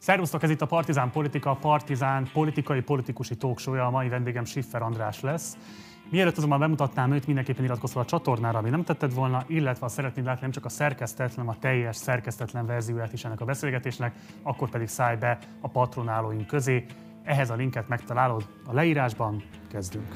Szervusztok, ez itt a Partizán Politika, a Partizán politikusi talkshow-ja, a mai vendégem Schiffer András lesz. Mielőtt azonban bemutatnám őt, mindenképpen iratkozz a csatornára, ami nem tetted volna, illetve ha szeretnéd látni nem csak a szerkesztett, hanem a teljes szerkesztetlen verzióját is ennek a beszélgetésnek, akkor pedig szállj be a patronálóink közé. Ehhez a linket megtalálod a leírásban. Kezdünk!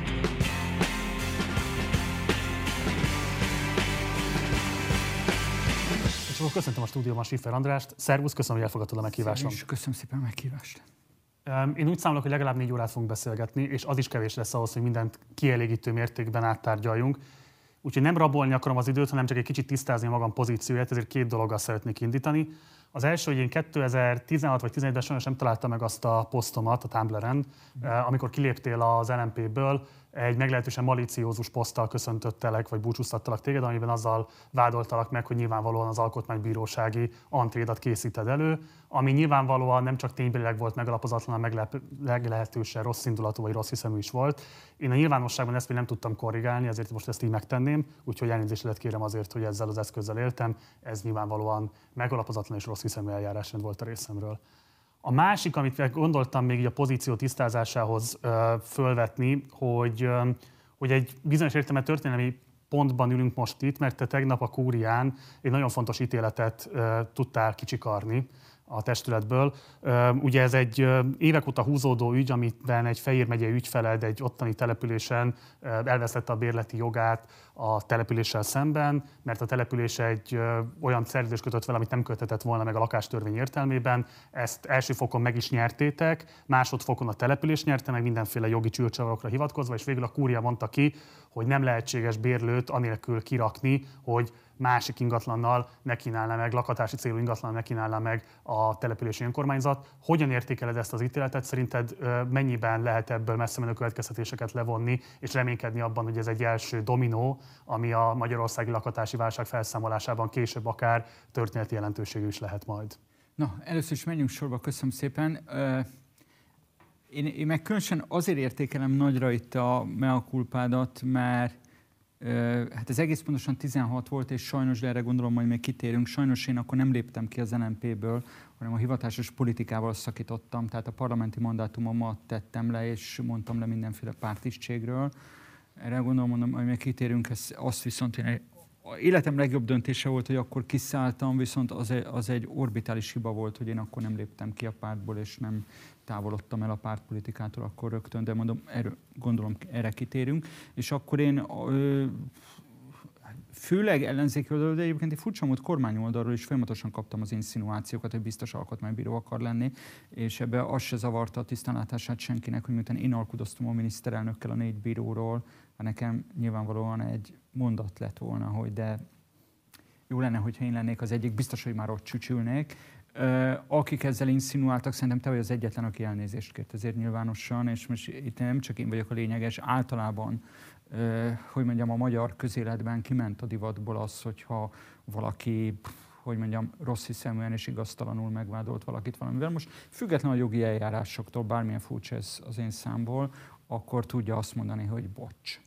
És akkor köszöntöm a stúdióban Schiffer Andrást. Szervusz, köszönöm, hogy elfogadtad a meghívásom. Köszönöm szépen a meghívást. Én úgy számolok, hogy legalább 4 órát fogunk beszélgetni, és az is kevés lesz ahhoz, hogy mindent kielégítő mértékben áttárgyaljunk. Úgyhogy nem rabolni akarom az időt, hanem csak egy kicsit tisztázni a magam pozícióját, ezért 2 dologgal szeretnék indítani. Az első, hogy én 2016 vagy 2017-ben sajnos nem találtam meg azt a posztomat a Tumblr-en, amikor kiléptél az LMP-ből, egy meglehetősen maliciózus poszttal köszöntöttelek, vagy búcsúztattalak téged, amiben azzal vádoltalak meg, hogy nyilvánvalóan az alkotmánybírósági antrédat készíted elő, ami nyilvánvalóan nem csak ténybelileg volt megalapozatlan, hanem meglehetősen rossz indulatú vagy rossz hiszemű is volt. Én a nyilvánosságban ezt még nem tudtam korrigálni, ezért most ezt így megtenném, úgyhogy elnézésedet kérem azért, hogy ezzel az eszközzel éltem. Ez nyilvánvalóan megalapozatlan és rossz hiszemű eljárásrend volt a részemről. A másik, amit gondoltam még így a pozíció tisztázásához fölvetni, hogy egy bizonyos értelemben történelmi pontban ülünk most itt, mert te tegnap a kúrián egy nagyon fontos ítéletet tudtál kicsikarni a testületből. Ugye ez egy évek óta húzódó ügy, amiben egy Fejér megyei ügyfeled egy ottani településen elvesztette a bérleti jogát a településsel szemben, mert a település egy olyan szerződést kötött vele, amit nem köthetett volna meg a lakástörvény értelmében. Ezt első fokon meg is nyertétek, másodfokon a település nyerte meg mindenféle jogi csülcsavarokra hivatkozva, és végül a kúria mondta ki, hogy nem lehetséges bérlőt anélkül kirakni, hogy másik ingatlannal ne kínálná meg, lakhatási célú ingatlannal ne kínálná meg a települési önkormányzat. Hogyan értékeled ezt az ítéletet? Szerinted mennyiben lehet ebből messze menő következtetéseket levonni, és reménykedni abban, hogy ez egy első dominó, ami a magyarországi lakhatási válság felszámolásában később akár történeti jelentőségű is lehet majd? Na, először is menjünk sorba, köszönöm szépen. Én meg különösen azért értékelem nagyra itt a mea culpádat, mert hát ez egész pontosan 16 volt, és sajnos, de erre gondolom, majd még kitérünk, sajnos én akkor nem léptem ki az LMP-ből, hanem a hivatásos politikával szakítottam, tehát a parlamenti mandátumomat tettem le, és mondtam le mindenféle pártisztségről. Erre gondolom, mondom, hogy még kitérünk, azt viszont én életem legjobb döntése volt, hogy akkor kiszálltam, viszont az egy orbitális hiba volt, hogy én akkor nem léptem ki a pártból, és nem távolodtam el a pártpolitikától akkor rögtön, de mondom, gondolom erre kitérünk. És akkor én főleg ellenzéki oldalról, de egyébként egy furcsa mód kormányoldalról is folyamatosan kaptam az insinuációkat, hogy biztos alkotmánybíró akar lenni, és ebbe az se zavarta a tisztánlátását senkinek, hogy miután én alkudoztam a miniszterelnökkel a 4 bíróról, nekem nyilvánvalóan egy mondat lett volna, hogy de jó lenne, hogyha én lennék az egyik, biztos, hogy már ott csücsülnék. Akik ezzel insinuáltak, szerintem te vagy az egyetlen, aki elnézést kért ezért nyilvánosan, és most itt nem csak én vagyok a lényeges, általában, hogy mondjam, a magyar közéletben kiment a divatból az, hogyha valaki, hogy mondjam, rossz hiszeműen és igaztalanul megvádolt valakit valamivel. Most függetlenül a jogi eljárásoktól, bármilyen furcsa ez az én számból, akkor tudja azt mondani, hogy bocs.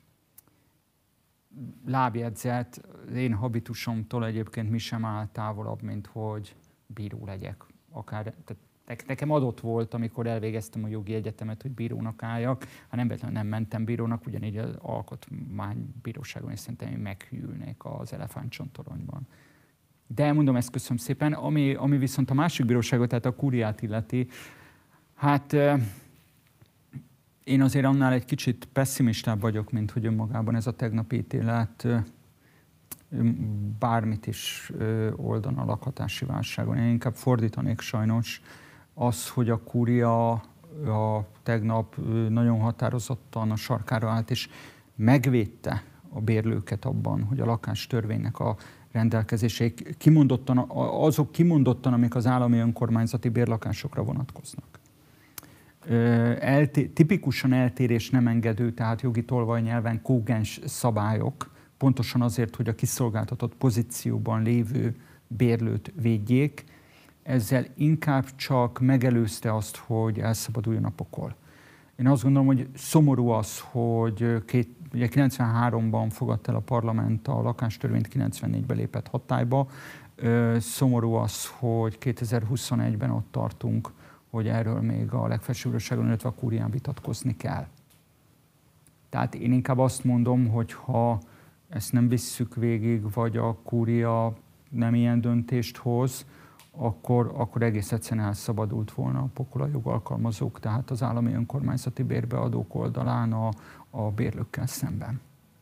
Lábjegyzet, én habitusomtól egyébként mi sem áll távolabb, mint hogy bíró legyek. Nekem adott volt, amikor elvégeztem a jogi egyetemet, hogy bírónak álljak. Ha nem mentem bírónak, ugyanígy az alkotmánybíróságon, és szerintem én meghűlnék az elefántcsontoronyban. De mondom, ezt köszönöm szépen. Ami viszont a másik bíróságot, tehát a kúriát illeti, hát én azért annál egy kicsit pesszimistább vagyok, mint hogy önmagában ez a tegnapi ítélet bármit is oldana a lakhatási válságon. Én inkább fordítanék sajnos az, hogy a kúria tegnap nagyon határozottan a sarkára állt, és megvédte a bérlőket abban, hogy a lakástörvénynek a rendelkezései kimondottan, amik az állami önkormányzati bérlakásokra vonatkoznak. Tipikusan eltérés nem engedő, tehát jogi tolvajnyelven kógens szabályok, pontosan azért, hogy a kiszolgáltatott pozícióban lévő bérlőt védjék, ezzel inkább csak megelőzte azt, hogy elszabaduljon a pokol. Én azt gondolom, hogy szomorú az, hogy ugye 93-ban fogadta el a parlament a lakástörvényt, 94-ben lépett hatályba. Szomorú az, hogy 2021-ben ott tartunk, hogy erről még a legfelsőbb bíróságon, illetve a kúrián vitatkozni kell. Tehát én inkább azt mondom, hogy ha ezt nem visszük végig, vagy a kúria nem ilyen döntést hoz, akkor egész egyszerűen elszabadult volna a pokol a jogalkalmazók, tehát az állami önkormányzati bérbeadók oldalán a bérlőkkel szemben.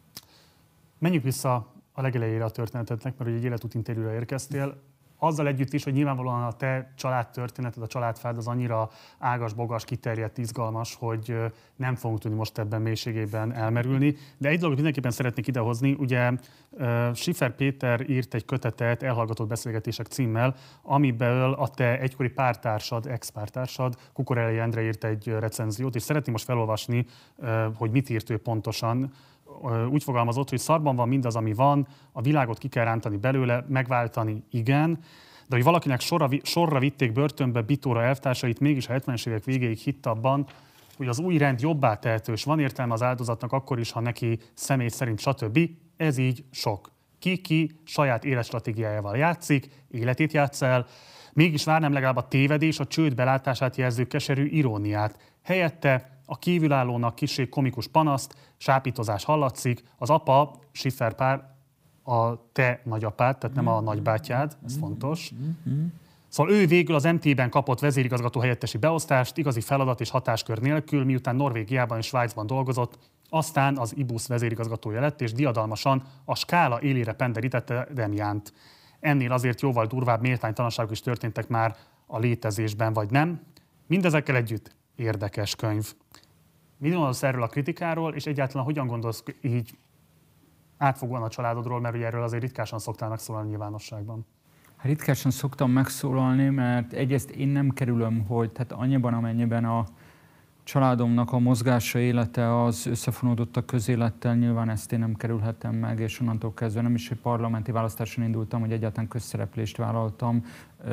Menjünk vissza a legelejére a történetednek, mert egy életútinterjúra érkeztél. Azzal együtt is, hogy nyilvánvalóan a te családtörténeted, a családfád az annyira ágas-bogas, kiterjedt, izgalmas, hogy nem fogunk tudni most ebben mélységében elmerülni. De egy dolgot mindenképpen szeretnék idehozni. Ugye Schiffer Péter írt egy kötetet, Elhallgatott beszélgetések címmel, amiből a te egykori pártársad, ex-pártársad, Kukorelei Endre írt egy recenziót, és szeretném most felolvasni, hogy mit írt ő pontosan. Úgy fogalmazott, hogy szarban van mindaz, ami van, a világot ki kell rántani belőle, megváltani igen, de hogy valakinek sorra vitték börtönbe Bitóra elvtársait, mégis a 70-es évek végéig hitt abban, hogy az új rend jobbá tehetős, van értelme az áldozatnak akkor is, ha neki személy szerint stb. Ez így sok. Ki saját életstratégiájával játszik, életét játsz el, mégis várnám legalább a tévedés, a csőd belátását jelző keserű iróniát. Helyette a kívülállónak kissé komikus panaszt, sápítozás hallatszik, az apa, Schiffer pár, a te nagyapád, tehát nem a nagybátyád, ez fontos. Szóval ő végül az MT-ben kapott vezérigazgató helyettesi beosztást, igazi feladat és hatáskör nélkül, miután Norvégiában és Svájcban dolgozott, aztán az IBUS vezérigazgatója lett, és diadalmasan a skála élére penderítette Demjánt. Ennél azért jóval durvább méltánytalanságok is történtek már a létezésben, vagy nem. Mindezekkel együtt érdekes könyv. Mit gondolsz erről a kritikáról, és egyáltalán hogyan gondolsz így átfogóan a családodról, mert ugye erről azért ritkásan szoktál megszólalni nyilvánosságban? Ritkásan szoktam megszólalni, mert egyrészt én nem kerülöm, hogy tehát annyiban, amennyiben a családomnak a mozgása, élete az összefonódott a közélettel, nyilván ezt én nem kerülhetem meg, és onnantól kezdve nem is egy parlamenti választáson indultam, hogy egyáltalán közszereplést vállaltam.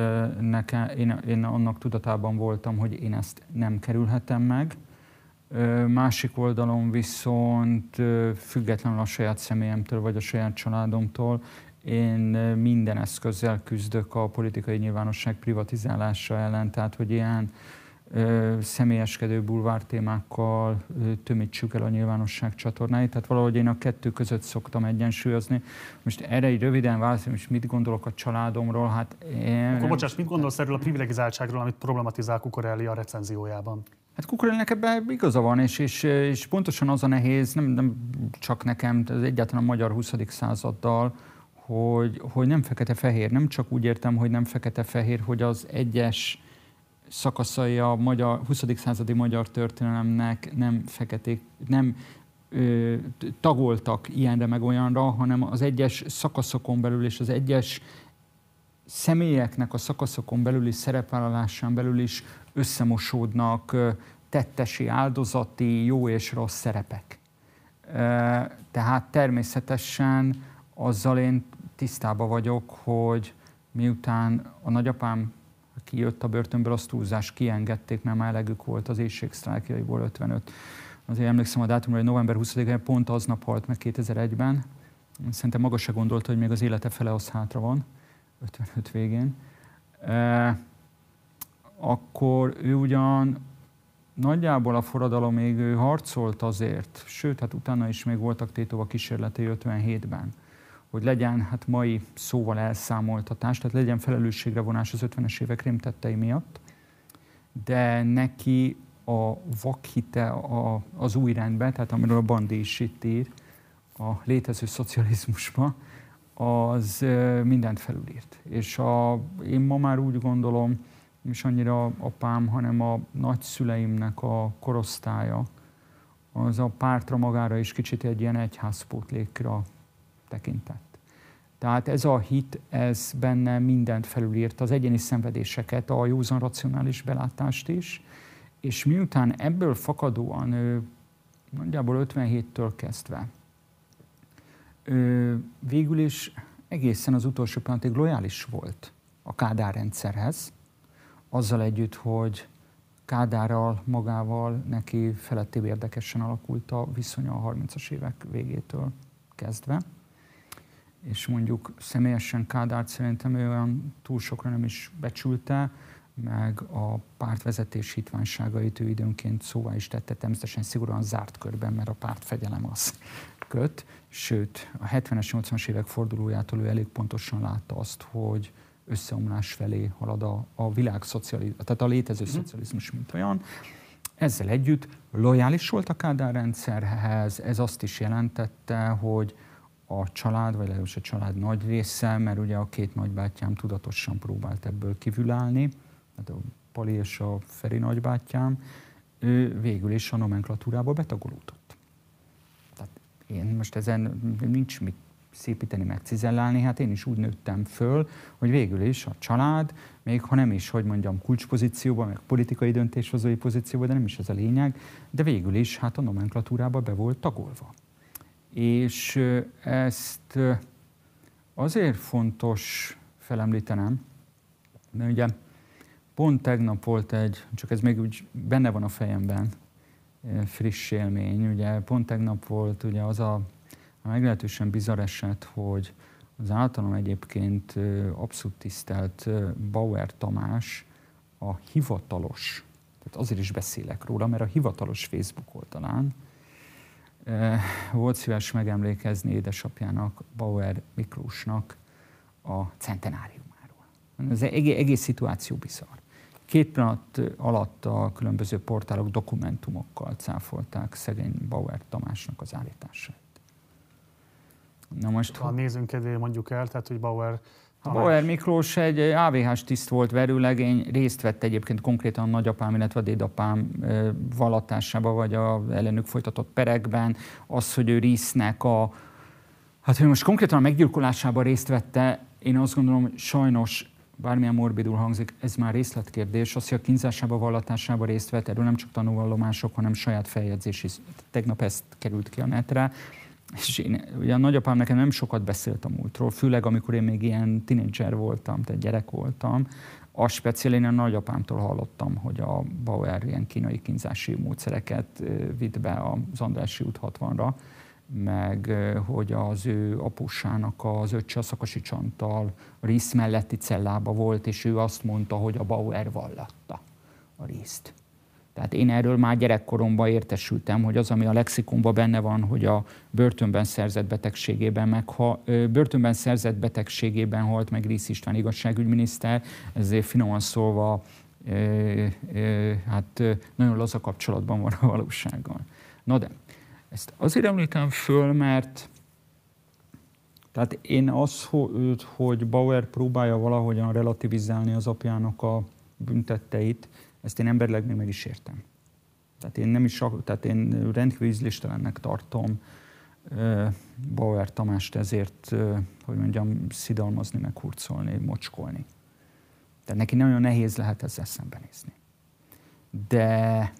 Én annak tudatában voltam, hogy én ezt nem kerülhetem meg. Másik oldalon viszont függetlenül a saját személyemtől vagy a saját családomtól én minden eszközzel küzdök a politikai nyilvánosság privatizálása ellen, tehát hogy ilyen személyeskedő bulvár témákkal tömítsük el a nyilvánosság csatornáit. Tehát valahogy én a kettő között szoktam egyensúlyozni. Most erre egy röviden válaszolom, és mit gondolok a családomról? Hát Akkor bocsáss, mit gondolsz erről a privilegizáltságról, amit problematizál Kukorelli a recenziójában? Hát Kukorellinek ebben igaza van, és pontosan az a nehéz, nem csak nekem, ez egyáltalán a magyar 20. századdal, hogy nem fekete-fehér. Nem csak úgy értem, hogy nem fekete-fehér, hogy az egyes szakaszai a 20. századi magyar történelemnek nem tagoltak ilyenre meg olyanra, hanem az egyes szakaszokon belül és az egyes személyeknek a szakaszokon belüli szerepvállalásán belül is összemosódnak tettesi, áldozati, jó és rossz szerepek. Tehát természetesen azzal én tisztában vagyok, hogy miután a nagyapám kijött a börtönből, azt túlzás, kiengedték, mert már elegük volt az éhségsztrájkjaiból 55. Azért emlékszem a dátumra, hogy november 20-án pont aznap halt meg 2001-ben. Szerintem maga se gondolta, hogy még az élete fele az hátra van, 55 végén. Akkor ő ugyan nagyjából a forradalomig ő harcolt azért, sőt, hát utána is még voltak tétova kísérletei 57-ben, hogy legyen hát mai szóval elszámoltatás, tehát legyen felelősségre vonás az 50-es évek rémtettei miatt, de neki a vakhite az új rendben, tehát amiről a Bandi is itt ír, a létező szocializmusban, az mindent felülírt. És én ma már úgy gondolom, nem is annyira apám, hanem a nagyszüleimnek a korosztálya, az a pártra magára is kicsit egy ilyen egyházpótlékra tekintett. Tehát ez a hit, ez benne mindent felülírt, az egyéni szenvedéseket, a józan racionális belátást is, és miután ebből fakadóan nagyjából 57-től kezdve végül is egészen az utolsó pillanatig lojális volt a Kádár rendszerhez, azzal együtt, hogy Kádárral, magával neki felettébb érdekesen alakult a viszonya a 30-as évek végétől kezdve. és mondjuk személyesen Kádárt szerintem olyan túl sokra nem is becsülte, meg a pártvezetés hitványságait ő időnként szóvá is tette, természetesen szigorúan zárt körben, mert a pártfegyelem az köt. Sőt, a 70-es, 80-as évek fordulójától ő elég pontosan látta azt, hogy összeomlás felé halad a világ szocializmus, tehát a létező szocializmus, mint olyan. Ezzel együtt lojális volt a Kádár rendszerhez, ez azt is jelentette, hogy a család, vagy legalábbis a család nagy része, mert ugye a két nagybátyám tudatosan próbált ebből kívülállni, tehát a Pali és a Feri nagybátyám, ő végül is a nomenklatúrába betagolódott. Tehát én most ezen nincs mit szépíteni, meg cizellálni, hát én is úgy nőttem föl, hogy végül is a család, még ha nem is, hogy mondjam, kulcspozícióban, meg politikai döntéshozói pozícióban, de nem is ez a lényeg, de végül is hát a nomenklatúrába be volt tagolva. És ezt azért fontos felemlítenem, mert ugye pont tegnap volt csak ez még úgy benne van a fejemben, friss élmény, ugye pont tegnap volt ugye az a meglehetősen bizarr eset, hogy az általam egyébként abszolút tisztelt Bauer Tamás a hivatalos, tehát azért is beszélek róla, mert a hivatalos Facebook oldalán volt szíves megemlékezni édesapjának, Bauer Miklósnak a centenáriumáról. Ez egész szituáció bizarr. 2 pillanat alatt a különböző portálok dokumentumokkal cáfolták szegény Bauer Tamásnak az állítását. Na most, a nézőnk kedvéért mondjuk el, tehát hogy Bauer Miklós egy AVH-s tiszt volt, verőlegény, részt vett egyébként konkrétan a nagyapám, illetve a dédapám vallatásában, vagy a ellenük folytatott perekben. Az, hogy ő Riesznek hogy most konkrétan a meggyilkolásában részt vette, én azt gondolom, hogy sajnos, bármilyen morbidul hangzik, ez már részletkérdés. Az, hogy a kínzásában, vallatásában részt vett, erről nem csak tanúvallomások, hanem saját feljegyzés is. Tegnap ezt került ki a netre. És ugye a nagyapám nekem nem sokat beszélt a múltról, főleg amikor én még ilyen tínédzser voltam, tehát gyerek voltam. Azt speciál én a nagyapámtól hallottam, hogy a Bauer ilyen kínai kínzási módszereket vitt be az Andrássy út 60-ra, meg hogy az ő apusának az öccse a Szakasi Csanttal a Riesz melletti cellába volt, és ő azt mondta, hogy a Bauer vallatta a Rieszt. Tehát én erről már gyerekkoromban értesültem, hogy az, ami a lexikonban benne van, hogy a börtönben szerzett betegségében halt meg Riesz István igazságügyminiszter, ezért finoman szólva hát nagyon laza kapcsolatban van a valósággal. Na de, ezt azért említem föl, mert tehát én hogy Bauer próbálja valahogyan relativizálni az apjának a büntetteit, ezt én emberileg még meg is értem. Tehát én rendkívül ízléstelennek tartom Bauer Tamást ezért, hogy mondjam, szidalmazni, meg hurcolni, mocskolni. Tehát neki nagyon nehéz lehet ezzel szembenézni. De,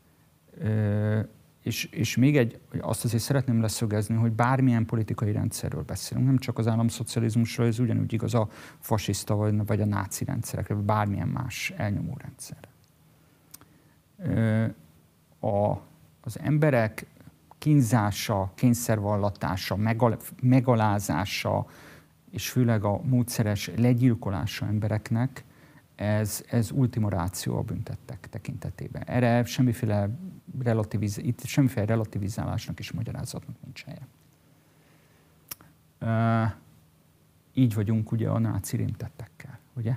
és még azt azért szeretném leszögezni, hogy bármilyen politikai rendszerről beszélünk, nem csak az államszocializmusról, ez ugyanúgy igaz a fasiszta vagy a náci rendszerekre, vagy bármilyen más elnyomó rendszerre. Az emberek kínzása, kényszervallatása, megalázása, és főleg a módszeres legyilkolása embereknek, ez ultima ratio a büntettek tekintetében. Erre semmiféle relativizálásnak és magyarázatnak nincs helye. Így vagyunk ugye a náci rémtettekkel, ugye?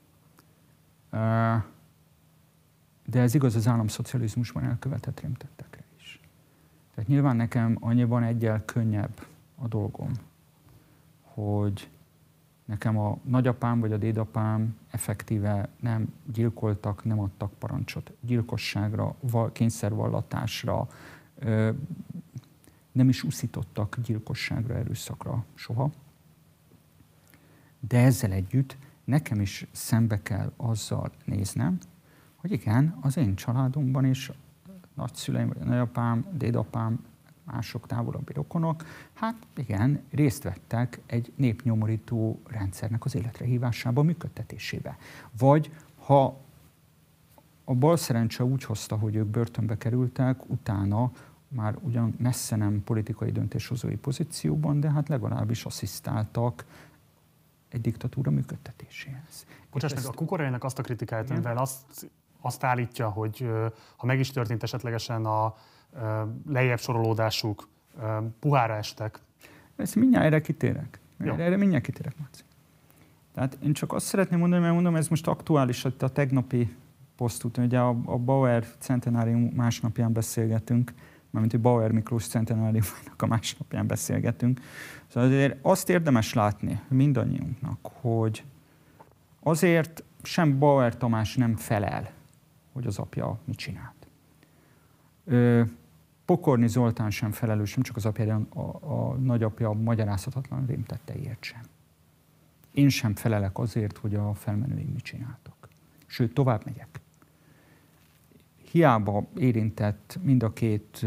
De ez igaz az államszocializmusban elkövetett rémtettekre is. Tehát nyilván nekem annyiban egyel könnyebb a dolgom, hogy nekem a nagyapám vagy a dédapám effektíve nem gyilkoltak, nem adtak parancsot gyilkosságra, kényszervallatásra, nem is uszítottak gyilkosságra, erőszakra soha. De ezzel együtt nekem is szembe kell azzal néznem, hogy igen, az én családomban is nagyszüleim, vagy a nagyapám, dédapám, mások távolabbi rokonok, hát igen, részt vettek egy népnyomorító rendszernek az életre hívásába, működtetésébe. Vagy ha a balszerencse úgy hozta, hogy ők börtönbe kerültek, utána már ugyan messze nem politikai döntéshozói pozícióban, de hát legalábbis asszisztáltak egy diktatúra működtetéséhez. Bocsáss meg, a Kukorainak azt a kritikáját, amivel azt állítja, hogy ha meg is történt esetlegesen a lejjebb sorolódásuk, puhára estek. Ezt mindjárt erre kitérek. Erre mindjárt kitérek, Marci. Tehát én csak azt szeretném mondani, mert mondom, ez most aktuális, hogy a tegnapi posztút, ugye a Bauer centenárium másnapján beszélgetünk, mármint, hogy Bauer Miklós centenáriumának a másnapján beszélgetünk. Szóval azért azt érdemes látni mindannyiunknak, hogy azért sem Bauer Tamás nem felel, hogy az apja mit csinált. Pokorni Zoltán sem felelős, nem csak az apja, de a nagyapja magyarázhatatlan rémtetteiért sem. Én sem felelek azért, hogy a felmenőim mit csináltak. Sőt, tovább megyek. Hiába érintett mind a két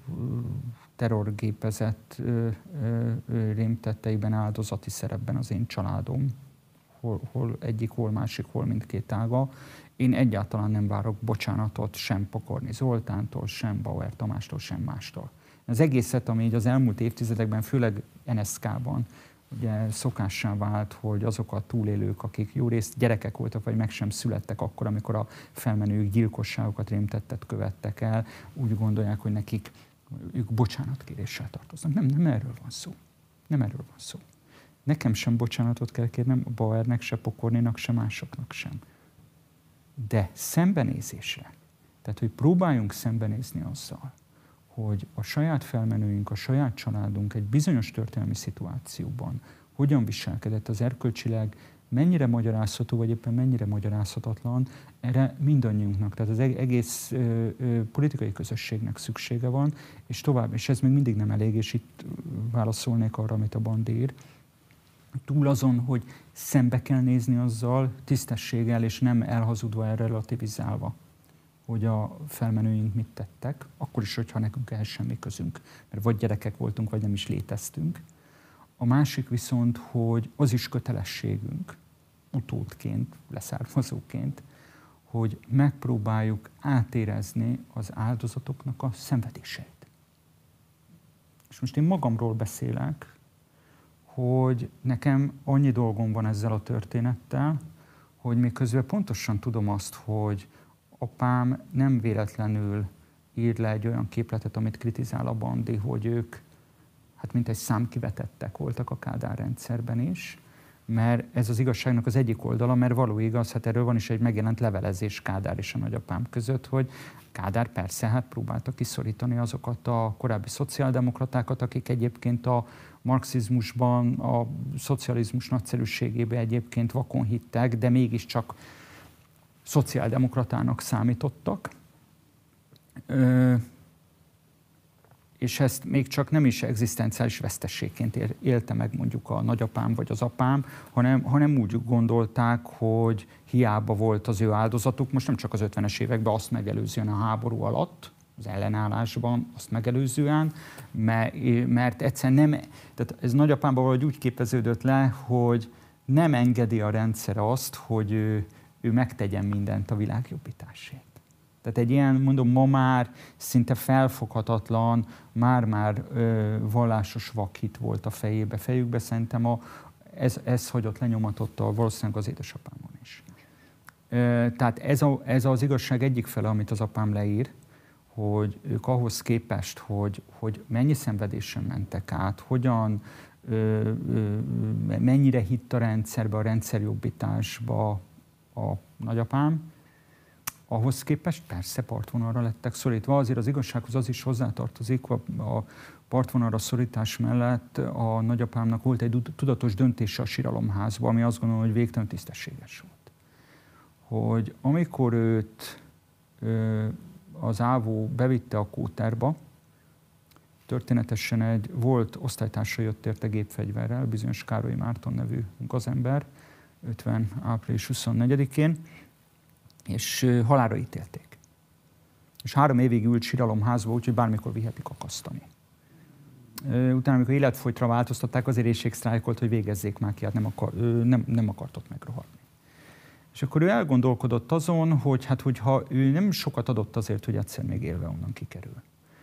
terrorgépezet rémtetteiben áldozati szerepben az én családom, hol egyik, hol másik, hol mindkét ága. Én egyáltalán nem várok bocsánatot sem Pokorni Zoltántól, sem Bauer Tamástól, sem mástól. Az egészet, ami így az elmúlt évtizedekben, főleg NSZK-ban, ugye szokássá vált, hogy azok a túlélők, akik jó részt gyerekek voltak, vagy meg sem születtek akkor, amikor a felmenők gyilkosságokat, rémtettet követtek el, úgy gondolják, hogy ők bocsánatkéréssel tartoznak. Nem erről van szó. Nem erről van szó. Nekem sem bocsánatot kell kérnem, a Bauernek, se Pokorninak, se másoknak sem. De szembenézésre, tehát hogy próbáljunk szembenézni azzal, hogy a saját felmenőink, a saját családunk egy bizonyos történelmi szituációban hogyan viselkedett, az erkölcsileg mennyire magyarázható, vagy éppen mennyire magyarázhatatlan, erre mindannyiunknak, tehát az egész politikai közösségnek szüksége van, és tovább, és ez még mindig nem elég, és itt válaszolnék arra, amit a Bandi ír. Túl azon, hogy szembe kell nézni azzal, tisztességgel, és nem elhazudva, el relativizálva, hogy a felmenőink mit tettek, akkor is, hogyha nekünk ehhez semmi közünk, mert vagy gyerekek voltunk, vagy nem is léteztünk. A másik viszont, hogy az is kötelességünk, utódként, leszármazóként, hogy megpróbáljuk átérezni az áldozatoknak a szenvedéseit. És most én magamról beszélek, hogy nekem annyi dolgom van ezzel a történettel, hogy miközben pontosan tudom azt, hogy apám nem véletlenül ír le egy olyan képletet, amit kritizál a Bandi, hogy ők hát mint egy számkivetettek voltak a Kádár rendszerben is, mert ez az igazságnak az egyik oldala, mert való igaz, hát erről van is egy megjelent levelezés Kádár és a nagyapám között, hogy Kádár persze hát próbálta kiszorítani azokat a korábbi szociáldemokratákat, akik egyébként a marxizmusban, a szocializmus nagyszerűségében egyébként vakon hittek, de mégiscsak szociáldemokratának számítottak. És ezt még csak nem is egzisztenciális vesztességként élte meg mondjuk a nagyapám vagy az apám, hanem úgy gondolták, hogy hiába volt az ő áldozatuk, most nem csak az 50-es években, azt megelőzően a háború alatt, az ellenállásban, azt megelőzően, mert egyszerűen nem, tehát ez nagyapámban valahogy úgy képeződött le, hogy nem engedi a rendszer azt, hogy ő megtegyen mindent a világ jobbításért. Tehát egy ilyen, mondom, ma már szinte felfoghatatlan, már vallásos vakhit volt a fejükbe. Szerintem ez hagyott lenyomatot valószínűleg az édesapámon is. Tehát ez az igazság egyik fele, amit az apám leír, hogy ők ahhoz képest, hogy mennyi szenvedésen mentek át, hogyan, mennyire hitt a rendszerbe, a rendszerjobbításba a nagyapám, ahhoz képest persze partvonalra lettek szorítva. Azért az igazsághoz az is hozzátartozik, a partvonalra szorítás mellett a nagyapámnak volt egy tudatos döntése a síralomházba, ami azt gondolom, hogy végtelenül tisztességes volt. Hogy amikor őt az ávó bevitte a kóterba, történetesen egy volt osztálytársa jött érte gépfegyverrel, bizonyos Károly Márton nevű gazember, 50. április 24-én, és halálra ítélték. És 3 évig ült síralomházba, úgyhogy bármikor vihetik akasztani. Utána, amikor életfolytra változtatták, azért éhségsztrájkolt, hogy végezzék már ki, hát nem akart ott megrohadni. És akkor ő elgondolkodott azon, hogy hát, hogyha ő nem sokat adott azért, hogy egyszer még élve onnan kikerül.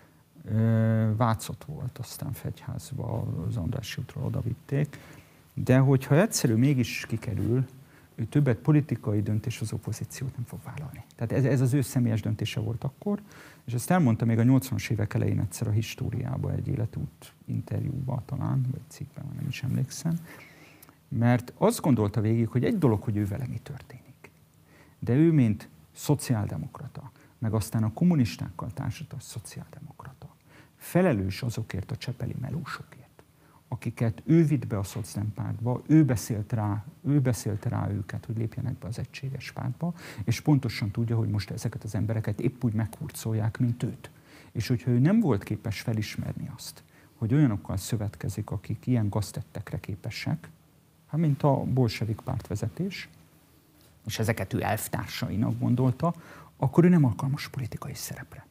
Vácott volt, aztán Fegyházba, az Andrássy útról oda vitték. De hogyha egyszerű mégis kikerül, ő többet politikai döntéshozó pozíciót nem fog vállalni. Tehát ez az ő személyes döntése volt akkor, és ezt elmondta még a 80-as évek elején egyszer a Históriában, egy életút interjúban talán, vagy cikkben, nem is emlékszem, mert azt gondolta végig, hogy egy dolog, hogy ő vele mi történik. De ő, mint szociáldemokrata, meg aztán a kommunistákkal társadalmi szociáldemokrata, felelős azokért a csepeli melósokért, akiket ő vitt be a szocdempártba, ő beszélte rá őket, hogy lépjenek be az egységes pártba, és pontosan tudja, hogy most ezeket az embereket épp úgy meghurcolják, mint őt. És hogyha ő nem volt képes felismerni azt, hogy olyanokkal szövetkezik, akik ilyen gaztettekre képesek, hát mint a bolsevik pártvezetés, és ezeket ő elvtársainak gondolta, akkor ő nem alkalmas politikai szerepre.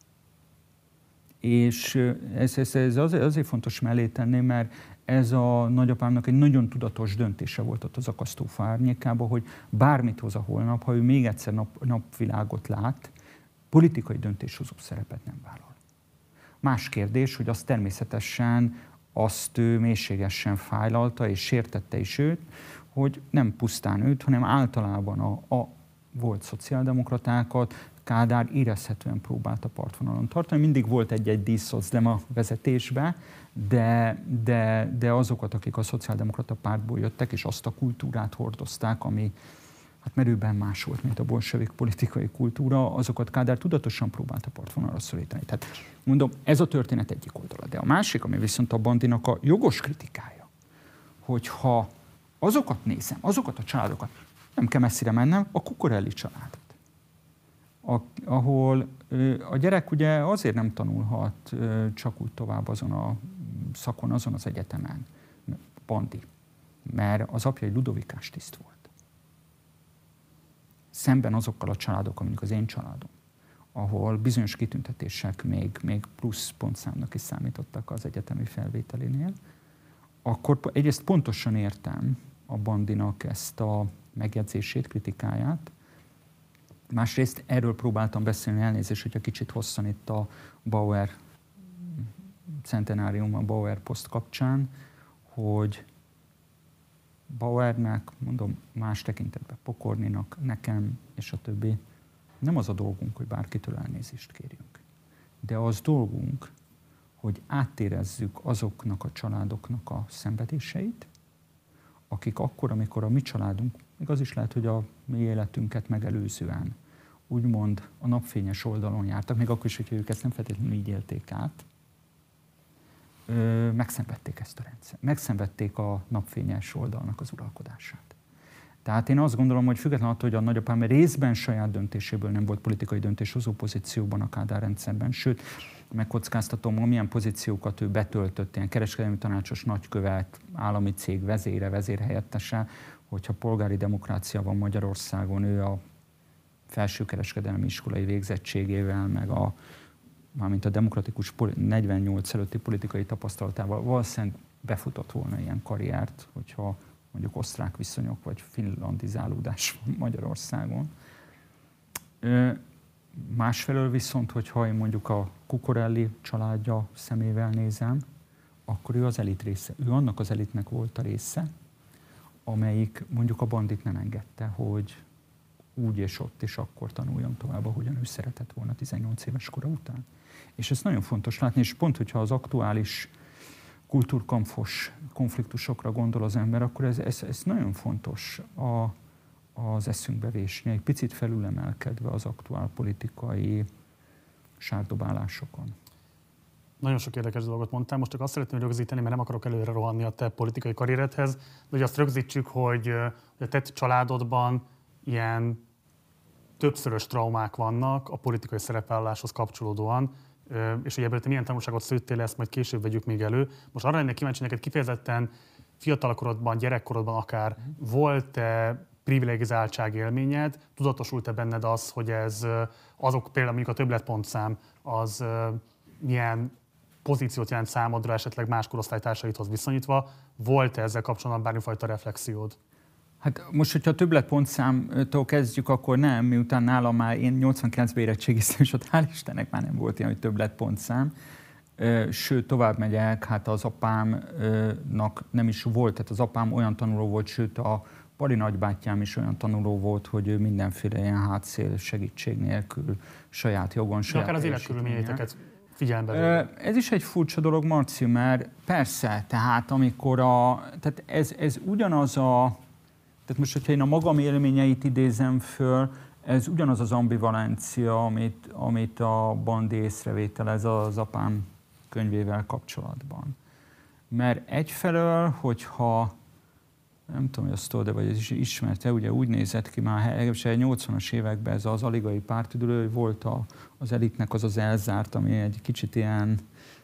És ez azért fontos mellé tenni, mert ez a nagyapámnak egy nagyon tudatos döntése volt ott az akasztófa árnyékában, hogy bármit hoz a holnap, ha ő még egyszer napvilágot lát, politikai döntéshozó szerepet nem vállal. Más kérdés, hogy az természetesen azt ő mélységesen fájlalta és sértette is őt, hogy nem pusztán őt, hanem általában a volt szociáldemokratákat Kádár érezhetően próbálta partvonalon tartani. Mindig volt egy-egy díszszocdem a vezetésbe, de azokat, akik a szociáldemokrata pártból jöttek, és azt a kultúrát hordozták, ami hát merőben más volt, mint a bolsevik politikai kultúra, azokat Kádár tudatosan próbálta partvonalra szorítani. Tehát mondom, ez a történet egyik oldala. De a másik, ami viszont a Bandinak a jogos kritikája, hogyha azokat nézem, azokat a családokat, nem kell messzire mennem, a Cucurelli családot, ahol a gyerek ugye azért nem tanulhat csak úgy tovább azon a szakon, azon az egyetemen, Bandi, mert az apja egy ludovikás tiszt volt. Szemben azokkal a családokkal, mondjuk az én családom, ahol bizonyos kitüntetések még plusz pontszámnak is számítottak az egyetemi felvételénél, akkor egyrészt pontosan értem a Bandinak ezt a megjegyzését, kritikáját. Másrészt erről próbáltam beszélni, elnézést, hogyha kicsit hosszan itt a Bauer centenárium, a Bauer poszt kapcsán, hogy Bauernek, mondom, más tekintetben Pokorninak, nekem és a többi, nem az a dolgunk, hogy bárkitől elnézést kérjünk. De az dolgunk, hogy áttérezzük azoknak a családoknak a szenvedéseit, akik akkor, amikor a mi családunk, még az is lehet, hogy a mi életünket megelőzően úgymond a napfényes oldalon jártak, még akkor is, hogyha ők ezt nem feltétlenül így élték át, megszenvedték ezt a rendszert. Megszenvedték a napfényes oldalnak az uralkodását. Tehát én azt gondolom, hogy függetlenül attól, hogy a nagyapám részben saját döntéséből nem volt politikai döntéshozó pozícióban a Kádár rendszerben, sőt, megkockáztatom, amilyen pozíciókat ő betöltött, ilyen kereskedelmi tanácsos nagykövet, állami cég vezére, vezérhelyettese, hogyha polgári demokrácia van Magyarországon, ő a felsőkereskedelmi iskolai végzettségével, meg mármint a demokratikus 48 előtti politikai tapasztalatával valószínűleg befutott volna ilyen karriert, hogyha mondjuk osztrák viszonyok vagy finlandizálódás van Magyarországon. Másfelől viszont, hogyha én mondjuk a Cucurelli családja szemével nézem, akkor ő az elit része. Ő annak az elitnek volt a része, amelyik mondjuk a Bandit nem engedte, hogy úgy és ott és akkor tanuljon tovább, ahogyan ő szeretett volna 18 éves kora után. És ez nagyon fontos látni, és pont, hogyha az aktuális kultúrkampfos konfliktusokra gondol az ember, akkor ez nagyon fontos az eszünkbe vésni, egy picit felülemelkedve az aktuál politikai sárdobálásokon. Nagyon sok érdekes dolgot mondtál, most csak azt szeretném rögzíteni, mert nem akarok előre rohanni a te politikai karrieredhez, de hogy azt rögzítsük, hogy a te családodban ilyen többszörös traumák vannak a politikai szerepvállaláshoz kapcsolódóan, és hogy ebből te milyen tanulságot szőttél, ezt majd később vegyük még elő. Most arra lennék kíváncsi, neked kifejezetten fiatalkorodban, gyerekkorodban akár volt-e privilegizáltság élményed, tudatosult-e benned az, hogy ez azok például mondjuk a többletpontszám az milyen pozíciót jelent számodra esetleg más korosztálytársaidhoz viszonyítva, volt-e ezzel kapcsolatban bármifajta reflexiód? Hát most, hogyha a többletpontszámtól kezdjük, akkor nem, miután nálam már én 89-ben érettségiztem, és ott hál' Istennek már nem volt ilyen, hogy többletpontszám. Sőt, tovább megyek, hát az apámnak nem is volt, tehát az apám olyan tanuló volt, sőt a Pali nagybátyám is olyan tanuló volt, hogy ő mindenféle ilyen hátszél segítség nélkül, saját jogon, saját akár az életkörülményeiteket figyelembe véve. Ez is egy furcsa dolog, Marci, mert persze, tehát amikor tehát ez ugyanaz tehát most, hogyha én a magam élményeit idézem föl, ez ugyanaz az ambivalencia, amit a Bandi észrevételez az apám könyvével kapcsolatban. Mert egyfelől, hogyha nem tudom, hogy azt tudod, vagy ez ismerte, ugye úgy nézett ki már 80-as években ez az aligai pártüdülő, hogy volt az elitnek az elzárt, ami egy kicsit ilyen,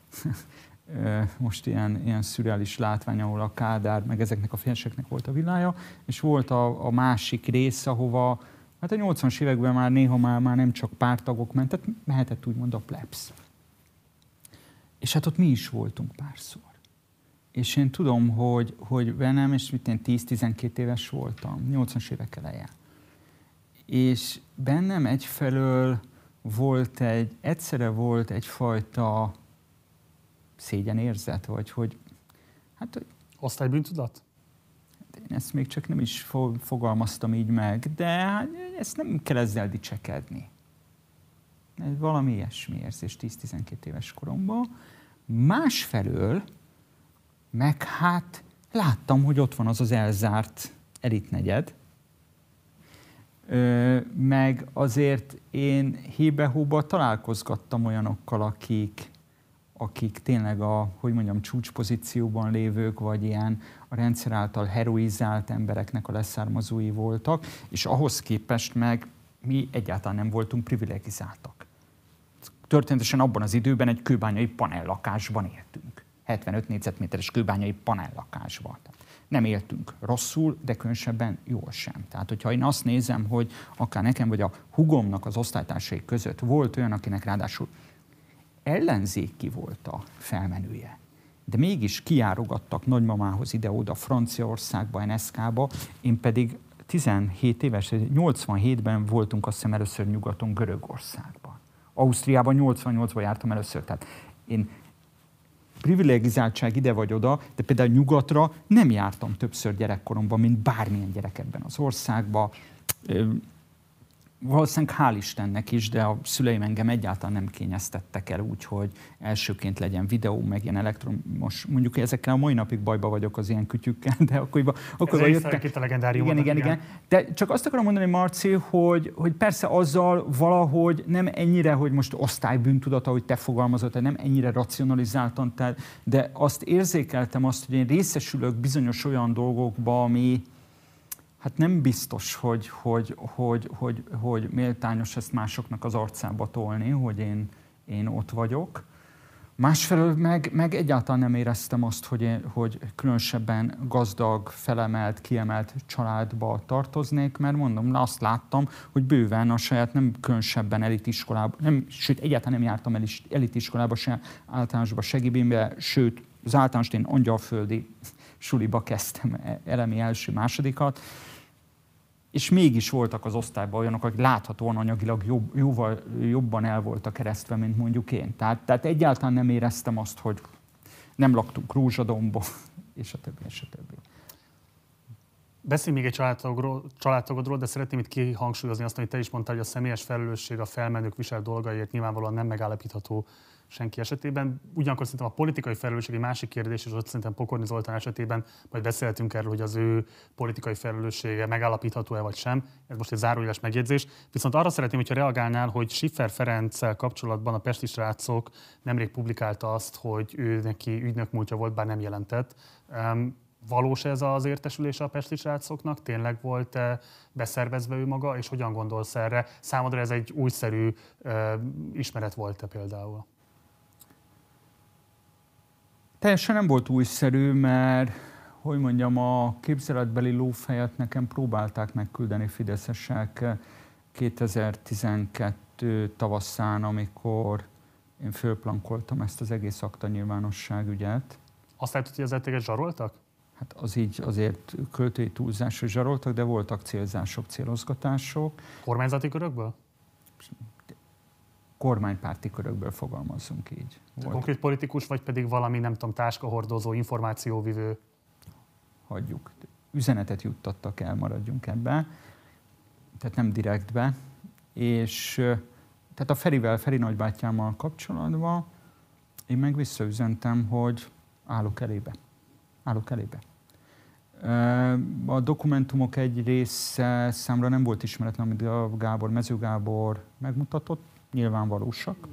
most ilyen szürreális látvány, ahol a Kádár, meg ezeknek a félseknek volt a villája, és volt a másik rész, ahova hát a 80-as években már néha már nem csak párttagok mentek, mehetett úgymond a plebs. És hát ott mi is voltunk párszor. És én tudom, hogy bennem, és én 10-12 éves voltam, 80-as évek elején. És bennem egyfelől egyszerre volt egyfajta szégyenérzet, vagy hogy... Hát, osztálybűntudat? Én ezt még csak nem is fogalmaztam így meg, de hát ezt nem kell ezzel dicsekedni. Ez valami ilyesmi érzés 10-12 éves koromban. Másfelől meg hát láttam, hogy ott van az elzárt elitnegyed, meg azért én hébe-hóba találkozgattam olyanokkal, akik tényleg csúcspozícióban lévők, vagy ilyen a rendszer által heroizált embereknek a leszármazói voltak, és ahhoz képest meg mi egyáltalán nem voltunk privilegizáltak. Történetesen abban az időben egy kőbányai panellakásban éltünk. 75 négyzetméteres kőbányai panellakásban. Nem éltünk rosszul, de különösebben jól sem. Tehát, hogyha én azt nézem, hogy akár nekem vagy a hugomnak az osztálytársai között volt olyan, akinek ráadásul ellenzéki volt a felmenője, de mégis kijárogattak nagymamához ide-oda, Franciaországba, NSZK-ba, én pedig 17 éves, 87-ben voltunk azt hiszem először nyugaton, Görögországban. Ausztriában 88-ban jártam először, tehát én privilegizáltság ide vagy oda, de például nyugatra nem jártam többször gyerekkoromban, mint bármilyen gyerek ebben az országban. Valószínűleg hál' Istennek is, de a szüleim engem egyáltalán nem kényeztettek el úgy, hogy elsőként legyen videó, meg ilyen elektromos, mondjuk ezekkel a mai napig bajba vagyok az ilyen kütyükkel, de akkor jöttek. Itt a legendáriumot. Igen. De csak azt akarom mondani, Marci, hogy persze azzal valahogy nem ennyire, hogy most osztálybűntudata, hogy te fogalmazott, nem ennyire racionalizáltan, de azt érzékeltem azt, hogy én részesülök bizonyos olyan dolgokba, ami hát nem biztos, hogy méltányos ezt másoknak az arcába tolni, hogy én ott vagyok. Másfelől meg egyáltalán nem éreztem azt, hogy különösebben gazdag, felemelt, kiemelt családba tartoznék, mert mondom, azt láttam, hogy bőven a saját nem különösebben elitiskolában, sőt egyáltalán nem jártam elitiskolába, se általánosba, se gibinbe, sőt az általánost én angyalföldi suliba kezdtem elemi első-másodikat, és mégis voltak az osztályban olyanok, akik láthatóan anyagilag jóval jobban el voltak eresztve, mint mondjuk én. Tehát egyáltalán nem éreztem azt, hogy nem laktunk Rózsadombon, és a többi, és a többi. Beszélj még egy családtagodról, de szeretném itt kihangsúlyozni azt, amit te is mondtál, hogy a személyes felelősség a felmenők viselt dolgaiért nyilvánvalóan nem megállapítható senki esetében. Ugyanakkor szerintem a politikai felelősség egy másik kérdés, és ott szerintem Pokorni Zoltán esetében majd beszélhetünk erről, hogy az ő politikai felelőssége megállapítható-e vagy sem. Ez most egy zárójeles megjegyzés. Viszont arra szeretném, hogyha reagálnál, hogy Schiffer Ferenccel kapcsolatban a pesti srácok nemrég publikálta azt, hogy ő neki ügynök múltja volt, bár nem jelentett. Valós ez az értesülése a pesti srácoknak? Tényleg volt beszervezve ő maga, és hogyan gondolsz erre? Számodra ez egy újszerű ismeret volt-e például? Teljesen nem volt újszerű, mert hogy mondjam, a képzeletbeli lófejet nekem próbálták megküldeni fideszesek 2012 tavaszán, amikor én fölplankoltam ezt az egész akta nyilvánosság ügyet. Azt látod, hogy ezzel téged zsaroltak? Hát az így azért költői túlzásra zsaroltak, de voltak célzások, célozgatások. Kormányzati körökből? kormánypárti körökből fogalmazzunk így. Konkrét politikus, vagy pedig valami, nem tudom, táskahordozó, információvivő? Hagyjuk. Üzenetet juttattak el, maradjunk ebbe. Tehát nem direktbe. És tehát a Feri nagybátyámmal kapcsolatban én meg visszaüzentem, hogy állok elébe. A dokumentumok egy része számra nem volt ismeretlen, amit a Mező Gábor megmutatott, nyilvánvalósak.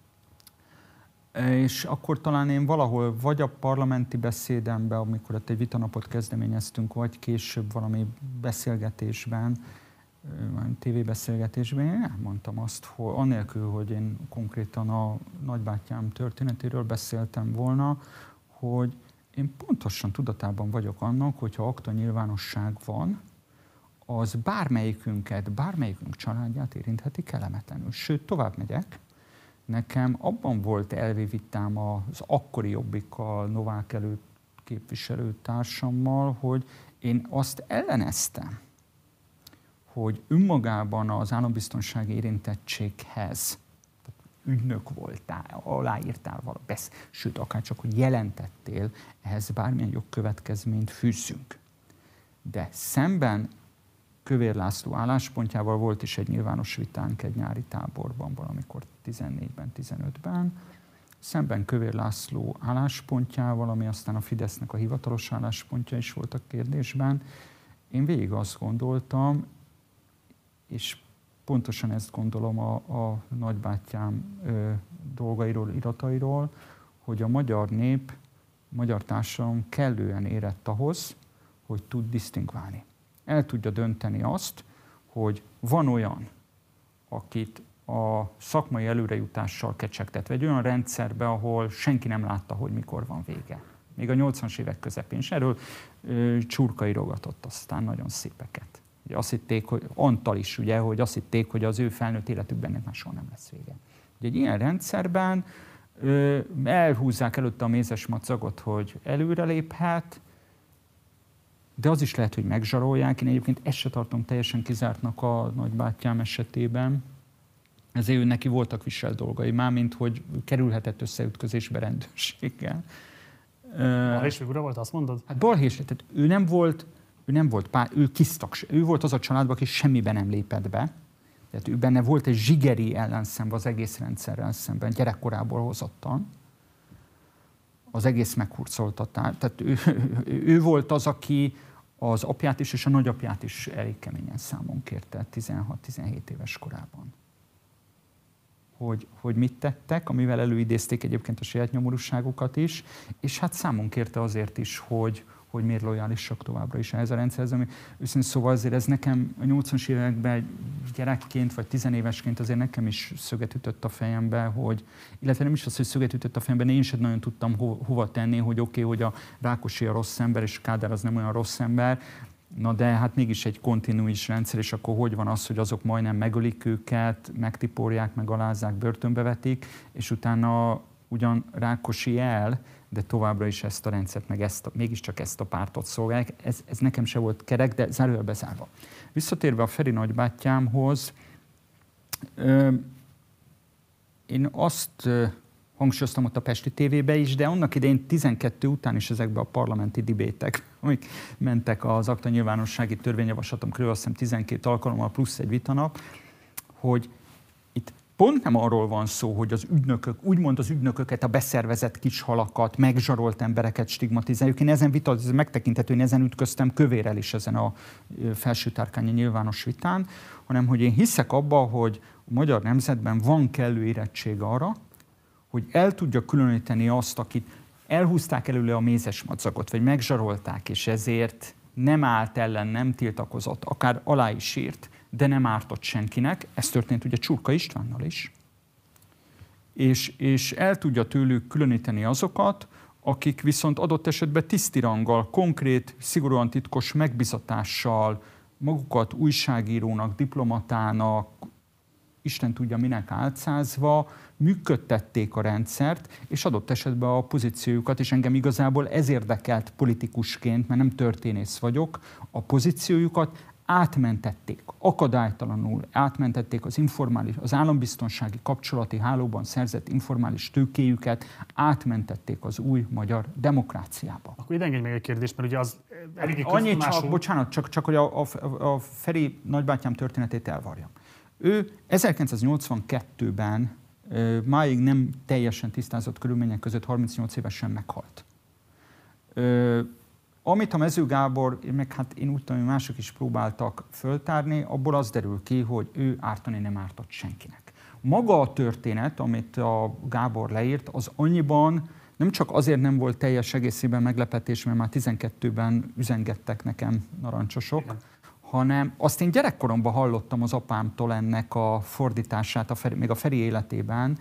És akkor talán én valahol vagy a parlamenti beszédemben, amikor ott egy vitanapot kezdeményeztünk, vagy később valami beszélgetésben, tévébeszélgetésben, én elmondtam azt, hogy annélkül, hogy én konkrétan a nagybátyám történetéről beszéltem volna, hogy én pontosan tudatában vagyok annak, hogyha akta nyilvánosság van, az bármelyikünk családját érintheti kellemetlenül. Sőt, tovább megyek. Nekem abban volt elvi vitám az akkori Jobbikkal, Novák előtt képviselőtársammal, hogy én azt elleneztem, hogy önmagában az állambiztonsági érintettséghez ügynök voltál, aláírtál valamit, sőt, akárcsak, hogy jelentettél, ehhez bármilyen jogkövetkezményt fűzzünk. De szemben Kövér László álláspontjával volt is egy nyilvános vitánk egy nyári táborban, valamikor 14-ben, 15-ben. Szemben Kövér László álláspontjával, ami aztán a Fidesznek a hivatalos álláspontja is volt a kérdésben, én végig azt gondoltam, és pontosan ezt gondolom a nagybátyám dolgairól, iratairól, hogy a magyar nép, magyar társadalom kellően érett ahhoz, hogy tud disztingválni. El tudja dönteni azt, hogy van olyan, akit a szakmai előrejutással kecsegtet, vagy olyan rendszerbe, ahol senki nem látta, hogy mikor van vége. Még a 80-as évek közepén is erről Csurka írogatott aztán nagyon szépeket. Ugye azt hitték, hogy Antal is, ugye, hogy azt hitték, hogy az ő felnőtt életükben már soha nem lesz vége. Ugye egy ilyen rendszerben elhúzzák előtte a mézes madzagot, hogy előreléphet, de az is lehet, hogy megzsarolják. Én egyébként ezt se tartom teljesen kizártnak a nagybátyám esetében. Ezért neki voltak visel dolgai, mármint, hogy kerülhetett összeütközésbe rendőrséggel. Balhés figura volt, azt mondod? Hát balhés, tehát ő volt az a családban, aki semmiben nem lépett be. Tehát ő benne volt egy zsigeri ellenszenv az egész rendszerrel szemben, gyerekkorából hozottan. Az egész meghurcoltatás. Tehát ő volt az, aki az apját is és a nagyapját is elég keményen számon kérte 16-17 éves korában. Hogy mit tettek, amivel előidézték egyébként a saját nyomorúságukat is, és hát számon kérte azért is, hogy miért lojálisak továbbra is ehhez a rendszerhez. Őszintén szóval azért ez nekem a 80-as években gyerekként vagy 10 évesként azért nekem is szöget ütött a fejembe, illetve nem is az, hogy szöget ütött a fejembe, én sem nagyon tudtam hova tenni, hogy oké, hogy a Rákosi a rossz ember, és Kádár az nem olyan rossz ember, na de hát mégis egy kontinuális rendszer, és akkor hogy van az, hogy azok majdnem megölik őket, megtiporják, megalázzák, börtönbe vetik, és utána ugyan Rákosi de továbbra is ezt a rendszert, meg mégiscsak ezt a pártot szolgálják. Ez nekem se volt kerek, de zárójelbe zárva. Visszatérve a Feri nagybátyámhoz, én azt hangsúlyoztam ott a Pesti tévébe is, de annak idején 12 után is ezekbe a parlamenti dibétek, amik mentek az akta nyilvánossági törvényjavaslatom körül, azt hiszem 12 alkalommal plusz egy vitanap, hogy itt pont nem arról van szó, hogy az ügynökök, úgymond az ügynököket, a beszervezett kis halakat, megzsarolt embereket stigmatizáljuk. Én ezen megtekinthető, én ezen ütköztem Kövérrel is ezen a felsőtárkányi nyilvános vitán, hanem hogy én hiszek abba, hogy a magyar nemzetben van kellő érettség arra, hogy el tudja különíteni azt, akit elhúzták előle a mézes madzagot, vagy megzsarolták, és ezért nem állt ellen, nem tiltakozott, akár alá is írt, de nem ártott senkinek. Ez történt ugye Csurka Istvánnal is. És el tudja tőlük különíteni azokat, akik viszont adott esetben tisztiranggal, konkrét, szigorúan titkos megbizatással, magukat újságírónak, diplomatának, Isten tudja minek álcázva, működtették a rendszert, és adott esetben a pozíciójukat, és engem igazából ez érdekelt politikusként, mert nem történész vagyok, a pozíciójukat átmentették, akadálytalanul átmentették az állambiztonsági kapcsolati hálóban szerzett informális tőkéjüket, átmentették az új magyar demokráciába. Akkor ide engedj meg egy kérdést, mert ugye az eléggé annyit csak, bocsánat, csak hogy a Feri nagybátyám történetét elvarjam. Ő 1982-ben máig nem teljesen tisztázott körülmények között 38 évesen meghalt. Amit a Mező Gábor, meg hát én úgy tudom, hogy mások is próbáltak föltárni, abból az derül ki, hogy ő ártani nem ártott senkinek. Maga a történet, amit a Gábor leírt, az annyiban nem csak azért nem volt teljes egészében meglepetés, mert már 12-ben üzengettek nekem narancsosok, igen, hanem azt én gyerekkoromban hallottam az apámtól ennek a fordítását, még a Feri életében,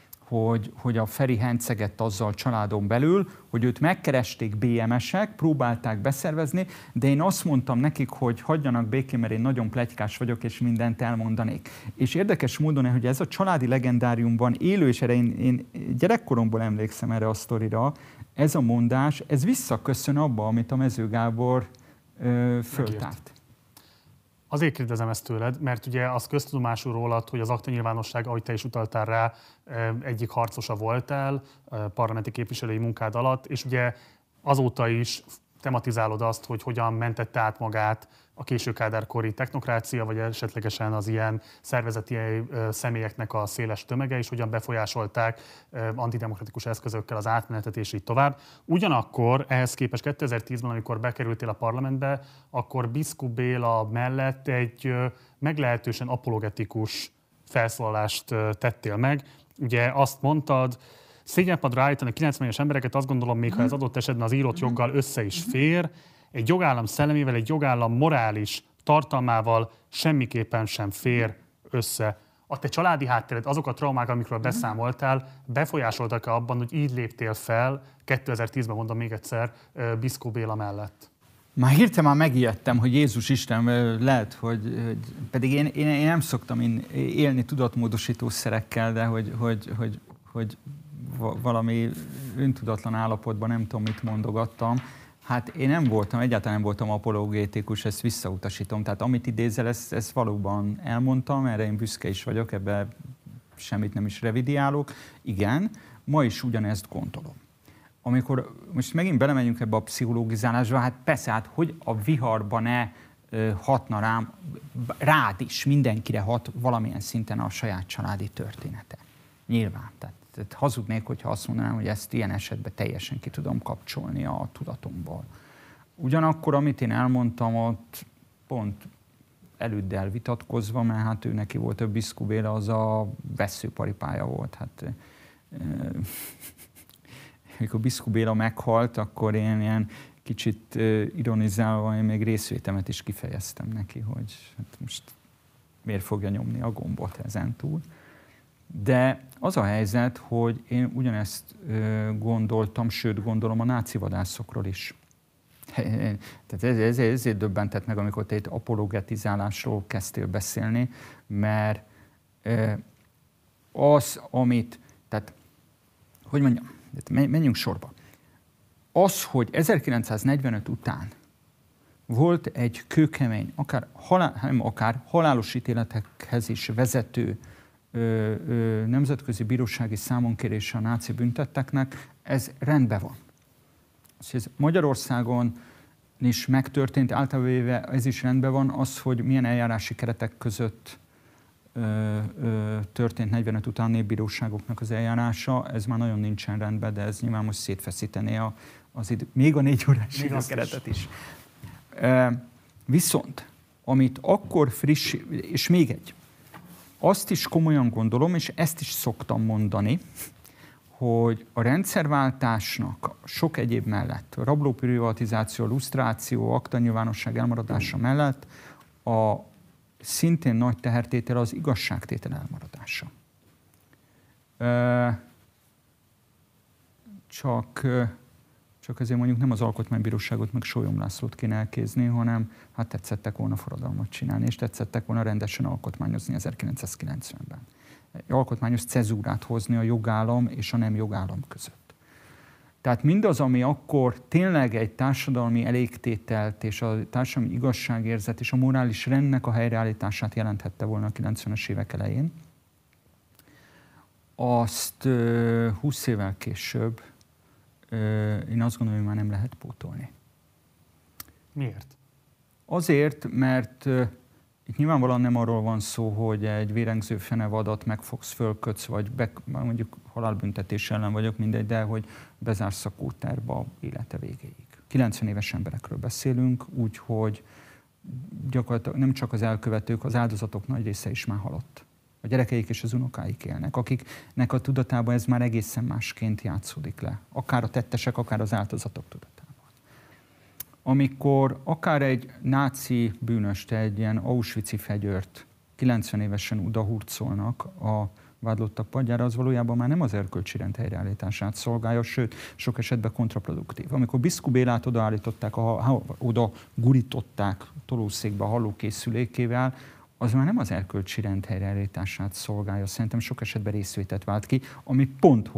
hogy a Feri hencegett azzal családon belül, hogy őt megkeresték BMS-ek, próbálták beszervezni, de én azt mondtam nekik, hogy hagyjanak békén, mert én nagyon pletykás vagyok, és mindent elmondanék. És érdekes módon, hogy ez a családi legendáriumban élő, és erre én gyerekkoromból emlékszem erre a sztorira, ez a mondás, ez visszaköszön abba, amit a Mező Gábor föltárt. Azért kérdezem ezt tőled, mert ugye az köztudomású rólad, hogy az aktanyilvánosság, ahogy te is utaltál rá, egyik harcosa voltál parlamenti képviselői munkád alatt, és ugye azóta is tematizálod azt, hogy hogyan mentette át magát a késő kádárkori technokrácia, vagy esetlegesen az ilyen szervezeti személyeknek a széles tömege, és hogyan befolyásolták antidemokratikus eszközökkel az átmenetet, és így tovább. Ugyanakkor ehhez képest 2010-ben, amikor bekerültél a parlamentbe, akkor Biskup Béla mellett egy meglehetősen apologetikus felszólalást tettél meg. Ugye azt mondtad, szégyenpadra állítani a 90-es embereket, azt gondolom, még ha ez adott esetben az írott joggal össze is fér, egy jogállam szellemével, egy jogállam morális tartalmával semmiképpen sem fér össze. A te családi háttered, azok a traumák, amikről beszámoltál, befolyásoltak-e abban, hogy így léptél fel, 2010-ben mondom még egyszer, Biskup Béla mellett? Már hirtelen megijedtem, hogy Jézus Isten, lehet, hogy pedig én nem szoktam élni tudatmódosító szerekkel, de hogy valami öntudatlan állapotban nem tudom, mit mondogattam. Hát én egyáltalán nem voltam apologétikus, ezt visszautasítom. Tehát amit idézel, ezt valóban elmondtam, erre én büszke is vagyok, ebbe semmit nem is revidiálok. Igen, ma is ugyanezt gondolom. Amikor most megint belemegyünk ebbe a pszichológizálásba, hát persze, hát hogy a viharban ne hatna rád is, mindenkire hat valamilyen szinten a saját családi története. Nyilván, tehát hazudnék, hogyha azt mondanám, hogy ezt ilyen esetben teljesen ki tudom kapcsolni a tudatomból. Ugyanakkor, amit én elmondtam, ott pont Elüddel vitatkozva, mert hát ő neki volt a Biskup Béla, az a vesszőparipája volt. Hát, amikor Biskup Béla meghalt, akkor én ilyen kicsit ironizálva, én még részvétemet is kifejeztem neki, hogy hát most miért fogja nyomni a gombot ezentúl. De az a helyzet, hogy én ugyanezt gondoltam, sőt gondolom a náci vadászokról is. Tehát ezért döbbentett meg, amikor te itt apologetizálásról kezdtél beszélni, mert az, amit, tehát, hogy mondjam, menjünk sorba. Az, hogy 1945 után volt egy kőkemény, akár halálos ítéletekhez is vezető nemzetközi bírósági számonkérése a náci büntetteknek, ez rendben van. Ez Magyarországon is megtörtént, általában véve ez is rendben van, az, hogy milyen eljárási keretek között történt 45 után népbíróságoknak az eljárása, ez már nagyon nincsen rendben, de ez nyilván most szétfeszítené még a 4 órás keretet is. Viszont, amit akkor friss, és még egy, azt is komolyan gondolom, és ezt is szoktam mondani, hogy a rendszerváltásnak sok egyéb mellett, a rablóprivatizáció, lusztráció, aktanyilvánosság elmaradása mellett a szintén nagy tehertétel az igazságtétel elmaradása. Csak ezért mondjuk nem az Alkotmánybíróságot meg Sólyom Lászlót kéne elkézni, hanem hát tetszettek volna forradalmat csinálni, és tetszettek volna rendesen alkotmányozni 1990-ben. Egy alkotmányos cezúrát hozni a jogállam és a nem jogállam között. Tehát mindaz, ami akkor tényleg egy társadalmi elégtételt és a társadalmi igazságérzet és a morális rendnek a helyreállítását jelenthette volna a 90-es évek elején, azt 20 évvel később én azt gondolom, hogy már nem lehet pótolni. Miért? Azért, mert itt nyilvánvalóan nem arról van szó, hogy egy vérengző fenevadat megfogsz, fölkötsz, vagy mondjuk halálbüntetés ellen vagyok, mindegy, de hogy bezársz a kútterba élete végéig. 90 éves emberekről beszélünk, úgyhogy gyakorlatilag nem csak az elkövetők, az áldozatok nagy része is már halott. A gyerekeik és az unokáik élnek, akiknek a tudatában ez már egészen másként játszódik le. Akár a tettesek, akár az áldozatok tudatában. Amikor akár egy náci bűnöst, egy ilyen auschwitz-i fegyőrt 90 évesen odahurcolnak a vádlottak padjára, az valójában már nem az erkölcsi rend helyreállítását szolgálja, sőt, sok esetben kontraproduktív. Amikor Biszku Bélát odaállították, oda gurították tolószékbe a hallókészülékével, az már nem az erkölcsi rend helyreállítását szolgálja. Szerintem sok esetben részvételt vált ki, ami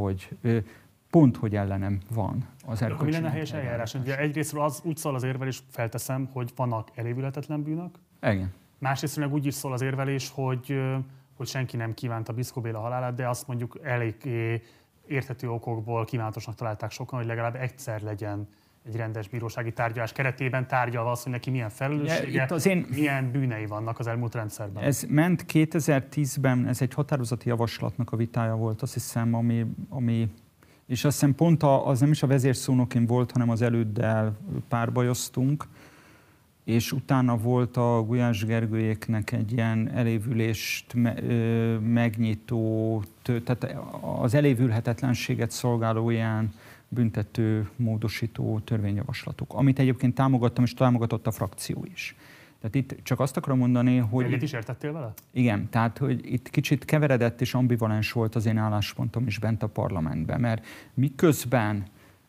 pont, hogy ellenem van az erkölcsi. Mi lenne a helyes eljárás? Ugye egyrésztről az úgy szól az érvelés, felteszem, hogy vannak elévülhetetlen bűnök. Igen. Másrésztről meg úgy is szól az érvelés, hogy senki nem kívánta Biszko Béla halálát, de azt mondjuk elég érthető okokból kívánatosnak találták sokan, hogy legalább egyszer legyen egy rendes bírósági tárgyalás keretében tárgyalva az, hogy neki milyen felelőssége, milyen bűnei vannak az elmúlt rendszerben. Ez ment 2010-ben, ez egy határozati javaslatnak a vitája volt, azt hiszem, ami és azt hiszem pont az nem is a vezérszónokin volt, hanem az előddel párbajoztunk, és utána volt a Gulyás Gergőjéknek egy ilyen elévülést megnyitó, tehát az elévülhetetlenséget szolgáló ilyen büntető, módosító törvényjavaslatok, amit egyébként támogattam, és támogatott a frakció is. Tehát itt csak azt akarom mondani, hogy... Egyet is értettél vele? Igen, tehát hogy itt kicsit keveredett és ambivalens volt az én álláspontom is bent a parlamentben, mert miközben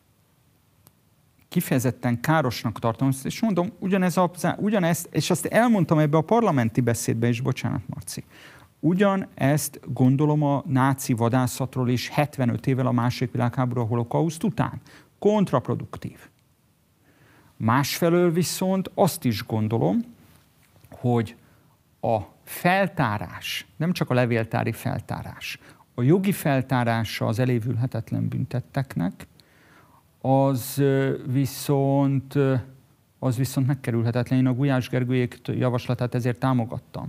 kifejezetten károsnak tartom, és mondom, ugyanezt, és azt elmondtam ebbe a parlamenti beszédbe is, bocsánat, Marci, ugyanezt gondolom a náci vadászatról is 75 évvel a második világháború, a holokauszt után. Kontraproduktív. Másfelől viszont azt is gondolom, hogy a feltárás, nem csak a levéltári feltárás, a jogi feltárása az elévülhetetlen büntetteknek, az viszont megkerülhetetlen. Én a Gulyás Gergőjék javaslatát ezért támogattam.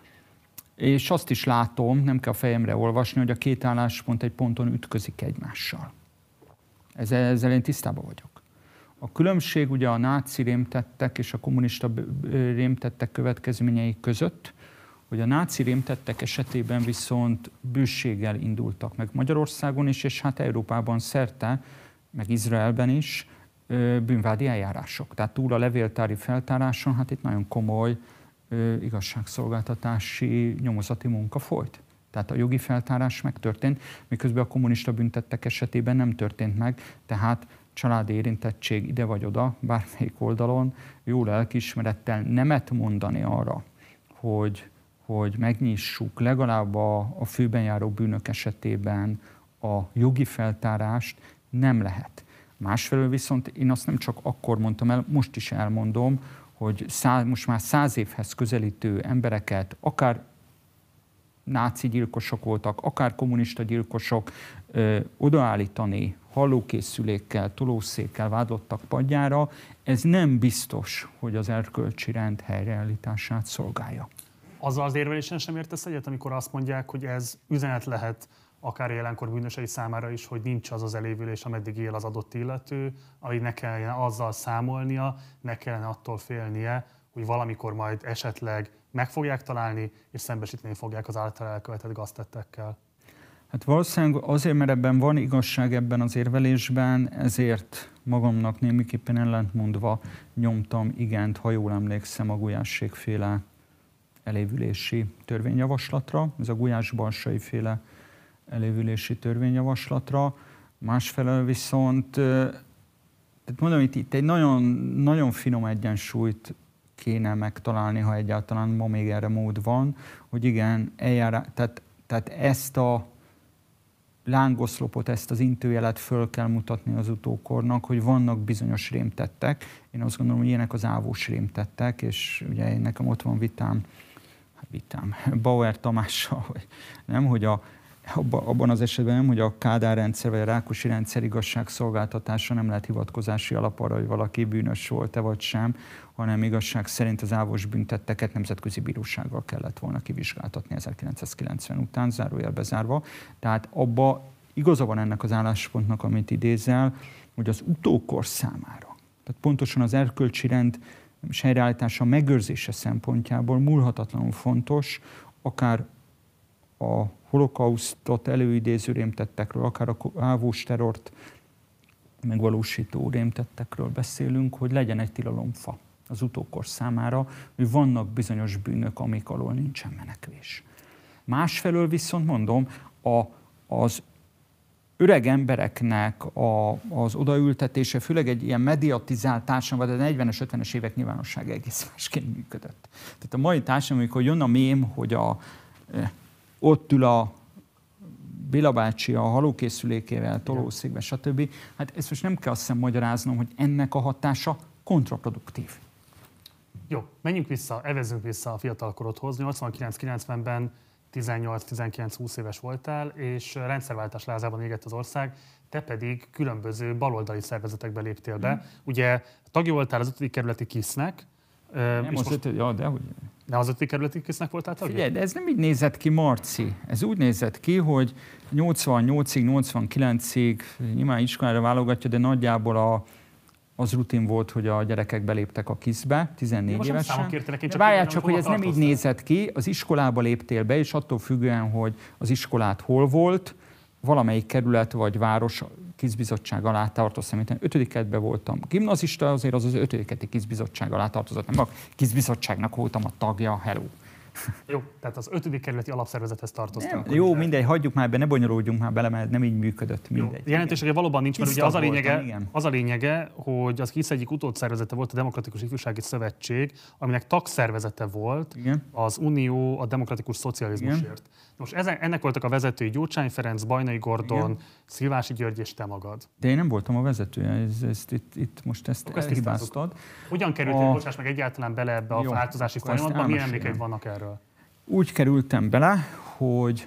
És azt is látom, nem kell a fejemre olvasni, hogy a két álláspont egy ponton ütközik egymással. Ezzel én tisztában vagyok. A különbség ugye a náci rémtettek és a kommunista rémtettek következményei között, hogy a náci rémtettek esetében viszont bőséggel indultak meg Magyarországon is, és hát Európában szerte, meg Izraelben is bűnvádi eljárások. Tehát túl a levéltári feltáráson, hát itt nagyon komoly igazságszolgáltatási nyomozati munka folyt. Tehát a jogi feltárás megtörtént, miközben a kommunista büntettek esetében nem történt meg, tehát családi érintettség ide vagy oda, bármelyik oldalon, jó lelkiismerettel nemet mondani arra, hogy megnyissuk legalább a főben járó bűnök esetében a jogi feltárást, nem lehet. Másfelől viszont én azt nem csak akkor mondtam el, most is elmondom, hogy most már 100 évhez közelítő embereket, akár náci gyilkosok voltak, akár kommunista gyilkosok, odaállítani hallókészülékkel, tolószékkel vádlottak padjára, ez nem biztos, hogy az erkölcsi rend helyreállítását szolgálja. Azzal az érvelésen sem értesz egyet, amikor azt mondják, hogy ez üzenet lehet akár jelenkor bűnösei számára is, hogy nincs az az elévülés, ameddig él az adott illető, ahogy ne kellene azzal számolnia, ne kellene attól félnie, hogy valamikor majd esetleg meg fogják találni, és szembesíteni fogják az által elkövetett gaztettekkel. Hát valószínűleg azért, mert ebben van igazság ebben az érvelésben, ezért magamnak némiképpen ellentmondva nyomtam igent, ha jól emlékszem, a Gulyássék-féle elévülési törvényjavaslatra, ez a Gulyás-Balsay-féle elévülési törvényjavaslatra. Másfelől viszont, tehát mondom, itt egy nagyon, nagyon finom egyensúlyt kéne megtalálni, ha egyáltalán ma még erre mód van, hogy igen, tehát ezt lángoszlopot, ezt az intőjelet föl kell mutatni az utókornak, hogy vannak bizonyos rémtettek. Én azt gondolom, hogy ilyenek az ávós rémtettek, és ugye nekem ott van vitám Bauer Tamással, nem, hogy abban az esetben nem, hogy a Kádár rendszer vagy a Rákosi rendszer igazságszolgáltatása nem lehet hivatkozási alap arra, hogy valaki bűnös volt-e vagy sem, hanem igazság szerint az ávós büntetteket nemzetközi bírósággal kellett volna kivizsgáltatni 1990 után, zárójel bezárva. Tehát abba igaza van ennek az álláspontnak, amit idézel, hogy az utókor számára, tehát pontosan az erkölcsi rend és helyreállítása megőrzése szempontjából múlhatatlanul fontos, akár a holokausztot előidéző rémtettekről, akár a ávós terrort megvalósító rémtettekről beszélünk, hogy legyen egy tilalomfa az utókor számára, hogy vannak bizonyos bűnök, amik alól nincsen menekvés. Másfelől viszont mondom, az öreg embereknek az odaültetése, főleg egy ilyen mediatizált társadalom, vagy a 40-es, 50-es évek nyilvánossága egész másként működött. Tehát a mai társadalom, amikor jön a mém, hogy ott ül a Béla bácsi a halókészülékével, tolószékben, stb. Hát ezt most nem kell azt hiszem magyaráznom, hogy ennek a hatása kontraproduktív. Jó, menjünk vissza, evezzünk vissza a fiatalkorodhoz. 89-90-ben 18-19-20 éves voltál, és rendszerváltás lázában égett az ország, te pedig különböző baloldali szervezetekbe léptél be. Ugye tagja voltál az 5. kerületi KISZ-nek. Nem az 5. dehogy. Nem az 5. kerületi KISZ-nek voltál tagja? Figyelj, de ez nem így nézett ki, Marci. Ez úgy nézett ki, hogy 88-ig, 89-ig nyilván iskolára válogatja, de nagyjából az rutin volt, hogy a gyerekek beléptek a KISZ-be, 14 évesen. Várjál csak, hogy ez nem így nézett ki. Az iskolába léptél be, és attól függően, hogy az iskolát hol volt, valamelyik kerület vagy város KISZ-bizottság alá tartoztam. Én 5. kerületben voltam gimnazista, azért az 5. kerületi KISZ-bizottság alá tartozott. Nem a KISZ-bizottságnak voltam a tagja, hello. Jó, tehát az 5. kerületi alapszervezethez tartoztam. Jó, mindegy, hagyjuk már be, ne bonyolódjunk már bele, mert nem így működött. Mindegy. Jelentősége valóban nincs, mert ugye az a lényege, hogy az KISZ egyik utódszervezete volt a Demokratikus Ifjúsági Szövetség, aminek tagszervezete volt az Unió a demokratikus szocializmusért. Most ennek voltak a vezetői Gyurcsány Ferenc, Bajnai Gordon, Szilvási György és te magad. De én nem voltam a vezetője, most ezt elhibáztad. Hogyan kerültél, bocsáss meg, egyáltalán bele ebbe a változási folyamatba? Milyen emlékeid vannak erről? Úgy kerültem bele, hogy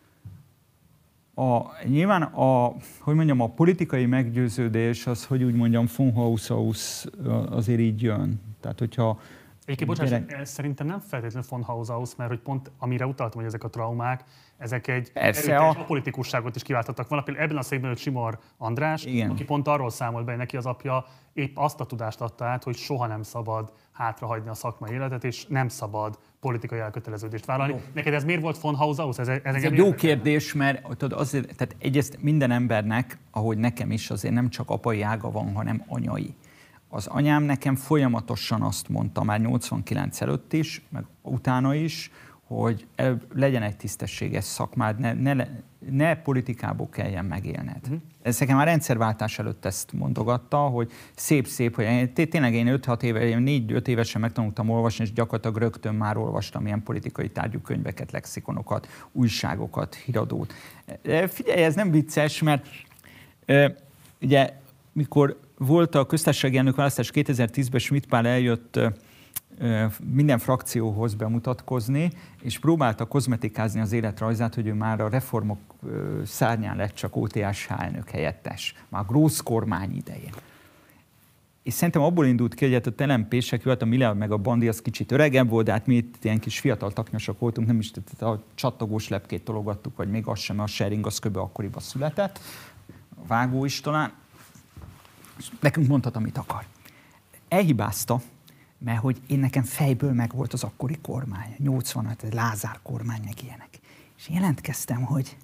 nyilván a politikai meggyőződés az, hogy úgy mondjam, von Haus azért így jön. Tehát, hogyha egyébként, bocsáss, szerintem nem feltétlenül von Haus, mert hogy pont amire utaltam, hogy ezek a traumák, ezek egy erőteljes apolitikusságot is kiváltottak. Van ebben a székben őt Simor András, aki pont arról számolt be, hogy neki az apja épp azt a tudást adta át, hogy soha nem szabad hátrahagyni a szakmai életet, és nem szabad politikai elköteleződést vállalni. Jó. Neked ez miért volt von Haus? Ez egy jó kérdés, mert tudod, azért, tehát egyrészt minden embernek, ahogy nekem is, azért nem csak apai ága van, hanem anyai. Az anyám nekem folyamatosan azt mondta, már 89 előtt is, meg utána is, hogy legyen egy tisztességes szakmád, ne politikából kelljen megélned. Ez nekem már rendszerváltás előtt ezt mondogatta, hogy szép, hogy tényleg én 4-5 évesen megtanultam olvasni, és gyakorlatilag rögtön már olvastam ilyen politikai tárgyú könyveket, lexikonokat, újságokat, híradót. Figyelj, ez nem vicces, mert ugye mikor volt a köztársasági elnök választás 2010-ben, Schmidt Pál eljött minden frakcióhoz bemutatkozni, és próbálta kozmetikázni az életrajzát, hogy ő már a reformok szárnyán lett csak OTSH elnök helyettes, már a Grósz kormány idején. És szerintem abból indult ki, hogy hát a LMP-sek, jó, hát a Miller meg a Bandi az kicsit öregebb volt, de hát mi itt ilyen kis fiatal taknyosok voltunk, nem is a csattogós lepkét tologattuk, vagy még az sem, a sharing az kb. Akkoriban született, a vágó is talán. És nekünk mondhat, amit akar. Elhibázta, mert hogy én nekem fejből meg volt az akkori kormány, 86, Lázár kormány, meg ilyenek. És jelentkeztem, hogy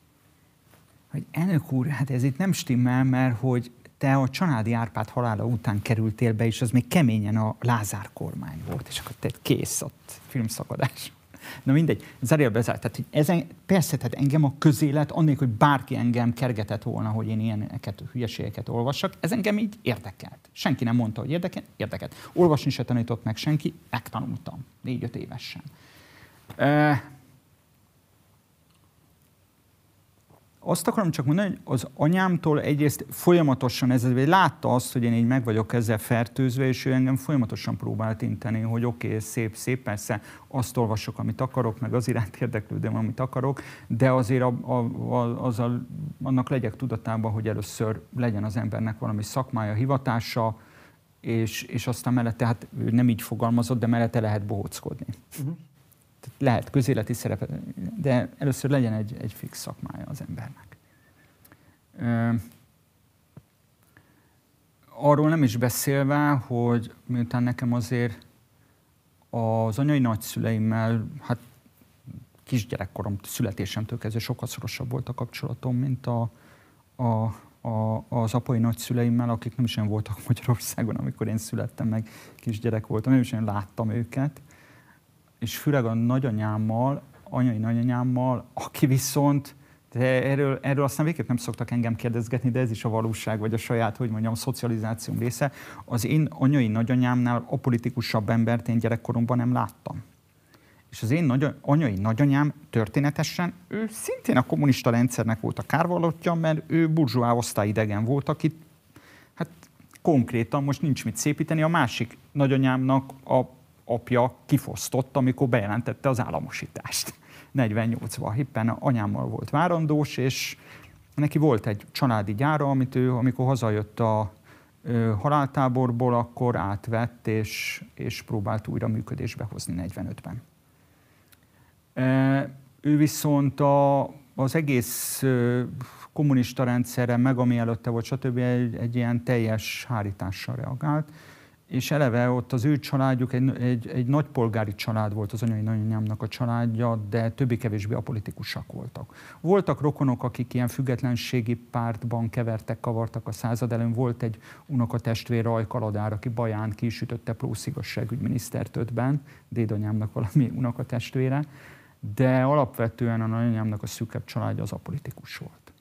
elnök úr, hát ez itt nem stimmel, mert hogy te a Csanádi Árpád halála után kerültél be, és az még keményen a Lázár kormány volt, és akkor te kész, ott filmszakadás. Na mindegy, zárjál bezárt. Tehát, persze, tehát engem a közélet, annélkül, hogy bárki engem kergetett volna, hogy én ilyeneket, hülyeségeket olvassak, ez engem így érdekelt. Senki nem mondta, hogy érdekelt. Olvasni se tanított meg senki, megtanultam 4-5 évesen. azt akarom csak mondani, hogy az anyámtól egyrészt folyamatosan látta azt, hogy én így meg vagyok ezzel fertőzve, és ő engem folyamatosan próbált inteni, hogy oké, szép, persze azt olvasok, amit akarok, meg az iránt érdeklődöm, amit akarok, de azért annak legyek tudatában, hogy először legyen az embernek valami szakmája, hivatása, és aztán mellette, hát ő nem így fogalmazott, de mellette lehet bohóckodni. Lehet közéleti szerepe, de először legyen egy fix szakmája az embernek. Arról nem is beszélve, hogy miután nekem azért az anyai nagyszüleimmel, hát kisgyerekkorom, születésemtől kezdve sokkal szorosabb volt a kapcsolatom, mint az apai nagyszüleimmel, akik nem is olyan voltak Magyarországon, amikor én születtem, meg kisgyerek voltam, nem is olyan láttam őket. És főleg a nagyanyámmal, anyai nagyanyámmal, aki viszont, de erről aztán végképp nem szoktak engem kérdezgetni, de ez is a valóság, vagy a saját, hogy mondjam, a szocializációm része. Az én anyai nagyanyámnál apolitikusabb embert én gyerekkoromban nem láttam. És az én anyai nagyanyám történetesen, ő szintén a kommunista rendszernek volt a kárvallottja, mert ő burzsóá osztályidegen volt, akit hát konkrétan most nincs mit szépíteni. A másik nagyanyámnak a apja kifosztott, amikor bejelentette az államosítást. 48-ban éppen anyámmal volt várandós, és neki volt egy családi gyára, amit ő, amikor hazajött a haláltáborból, akkor átvett, és próbált újra működésbe hozni 45-ben. Ő viszont az egész kommunista rendszerre, meg ami előtte volt, stb. Egy ilyen teljes hárítással reagált. És eleve ott az ő családjuk egy nagypolgári család volt, az anyai nagyanyámnak a családja, de többé-kevésbé apolitikusak voltak. Voltak rokonok, akik ilyen függetlenségi pártban kavartak a század elején. Volt egy unokatestvér, Rajka Ladár, aki Baján ki is ütötte Plósz igazságügyminisztert 5-ben, dédanyámnak valami unokatestvére, de alapvetően a nagyanyámnak a szűkebb családja az apolitikus volt.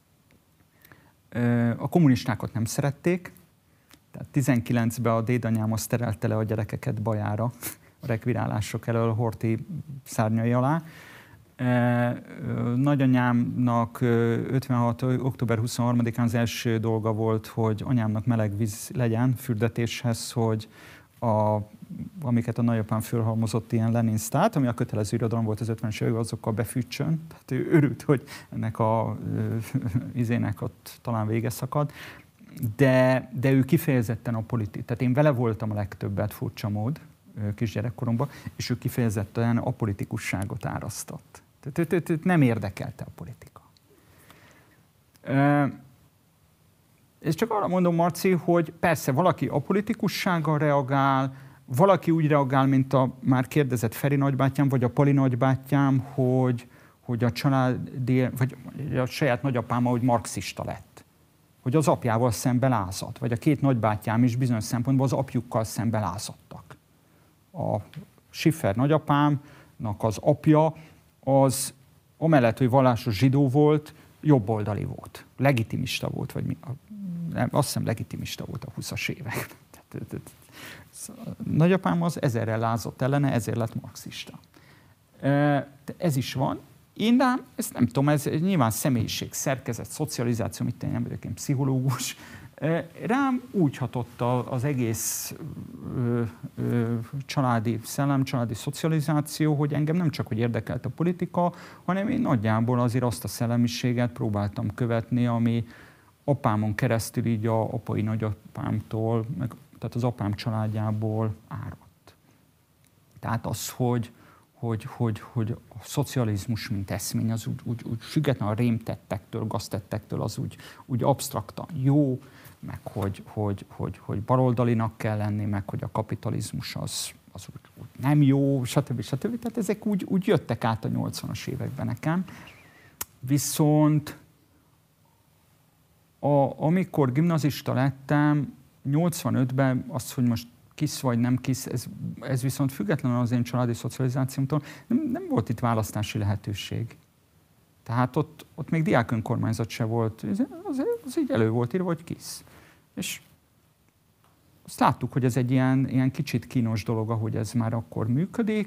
A kommunistákat nem szerették. Tehát 19-ben a dédanyám azt terelte le a gyerekeket Bajára, a rekvirálások elől Horthy szárnyai alá. Nagyanyámnak 56. október 23-án az első dolga volt, hogy anyámnak meleg víz legyen fürdetéshez, hogy amiket a nagyapám fölhalmozott ilyen Leninsztát, ami a kötelező irodalom volt az 50-es években, azokkal befűtsön. Tehát ő örült, hogy ennek a izének ott talán vége szakad. De ő kifejezetten apolitikus. Tehát én vele voltam a legtöbbet, furcsa mód, kisgyerekkoromban, és ő kifejezetten apolitikusságot árasztott. Tehát nem érdekelte a politika. És csak arra mondom, Marci, hogy persze valaki apolitikussággal reagál, valaki úgy reagál, mint a már kérdezett Feri nagybátyám, vagy a Pali nagybátyám, hogy a családi, vagy a saját nagyapám, hogy marxista lett. Hogy az apjával szembe lázadt, vagy a két nagybátyám is bizonyos szempontból az apjukkal szembe lázadtak. A Schiffer nagyapámnak az apja az amellett, hogy vallásos zsidó volt, jobboldali volt. Legitimista volt, vagy mi? Azt hiszem legitimista volt a 20-as évek. Nagyapám az ezerrel lázadt ellene, ezért lett marxista. Ez is van. Én ezt nem tudom, ez nyilván személyiség, szerkezet, szocializáció, mit nem vagyok én pszichológus. Rám úgy hatott az egész családi szellem, családi szocializáció, hogy engem nem csak hogy érdekelt a politika, hanem én nagyjából azért azt a szellemiséget próbáltam követni, ami apámon keresztül így a apai nagyapámtól, tehát az apám családjából árott. Tehát az, hogy a szocializmus, mint eszmény, az úgy független a rémtettektől, gaztettektől, az úgy absztraktan jó, meg hogy baloldalinak kell lenni, meg hogy a kapitalizmus az úgy nem jó, stb. Tehát ezek úgy jöttek át a 80-as években nekem. Viszont amikor gimnazista lettem, 85-ben az, hogy most KISZ vagy nem KISZ, ez viszont függetlenül az én családi szocializációmtól nem volt itt választási lehetőség. Tehát ott még diákönkormányzat se volt, az így elő volt írva, hogy KISZ. És azt láttuk, hogy ez egy ilyen kicsit kínos dolog, ahogy ez már akkor működik,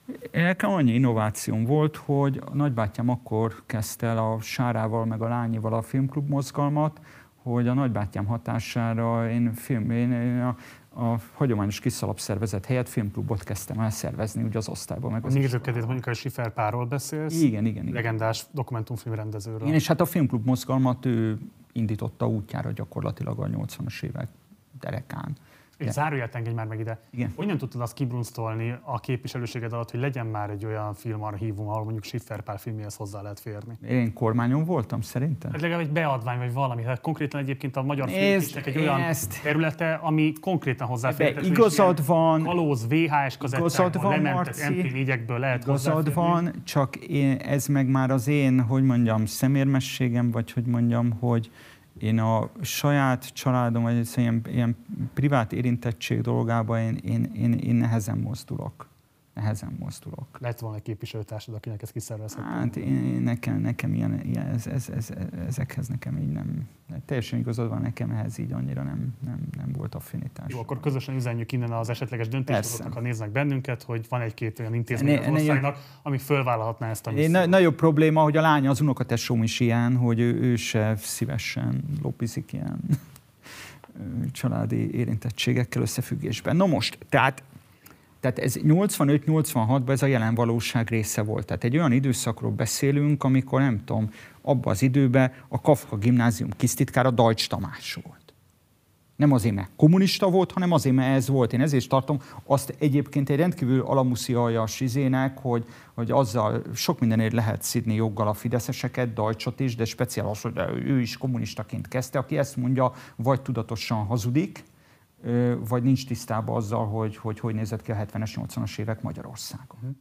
Nekem annyi innovációm volt, hogy a nagybátyám akkor kezdte el a Sárával meg a Lányival a filmklub mozgalmat, hogy a nagybátyám hatására én a hagyományos kiszalapszervezet helyett filmklubot kezdtem el szervezni ugye az osztályban. Meg a nézőkedét mondjuk a Schiffer Párról beszélsz. Igen. Legendás dokumentumfilm rendezőről. Igen, és hát a filmklub mozgalmat ő indította útjára gyakorlatilag a 80-as évek derekán. Egy záróját engedj már meg ide. Igen. Hogyan tudtad azt kibrunsztolni a képviselőséged alatt, hogy legyen már egy olyan filmarchívum, ahol mondjuk Schiffer Pál filmjéhez hozzá lehet férni? Én kormányon voltam szerintem? Hát legalább egy beadvány vagy valami. Hát konkrétan egyébként a magyar filmkisnek egy olyan területe, ami konkréten hozzáférhető. Igazad van. Kalóz, VHS kazettákban lementett MP4-ekből lehet hozzáférni. Igazad van, csak ez meg már az én, hogy mondjam, szemérmességem, vagy hogy mondjam, hogy én a saját családom, vagy ilyen privát érintettség dolgában én nehezen mozdulok. Lehet volna egy képviselőtársad, akinek ezt kiszervezhető? Hát nekem ilyen ezekhez nekem így nem. Teljesen igazad van, nekem ehhez így annyira nem volt affinitás. Jó, akkor közösen üzenjük innen az esetleges döntéshozóknak, ha néznek bennünket, hogy van egy-két olyan intézmény az országnak, ami fölvállalhatná ezt a missziót. Nagyobb probléma, hogy a lánya, az unokatesóm is ilyen, hogy ő se szívesen loppizik ilyen családi érintettségekkel összefüggésben. No most, tehát ez 85-86-ban ez a jelen valóság része volt. Tehát egy olyan időszakról beszélünk, amikor nem tudom, abban az időben a Kafka gimnázium kisztitkára Deutsch Tamás volt. Nem azért, mert kommunista volt, hanem azért, mert ez volt. Én ezért tartom azt egyébként egy rendkívül alamuszialjas izének, hogy azzal sok mindenért lehet szidni joggal a fideszeseket, Deutschot is, de speciál az, hogy ő is kommunistaként kezdte. Aki ezt mondja, vagy tudatosan hazudik, vagy nincs tisztában azzal, hogy nézett ki a 70-es, 80-as évek Magyarországon.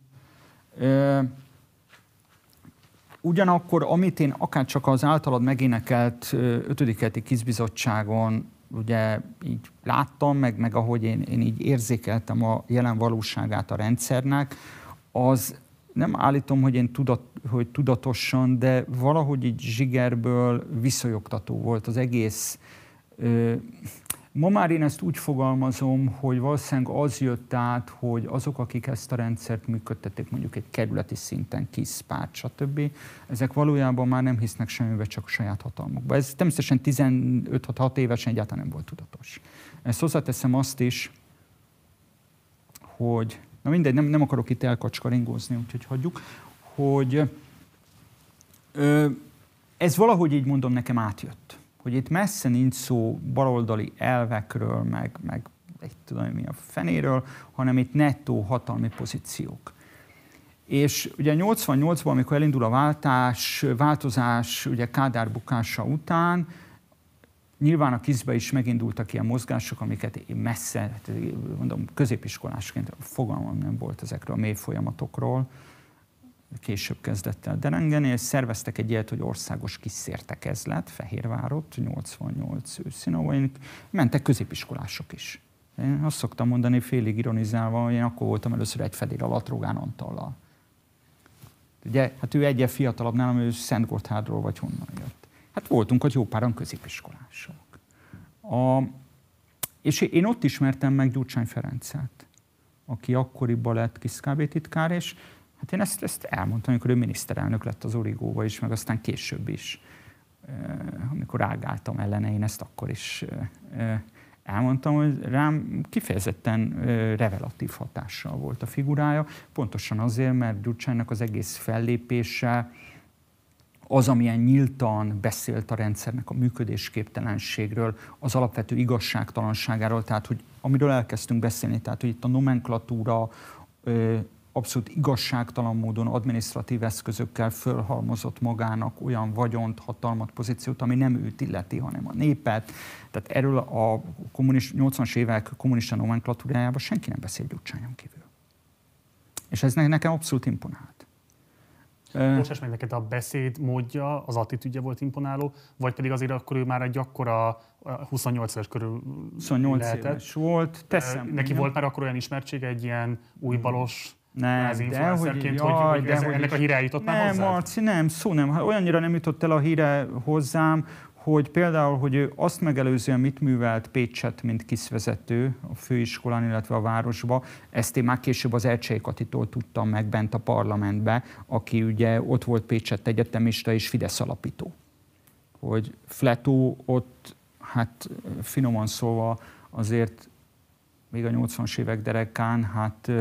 Ugyanakkor, amit én akárcsak az általad megénekelt 5. keleti KISZ-bizottságon ugye így láttam, meg ahogy én így érzékeltem a jelen valóságát a rendszernek, az nem állítom, hogy én tudatosan, de valahogy így zsigerből visszajogtató volt az egész. Ma már én ezt úgy fogalmazom, hogy valószínűleg az jött át, hogy azok, akik ezt a rendszert működtették, mondjuk egy kerületi szinten, KISZ, párt, stb., ezek valójában már nem hisznek semmibe, csak a saját hatalmukba. Ez természetesen 15-6 évesen egyáltalán nem volt tudatos. Ezt hozzáteszem azt is, hogy, na mindegy, nem akarok itt elkacskaringózni, úgyhogy hagyjuk, hogy ez valahogy így mondom, nekem átjött. Hogy itt messze nincs szó baloldali elvekről, meg tudom mi a fenéről, hanem itt nettó hatalmi pozíciók. És ugye 88-ban, amikor elindul a változás, ugye Kádár bukása után, nyilván a KISZ-be is megindultak ilyen mozgások, amiket én messze, mondom, középiskolásként fogalmam nem volt ezekről a mély folyamatokról. Később kezdett el derengeni, és szerveztek egy ilyet, hogy országos kiszértekezlet, Fehérvárot, 88 őszén, ahol mentek középiskolások is. Én azt szoktam mondani, félig ironizálva, hogy én akkor voltam először egy fedél alatt Rogán Antallal. Ugye, hát ő egyel fiatalabb nálam, ő Szentgotthardról vagy honnan jött. Hát voltunk ott jó páran középiskolások. És én ott ismertem meg Gyurcsány Ferencet, aki akkoriban lett KISZ KB titkár, és hát én ezt elmondtam, amikor ő miniszterelnök lett az Origóba is, meg aztán később is, amikor ágáltam ellene, én ezt akkor is elmondtam, hogy rám kifejezetten revelatív hatással volt a figurája, pontosan azért, mert Gyurcsánynak az egész fellépése, az, amilyen nyíltan beszélt a rendszernek a működésképtelenségről, az alapvető igazságtalanságáról, tehát hogy amiről elkezdtünk beszélni, tehát hogy itt a nomenklatúra abszolút igazságtalan módon adminisztratív eszközökkel fölhalmozott magának olyan vagyont, hatalmat, pozíciót, ami nem őt illeti, hanem a népet. Tehát erről a 80-as évek kommunista nomenklatúrájában senki nem beszél Gyurcsányon kívül. És ez nekem abszolút imponált. Bocsáss meg, neked a beszéd módja, az attitűdje volt imponáló, vagy pedig azért akkor ő már egy akkora 28 éves körül 28 éves volt, teszem. Neki volt már akkor olyan ismertsége, egy ilyen újbalos influencerként, hogy ennek a híre eljutott már hozzá? Nem, Marci, nem, szó nem. Olyannyira nem jutott el a híre hozzám, hogy például, hogy ő azt megelőzően mit művelt Pécset, mint KISZ-vezető a főiskolán, illetve a városba. Ezt én már később az Ercsei Katitól tudtam meg bent a parlamentbe, aki ugye ott volt Pécsett egyetemista és Fidesz alapító. Hogy Fletó ott, hát finoman szólva azért még a 80-as évek derekán, hát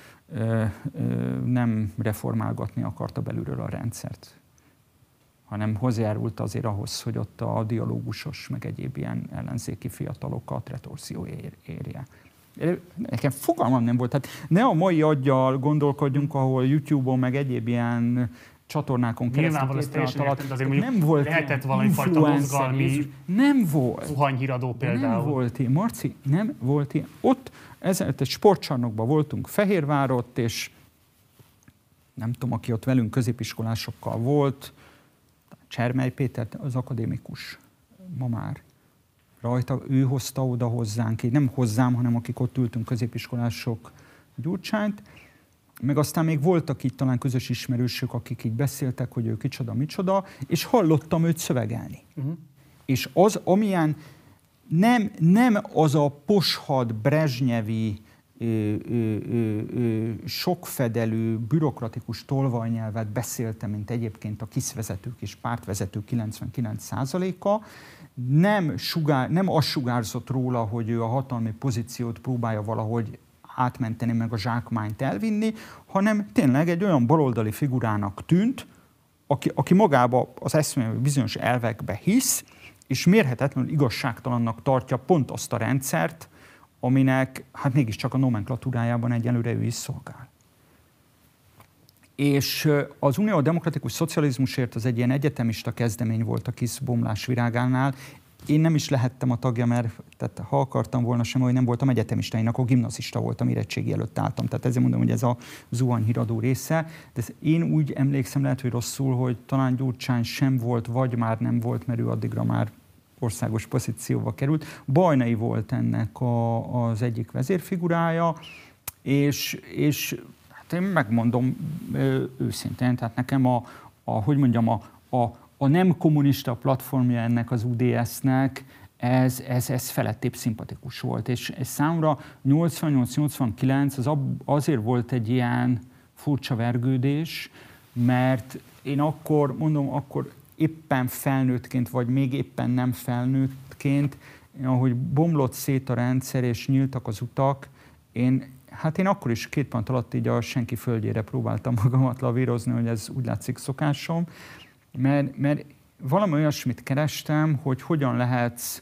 nem reformálgatni akarta belülről a rendszert, hanem hozzájárult azért ahhoz, hogy ott a dialógusos, meg egyéb ilyen ellenzéki fiatalokat retorzió érje. Nekem fogalmam nem volt. Tehát ne a mai aggyal gondolkodjunk, ahol YouTube-on, meg egyéb ilyen csatornákon keresztül nem volt lehetett valami fajta mozgalmi, nem volt zuhanyhíradó például. Nem volt, Marci, nem volt ilyen. Ott egy sportcsarnokban voltunk Fehérvárott, és nem tudom, aki ott velünk középiskolásokkal volt, Csermely Péter, az akadémikus, ma már rajta, ő hozta oda hozzánk, nem hozzám, hanem akik ott ültünk középiskolások Gyurcsányt, meg aztán még voltak itt talán közös ismerősök, akik így beszéltek, hogy ő kicsoda, micsoda, és hallottam őt szövegelni. És az, amilyen nem az a poshad, brezsnyevi, sokfedelű, bürokratikus tolvajnyelvet beszélte, mint egyébként a KISZ-vezetők és pártvezetők 99%-a, nem azt sugárzott róla, hogy ő a hatalmi pozíciót próbálja valahogy átmenteni, meg a zsákmányt elvinni, hanem tényleg egy olyan baloldali figurának tűnt, aki magába az eszméletben bizonyos elvekbe hisz, és mérhetetlenül igazságtalannak tartja pont azt a rendszert, aminek hát mégiscsak a nomenklatúrájában egyelőre ő is szolgál. És az Unió Demokratikus Szocializmusért az egy ilyen egyetemista kezdemény volt a KISZ bomlás virágánál. Én nem is lehettem a tagja, mert tehát, ha akartam volna sem, hogy nem voltam egyetemista, én akkor gimnazista voltam, érettségi előtt álltam. Tehát ezért mondom, hogy ez a zuhanyhíradó része. De én úgy emlékszem, lehet, hogy rosszul, hogy talán Gyurcsány sem volt, vagy már nem volt, mert ő addigra már országos pozícióba került. Bajnai volt ennek az egyik vezérfigurája, és hát én megmondom őszintén, tehát nekem a nem kommunista platformja ennek az UDS-nek, ez felettébb szimpatikus volt. És számomra 88-89 az azért volt egy ilyen furcsa vergődés, mert én akkor éppen felnőttként, vagy még éppen nem felnőttként, ahogy bomlott szét a rendszer és nyíltak az utak, én akkor is 2 pont alatt így a senki földjére próbáltam magamat lavírozni, hogy ez úgy látszik szokásom, mert valami olyasmit kerestem, hogy hogyan lehetsz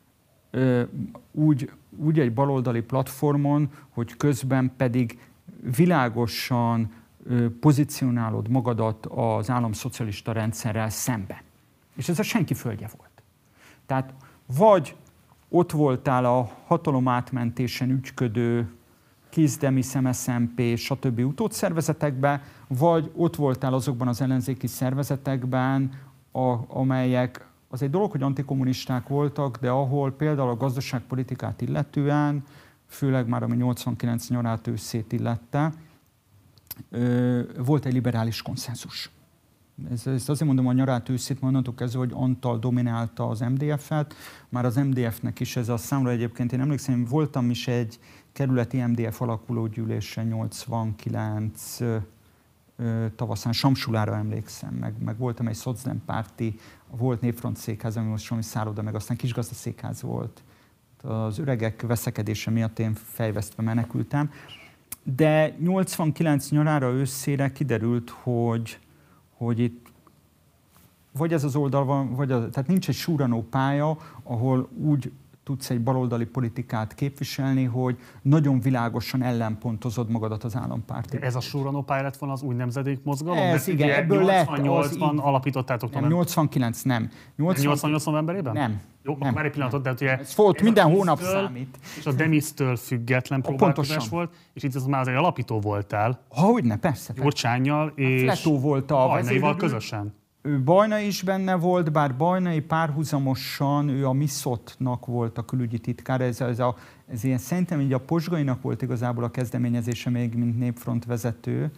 úgy egy baloldali platformon, hogy közben pedig világosan pozícionálod magadat az államszocialista rendszerrel szembe. És ez a senki földje volt. Tehát vagy ott voltál a hatalomátmentésen ügyködő KISZ, DEMISZ, MSZNP, stb. Utódszervezetekben, vagy ott voltál azokban az ellenzéki szervezetekben, amelyek az egy dolog, hogy antikommunisták voltak, de ahol például a gazdaságpolitikát illetően, főleg már ami 89 nyarát őszét illette, volt egy liberális konszenzus. Ezt azért mondom a nyarát őszét, mondhatok kezdve, hogy Antal dominálta az MDF-et, már az MDF-nek is ez a számra egyébként, én emlékszem, voltam is egy kerületi MDF alakulógyűlésen 89 tavaszán, Samsulára emlékszem, meg voltam egy szocdempárti, volt Népfront székház, ami most valami szálloda, meg aztán kisgazda székház volt. Az öregek veszekedése miatt én fejvesztve menekültem. De 89 nyarára őszére kiderült, hogy itt vagy ez az oldal van, tehát nincs egy súranó pálya, ahol úgy tudsz egy baloldali politikát képviselni, hogy nagyon világosan ellenpontozod magadat az állampárti. Ez a súranó pálya lett volna az új nemzedék mozgalom? Ez igen, ebből lett. 88-ban alapítottátok. Nem, 89 nem. 88 novemberében? Nem. Jó, nem. Már egy pillanatot, de ugye... Ez volt, minden hónap számít. És a DEMISZ-től független próbálkozás volt, és itt az már az egy alapító voltál. Hogyne, persze. Gyurcsánnyal és Fletó volt a Bajnaival közösen. Bajnai is benne volt, bár Bajnai párhuzamosan, ő a MISZOT-nak volt a külügyi titkár. Ez ilyen, szerintem így a Posgainak volt igazából a kezdeményezése még, mint népfront vezető.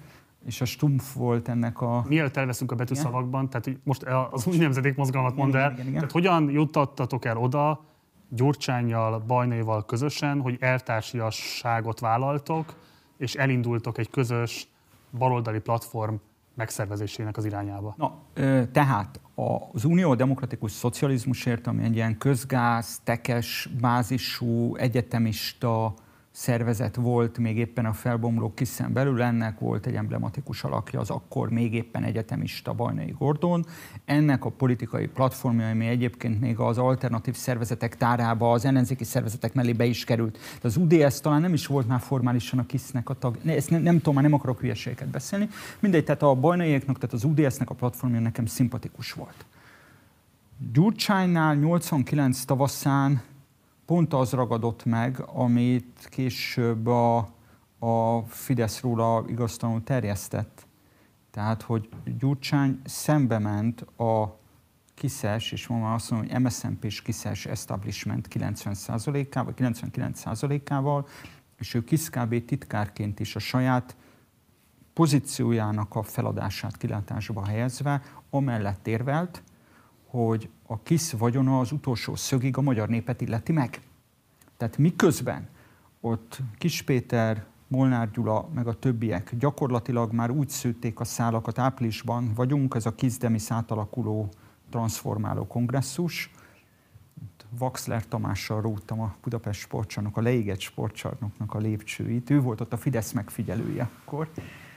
és a Stumpf volt ennek a... Mielőtt elveszünk a betűszavakban, tehát most az új nemzedék mozgalmat mondd el, igen. Tehát hogyan juttattatok el oda Gyurcsánnyal, Bajnaival közösen, hogy eltársiasságot vállaltok, és elindultok egy közös baloldali platform megszervezésének az irányába? Na, tehát az Unió Demokratikus Szocializmusért, ami egy ilyen közgáz, tekes, bázisú, egyetemista szervezet volt még éppen a felbomló KISZ-en belül, ennek volt egy emblematikus alakja, az akkor még éppen egyetemista Bajnai Gordon. Ennek a politikai platformja, ami egyébként még az alternatív szervezetek tárába, az ellenzéki szervezetek mellé be is került. De az UDS talán nem is volt már formálisan a KISZ-nek a tag. Ezt nem tudom, már nem akarok hülyeségeket beszélni. Mindegy, tehát a Bajnaiéknak, tehát az UDS-nek a platformja nekem szimpatikus volt. Gyurcsánynál 89 tavaszán pont az ragadott meg, amit később a Fidesz róla igaztalanul terjesztett. Tehát, hogy Gyurcsány szembe ment a kiszes, és ma már azt mondom, hogy MSZNP-s kiszes establishment 90%-ával, 99%-ával, és ő KISZ KB titkárként is a saját pozíciójának a feladását kilátásba helyezve, amellett érvelt, hogy a KISZ vagyona az utolsó szögig a magyar népet illeti meg. Tehát miközben ott Kiss Péter, Molnár Gyula, meg a többiek gyakorlatilag már úgy szőtték a szálakat, áprilisban vagyunk, ez a KISZ-Demis átalakuló transformáló kongresszus. Vaxler Tamással róttam a Budapest sportcsarnok, a leégett sportcsarnoknak a lépcsőit. Ő volt ott a Fidesz megfigyelője akkor.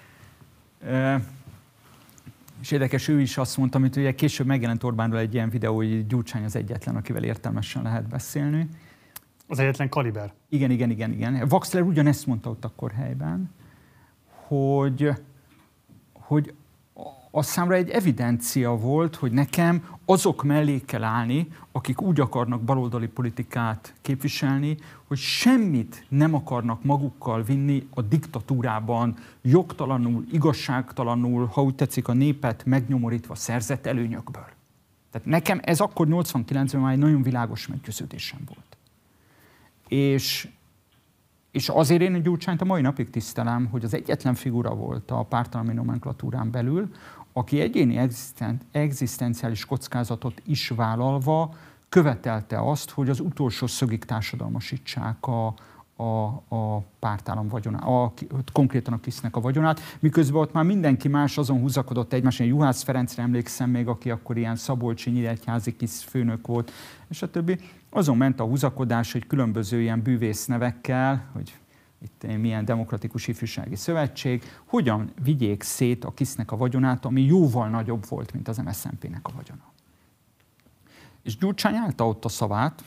És érdekes, ő is azt mondta, amit ugye később megjelent Orbánról egy ilyen videó, hogy Gyurcsány az egyetlen, akivel értelmesen lehet beszélni. Az egyetlen kaliber. Igen. Vaxler ugyanezt mondta ott akkor helyben, hogy az számra egy evidencia volt, hogy nekem azok mellé kell állni, akik úgy akarnak baloldali politikát képviselni, hogy semmit nem akarnak magukkal vinni a diktatúrában, jogtalanul, igazságtalanul, ha úgy tetszik, a népet megnyomorítva szerzett előnyökből. Tehát nekem ez akkor 89-ben már egy nagyon világos meggyőződésem volt. És azért én Gyurcsányt a mai napig tisztelem, hogy az egyetlen figura volt a pártalmi nomenklatúrán belül, aki egyéni egzisztenciális kockázatot is vállalva követelte azt, hogy az utolsó szögig társadalmasítsák a pártállam vagyonát, konkrétan a KISZ-nek a vagyonát, miközben ott már mindenki más azon húzakodott egymáson. Juhász Ferencre emlékszem még, aki akkor ilyen szabolcsi nyíregyházi KISZ főnök volt, és a többi. Azon ment a húzakodás, hogy különböző ilyen bűvész nevekkel, hogy itt milyen demokratikus ifjúsági szövetség, hogyan vigyék szét a KISZ-nek a vagyonát, ami jóval nagyobb volt, mint az MSZNP-nek a vagyona. És Gyurcsány állta ott a szavát,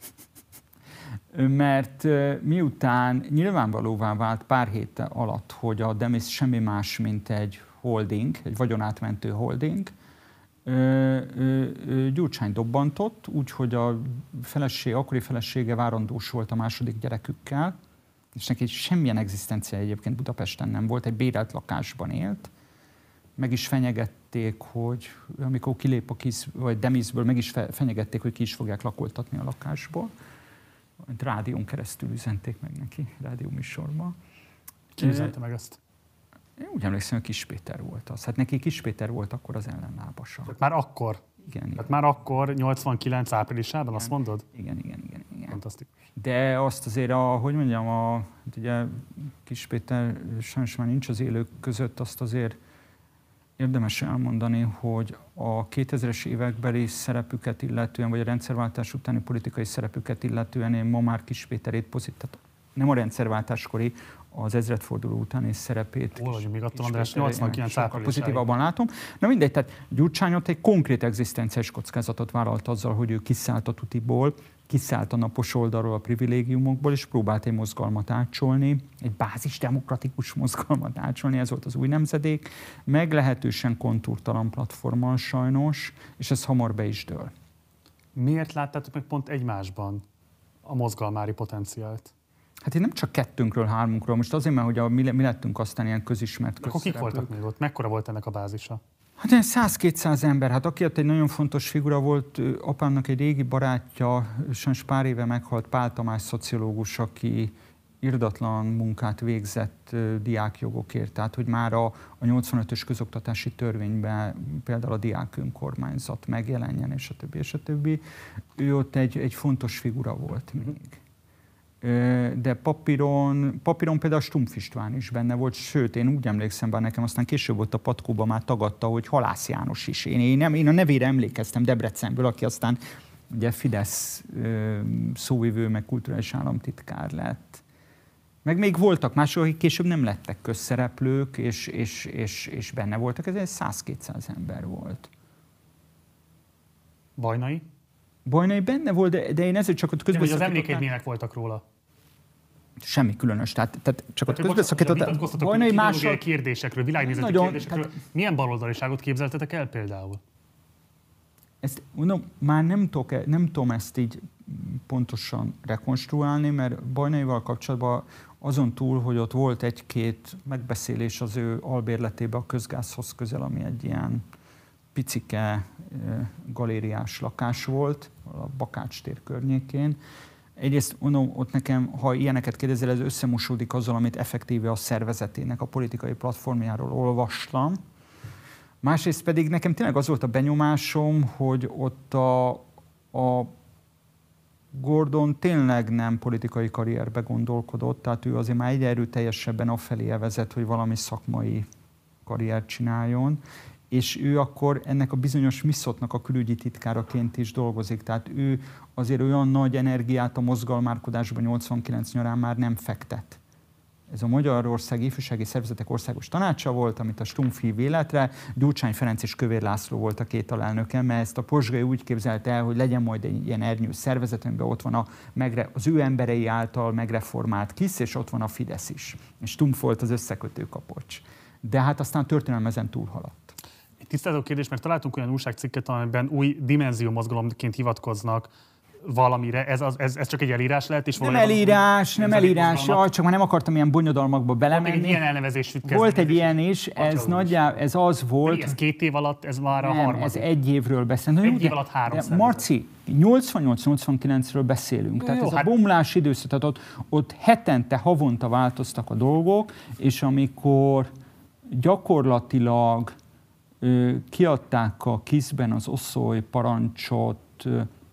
mert miután nyilvánvalóvá vált pár hét alatt, hogy a Demis semmi más, mint egy holding, egy vagyonátmentő holding, Gyurcsány dobbantott, úgyhogy a akkori felesége várandós volt a második gyerekükkel, és neki semmilyen egzisztencia egyébként Budapesten nem volt, egy bérelt lakásban élt. Meg is fenyegették, hogy amikor kilép a KISZ, vagy Demisből, meg is fenyegették, hogy ki is fogják lakoltatni a lakásból. Rádión keresztül üzenték meg neki, rádióműsorban. Ki üzente meg ezt? Én úgy emlékszem, hogy Kiss Péter volt az. Hát neki Kiss Péter volt akkor az ellenlábasa. Tehát már akkor? Igen. Tehát már akkor, 89 áprilisában, igen, azt mondod? Igen. Fantasztikus. De azt azért, ugye Kiss Péter sajnos már nincs az élők között, azt azért érdemes elmondani, hogy a 2000-es évekbeli szerepüket illetően, vagy a rendszerváltás utáni politikai szerepüket illetően én ma már Kiss Péterét tehát nem a rendszerváltáskori, az ezredforduló utáni szerepét. Hol vagyunk még attól, András, 89 április. Pozitívabban látom. Na mindegy, tehát Gyurcsányot egy konkrét egzisztenciális kockázatot vállalt azzal, hogy ő kiszállt a tutiból, kiszállt a napos oldalról a privilégiumokból, és próbált egy mozgalmat átcsolni, egy bázis demokratikus mozgalmat átcsolni, ez volt az új nemzedék, meglehetősen kontúrtalan platformmal sajnos, és ez hamar be is dől. Miért láttátok meg pont egymásban a mozgalmári potenciált? Hát én nem csak kettőnkről, hármunkról, most azért, mert hogy mi lettünk aztán ilyen közismert közszereplők. Akkor kik voltak még ott? Mekkora volt ennek a bázisa? Hát ilyen 100-200 ember. Hát aki ott egy nagyon fontos figura volt, apámnak egy régi barátja, sajnos pár éve meghalt, Pál Tamás szociológus, aki irdatlan munkát végzett diákjogokért, tehát hogy már a 85-ös közoktatási törvényben például a diák önkormányzat megjelenjen, és a többi, és a többi. Ő ott egy fontos figura volt még. De papíron például Stumpf István is benne volt, sőt, én úgy emlékszem, bár nekem aztán később ott a patkóban már tagadta, hogy Halász János is. Én a nevére emlékeztem Debrecenből, aki aztán ugye Fidesz szóvivő, meg kulturális államtitkár lett. Meg még voltak mások, akik később nem lettek közszereplők, és benne voltak, ez egy 100-200 ember volt. Bajnai benne volt, de én ezért csak ott közbeszakítottam. Az emlékeid milyenek voltak róla? Semmi különös. Tehát csak ott közbeszakítottam. Bajnai mással kérdésekről, világnézeti kérdésekről. Milyen baloldaliságot képzeltetek el például? Ezt mondom, már nem tudom ezt így pontosan rekonstruálni, mert Bajnaival kapcsolatban azon túl, hogy ott volt egy-két megbeszélés az ő albérletébe a közgázhoz közel, ami egy ilyen picike galériás lakás volt, a Bakács tér környékén. Egyrészt mondom, ott nekem, ha ilyeneket kérdezel, ez összemosódik azzal, amit effektíve a szervezetének, a politikai platformjáról olvastam. Másrészt pedig nekem tényleg az volt a benyomásom, hogy ott a Gordon tényleg nem politikai karrierbe gondolkodott, tehát ő azért már egyre erőteljesebben afelé vezet, hogy valami szakmai karriert csináljon, és ő akkor ennek a bizonyos Misszotnak a külügyi titkáraként is dolgozik, tehát ő azért olyan nagy energiát a mozgalmárkodásban 89 nyarán már nem fektet. Ez a Magyarországi Ifjúsági Szervezetek Országos Tanácsa volt, amit a Stumpf hív életre, Gyurcsány Ferenc és Kövér László volt a két alelnöke, mert ezt a Pozsgai úgy képzelte el, hogy legyen majd egy ilyen ernyő szervezet, amiben ott van az ő emberei által megreformált KISZ, és ott van a Fidesz is. És Stumpf volt az összekötő kapocs. De hát aztán a történelem ezen túlhaladt. Egy tisztázó kérdés, mert találtunk olyan újságcikket, amiben új dimenzió mozgalomként hivatkoznak valamire. Ez csak egy elírás lehet? És nem elírás, csak már nem akartam ilyen bonyodalmakba belemenni. Volt egy ilyen elnevezésű Volt egy ilyen is, ez az volt. Ez 2 év alatt, ez már a harmadik. Ez 1 évről beszélünk. Egy év alatt 300. Marci, 88-89-ről beszélünk. Tehát ez a bomlás időszak, tehát ott hetente, havonta változtak a dolgok, és amikor gyakorlatilag kiadták a KISZ-ben az Oszoly parancsot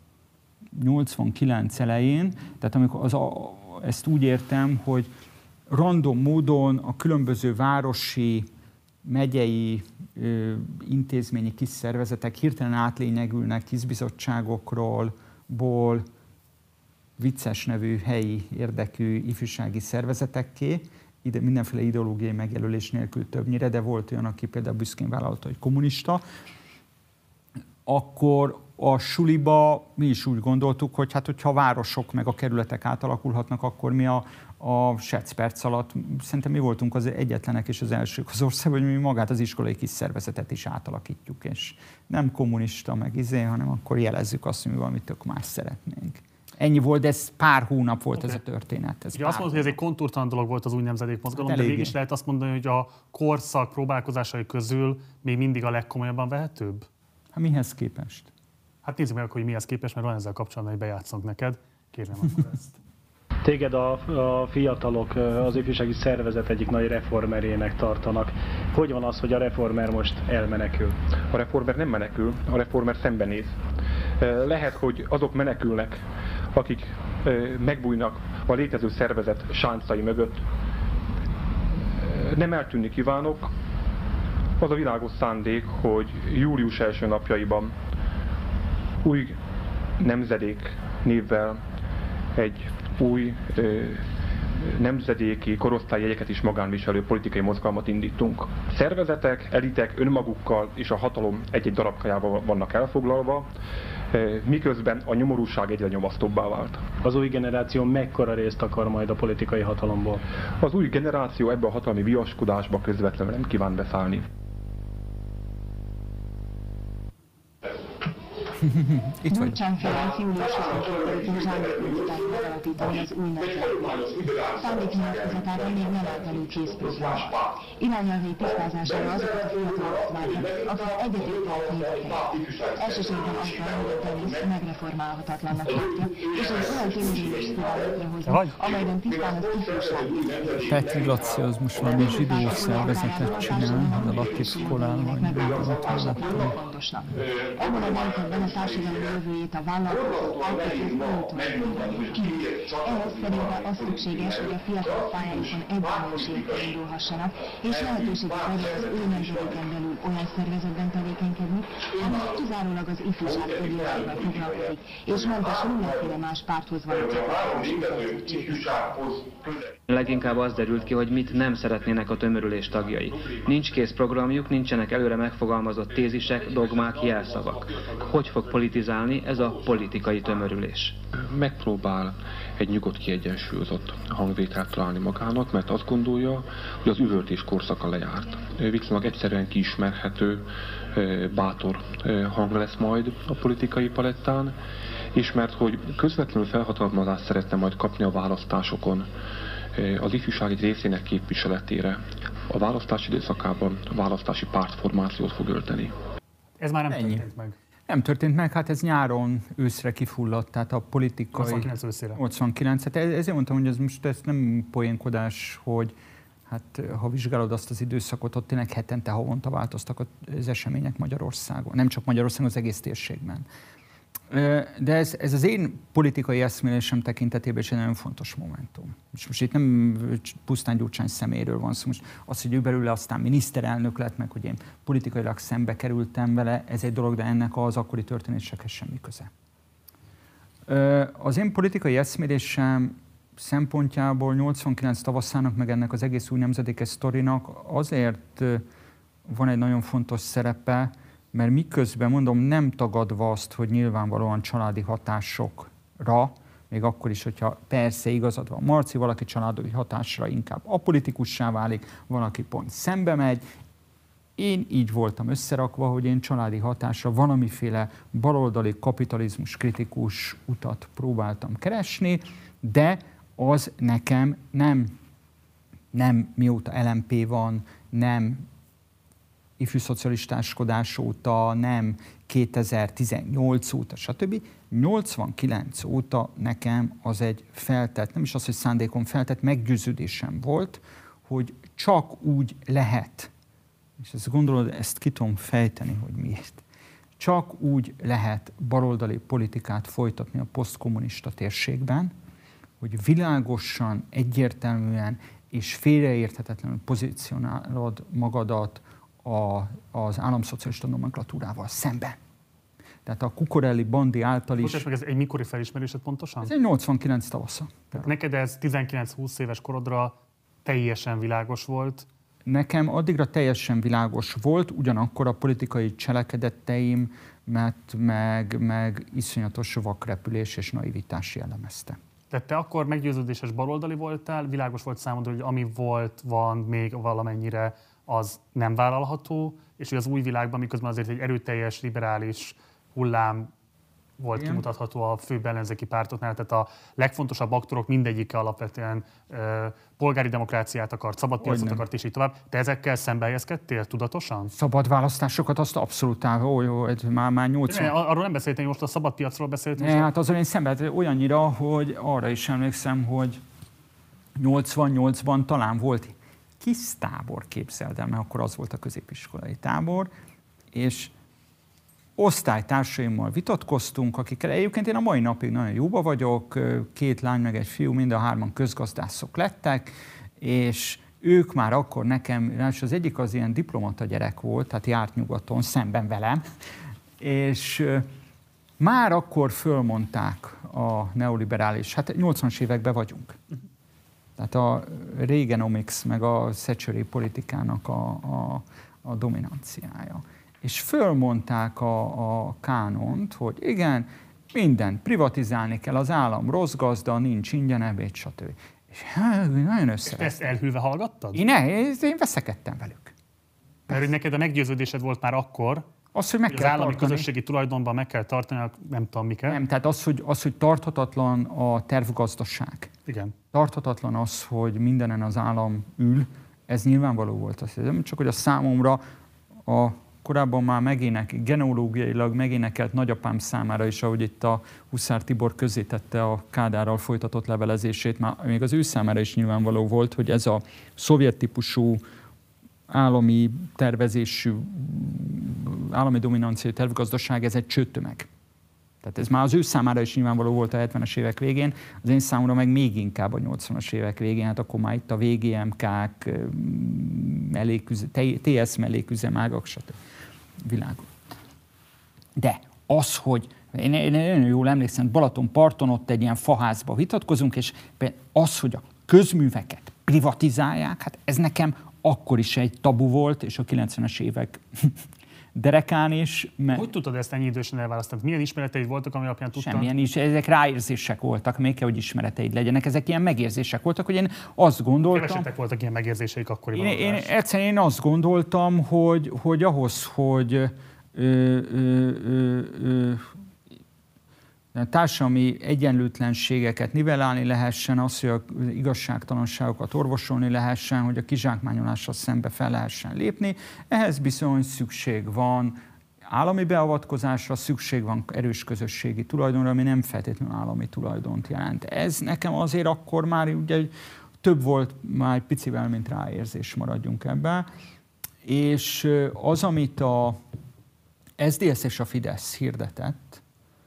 89 elején, tehát amikor ezt úgy értem, hogy random módon a különböző városi, megyei intézményi KISZ szervezetek hirtelen átlényegülnek KISZ bizottságokról, vicces nevű helyi érdekű ifjúsági szervezetekké, ide mindenféle ideológiai megjelölés nélkül többnyire, de volt olyan, aki például büszkén vállalta, hogy kommunista, akkor a suliba mi is úgy gondoltuk, hogy hát, hogyha a városok meg a kerületek átalakulhatnak, akkor mi a secperc alatt, szerintem mi voltunk az egyetlenek és az elsők az országban, hogy mi magát az iskolai kis szervezetet is átalakítjuk, és nem kommunista meg hanem akkor jelezzük azt, hogy mi valami tök más szeretnénk. Ennyi volt, de ez pár hónap volt ez a történet. Ugye azt mondod, hogy ez egy kontúrtalan dolog volt az új nemzedékmozgalom, de mégis lehet azt mondani, hogy a korszak próbálkozásai közül még mindig a legkomolyabban vehetőbb? Hát mihez képest? Hát nézzük meg, hogy mihez képest, mert van ezzel kapcsolatban, hogy bejátszunk neked. Kérem akkor ezt. Téged a fiatalok az ifjúsági szervezet egyik nagy reformerének tartanak. Hogy van az, hogy a reformer most elmenekül? A reformer nem menekül, a reformer szembenéz. Lehet, hogy azok menekülnek, akik megbújnak a létező szervezet sáncai mögött. Nem eltűnni kívánok. Az a világos szándék, hogy július első napjaiban új nemzedék névvel egy új nemzedéki korosztályjegyeket is magánviselő politikai mozgalmat indítunk. Szervezetek, elitek önmagukkal és a hatalom egy-egy darabkájával vannak elfoglalva, miközben a nyomorúság egyre nyomasztóbbá vált. Az új generáció mekkora részt akar majd a politikai hatalomból? Az új generáció ebbe a hatalmi viaskodásba közvetlenül nem kíván beszállni. Itt vagy. Gyurcsány Ferenc július 22-én zsákmányozták megalapítani az új nemzetet. Szándéknyilatkozatában még nem állt elő kész program. Irányelvei tisztázására azokat a fiatalokat várják, akik egyetértenek nézeteket. Elsősorban azzal, hogy a tenisz megreformálhatatlannak látja, és egy olyan témérülést kíván létrehozni, amelyben tisztán az ifjúság. Petri Laci az most valami zsidó szervezetet csinál, a Latif Kolán, vagy fontosnak. Ebben a rendszerben a társadalmi jövőjét a vállalkozók alkotó folyótól. Ehhez szerinte az szükséges, hogy a fiatalok pályáikon egyenlőségben indulhassanak, és lehetőségük legyen az ő nemzedéken belül olyan szervezetben tevékenykedni, amely kizárólag az ifjúság ügyével foglalkozik, és mentes mindenféle más párthoz való Leginkább az derült ki, hogy mit nem szeretnének a tömörülés tagjai. Nincs kész programjuk, nincsenek előre megfogalmazott tézisek, dogmák, jelszavak. Hogy fog politizálni ez a politikai tömörülés? Megpróbál egy nyugodt, kiegyensúlyozott hangvételt találni magának, mert azt gondolja, hogy az üvöltés korszaka lejárt. Viszonylag egyszerűen kiismerhető, bátor hang lesz majd a politikai palettán, és mert hogy közvetlenül felhatalmazást szeretne majd kapni a választásokon az ifjúság egy részének képviseletére, a választási időszakában a választási pártformációt fog ölteni. Ez már nem történt meg. Nem történt meg, hát ez nyáron őszre kifulladt, tehát a politikai... 89 őszére. 89, hát ezért mondtam, hogy ez nem poénkodás, hogy hát ha vizsgálod azt az időszakot, ott tényleg hetente, havonta változtak az események Magyarországon. Nem csak Magyarországon, az egész térségben. De ez az én politikai eszmélésem tekintetében is egy nagyon fontos momentum. És most itt nem pusztán Gyurcsány személyről van szó, most az, hogy ő belőle aztán miniszterelnök lett, meg hogy én politikailag szembe kerültem vele, ez egy dolog, de ennek az akkori történésekhez semmi köze. Az én politikai eszmélésem szempontjából 89 tavaszának, meg ennek az egész új nemzedékes sztorinak azért van egy nagyon fontos szerepe, mert miközben mondom, nem tagadva azt, hogy nyilvánvalóan családi hatásokra, még akkor is, hogyha persze igazad van Marci, valaki családi hatásra inkább apolitikussá válik, valaki pont szembe megy. Én így voltam összerakva, hogy én családi hatásra valamiféle baloldali kapitalizmus kritikus utat próbáltam keresni, de az nekem nem mióta LMP van, nem ifjú szocialistáskodás óta, nem 2018 óta, stb. 89 óta nekem az egy feltett, nem is az, hogy szándékom feltett, meggyőződésem volt, hogy csak úgy lehet, és ezt gondolod, ezt ki tudom fejteni, hogy miért. Csak úgy lehet baloldali politikát folytatni a posztkommunista térségben, hogy világosan, egyértelműen és félreérthetetlenül pozícionálod magadat az államszocialista nomenklatúrával szemben. Tehát a Cucurelli Bandi által is... Ez egy mikori felismerésed pontosan? Ez egy 89 tavasza. Tehát neked ez 19-20 éves korodra teljesen világos volt? Nekem addigra teljesen világos volt, ugyanakkor a politikai cselekedeteim meg iszonyatos vakrepülés és naivitás jellemezte. Tehát te akkor meggyőződéses baloldali voltál, világos volt számodra, hogy ami volt, van még valamennyire, az nem vállalható, és hogy az új világban, miközben azért egy erőteljes, liberális hullám volt kimutatható a főbb ellenzéki pártoknál, tehát a legfontosabb aktorok mindegyike alapvetően polgári demokráciát akart, szabad piacot akart, és így tovább. Te ezekkel szembehelyezkedtél tudatosan? Szabad választásokat azt abszolút már 80. Arról nem beszéltem, most a szabad piacról beszéltem. Hát azon én szemben olyannyira, hogy arra is emlékszem, hogy 88-ban talán volt kis tábor, képzeld el, mert akkor az volt a középiskolai tábor, és osztálytársaimmal vitatkoztunk, akikkel egyébként én a mai napig nagyon jóba vagyok, 2 lány meg egy fiú, mind a 3-an közgazdászok lettek, és ők már akkor nekem, az egyik az ilyen diplomata gyerek volt, tehát járt nyugaton szemben velem, és már akkor fölmondták a neoliberális, hát 80-as években vagyunk. Tehát a Reaganomics meg a Thatcheri politikának a dominanciája. És fölmondták a kánont, hogy igen, mindent privatizálni kell, az állam rossz gazda, nincs ingyen ebéd, stb. És nagyon összevettem. És ezt elhűlve hallgattad? Én veszekedtem velük. Mert hogy neked a meggyőződésed volt már akkor, hogy meg az kell állami tartani. közösségi tulajdonban meg kell tartani, nem tudom miket. Nem, tehát az, hogy tarthatatlan a tervgazdaság. Igen. Tarthatatlan az, hogy mindenen az állam ül, ez nyilvánvaló volt. Azt hiszem, csak hogy a számomra a korábban már genealógiailag megénekelt nagyapám számára is, ahogy itt a Huszár Tibor közé tette a Kádárral folytatott levelezését, már még az ő számára is nyilvánvaló volt, hogy ez a szovjet típusú állami tervezésű, állami dominanciai tervgazdaság, ez egy csőtömeg. Tehát ez már az ő számára is nyilvánvaló volt a 70-es évek végén, az én számomra meg még inkább a 80-as évek végén, hát akkor már itt a VGMK-k, TS melléküzemágak, stb. Világos. De az, hogy én nagyon jól emlékszem, Balatonparton ott egy ilyen faházba vitatkozunk, és az, hogy a közműveket privatizálják, hát ez nekem akkor is egy tabu volt, és a 90-es évek derekán is. Hogy tudtad ezt ennyi idősen elválasztani? Milyen ismereteid voltak, ami alapján tudtad? Semmilyen is, ezek ráérzések voltak, még kell, hogy ismereteid legyenek. Ezek ilyen megérzések voltak, hogy én azt gondoltam... Kevesetek voltak ilyen megérzéseik akkoriban. Egyszerűen én azt gondoltam, hogy ahhoz, hogy társadalmi egyenlőtlenségeket nivellálni lehessen, az, hogy az igazságtalanságokat orvosolni lehessen, hogy a kizsákmányolással szembe fel lehessen lépni. Ehhez bizony szükség van állami beavatkozásra, szükség van erős közösségi tulajdonra, ami nem feltétlenül állami tulajdont jelent. Ez nekem azért akkor már ugye több volt, már egy picivel, mint ráérzés, maradjunk ebben. És az, amit a SZDSZ és a Fidesz hirdetett,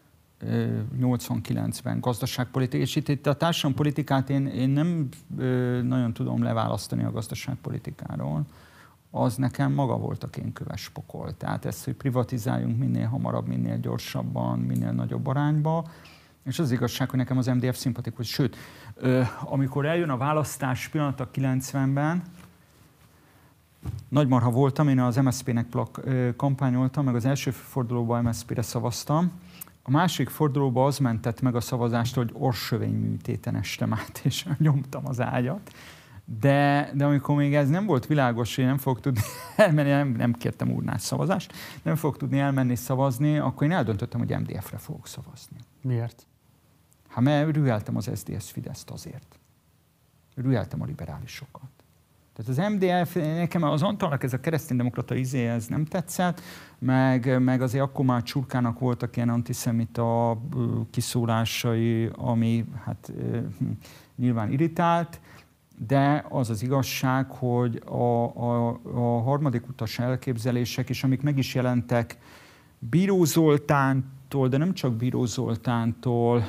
89-ben gazdaságpolitika, és itt a társadalompolitikát én nem nagyon tudom leválasztani a gazdaságpolitikáról, az nekem maga volt a kénköves pokol. Tehát ez, hogy privatizáljunk minél hamarabb, minél gyorsabban, minél nagyobb arányba, és az igazság, hogy nekem az MDF szimpatikus. Sőt, amikor eljön a választás pillanata 90-ben, nagymarha voltam, én az MSZP-nek kampányoltam, meg az első fordulóban MSZP-re szavaztam. A másik fordulóban az mentett meg a szavazást, hogy orrsövényműtéten estem át, és nyomtam az ágyat. De amikor még ez nem volt világos, hogy nem fog tudni elmenni, nem kértem urnás szavazást, nem fog tudni elmenni szavazni, akkor én eldöntöttem, hogy MDF-re fogok szavazni. Miért? Hát mert rüheltem az SZDSZ-Fideszt azért. Rüheltem a liberálisokat. Tehát az MDF, nekem az Antalnak ez a kereszténydemokrata ez nem tetszett, meg azért akkor már Csurkának voltak ilyen antiszemita kiszólásai, ami hát nyilván irritált, de az az igazság, hogy a harmadik utas elképzelések is, amik meg is jelentek Bíró Zoltántól, de nem csak Bíró Zoltántól,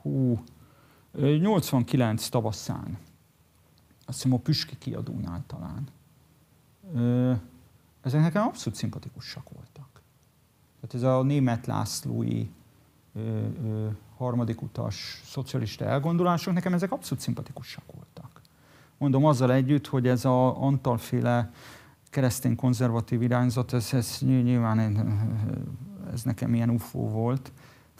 89 tavaszán. Azt hiszem a Püski kiadónál talán. Ezek nekem abszolút szimpatikusak voltak. Tehát ez a Németh Lászlói harmadik utas szocialista elgondolások, nekem ezek abszolút szimpatikusak voltak. Mondom azzal együtt, hogy ez az Antal-féle keresztény konzervatív irányzat, ez nyilván ez nekem ilyen UFO volt.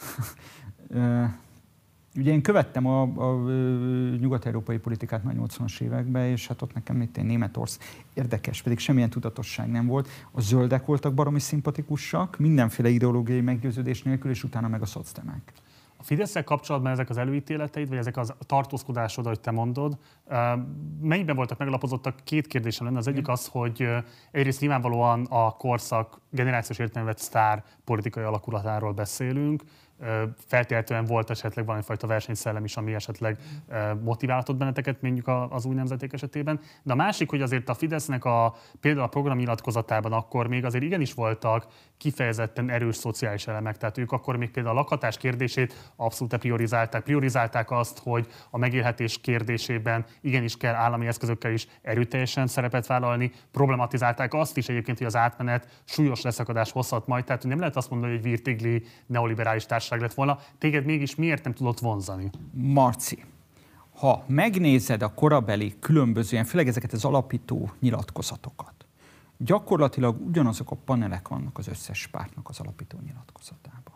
Ugye én követtem a nyugat-európai politikát már 80-as években, és hát ott nekem Németország érdekes, pedig semmilyen tudatosság nem volt. A zöldek voltak baromi szimpatikusak, mindenféle ideológiai meggyőződés nélkül, és utána meg a szocdemek. A Fidesz-szel kapcsolatban ezek az előítéleteid, vagy ezek a tartózkodásod, ahogy te mondod, mennyiben voltak megalapozottak? Két kérdésem lenne. Az egyik az, hogy egyrészt nyilvánvalóan a korszak generációs értelemben vett sztár politikai alakulatáról beszélünk, feltétlenül volt esetleg valamifajta versenyszellem is, ami esetleg motiválhatott benneteket, mondjuk az új nemzeték esetében. De a másik, hogy azért a Fidesznek például a programnyilatkozatában akkor még azért igenis voltak kifejezetten erős szociális elemek. Tehát ők akkor még például a lakhatás kérdését abszolút priorizálták. Priorizálták azt, hogy a megélhetés kérdésében igenis kell állami eszközökkel is erőteljesen szerepet vállalni. Problematizálták azt is egyébként, hogy az átmenet súlyos leszakadás hozhat majd. Tehát nem lehet azt mondani, hogy egy virtigli neoliberális társaság lett volna. Téged mégis miért nem tudott vonzani? Marci, ha megnézed a korabeli különböző, főleg ezeket az alapító nyilatkozatokat, gyakorlatilag ugyanazok a panelek vannak az összes pártnak az alapító nyilatkozatában.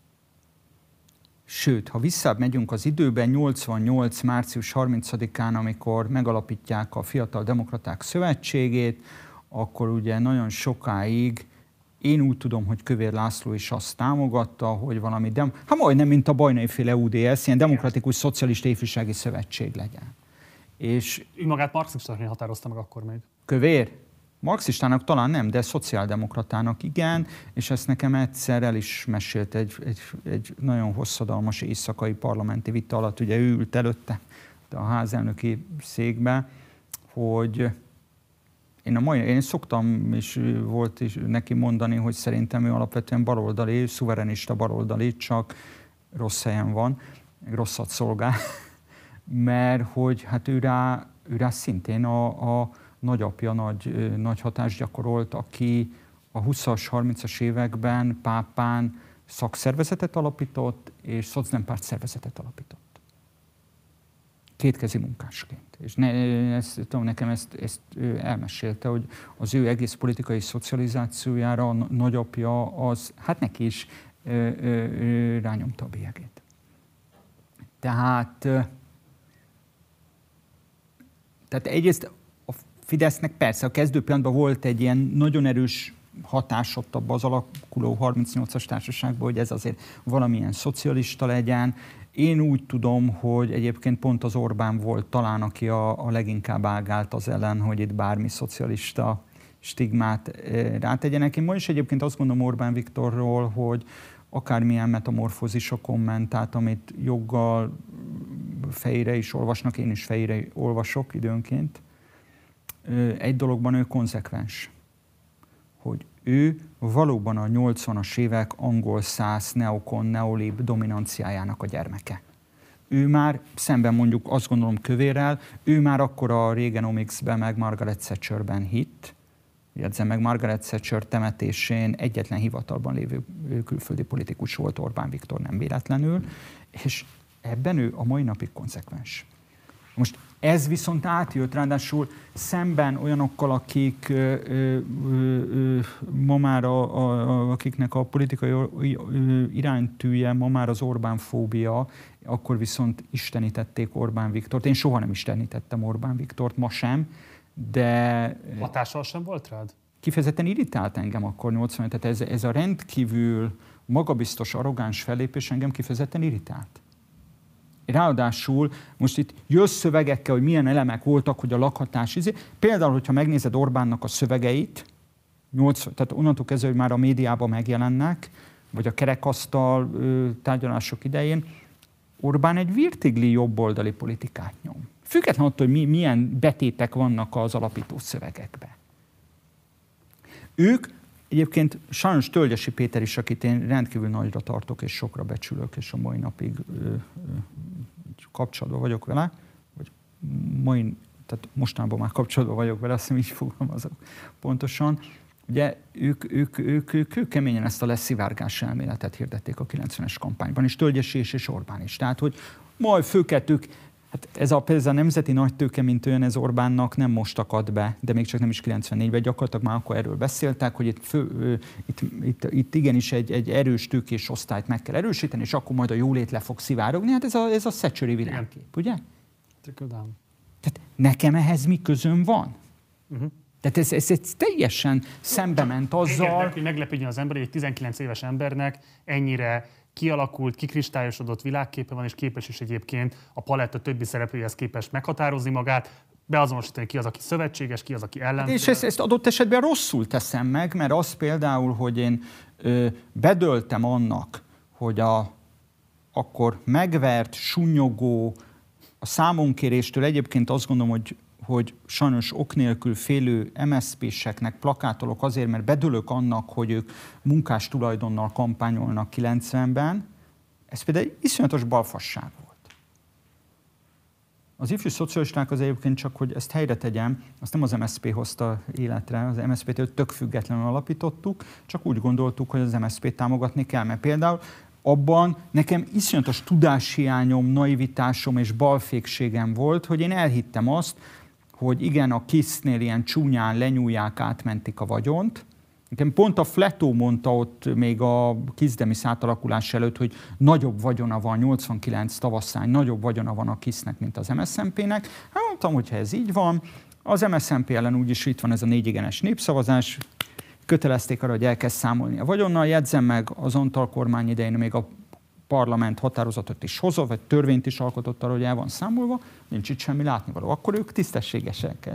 Sőt, ha visszább megyünk az időben, 88. március 30-án, amikor megalapítják a Fiatal Demokraták Szövetségét, akkor ugye nagyon sokáig Én úgy tudom, hogy Kövér László is azt támogatta, hogy valami, majdnem, mint a Bajnai-féle UDS, ilyen demokratikus szocialista ifjúsági szövetség legyen. És ő magát marxistának határozta meg akkor még. Kövér? Marxistának talán nem, de szociáldemokratának igen, és ezt nekem egyszer el is mesélt egy nagyon hosszadalmas éjszakai parlamenti vita alatt, ugye ő ült előtte a házelnöki székbe, hogy én szoktam, és volt is neki mondani, hogy szerintem ő alapvetően baloldali, szuverenista baloldali, csak rossz helyen van, rosszat szolgál, mert hogy hát ő rá szintén a nagyapja nagy hatást gyakorolt, aki a 20-as, 30-as években Pápán szakszervezetet alapított, és szocdempárt szervezetet alapított. Kétkezi munkásként. És nekem ezt elmesélte, hogy az ő egész politikai szocializációjára a nagyapja az, hát neki is rányomta a bélyegét. Tehát egyrészt a Fidesznek persze a kezdő pillanatban volt egy ilyen nagyon erős hatás ott abban az alakuló 38-as társaságban, hogy ez azért valamilyen szocialista legyen. Én úgy tudom, hogy egyébként pont az Orbán volt talán, aki a leginkább ágált az ellen, hogy itt bármi szocialista stigmát rátegyenek. Én ma is egyébként azt gondolom Orbán Viktorról, hogy akármilyen metamorfózis a kommentát, amit joggal fejére is olvasnak, én is fejére olvasok időnként, egy dologban ő konzekvens, hogy ő valóban a 80-as évek angol szász, neokon, neolib dominanciájának a gyermeke. Ő már szemben mondjuk azt gondolom Kövérrel, ő már akkor a Reaganomics-ben meg Margaret Thatcherben hitt, jegyzem meg, Margaret Thatcher temetésén egyetlen hivatalban lévő külföldi politikus volt Orbán Viktor, nem véletlenül, és ebben ő a mai napig konzekvens. Most ez viszont átjött, ráadásul szemben olyanokkal, akik ma már akiknek a politikai iránytűje ma már az Orbán-fóbia, akkor viszont istenítették Orbán Viktort. Én soha nem istenítettem Orbán Viktort, ma sem, de... Hatással sem volt rád? Kifejezetten irritált engem akkor 80, tehát ez a rendkívül magabiztos, arrogáns fellépés engem kifejezetten irritált. Ráadásul most itt jössz szövegekkel, hogy milyen elemek voltak, hogy a lakhatás Például, hogyha megnézed Orbánnak a szövegeit, tehát onnantól kezdve, hogy már a médiában megjelennek, vagy a kerekasztal tárgyalások idején, Orbán egy virtigli jobboldali politikát nyom. Függetlenül attól, hogy milyen betétek vannak az alapító szövegekben. Ők egyébként sajnos Tölgyesi Péter is, akit én rendkívül nagyra tartok és sokra becsülök, és a mai napig kapcsolatban vagyok vele, vagy tehát mostanában már kapcsolatban vagyok vele, azt hiszem így fogalmazok pontosan. Ugye ők keményen ezt a leszivárgás elméletet hirdették a 90-es kampányban, és Tölgyesi és Orbán is. Tehát, hogy majd főkettők, hát ez a nemzeti nagytőke, mint olyan, ez Orbánnak nem most akad be, de még csak nem is 94-ben, gyakorlatilag már akkor erről beszéltek, hogy itt igenis egy erős tőkés osztályt meg kell erősíteni, és akkor majd a jólét le fog szivárogni. Hát ez a Thatcheri világkép, ugye? Tehát nekem ehhez mi közöm van? Tehát ez teljesen szembe ment azzal... hogy meglepődjön az ember, hogy egy 19 éves embernek ennyire kialakult, kikristályosodott világképe van, és képes is egyébként a paletta többi szereplőjehez képest meghatározni magát, beazonosítani, ki az, aki szövetséges, ki az, aki ellenfél. És ezt adott esetben rosszul teszem meg, mert az például, hogy én bedöltem annak, hogy akkor megvert, sunnyogó, a számonkéréstől egyébként azt gondolom, hogy sajnos ok nélkül félő MSZP-seknek plakátolok azért, mert bedőlök annak, hogy ők munkás tulajdonnal kampányolnak 90-ben, ez például iszonyatos balfasság volt. Az ifjú szocialisták az egyébként csak, hogy ezt helyre tegyem, azt nem az MSZP hozta életre, az MSZP-től tök függetlenül alapítottuk, csak úgy gondoltuk, hogy az MSZP-t támogatni kell, mert például abban nekem iszonyatos tudáshiányom, naivitásom és balfékségem volt, hogy én elhittem azt, hogy igen, a KISZ-nél ilyen csúnyán lenyúlják, átmentik a vagyont. Nekem pont a Fletó mondta ott még a KISZ-Demis átalakulás előtt, hogy nagyobb vagyona van, 89 tavaszán nagyobb vagyona van a KISZ-nek, mint az MSZNP-nek. Hát mondtam, hogy ha ez így van, az MSZNP ellen úgyis itt van ez a 4 igenes népszavazás, kötelezték arra, hogy elkezd számolni a vagyonnal. Jegyzem meg, az Antal kormány idején még a parlament határozatot is hozott, vagy törvényt is alkotott arra, hogy el van számolva, nincs itt semmi látnivaló. Akkor ők tisztességesek.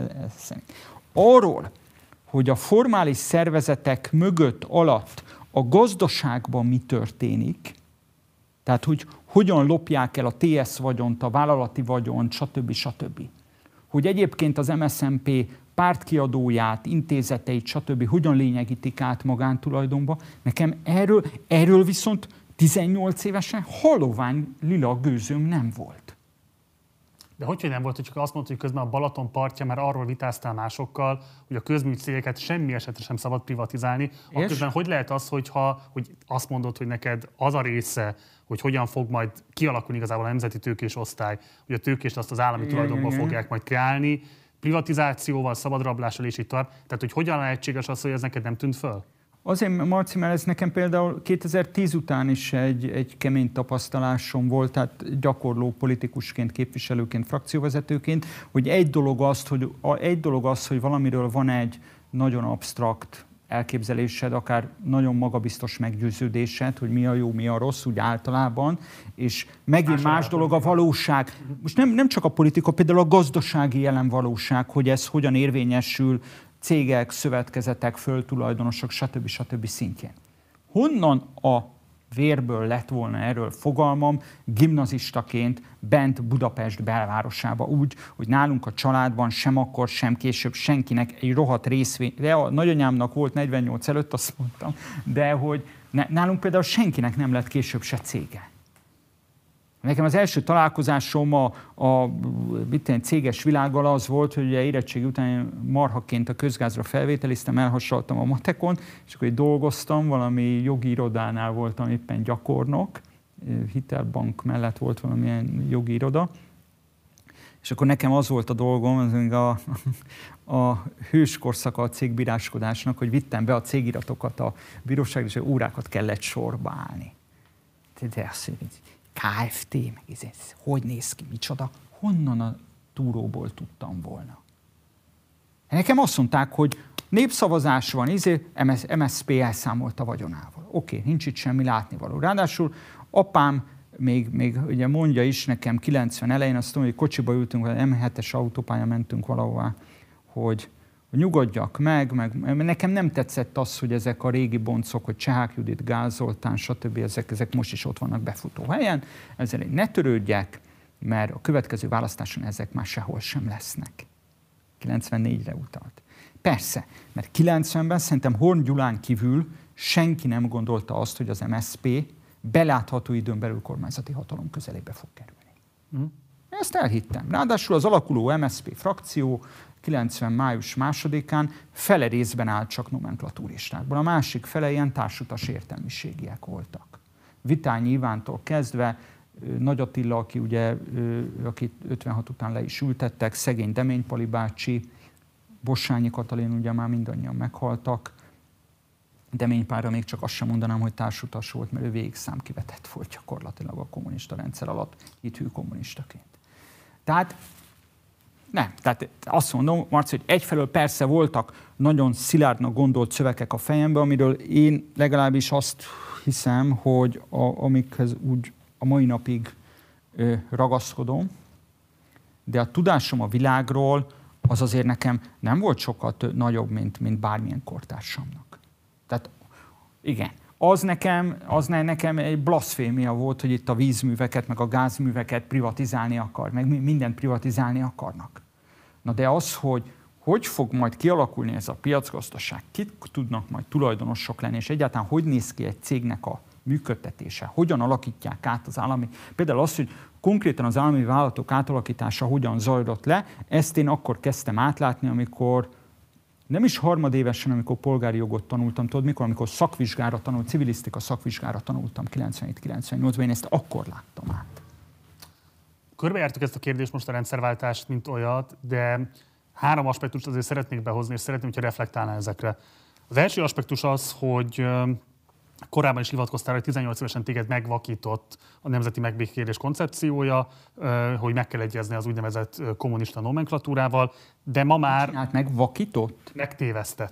Arról, hogy a formális szervezetek mögött, alatt a gazdaságban mi történik, tehát hogy hogyan lopják el a TSZ vagyont, a vállalati vagyont, stb. Hogy egyébként az MSZNP pártkiadóját, intézeteit, stb. Hogyan lényegítik át magántulajdonba. Nekem erről viszont 18 évesen halovány lila gőzöm nem volt. De hogy nem volt, hogy csak azt mondta, hogy közben a Balaton partja, mert arról vitáztál másokkal, hogy a közműcégeket semmi esetre sem szabad privatizálni. Közben hogy lehet az, hogy azt mondod, hogy neked az a része, hogy hogyan fog majd kialakulni igazából a nemzeti tőkés osztály, hogy a tőkést azt az állami tulajdonban fogják majd kreálni, privatizációval, szabadrablással és így tovább. Tehát, hogy hogyan lehetséges az, hogy ez neked nem tűnt föl? Azért, Marci, mert ez nekem például 2010 után is egy kemény tapasztalásom volt, tehát gyakorló politikusként, képviselőként, frakcióvezetőként, hogy egy dolog az, hogy valamiről van egy nagyon absztrakt elképzelésed, akár nagyon magabiztos meggyőződésed, hogy mi a jó, mi a rossz, úgy általában, és megint más dolog a valóság. Most nem csak a politika, például a gazdasági jelen valóság, hogy ez hogyan érvényesül cégek, szövetkezetek, földtulajdonosok, stb. Szintjén. Honnan a vérből lett volna erről fogalmam gimnazistaként bent Budapest belvárosába úgy, hogy nálunk a családban sem akkor, sem később senkinek egy rohadt részvény, de a nagyanyámnak volt 48 előtt, azt mondtam, de hogy nálunk például senkinek nem lett később se cége. Nekem az első találkozásom a céges világgal az volt, hogy ugye érettségi után marhaként a közgázra felvételiztem, elhasonlottam a matekon, és akkor dolgoztam, valami jogi irodánál voltam éppen gyakornok, hitelbank mellett volt valamilyen jogi iroda, és akkor nekem az volt a dolgom, a hőskorszaka a cégbíráskodásnak, hogy vittem be a cégiratokat a bíróságra, és órákat kellett sorba állni. De azt mondja, KFT, meg ez hogy néz ki, micsoda, honnan a túróból tudtam volna. Nekem azt mondták, hogy népszavazás van, MSZP elszámolt a vagyonával. Oké, nincs itt semmi látnivaló. Ráadásul apám még ugye mondja is nekem 90 elején, azt mondom, hogy kocsiba ültünk, M7-es autópályán mentünk valahová, hogy nyugodjak meg, nekem nem tetszett az, hogy ezek a régi boncok, hogy Csehák Judit, Gál Zoltán, stb. Ezek most is ott vannak befutó helyen, ezzel ne törődjek, mert a következő választáson ezek már sehol sem lesznek. 94-re utalt. Persze, mert 90-ben szerintem Horn Gyulán kívül senki nem gondolta azt, hogy az MSZP belátható időn belül kormányzati hatalom közelébe fog kerülni. Ezt elhittem. Ráadásul az alakuló MSZP frakció 90. május 2-án fele részben állt csak nomenklatúristákból. A másik fele ilyen társutas értelmiségiek voltak. Vitányi Ivántól kezdve, Nagy Attila, akit 56 után le is ültettek, szegény Demény Pali bácsi, Bossányi Katalin, ugye már mindannyian meghaltak. Demény Pálra még csak azt sem mondanám, hogy társutas volt, mert ő végig számkivetett volt gyakorlatilag a kommunista rendszer alatt, hithű kommunistaként. Tehát azt mondom, Marci, hogy egyfelől persze voltak nagyon szilárdnak gondolt szövegek a fejemben, amiről én legalábbis azt hiszem, hogy amikhez úgy a mai napig ragaszkodom, de a tudásom a világról az azért nekem nem volt sokkal nagyobb, mint bármilyen kortársamnak. Tehát igen, az nekem egy blaszfémia volt, hogy itt a vízműveket, meg a gázműveket privatizálni akar, meg mindent privatizálni akarnak. Na de az, hogy fog majd kialakulni ez a piacgazdaság, kik tudnak majd tulajdonosok lenni, és egyáltalán hogy néz ki egy cégnek a működtetése, hogyan alakítják át az állami. Például az, hogy konkrétan az állami vállalatok átalakítása hogyan zajlott le, ezt én akkor kezdtem átlátni, amikor nem is harmadévesen, amikor polgári jogot tanultam, tudod, amikor szakvizsgára tanultam, civilisztika szakvizsgára tanultam 97-98-ban, én ezt akkor láttam át. Körbejártuk ezt a kérdést, most a rendszerváltást, mint olyat, de 3 aspektust azért szeretnék behozni, és szeretném, hogyha reflektálnál ezekre. Az első aspektus az, hogy korábban is hivatkoztál, hogy 18 évesen téged megvakított a nemzeti megbékélés koncepciója, hogy meg kell egyezni az úgynevezett kommunista nomenklatúrával, de ma már... Megvakított? Megtévesztett.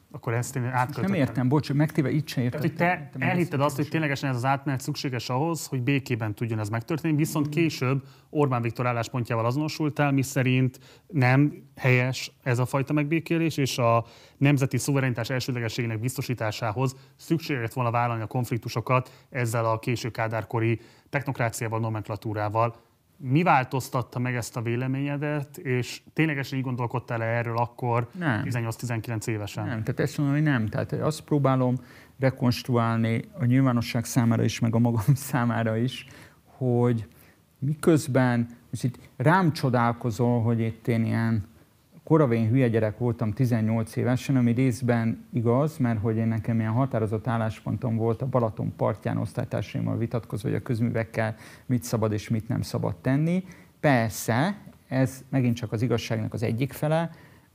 Akkor ezt én átköltöttem. Nem értem, bocs, megtéve itt sem értem. Tehát, hogy te elhitted azt, hogy ténylegesen ez az átmenet szükséges ahhoz, hogy békében tudjon ez megtörténni, viszont később Orbán Viktor álláspontjával azonosultál, miszerint nem helyes ez a fajta megbékélés, és a nemzeti szuverenitás elsődlegességének biztosításához szükséges lett volna vállalni a konfliktusokat ezzel a késő kádárkori technokráciával, nomenklatúrával. Mi változtatta meg ezt a véleményedet, és ténylegesen így gondolkodtál erről akkor 18-19 évesen? Nem, tehát ezt mondom, hogy nem. Tehát azt próbálom rekonstruálni a nyilvánosság számára is, meg a magam számára is, hogy miközben, most itt rám csodálkozol, hogy itt én ilyen koravén hülye gyerek voltam 18 évesen, ami részben igaz, mert hogy én nekem ilyen határozott álláspontom volt a Balaton partján osztálytársaimmal vitatkozva, hogy a közművekkel mit szabad és mit nem szabad tenni. Persze, ez megint csak az igazságnak az egyik fele,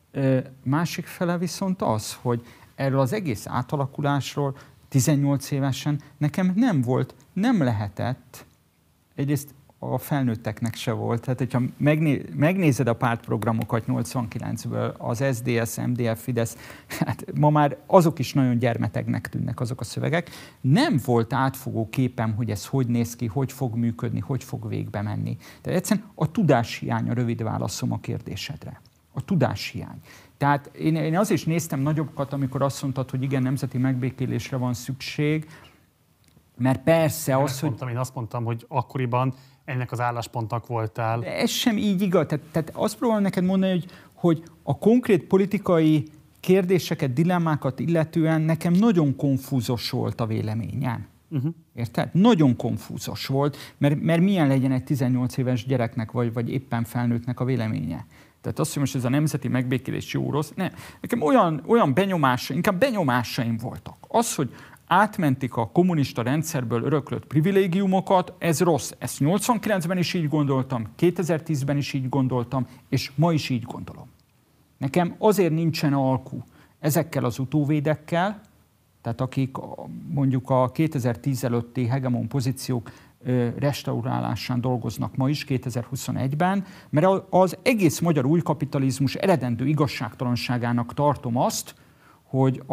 másik fele viszont az, hogy erről az egész átalakulásról 18 évesen nekem nem lehetett, egyrészt a felnőtteknek se volt. Tehát, hogyha megnézed a pártprogramokat 89-ből, az SZDSZ, MDF, Fidesz, hát ma már azok is nagyon gyermetegnek tűnnek azok a szövegek. Nem volt átfogó képem, hogy ez hogy néz ki, hogy fog működni, hogy fog végbe menni. Tehát egyszerűen a tudáshiány a rövid válaszom a kérdésedre. A tudáshiány. Tehát én azért is néztem nagyobbat, amikor azt mondtad, hogy igen, nemzeti megbékélésre van szükség, mert persze az, hogy... Én azt mondtam, hogy akkoriban ennek az álláspontnak voltál. De ez sem így igaz. Tehát azt próbálom neked mondani, hogy a konkrét politikai kérdéseket, dilemmákat illetően nekem nagyon konfúzos volt a véleményem. Érted? Nagyon konfúzos volt, mert milyen legyen egy 18 éves gyereknek, vagy éppen felnőttnek a véleménye. Tehát azt, hogy most ez a nemzeti megbékélés jó-rossz, nem. Nekem olyan inkább benyomásaim voltak. Az, hogy átmentik a kommunista rendszerből öröklött privilégiumokat, ez rossz. Ezt 89-ben is így gondoltam, 2010-ben is így gondoltam, és ma is így gondolom. Nekem azért nincsen alku ezekkel az utóvédekkel, tehát akik mondjuk a 2010 előtti hegemon pozíciók restaurálásán dolgoznak ma is, 2021-ben, mert az egész magyar újkapitalizmus eredendő igazságtalanságának tartom azt, hogy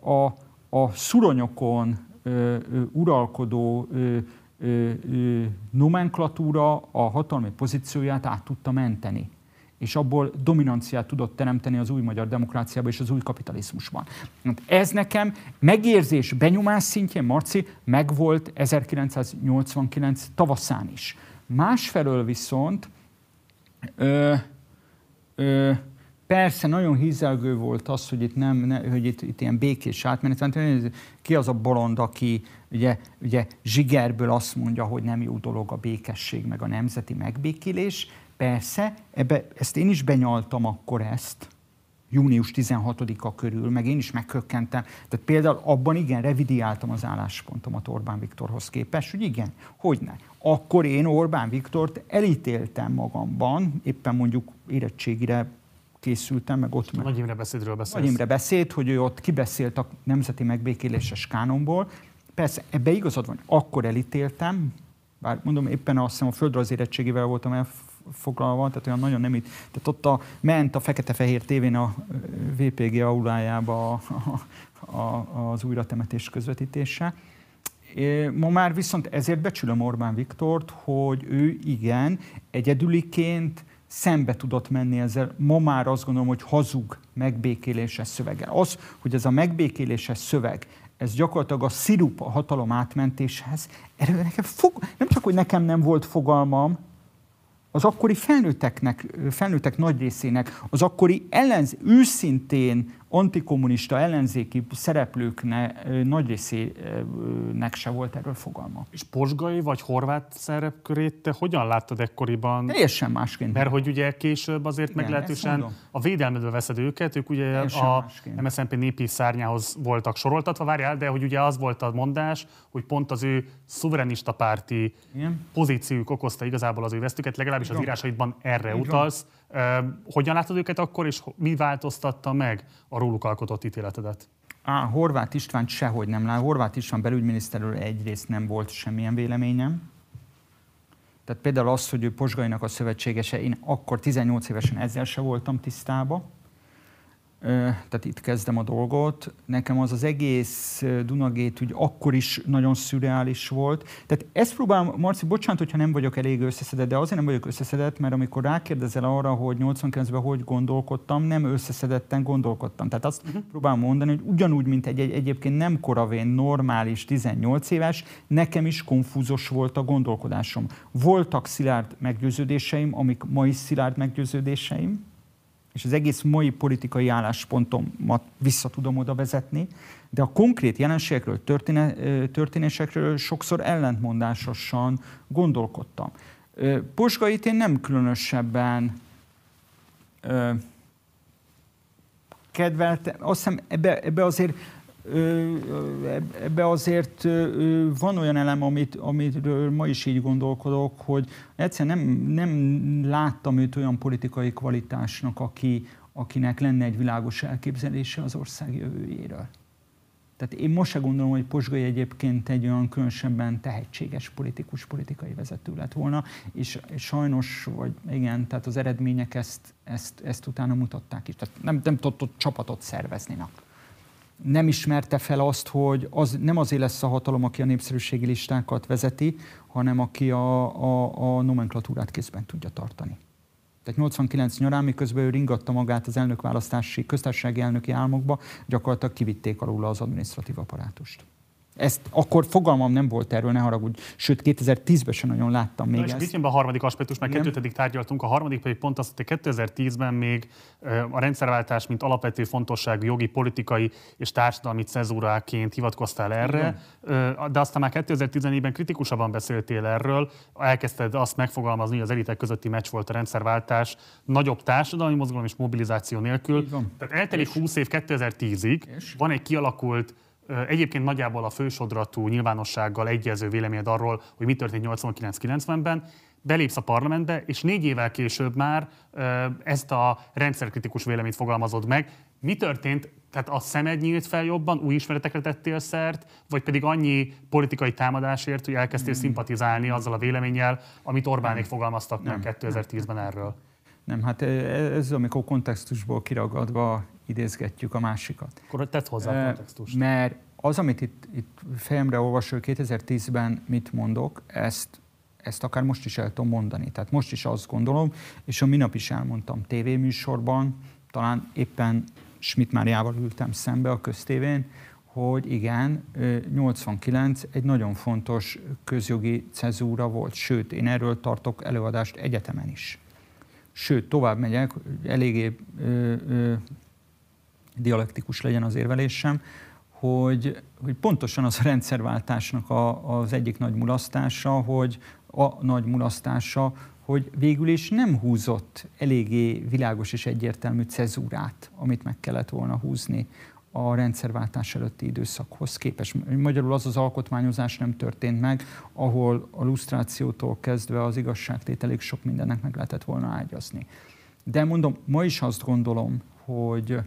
a szuronyokon uralkodó nomenklatúra a hatalmi pozícióját át tudta menteni, és abból dominanciát tudott teremteni az új magyar demokráciában és az új kapitalizmusban. Ez nekem megérzés, benyomás szintjén, Marci, megvolt 1989 tavaszán is. Másfelől viszont persze nagyon hízelgő volt az, hogy itt ilyen békés átmenet. Ki az a bolond, aki ugye zsigerből azt mondja, hogy nem jó dolog a békesség, meg a nemzeti megbékélés. Persze, ezt én is benyaltam akkor június 16-a körül, meg én is meghökkentem. Tehát például abban igen, revidiáltam az álláspontomat Orbán Viktorhoz képest, hogy igen, hogyne. Akkor én Orbán Viktort elítéltem magamban, éppen mondjuk érettségire készültem, meg ott... Nagy Imre beszédről beszélsz. Nagy Imre beszéd, hogy ő ott kibeszélt a nemzeti megbékéléses kánonból. Persze, ebbe igazad van, akkor elítéltem, bár mondom, éppen azt hiszem a földrajz érettségével voltam elfoglalva, tehát olyan nagyon nem itt. Tehát ott ment a Fekete-Fehér tévén a VPG aulájába az újratemetés közvetítése. Ma már viszont ezért becsülöm Orbán Viktort, hogy ő igen, egyedüliként szembe tudott menni ezzel. Ma már azt gondolom, hogy hazug megbékéléses szöveggel. Az, hogy ez a megbékéléses szöveg, ez gyakorlatilag a szirup a hatalom átmentéshez, erről nekem nem csak, hogy nekem nem volt fogalmam, az akkori felnőttek nagy részének, az akkori őszintén antikommunista ellenzéki szereplőknek nagy részének se volt erről fogalma. És Pozsgai vagy Horváth szerepkörét te hogyan láttad ekkoriban? Teljesen másként. Mert hogy ugye később azért igen, meglehetősen a védelmedbe veszed őket, ők ugye teljesen a MSZNP népi szárnyához voltak soroltatva, várjál, de hogy ugye az volt a mondás, hogy pont az ő szuverenista párti pozíciójuk okozta igazából az ő vesztüket, legalábbis az írásaidban erre utalsz. Hogyan látod őket akkor, és mi változtatta meg a róluk alkotott ítéletedet? Horváth Istvánt sehogy nem lát. Horváth István belügyminiszterről egyrészt nem volt semmilyen véleményem. Tehát például az, hogy ő Pozsgainak a szövetségese, én akkor 18 évesen ezzel se voltam tisztában. tehát itt kezdem a dolgot. Nekem az egész Dunagate ügy akkor is nagyon szürreális volt. Tehát ezt próbálom, Marci, bocsánat, hogyha nem vagyok elég összeszedett, de azért nem vagyok összeszedett, mert amikor rákérdezel arra, hogy 89-ben hogy gondolkodtam, nem összeszedetten gondolkodtam. Tehát azt próbálom mondani, hogy ugyanúgy, mint egy egyébként nem koravén, normális 18 éves, nekem is konfúzos volt a gondolkodásom. Voltak szilárd meggyőződéseim, amik mai szilárd meggyőződéseim, és az egész mai politikai álláspontomat vissza tudom oda vezetni, de a konkrét jelenségekről, történésekről sokszor ellentmondásosan gondolkodtam. Pozsgait én nem különösebben kedveltem, azt hiszem ebbe azért van olyan elem, amiről ma is így gondolkodok, hogy egyszerűen nem láttam őt olyan politikai kvalitásnak, akinek lenne egy világos elképzelése az ország jövőjéről. Tehát én most se gondolom, hogy Pozsgai egyébként egy olyan különösebben tehetséges politikai vezető lett volna, és sajnos, vagy igen, tehát az eredmények ezt utána mutatták is. Tehát nem tudott csapatot szervezni. Nem ismerte fel azt, hogy nem azért lesz a hatalom, aki a népszerűségi listákat vezeti, hanem aki a nomenklatúrát kézben tudja tartani. Tehát 89 nyarán, miközben ő ringatta magát az elnökválasztási, köztársasági elnöki álmokba, gyakorlatilag kivitték alul az adminisztratív apparátust. Ezt akkor fogalmam nem volt erről, ne haragudj. Sőt, 2010-ben sem nagyon láttam még ezt. És itt a harmadik aspektus, meg kettőt tárgyaltunk, a harmadik pedig pont azt, hogy 2010-ben még a rendszerváltás, mint alapvető fontosságú jogi, politikai és társadalmi cezúráként hivatkoztál erre, de aztán már 2014-ben kritikusabban beszéltél erről, elkezdted azt megfogalmazni, hogy az elitek közötti meccs volt a rendszerváltás, nagyobb társadalmi mozgalom és mobilizáció nélkül. Tehát eltelik 20 év 2010-ig, van egy kialakult, egyébként nagyjából a fősodratú nyilvánossággal egyező véleményed arról, hogy mi történt 89-90-ben, belépsz a parlamentbe, és 4 évvel később már ezt a rendszerkritikus véleményt fogalmazod meg. Mi történt? Tehát a szemed nyílt fel jobban, új ismeretekre tettél szert, vagy pedig annyi politikai támadásért, hogy elkezdtél szimpatizálni azzal a véleménnyel, amit Orbánék fogalmaztak meg 2010-ben erről? Nem, hát ez amikor kontextusból kiragadva idézgetjük a másikat. Akkor tedd hozzá a kontextust. Mert az, amit itt fejemre olvasol, 2010-ben mit mondok, ezt akár most is el tudom mondani. Tehát most is azt gondolom, és a minap is elmondtam tévéműsorban, talán éppen Schmidt Máriával ültem szembe a köztévén, hogy igen, 89 egy nagyon fontos közjogi cezúra volt. Sőt, én erről tartok előadást egyetemen is. Sőt, tovább megyek, eléggé dialektikus legyen az érvelésem, hogy pontosan az a rendszerváltásnak az egyik nagy mulasztása, hogy végül is nem húzott eléggé világos és egyértelmű cezúrát, amit meg kellett volna húzni a rendszerváltás előtti időszakhoz képest. Magyarul az alkotmányozás nem történt meg, ahol a lusztrációtól kezdve az igazságtételig sok mindennek meg lehetett volna ágyazni. De mondom, ma is azt gondolom, hogy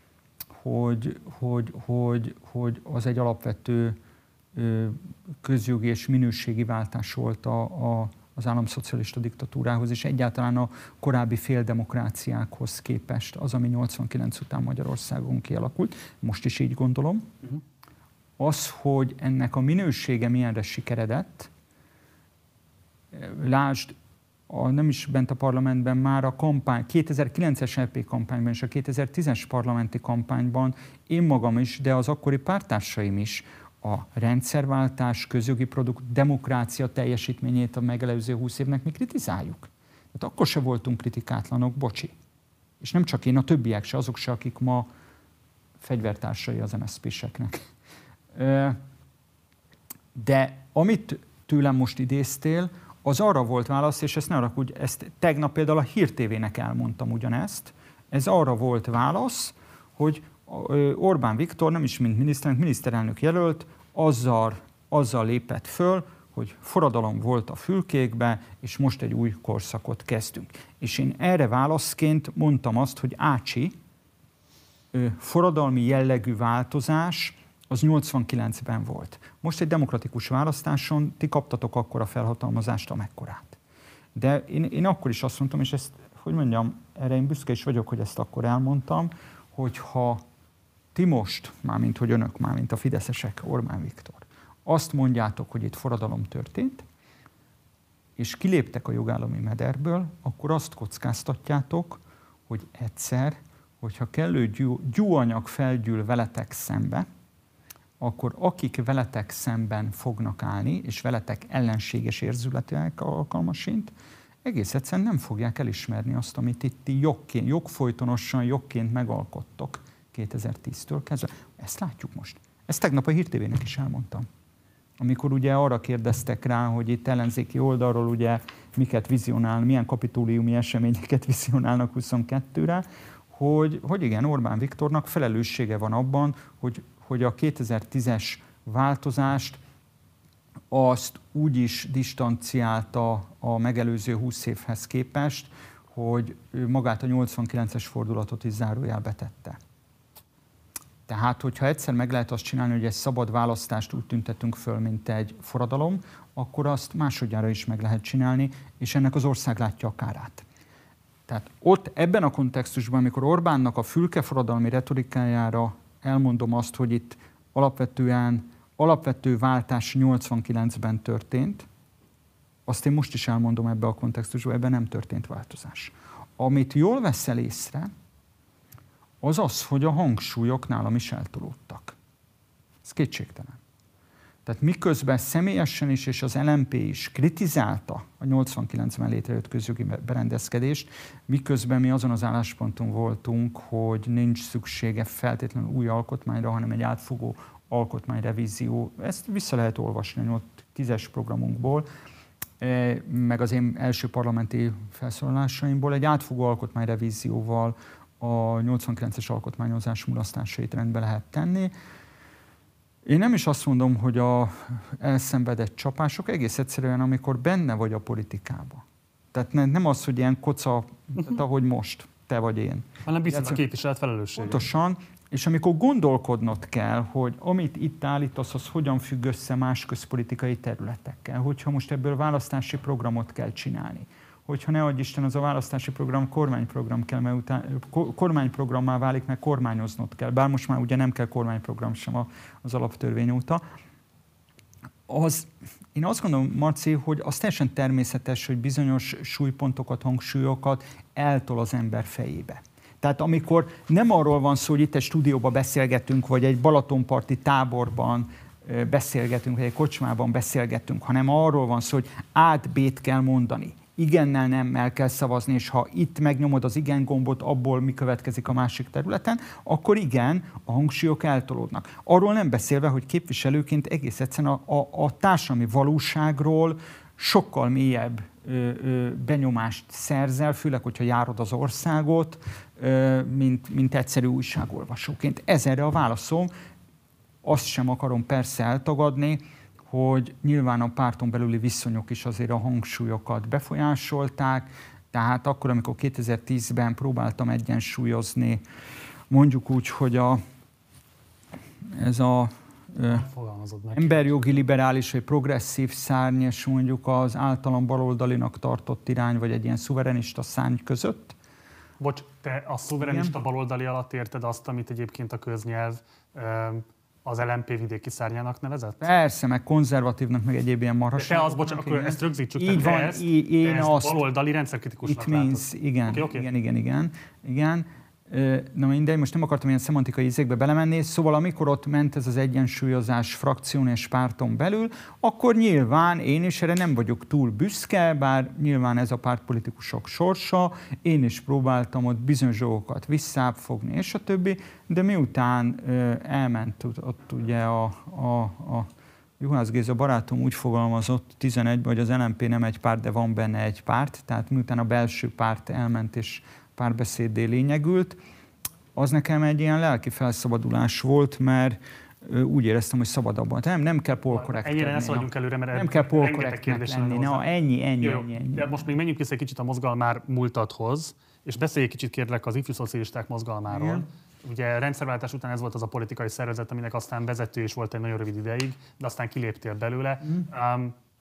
az egy alapvető közjogi és minőségi váltás volt az államszocialista diktatúrához, és egyáltalán a korábbi féldemokráciákhoz képest az, ami 89 után Magyarországon kialakult. Most is így gondolom. Az, hogy ennek a minősége milyenre sikeredett, lásd, nem is bent a parlamentben, már a kampány, 2009-es EP kampányban és a 2010-es parlamenti kampányban én magam is, de az akkori párttársaim is a rendszerváltás, közjogi produkt, demokrácia teljesítményét a megelőző 20 évnek mi kritizáljuk. Tehát akkor se voltunk kritikátlanok, bocsi. És nem csak én, a többiek se, azok se, akik ma fegyvertársai az MSZP-seknek. De amit tőlem most idéztél, az arra volt válasz, és ezt ne haragudj, ezt tegnap például a Hír TV-nek elmondtam ugyanezt, ez arra volt válasz, hogy Orbán Viktor nem is mint miniszterelnök jelölt, azzal lépett föl, hogy forradalom volt a fülkékbe, és most egy új korszakot kezdünk. És én erre válaszként mondtam azt, hogy ácsi, forradalmi jellegű változás az 89-ben volt. Most egy demokratikus választáson ti kaptatok akkora felhatalmazást, amekkorát. De én akkor is azt mondtam, és ezt, hogy mondjam, erre én büszke is vagyok, hogy ezt akkor elmondtam, hogyha ti most, mármint hogy önök, mármint a fideszesek, Orbán Viktor, azt mondjátok, hogy itt forradalom történt, és kiléptek a jogállami mederből, akkor azt kockáztatjátok, hogy egyszer, hogyha kellő gyúanyag felgyűl veletek szembe, akkor akik veletek szemben fognak állni, és veletek ellenséges érzületek alkalmasint, egész egyszerűen nem fogják elismerni azt, amit itt ti jogfolytonosan, jogként megalkottok 2010-től kezdve. Ezt látjuk most. Ezt tegnap a Hír TV-nek is elmondtam. Amikor ugye arra kérdeztek rá, hogy itt ellenzéki oldalról ugye miket vizionál, milyen kapitóliumi eseményeket vizionálnak 22-re, hogy igen, Orbán Viktornak felelőssége van abban, hogy a 2010-es változást azt úgy is distanciálta a megelőző 20 évhez képest, hogy magát a 89-es fordulatot is zárójelbe tette. Tehát, hogyha egyszer meg lehet azt csinálni, hogy egy szabad választást úgy tüntetünk föl, mint egy forradalom, akkor azt másodjára is meg lehet csinálni, és ennek az ország látja a kárát. Tehát ott ebben a kontextusban, amikor Orbánnak a fülkeforradalmi retorikájára elmondom azt, hogy itt alapvető váltás 89-ben történt, azt én most is elmondom ebbe a kontextusban, ebben nem történt változás. Amit jól veszel észre, az az, hogy a hangsúlyok nálam is eltolódtak. Ez kétségtelen. Tehát miközben személyesen is, és az LMP is kritizálta a 89-ben létrejött közjogi berendezkedést, miközben mi azon az állásponton voltunk, hogy nincs szüksége feltétlenül új alkotmányra, hanem egy átfogó alkotmányrevízió. Ezt vissza lehet olvasni a 10-es programunkból, meg az én első parlamenti felszólalásaimból. Egy átfogó alkotmányrevízióval a 89-es alkotmányozás mulasztásait rendbe lehet tenni. Én nem is azt mondom, hogy a elszenvedett csapások egész egyszerűen, amikor benne vagy a politikában. Tehát nem az, hogy ilyen koca, tehát ahogy most, te vagy én. Hanem biztos a képviselet felelőssége. Pontosan, és amikor gondolkodnod kell, hogy amit itt állítasz, az hogyan függ össze más közpolitikai területekkel, hogyha most ebből választási programot kell csinálni, hogyha ne adj Isten, az a választási program kormányprogram kell, mert kormányprogrammá válik, mert kormányoznod kell. Bár most már ugye nem kell kormányprogram sem az alaptörvény óta. Én azt gondolom, Marci, hogy az teljesen természetes, hogy bizonyos súlypontokat, hangsúlyokat eltol az ember fejébe. Tehát amikor nem arról van szó, hogy itt egy stúdióban beszélgetünk, vagy egy balatonparti táborban beszélgetünk, vagy egy kocsmában beszélgetünk, hanem arról van szó, hogy A-B-t kell mondani. Igennel, nemmel kell szavazni, és ha itt megnyomod az igen gombot, abból mi következik a másik területen, akkor igen, a hangsúlyok eltolódnak. Arról nem beszélve, hogy képviselőként egész egyszerűen a társadalmi valóságról sokkal mélyebb benyomást szerzel, főleg, hogyha járod az országot, mint egyszerű újságolvasóként. Ez erre a válaszom. Azt sem akarom persze eltagadni, hogy nyilván a párton belüli viszonyok is azért a hangsúlyokat befolyásolták, tehát akkor, amikor 2010-ben próbáltam egyensúlyozni, mondjuk úgy, hogy ez a emberjogi liberális vagy progresszív szárny, és mondjuk az általam baloldalinak tartott irány, vagy egy ilyen szuverenista szárny között. Bocs, te a szuverenista baloldali alatt érted azt, amit egyébként a köznyelv az LMP vidéki szárnyának nevezett? Persze, meg konzervatívnak, meg egyéb ilyen marhaság. De az, bocsánat, akkor ezt rögzítsük. Így van, én azt... baloldali rendszerkritikusnak látod. Igen. Na mindegy, most nem akartam ilyen szemantikai ízékbe belemenni, szóval amikor ott ment ez az egyensúlyozás frakción és párton belül, akkor nyilván én is erre nem vagyok túl büszke, bár nyilván ez a pártpolitikusok sorsa, én is próbáltam ott bizonyos dolgokat visszább fogni, és a többi, de miután elment ott ugye a Juhász Géza barátom úgy fogalmazott 11-ben, hogy az LMP nem egy párt, de van benne egy párt, tehát miután a belső párt elment és párbeszéddé lényegült, az nekem egy ilyen lelki felszabadulás volt, mert úgy éreztem, hogy szabadabban. Nem kell polkorrekt lenni. Ennyire ne szaladjunk előre, mert nem kell polkorrektnek lenni. Ennyi. De most még menjünk vissza egy kicsit a mozgalmár múltadhoz, és beszélj egy kicsit kérlek az ifjú szocialisták mozgalmáról. Igen. Ugye rendszerváltás után ez volt az a politikai szervezet, aminek aztán vezető is volt egy nagyon rövid ideig, de aztán kiléptél belőle.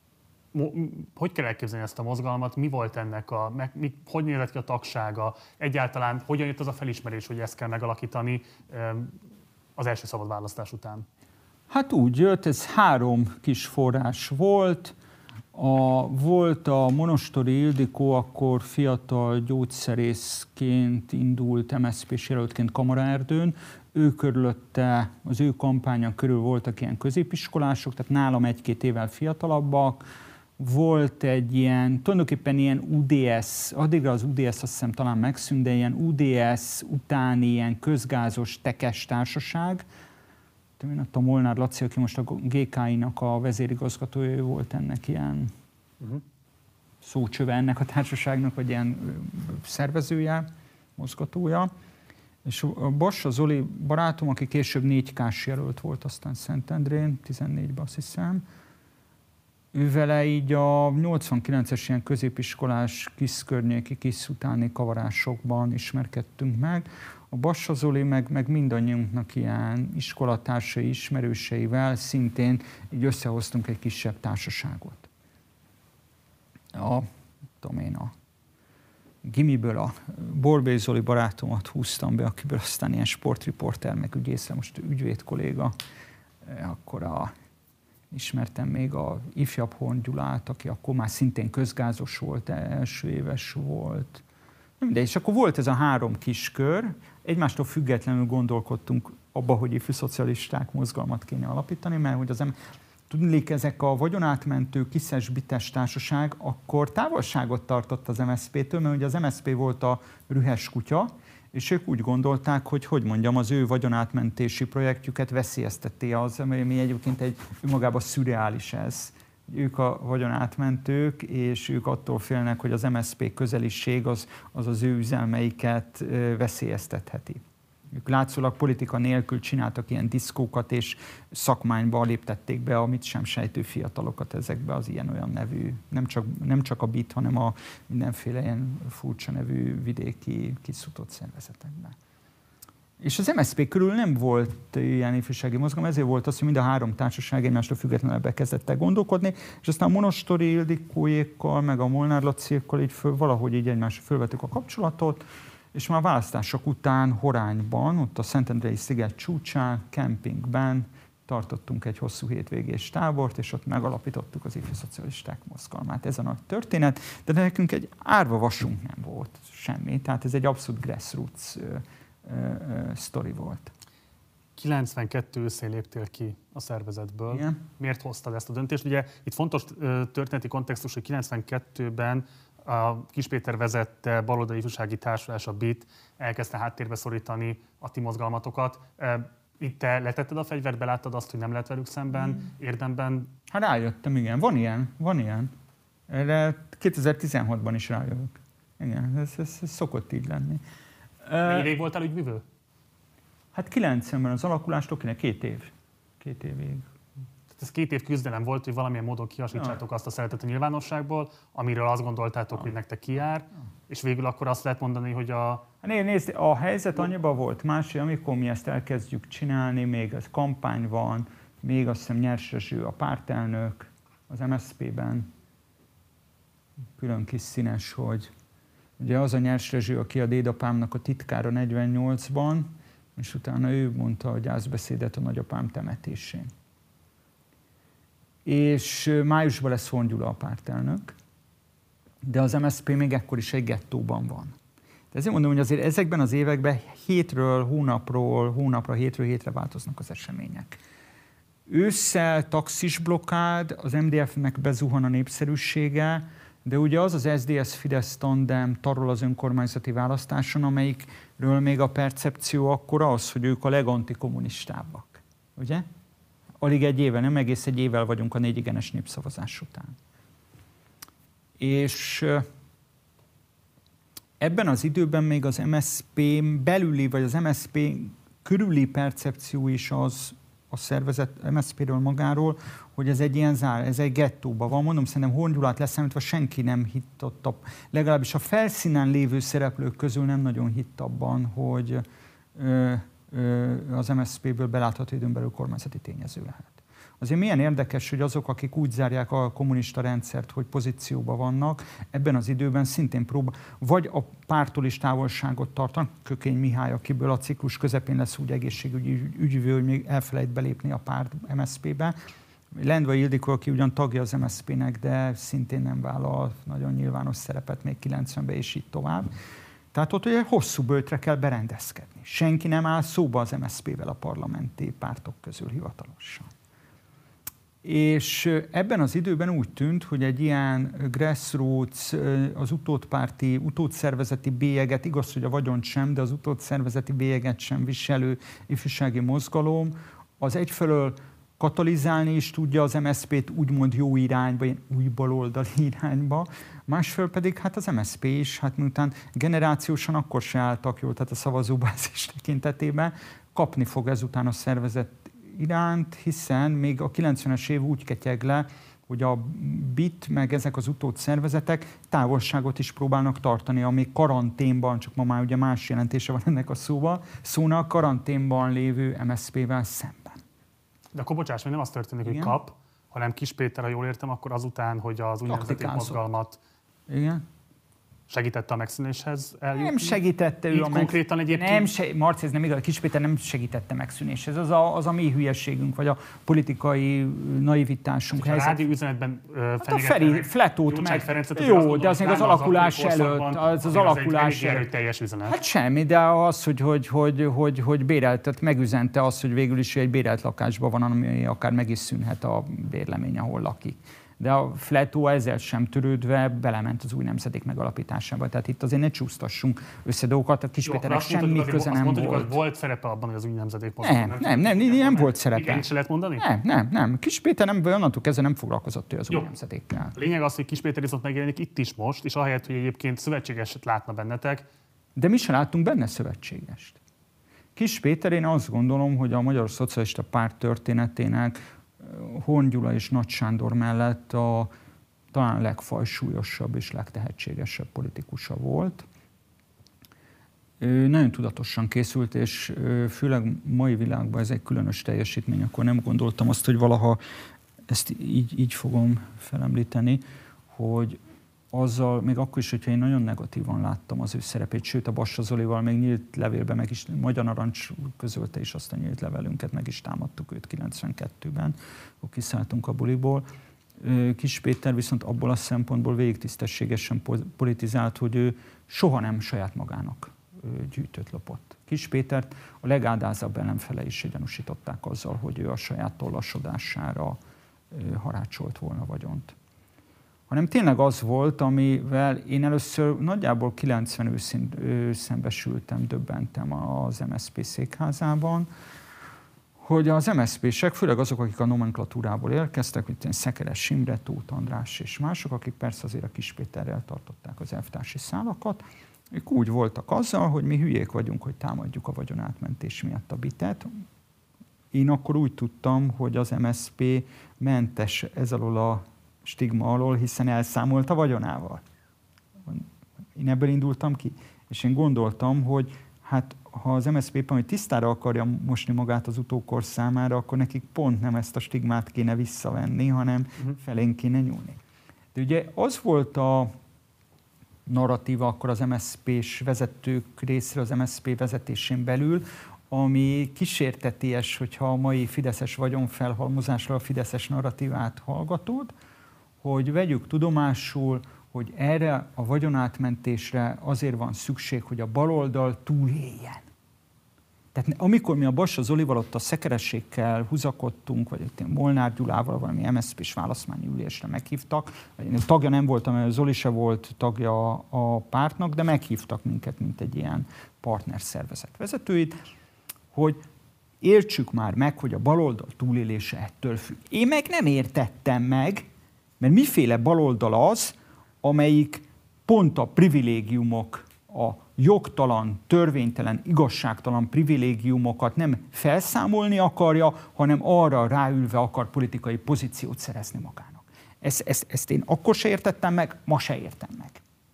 hogy kell elképzelni ezt a mozgalmat, mi volt ennek hogy nézett ki a tagsága, egyáltalán hogyan jött az a felismerés, hogy ezt kell megalakítani az első szabad választás után? Hát úgy jött, ez 3 kis forrás volt. Volt a Monostori Ildikó, akkor fiatal gyógyszerészként indult MSZP-s jelöltként Kamaraerdőn. Ő körülötte, az ő kampánya körül voltak ilyen középiskolások, tehát nálam 1-2 évvel fiatalabbak. Volt egy ilyen, tulajdonképpen ilyen UDS, addigra az UDS azt hiszem talán megszűnt, de ilyen UDS utáni ilyen közgázos tekes társaság. Én ott a Molnár Laci, aki most a GKI-nak a vezérigazgatója, volt ennek ilyen szócsöve ennek a társaságnak, vagy ilyen szervezője, mozgatója. És a Bassa Zoli barátom, aki később 4K-s jelölt volt aztán Szentendrén, 14-ben azt hiszem, ővele így a 89-es ilyen középiskolás KISZ-környéki, KISZ utáni kavarásokban ismerkedtünk meg. A Bassa Zoli meg mindannyiunknak ilyen iskolatársai, ismerőseivel szintén így összehoztunk egy kisebb társaságot. A gimiből a Borbély Zoli barátomat húztam be, akiből aztán ilyen sportriporter, meg ügyészre, most ügyvéd kolléga. Akkor ismertem még a ifjabb Horn Gyulát, aki akkor már szintén közgázos volt, első éves volt. De és akkor volt ez a 3 kis kör, egymástól függetlenül gondolkodtunk abba, hogy ifjú szocialisták mozgalmat kéne alapítani, mert hogy tudnék, ezek a vagyonátmentő kiszes-bites társaság akkor távolságot tartott az MSZP-től, mert ugye az MSZP volt a rühes kutya, és ők úgy gondolták, hogy az ő vagyonátmentési projektjüket veszélyezteti az, ami egyébként önmagában szürreális ez. Ők a vagyonátmentők, és ők attól félnek, hogy az MSZP közeliség az ő üzelmeiket veszélyeztetheti. Ők látszólag politika nélkül csináltak ilyen diszkókat, és szakmányba léptették be a mit sem sejtő fiatalokat ezekbe az ilyen-olyan nevű, nem csak a BIT, hanem a mindenféle ilyen furcsa nevű vidéki kiszutott szervezetekben. És az MSZP körül nem volt ilyen ifjúsági mozgalom, ezért volt az, hogy mind a 3 társaság egymástól függetlenül kezdett el gondolkodni, és aztán a Monostori Ildikóékkal, meg a Molnár Laciékkal így valahogy így egymásra fölvettük a kapcsolatot, és már a választások után Horányban, ott a Szentendrei sziget csúcsán, kempingben tartottunk egy hosszú hétvégés tábort, és ott megalapítottuk az ifjú szocialisták mozgalmát. Ez a nagy történet, de nekünk egy árva vasunk nem volt semmi, tehát ez egy abszolút grassroots sztori volt. 92 őszén léptél ki a szervezetből. Igen. Miért hoztad ezt a döntést? Ugye itt fontos történeti kontextus, hogy 92-ben a Kiss Péter vezette baloldali ifjúsági társulás, a BIT, elkezdte háttérbe szorítani a ti mozgalmatokat. Itt te letetted a fegyvert, beláttad azt, hogy nem lehet velük szemben, érdemben? Hát rájöttem, igen. Van ilyen. Erre 2016-ban is rájövök. Igen, ez szokott így lenni. Mennyi ideig voltál ügyvivő? Hát 90-ben az alakulástól 2 év. 2 évig. Tehát ez 2 év küzdelem volt, hogy valamilyen módon kihasítsátok azt a szeretet a nyilvánosságból, amiről azt gondoltátok, hogy nektek kijár, és végül akkor azt lehet mondani, hogy Nézd, a helyzet annyiban volt más, hogy amikor mi ezt elkezdjük csinálni, még ez kampány van, még azt hiszem Nyers Rezső a pártelnök az MSZP-ben, külön kis színes, hogy ugye az a Nyers Rezső, aki a dédapámnak a titkára 48-ban, és utána ő mondta a gyászbeszédet a nagyapám temetésén. És májusban lesz Horn Gyula a pártelnök, de az MSZP még ekkor is egy gettóban van. De ezért mondom, hogy azért ezekben az években hétről hónapra, hétről hétre változnak az események. Ősszel taxis blokkád, az MDF-nek bezuhan a népszerűsége, de ugye az SZDSZ-Fidesz tandem tarol az önkormányzati választáson, amelyikről még a percepció akkor az, hogy ők a legantikommunistábbak. Ugye? Alig egy éve, nem egész egy évvel vagyunk a 4 igenes népszavazás után. És ebben az időben még az MSZP belüli, vagy az MSZP körüli percepció is az a szervezet MSZP-ről magáról, hogy ez egy ilyen ez egy gettóban van. Mondom, szerintem Horn Gyulát leszámítva senki nem hitt ott, legalábbis a felszínen lévő szereplők közül nem nagyon hitt abban, hogy az MSZP-ből belátható időn belül kormányzati tényező lehet. Azért milyen érdekes, hogy azok, akik úgy zárják a kommunista rendszert, hogy pozícióban vannak, ebben az időben szintén vagy a pártól is távolságot tartanak, Kökény Mihály, akiből a ciklus közepén lesz úgy egészségügyi ügyvő, hogy még elfelejt belépni a párt MSZP-be. Lendvai Ildikó, aki ugyan tagja az MSZP-nek, de szintén nem vállal nagyon nyilvános szerepet még 90-ben és így tovább. Tehát ott ugye hosszú böjtre kell berendezkedni. Senki nem áll szóba az MSZP-vel a parlamenti pártok közül hivatalosan. És ebben az időben úgy tűnt, hogy egy ilyen grassroots, az utódpárti, utódszervezeti bélyeget, igaz, hogy a vagyont sem, de az utódszervezeti bélyeget sem viselő ifjúsági mozgalom, az egyfelől katalizálni is tudja az MSZP-t úgymond jó irányba, ilyen új baloldali irányba, másfelől pedig hát az MSZP is, hát miután generációsan akkor se álltak jól, tehát a szavazóbázis tekintetében kapni fog ezután a szervezet iránt, hiszen még a 90-es év úgy ketyeg le, hogy a BIT meg ezek az utódszervezetek távolságot is próbálnak tartani, ami karanténban, csak ma már ugye más jelentése van ennek a szónak, karanténban lévő MSZP-vel szemben. De akkor bocsáss, még nem az történik, hogy kap, hanem Kiss Péter, ha jól értem, akkor azután, hogy az úgynevezett mozgalmat segítette a megszűnéshez eljutni? Nem segítette ő konkrétan egyébként? Marci, ez nem igaz, Kiss Péter nem segítette megszűnéshez. Az a mi hülyeségünk, vagy a politikai naivitásunk. Hát, a rádió üzenetben Fletót meg. Jó, de az még az alakulás előtt. Az alakulás előtt. Teljes üzenet. Hát semmi, de az, hogy bérelt, tehát megüzente azt, hogy végül is egy bérelt lakásban van, ami akár meg is szűnhet a bérlemény, ahol lakik. De a Fletó ezzel sem törődve belement az új nemzedék megalapításába. Tehát itt azért ne csúsztassunk össze dolgokat, a Kiss Péternek semmi köze nem volt. Hogy volt szerepe abban, hogy az új nemzedék nem volt szerepe. Igen, se lehet mondani? Nem. Kiss Péter nem, onnantól kezdve nem foglalkozott ő az új nemzedékkel. A lényeg az, hogy Kiss Péter viszont megjelenik itt is most, és ahelyett, hogy egyébként szövetségeset látna bennetek. De mi sem láttunk benne szövetségest. Kiss Péter, én azt gondolom, hogy a Magyar Szocialista Párt történetének Horn Gyula és Nagy Sándor mellett a talán legfajsúlyosabb és legtehetségesebb politikusa volt. Ő nagyon tudatosan készült, és főleg mai világban ez egy különös teljesítmény, akkor nem gondoltam azt, hogy valaha ezt így fogom felemlíteni, hogy azzal, még akkor is, hogyha én nagyon negatívan láttam az ő szerepét, sőt a Bassa Zolival még nyílt levélben, meg is Magyar Narancs közölte is azt a nyílt levelünket, meg is támadtuk őt 92-ben, akkor kiszálltunk a buliból. Kiss Péter viszont abból a szempontból végig tisztességesen politizált, hogy ő soha nem saját magának gyűjtött lopott. Kiss Pétert a legádázabb ellenfele is gyanúsították azzal, hogy ő a saját tollasodására harácsolt volna vagyont. Hanem tényleg az volt, amivel én először nagyjából 90 őszén szembesültem, döbbentem az MSZP székházában, hogy az MSZP-sek, főleg azok, akik a nomenklatúrából érkeztek, mint Szekeres Imre, Tóth András és mások, akik persze azért a Kiss Péterrel tartották az elvtársi szálakat, ők úgy voltak azzal, hogy mi hülyék vagyunk, hogy támadjuk a vagyonátmentés miatt a BIT-et. Én akkor úgy tudtam, hogy az MSZP mentes ez alól a stigma alól, hiszen elszámolt a vagyonával. Én ebből indultam ki. És én gondoltam, hogy hát ha az MSZP éppen, hogy tisztára akarja mosni magát az utókor számára, akkor nekik pont nem ezt a stigmát kéne visszavenni, hanem felén kéne nyúlni. De ugye az volt a narratíva akkor az MSZP-s vezetők részre, az MSZP vezetésén belül, ami kísérteties, hogyha a mai fideszes vagyonfelhalmozásra a fideszes narratívát hallgatod, hogy vegyük tudomásul, hogy erre a vagyonátmentésre azért van szükség, hogy a baloldal túléljen. Tehát amikor mi a Bassa Zolival ott a Szekeressékkel húzakodtunk, vagy itt Molnár Gyulával valami MSZP-s választmányi ülésre meghívtak, én tagja nem voltam, mert Zoli se volt tagja a pártnak, de meghívtak minket, mint egy ilyen partnerszervezet vezetőit, hogy értsük már meg, hogy a baloldal túlélése ettől függ. Én meg nem értettem meg, mert miféle baloldal az, amelyik pont a privilégiumok, a jogtalan, törvénytelen, igazságtalan privilégiumokat nem felszámolni akarja, hanem arra ráülve akar politikai pozíciót szerezni magának. Ezt én akkor se értettem meg, ma se értem meg.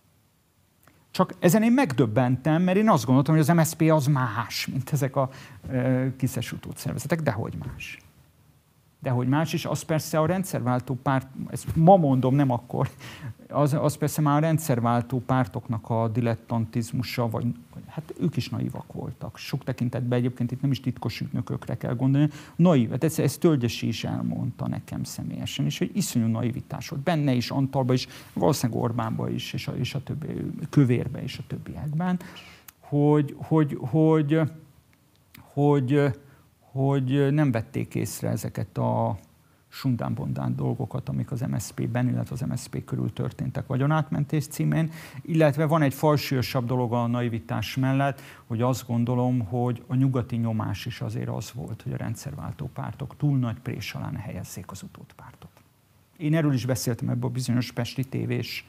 Csak ezen én megdöbbentem, mert én azt gondoltam, hogy az MSZP az más, mint ezek a kiszes utódszervezetek, de hogy más. De hogy más is, az persze a rendszerváltó párt, ezt ma mondom, nem akkor, az persze már a rendszerváltó pártoknak a dilettantizmusa, vagy hát ők is naivak voltak. Sok tekintetben egyébként itt nem is titkos ügynökökre kell gondolni. Naív, hát ezt Tölgyesi is elmondta nekem személyesen, és hogy iszonyú naivitás volt benne is, Antalban is, valószínűleg Orbánban is, és a többi, Kövérben és a többiekben, hogy nem vették észre ezeket a sundán-bondán dolgokat, amik az MSZP-ben, illetve az MSZP körül történtek vagyonátmentés címén, illetve van egy falsúlyosabb dolog a naivitás mellett, hogy azt gondolom, hogy a nyugati nyomás is azért az volt, hogy a rendszerváltó pártok túl nagy prés alá ne helyezzék az utódpártot. Én erről is beszéltem ebben a bizonyos pesti tévés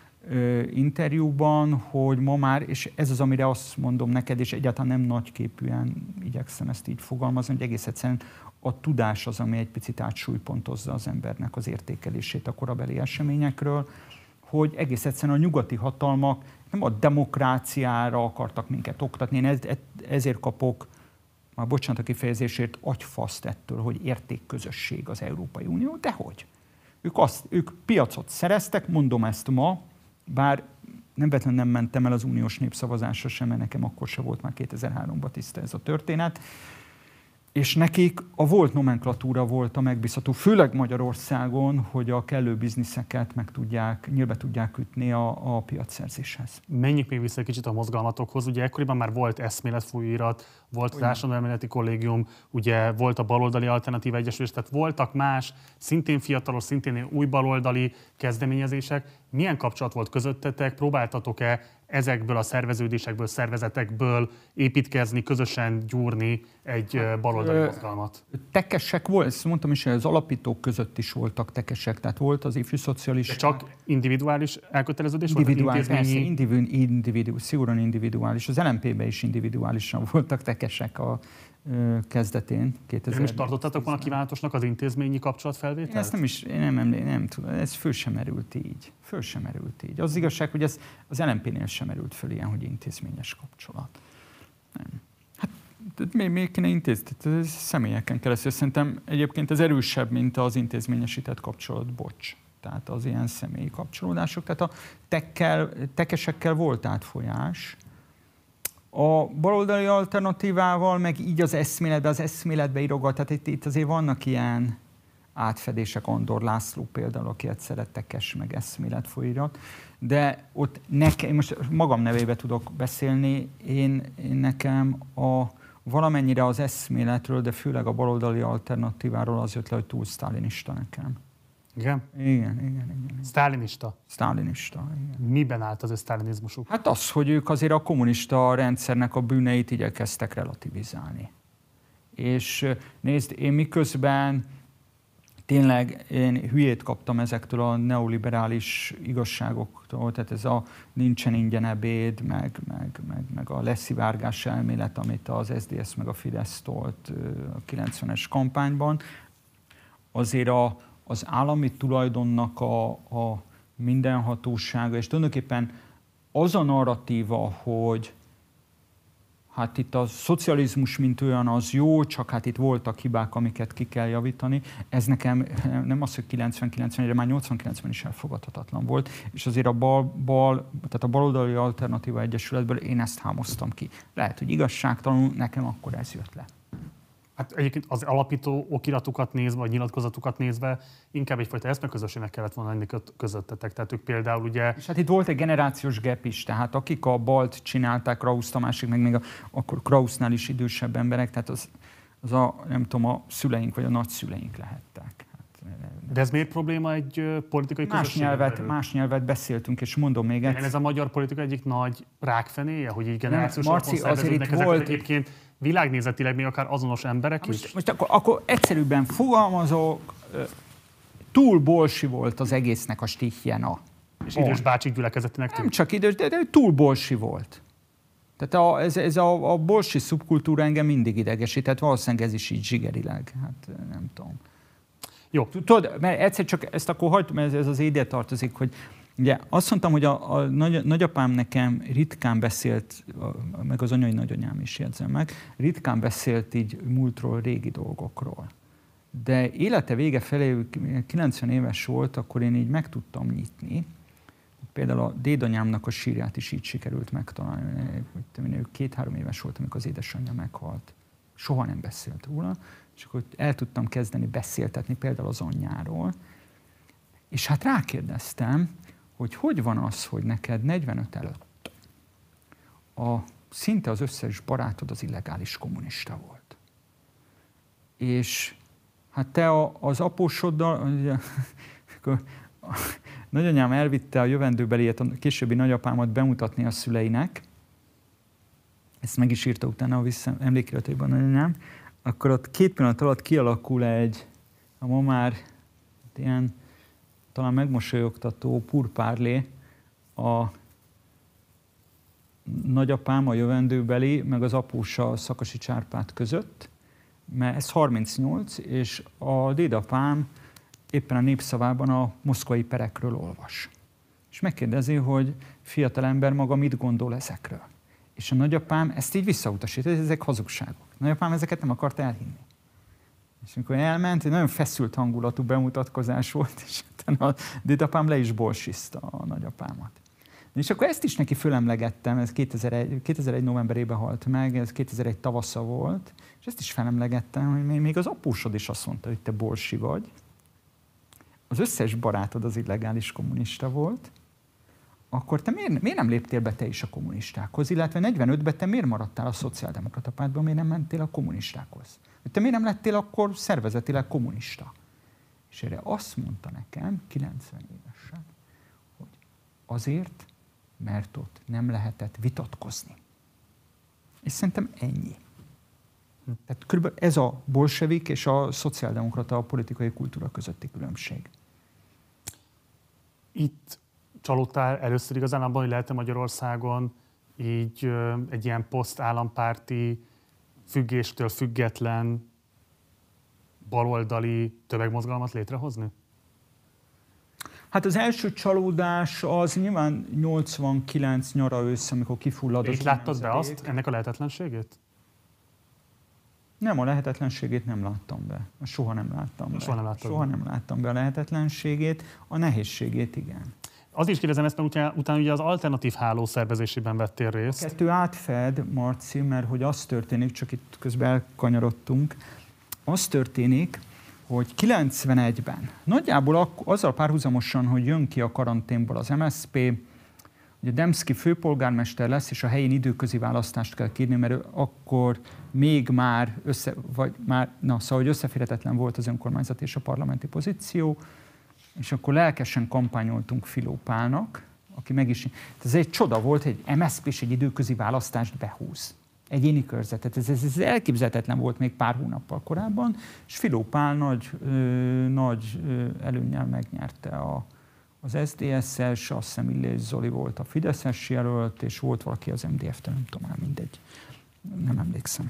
interjúban, hogy ma már, és ez az, amire azt mondom neked, és egyáltalán nem nagyképűen igyekszem ezt így fogalmazni, hogy egész egyszerűen a tudás az, ami egy picit átsúlypontozza az embernek az értékelését a korabeli eseményekről, hogy egész egyszerűen a nyugati hatalmak nem a demokráciára akartak minket oktatni. Én ezért kapok, már bocsánat a kifejezésért, agyfaszt ettől, hogy értékközösség az Európai Unió, dehogy. Ők piacot szereztek, mondom ezt ma, bár nem véletlenül nem mentem el az uniós népszavazásra sem, mert nekem akkor se volt már 2003-ban tiszta ez a történet. És nekik a volt nomenklatúra volt a megbízható, főleg Magyarországon, hogy a kellő bizniszeket nyílbe tudják ütni a piacszerzéshez. Menjünk még vissza egy kicsit a mozgalmatokhoz. Ugye ekkoriban már volt eszméletfolyóirat, volt a Társadalomelméleti Kollégium, ugye volt a Baloldali Alternatíva Egyesülés, tehát voltak más, szintén fiatalos, szintén új baloldali kezdeményezések. Milyen kapcsolat volt közöttetek? Próbáltatok-e ezekből a szerveződésekből, szervezetekből építkezni, közösen gyúrni egy baloldali mozgalmat? Tekesek volt, ezt mondtam is, hogy az alapítók között is voltak tekesek, tehát volt az ifjú szocialista. Csak individuális elköteleződés volt? Szigorúan individuális. Az LMP-ben is individuálisan voltak tekesek a kezdetén. Nem is tartottatok volna kívánatosnak az intézményi kapcsolatfelvételt? Én nem tudom, ez föl sem merült így. Az igazság, hogy ez az LMP-nél sem merült föl ilyen, hogy intézményes kapcsolat. Nem. Hát még kéne intézni, személyeken keresztül. Szerintem egyébként ez erősebb, mint az intézményesített kapcsolat, bocs. Tehát az ilyen személyi kapcsolódások. Tehát a tekesekkel volt átfolyás. A baloldali alternatívával, meg így az eszméletbe írogat, tehát itt azért vannak ilyen átfedések, Andor László például, aki egyszer tekes, meg eszméletfolyóirat, de ott nekem, most magam nevébe tudok beszélni, én nekem valamennyire az eszméletről, de főleg a baloldali alternatíváról az jött le, hogy túl sztálinista nekem. Igen? Igen. Sztálinista? Sztálinista, igen. Miben állt az ő sztálinizmusuk? Hát az, hogy ők azért a kommunista rendszernek a bűneit igyekeztek relativizálni. És nézd, én miközben tényleg én hülyét kaptam ezektől a neoliberális igazságoktól, tehát ez a nincsen ingyen ebéd, meg a leszivárgás elmélet, amit az SZDSZ meg a Fidesz tolt a 90-es kampányban, azért az állami tulajdonnak a mindenhatósága, és tulajdonképpen az a narratíva, hogy hát itt a szocializmus, mint olyan, az jó, csak hát itt voltak hibák, amiket ki kell javítani. Ez nekem nem az, hogy 90-91-re, már 89-ben is elfogadhatatlan volt, és azért tehát a baloldali alternatíva egyesületből én ezt hámoztam ki. Lehet, hogy igazságtalanul, nekem akkor ez jött le. Hát egyébként az alapító okiratukat nézve, vagy nyilatkozatukat nézve inkább egyfajta eszmeközösségnek kellett volna lenni közöttetek. Tehát ők például ugye... És hát itt volt egy generációs gap is, tehát akik a balt csinálták, Krausz Tamásik, meg még akkor Krausznál is idősebb emberek, tehát az nem tudom, a szüleink vagy a nagyszüleink lehettek. De ez miért probléma egy politikai közösségben? Más nyelvet beszéltünk, és mondom még egyszer. Ez a magyar politika egyik nagy rákfenéje, hogy így generációs alapon szerveződnek ezek egyébként világnézetileg még akár azonos emberek is? Most akkor egyszerűbben fogalmazok, túl bolsi volt az egésznek a stichjena. És idős bácsik gyülekezetének? Nem csak idős, de túl bolsi volt. Tehát ez a bolsi szubkultúra engem mindig idegesített, valószínűleg ez is így zsigerileg. Hát nem tudom. Jó. Tudod, mert egyszer csak ezt akkor hagyd, mert ez az ide tartozik, hogy ugye azt mondtam, hogy a nagyapám nekem ritkán beszélt, meg az anyai nagyanyám is jegyzem meg, ritkán beszélt így múltról, régi dolgokról. de élete vége felé 90 éves volt, akkor én így meg tudtam nyitni. Például a dédanyámnak a sírját is így sikerült megtalálni. 2-3 éves volt, amikor az édesanyja meghalt. Soha nem beszélt róla, és akkor el tudtam kezdeni beszéltetni például az anyjáról. És hát rákérdeztem, hogy van az, hogy neked 45 előtt szinte az összes barátod az illegális kommunista volt. És hát te az apósoddal, nagyanyám elvitte a jövendőbeliét, a későbbi nagyapámat bemutatni a szüleinek, ezt meg is írta utána a emlékirataiban nagyanyám, akkor ott 2 pillanat alatt kialakul ma már ilyen talán megmosolyogtató purpárlé a nagyapám, a jövendőbeli, meg az apósa a Szakasi Csárpát között, mert ez 38, és a dédapám éppen a Népszavában a moszkvai perekről olvas. És megkérdezi, hogy fiatalember maga mit gondol ezekről. És a nagyapám ezt így visszautasít, ezek hazugságok. A nagyapám ezeket nem akart elhinni. És amikor elment, egy nagyon feszült hangulatú bemutatkozás volt, és a dédapám le is bolsiszta a nagyapámat. És akkor ezt is neki fölemlegettem, ez 2001 novemberében halt meg, ez 2001 tavasza volt, és ezt is felemlegettem, hogy még az apósod is azt mondta, hogy te bolsi vagy. Az összes barátod az illegális kommunista volt, akkor te miért nem léptél be te is a kommunistákhoz, illetve 45-ben te miért maradtál a szociáldemokrata pártban, miért nem mentél a kommunistákhoz? Te miért nem lettél akkor szervezetileg kommunista? És erre azt mondta nekem, 90 évesen, hogy azért, mert ott nem lehetett vitatkozni. És szerintem ennyi. Tehát körülbelül ez a bolsevik és a szociáldemokrata politikai kultúra közötti különbség. Itt csalódtál először igazán abban, hogy lehet-e Magyarországon így egy ilyen posztállampárti, függéstől független, baloldali tömegmozgalmat létrehozni? Hát az első csalódás az nyilván 89 nyara ősz, amikor kifullad az Itt láttad be azt, ennek a lehetetlenségét? Nem, a lehetetlenségét nem láttam be. Soha nem láttam be. Soha nem láttam be a lehetetlenségét, a nehézségét igen. Az is kérdezem ezt, mert utána ugye az alternatív háló szervezésében vettél részt. A kettő átfed, Marci, mert hogy az történik, csak itt közben elkanyarodtunk, az történik, hogy 91-ben, nagyjából azzal párhuzamosan, hogy jön ki a karanténból az MSZP, ugye Demszky főpolgármester lesz, és a helyén időközi választást kell kérni, mert akkor még már hogy összeférhetetlen volt az önkormányzat és a parlamenti pozíció, és akkor lelkesen kampányoltunk Filó Pálnak, aki meg is... Ez egy csoda volt, hogy egy MSZP és egy időközi választást behúz. Egyéni körzetet. Ez elképzelhetetlen volt még pár hónappal korábban, és Filó Pál nagy előnnyel megnyerte az SZDSZ-es, azt hiszem Illés Zoli volt a fideszes jelölt, és volt valaki az MDF-től, nem tudom már, mindegy. Nem emlékszem.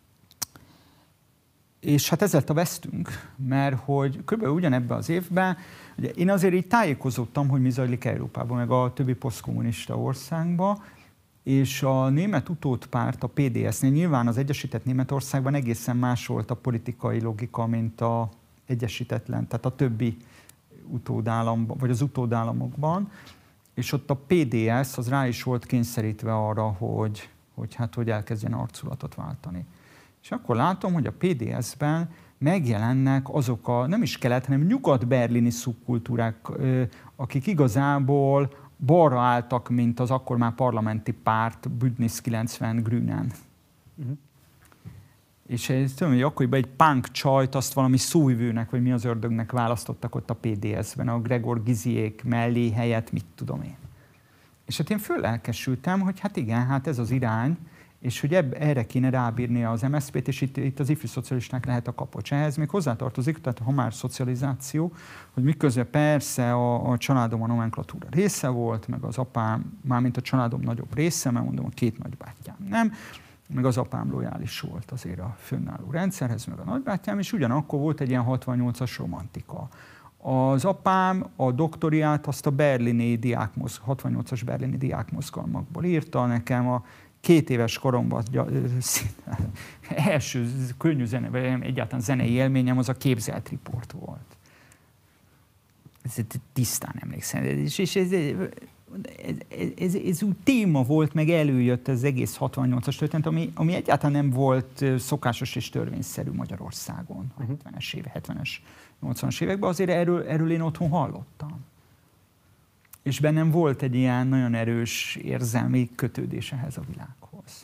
És hát ezzel vesztünk, mert hogy kb. Ugyanebben az évben, ugye én azért így tájékozottam, hogy mi zajlik Európában, meg a többi posztkommunista országban, és a német utódpárt, a PDS-nél nyilván az Egyesített Németországban egészen más volt a politikai logika, mint az egyesítetlen, tehát a többi utódállamban, vagy az utódállamokban, és ott a PDS az rá is volt kényszerítve arra, hogy elkezdjen arculatot váltani. És akkor látom, hogy a PDS-ben megjelennek azok a nem is kelet, hanem nyugat-berlini szubkultúrák, akik igazából balra álltak, mint az akkor már parlamenti párt Bündnis 90 Grünen. Uh-huh. És tudom, hogy akkoriban egy punk csajt, azt valami szóvivőnek, vagy mi az ördögnek választottak ott a PDS-ben, a Gregor Gysiék mellé helyett, mit tudom én. És hát én föllelkesültem, hogy hát igen, hát ez az irány, és hogy erre kéne rábírnia az MSZP-t, és itt az ifjú szocialisták lehet a kapocs. Ehhez még hozzátartozik, tehát ha már szocializáció, hogy miközben persze a családom a nomenklatúra része volt, meg az apám, mármint a családom nagyobb része, mert mondom, a 2 nagybátyám nem, meg az apám lojális volt azért a fönnálló rendszerhez, meg a nagybátyám, és ugyanakkor volt egy ilyen 68-as romantika. Az apám a doktoriát azt a berlini 68-as berlini diákmozgalmakból írta nekem. A 2 éves koromban első könnyű zene, vagy egyáltalán zenei élményem az a Képzelt Riport volt. Ez tisztán emlékszem. És ez úgy téma volt, meg előjött az egész 68-as történet, ami egyáltalán nem volt szokásos és törvényszerű Magyarországon a 70-es évek, 70-es, 80-as években. Azért erről én otthon hallottam. És bennem volt egy ilyen nagyon erős érzelmi kötődés ehhez a világhoz.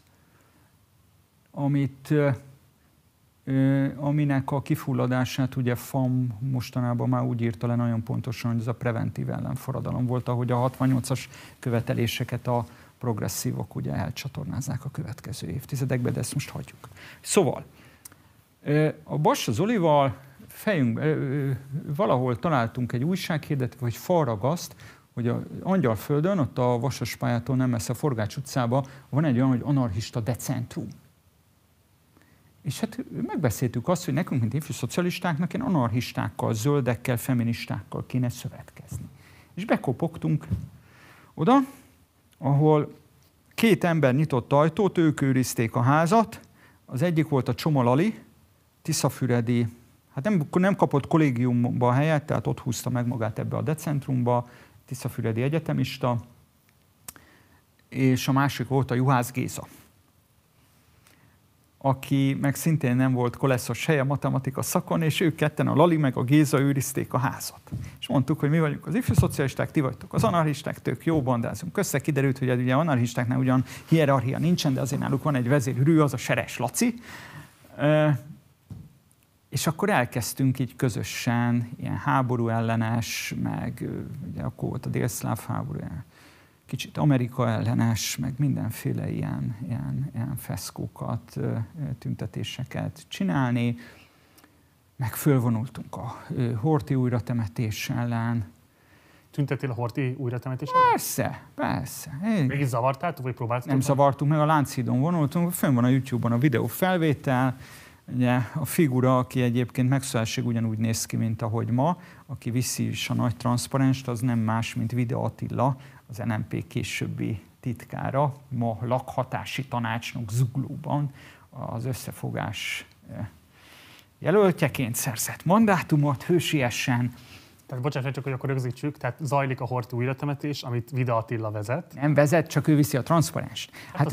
Aminek a kifulladását ugye FAM mostanában már úgy írta le nagyon pontosan, hogy ez a preventív ellenforradalom volt, ahogy a 68-as követeléseket a progresszívok ugye elcsatornázzák a következő évtizedekbe, de ezt most hagyjuk. Szóval, a Bassa Zolival valahol találtunk egy újsághirdetőt, vagy falragaszt, hogy az Angyalföldön, ott a Vasaspályától nem messze a Forgács utcában van egy olyan, hogy anarchista decentrum. És hát megbeszéltük azt, hogy nekünk, mint ifjú szocialistáknak, ilyen anarchistákkal, zöldekkel, feministákkal kéne szövetkezni. És bekopogtunk oda, ahol 2 ember nyitott ajtót, ők őrizték a házat. Az egyik volt a Csoma Lali, tiszafüredi, hát nem kapott kollégiumba a helyet, tehát ott húzta meg magát ebbe a decentrumba, tiszafüredi egyetemista, és a másik volt a Juhász Géza, aki meg szintén nem volt koleszos helye matematika szakon, és ők ketten, a Lali meg a Géza őrizték a házat. És mondtuk, hogy mi vagyunk az ifjú szocialisták, ti vagytok az anarchisták, tök jó, bandázunk össze. Kiderült, hogy ugye anarchistáknál ugyan hierarchia nincsen, de azért náluk van egy vezérhürű, az a Seres Laci. És akkor elkezdtünk így közösen, ilyen háború ellenes, meg ugye akkor volt a délszláv háború, kicsit Amerika ellenes, meg mindenféle ilyen feszkókat, tüntetéseket csinálni, meg fölvonultunk a Horthy újratemetés ellen. Tüntettél a Horthy újratemetés ellen? Persze. Mégis zavartátok, vagy próbáltatok? Nem zavartunk, meg a Lánchídon vonultunk, fönn van a YouTube-on a videó felvétel. Ugye a figura, aki egyébként megszólásig ugyanúgy néz ki, mint ahogy ma, aki viszi is a nagy transzparenst, az nem más, mint Vide Attila, az NMP későbbi titkára, ma lakhatási tanácsnok Zuglóban az összefogás jelöltjeként szerzett mandátumot hősiesen. Tehát bocsánat, csak hogy akkor rögzítsük, tehát zajlik a Horthy újratemetés, amit Vide Attila vezet. Nem vezet, csak ő viszi a transzparenst.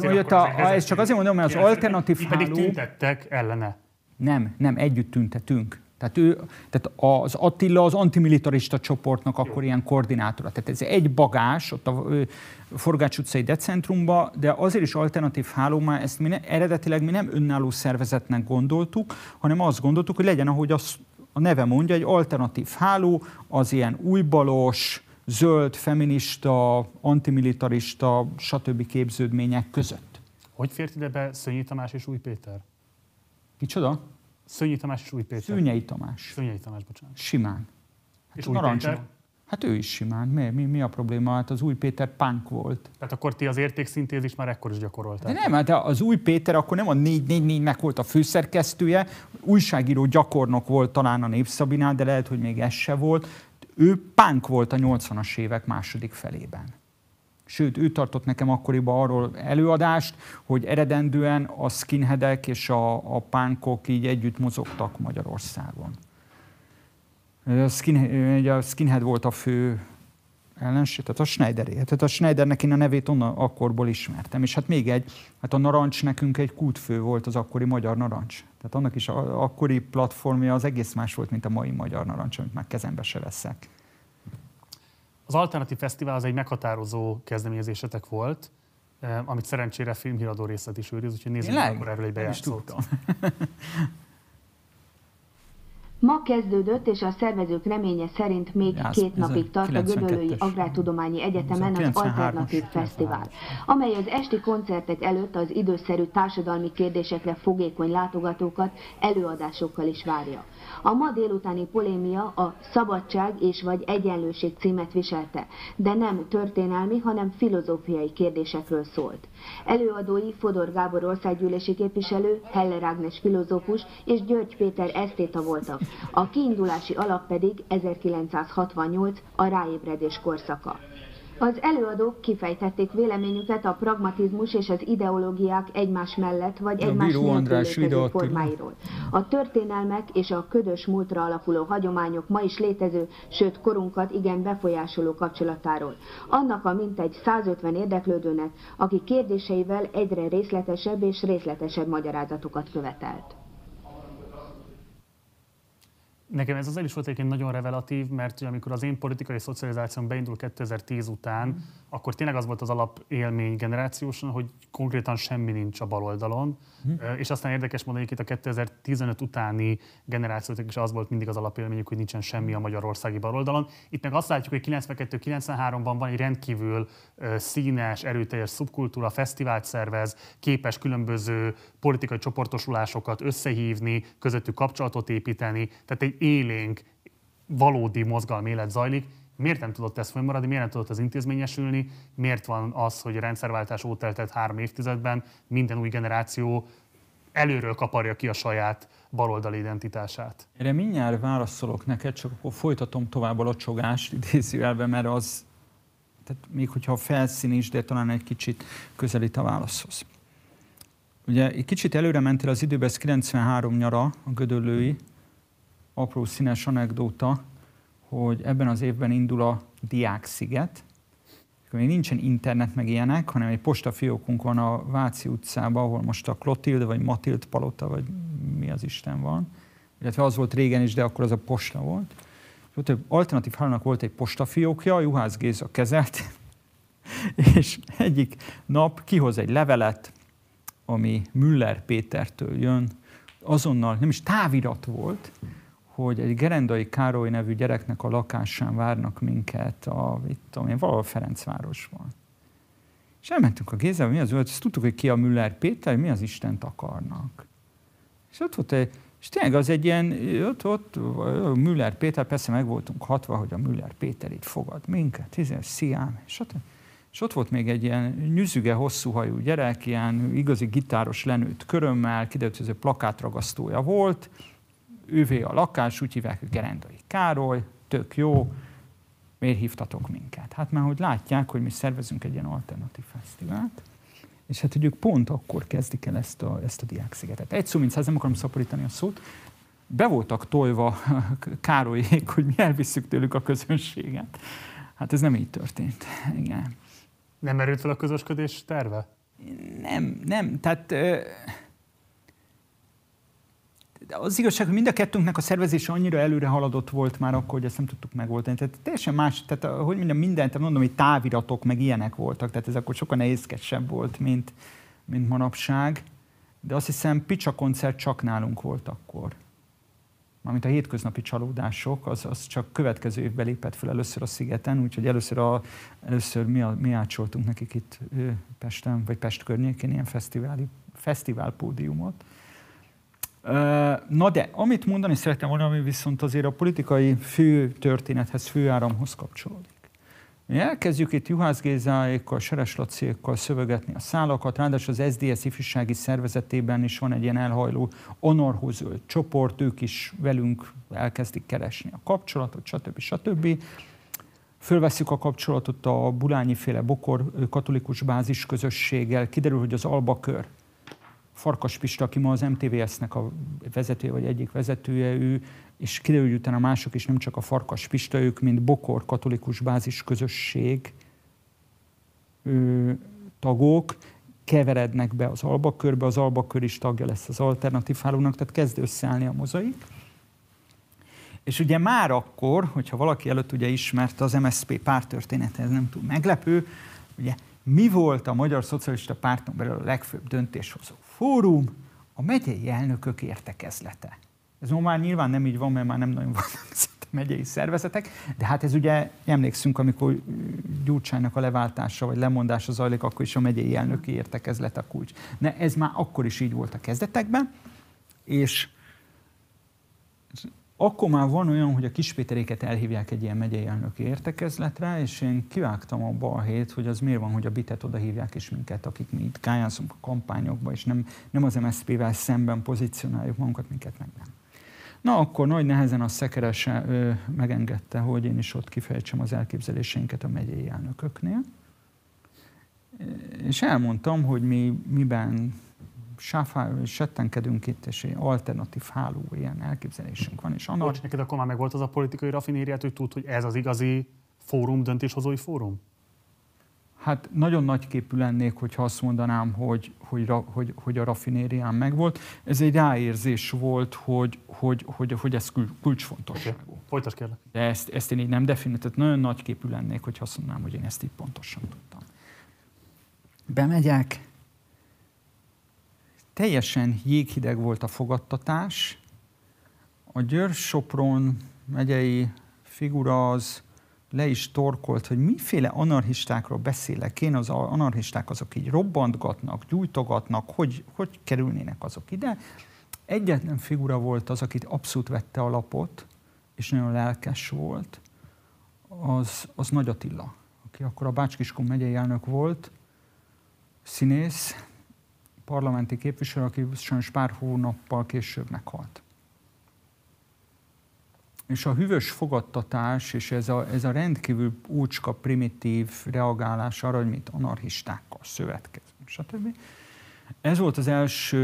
Ez csak azért mondom, mert az alternatív háló... pedig tüntettek ellene. Nem, együtt tüntetünk. Tehát az Attila az antimilitarista csoportnak akkor ilyen koordinátora. Tehát ez egy bagás ott a Forgács utcai decentrumban, de azért is alternatív háló, már ezt eredetileg mi nem önálló szervezetnek gondoltuk, hanem azt gondoltuk, hogy legyen, ahogy a neve mondja, egy alternatív háló, az ilyen újbalos, zöld, feminista, antimilitarista, stb. Képződmények között. Hogy fért ide be Szönnyi Tamás és Új Péter? Kicsoda? Szönnyi Tamás és Új Péter. Szőnyei Tamás. Szőnyei Tamás, bocsánat. Simán. Hát és Új Péter? Hát ő is simán. Mi a probléma? Hát az Új Péter punk volt. Tehát akkor ti az értékszintézist már ekkor is gyakoroltál. De nem, hát az Új Péter akkor nem a 444-nek volt a főszerkesztője, újságíró gyakornok volt talán a Népszabinál, de lehet, hogy még ez se volt. Ő punk volt a 80-as évek második felében. Sőt, ő tartott nekem akkoriban arról előadást, hogy eredendően a skinheadek és a punkok így együtt mozogtak Magyarországon. A skinhead volt a fő ellenség, tehát a Schneideré. Tehát a Schneidernek én a nevét onnan akkorból ismertem. És hát még hát a Narancs nekünk egy kultfő volt, az akkori Magyar Narancs. Tehát annak is akkori platformja az egész más volt, mint a mai Magyar Narancs, amit már kezembe se veszek. Az Alternatív Fesztivál az egy meghatározó kezdeményezésetek volt, amit szerencsére filmhíradó részlet is őriz, úgyhogy nézzük akkor erről egy bejátszót. Ma kezdődött, és a szervezők reménye szerint még 2 napig tart a Gödöllői Agrártudományi Egyetemen az Alternatív Fesztivál, amely az esti koncertek előtt az időszerű társadalmi kérdésekre fogékony látogatókat előadásokkal is várja. A ma délutáni polémia a szabadság és vagy egyenlőség címet viselte, de nem történelmi, hanem filozófiai kérdésekről szólt. Előadói Fodor Gábor országgyűlési képviselő, Heller Ágnes filozófus és György Péter esztéta voltak, A kiindulási alap pedig 1968 a ráébredés korszaka. Az előadók kifejtették véleményüket a pragmatizmus és az ideológiák egymás mellett vagy egymás nélkül létező formáiról. A történelmek és a ködös múltra alapuló hagyományok ma is létező, sőt korunkat igen befolyásoló kapcsolatáról. Annak a mintegy 150 érdeklődőnek, aki kérdéseivel egyre részletesebb és részletesebb magyarázatokat követelt. Nekem ez az el is volt egyébként nagyon revelatív, mert amikor az én politikai szocializációm beindul 2010 után, akkor tényleg az volt az alapélmény generációsan, hogy konkrétan semmi nincs a baloldalon, és aztán érdekes mondani, hogy itt a 2015 utáni generációknak is az volt mindig az alapélményük, hogy nincsen semmi a magyarországi baloldalon. Itt meg azt látjuk, hogy 92-93-ban van egy rendkívül színes, erőteljes szubkultúra, fesztivált szervez, képes különböző politikai csoportosulásokat összehívni, közöttük kapcsolatot építeni, tehát egy élénk, valódi mozgalmi élet zajlik. Miért nem tudott ez fönnmaradni, miért nem tudott ez intézményesülni, miért van az, hogy a rendszerváltás óta eltelt 3 évtizedben minden új generáció előről kaparja ki a saját baloldali identitását? Erre mindjárt válaszolok neked, csak akkor folytatom tovább a locsogást idézőjelben, mert az, tehát még hogyha a felszín is, de talán egy kicsit közelít a válaszhoz. Ugye egy kicsit előre mentél az időben, ez 93 nyara, a gödöllői, apró színes anekdóta, hogy ebben az évben indul a Diáksziget. Még nincsen internet meg ilyenek, hanem egy postafiókunk van a Váci utcában, ahol most a Klotilde vagy Matild palota, vagy mi az Isten van. Illetve az volt régen is, de akkor az a posta volt. Ott egy alternatív hálónak volt egy postafiókja, Juhász Géza kezelt, és egyik nap kihoz egy levelet, ami Müller Pétertől jön, azonnal, nem is távirat volt, hogy egy Gerendai Károly nevű gyereknek a lakásán várnak minket valahol Ferencvárosban. És elmentünk a Gézával, mi az ölt, ezt tudtuk, hogy ki a Müller Péter, mi az Istent akarnak. És ott volt és tényleg az egy ilyen, ott Müller Péter, persze meg voltunk hatva, hogy a Müller Péter itt fogad minket, sziám, és ott volt még egy ilyen nyüzüge, hosszúhajú gyerek, ilyen igazi gitáros lenőtt körömmel, kiderült, hogy ez plakátragasztója volt, ővé a lakás, úgy hívják, hogy Gerendai Károly, tök jó, miért hívtatok minket? Hát már hogy látják, hogy mi szervezünk egy ilyen alternatív fesztivált, és hát hogy ők pont akkor kezdik el ezt a Diákszigetet. Egy szó, mint száz, nem akarom szaporítani a szót, be voltak tolva Károlyék, hogy mi elvisszük tőlük a közönséget. Hát ez nem így történt. Igen. Nem merült fel a közösködés terve? Nem, tehát az igazság, hogy mind a kettőnknek a szervezése annyira előre haladott volt már akkor, hogy ezt nem tudtuk megoldani. Tehát teljesen más, tehát hogy mindent, mondom, hogy táviratok meg ilyenek voltak, tehát ez akkor sokkal nehézkesebb volt, mint manapság. De azt hiszem, Picsa koncert csak nálunk volt akkor. Mármint a hétköznapi csalódások, az csak következő évben lépett fel először a Szigeten, úgyhogy először mi átsoltunk nekik itt Pesten, vagy Pest környékén ilyen fesztiválpódiumot. Na de, amit mondani szerettem volna, ami viszont azért a politikai fő történethez, főáramhoz kapcsolódik. Mi elkezdjük itt Juhász Gézáékkal, Seres Laciékkal szövegetni a szálakat, ráadásul az SZDSZ ifjúsági szervezetében is van egy ilyen elhajló anarchozöld csoport, ők is velünk elkezdik keresni a kapcsolatot, stb. Fölvesszük a kapcsolatot a Bulányi-féle Bokor katolikus bázis közösséggel, kiderül, hogy az Albakör, Farkas Pista, aki ma az MTVS-nek a vezetője, vagy egyik vezetője ő, és kiderül, hogy utána mások is, nem csak a Farkas Pista, ők, mint Bokor katolikus bázis közösség tagok, keverednek be az Albakörbe, az Albakör is tagja lesz az alternatív hálónak, tehát kezd összeállni a mozaik. És ugye már akkor, hogyha valaki előtt ugye ismerte az MSZP párttörténete, ez nem túl meglepő, ugye mi volt a Magyar Szocialista Párton belül a legfőbb döntéshozó fórum? A megyei elnökök értekezlete. Ez már nyilván nem így van, mert már nem nagyon vannak megyei szervezetek, de hát ez ugye, emlékszünk, amikor Gyurcsánynak a leváltása vagy lemondása zajlik, akkor is a megyei elnöki értekezlet a kulcs. Ez már akkor is így volt a kezdetekben, és akkor már van olyan, hogy a Kispéteréket elhívják egy ilyen megyei elnöki értekezletre, és én kivágtam a balhét, hogy az miért van, hogy a BIT-et oda hívják is minket, akik mi itt kályázunk a kampányokba, és nem az MSZP-vel szemben pozícionáljuk magunkat, minket meg nem. Na, akkor nagy nehezen a Szekeres megengedte, hogy én is ott kifejtsem az elképzeléseinket a megyei elnököknél. És elmondtam, hogy mi miben settenkedünk itt, és egy alternatív háló ilyen elképzelésünk van. És Bocs, neked akkor már megvolt az a politikai raffinériát, hogy tud, hogy ez az igazi fórum, döntéshozói fórum? Hát nagyon nagyképű lennék, hogyha azt mondanám, hogy a raffinérián megvolt. Ez egy ráérzés volt, hogy ez kulcsfontosságú. Okay. Folytasd kérlek. De ezt én így nem definiáltam. Nagyon nagyképű lennék, hogyha azt mondanám, hogy én ezt így pontosan tudtam. Bemegyek, teljesen jéghideg volt a fogadtatás. A Győr-Sopron megyei figura az le is torkolt, hogy miféle anarchistákról beszélek én, az anarchisták azok így robbantgatnak, gyújtogatnak, hogy kerülnének azok ide. Egyetlen figura volt az, akit abszolút vette a lapot, és nagyon lelkes volt, az Nagy Attila, aki akkor a Bács-Kiskun megyei elnök volt, színész, parlamenti képviselő, aki sajnos pár hónappal később meghalt. És a hűvös fogadtatás és ez a rendkívül úcska, primitív reagálás arra, hogy mit anarchistákkal szövetkezünk, stb. Ez volt az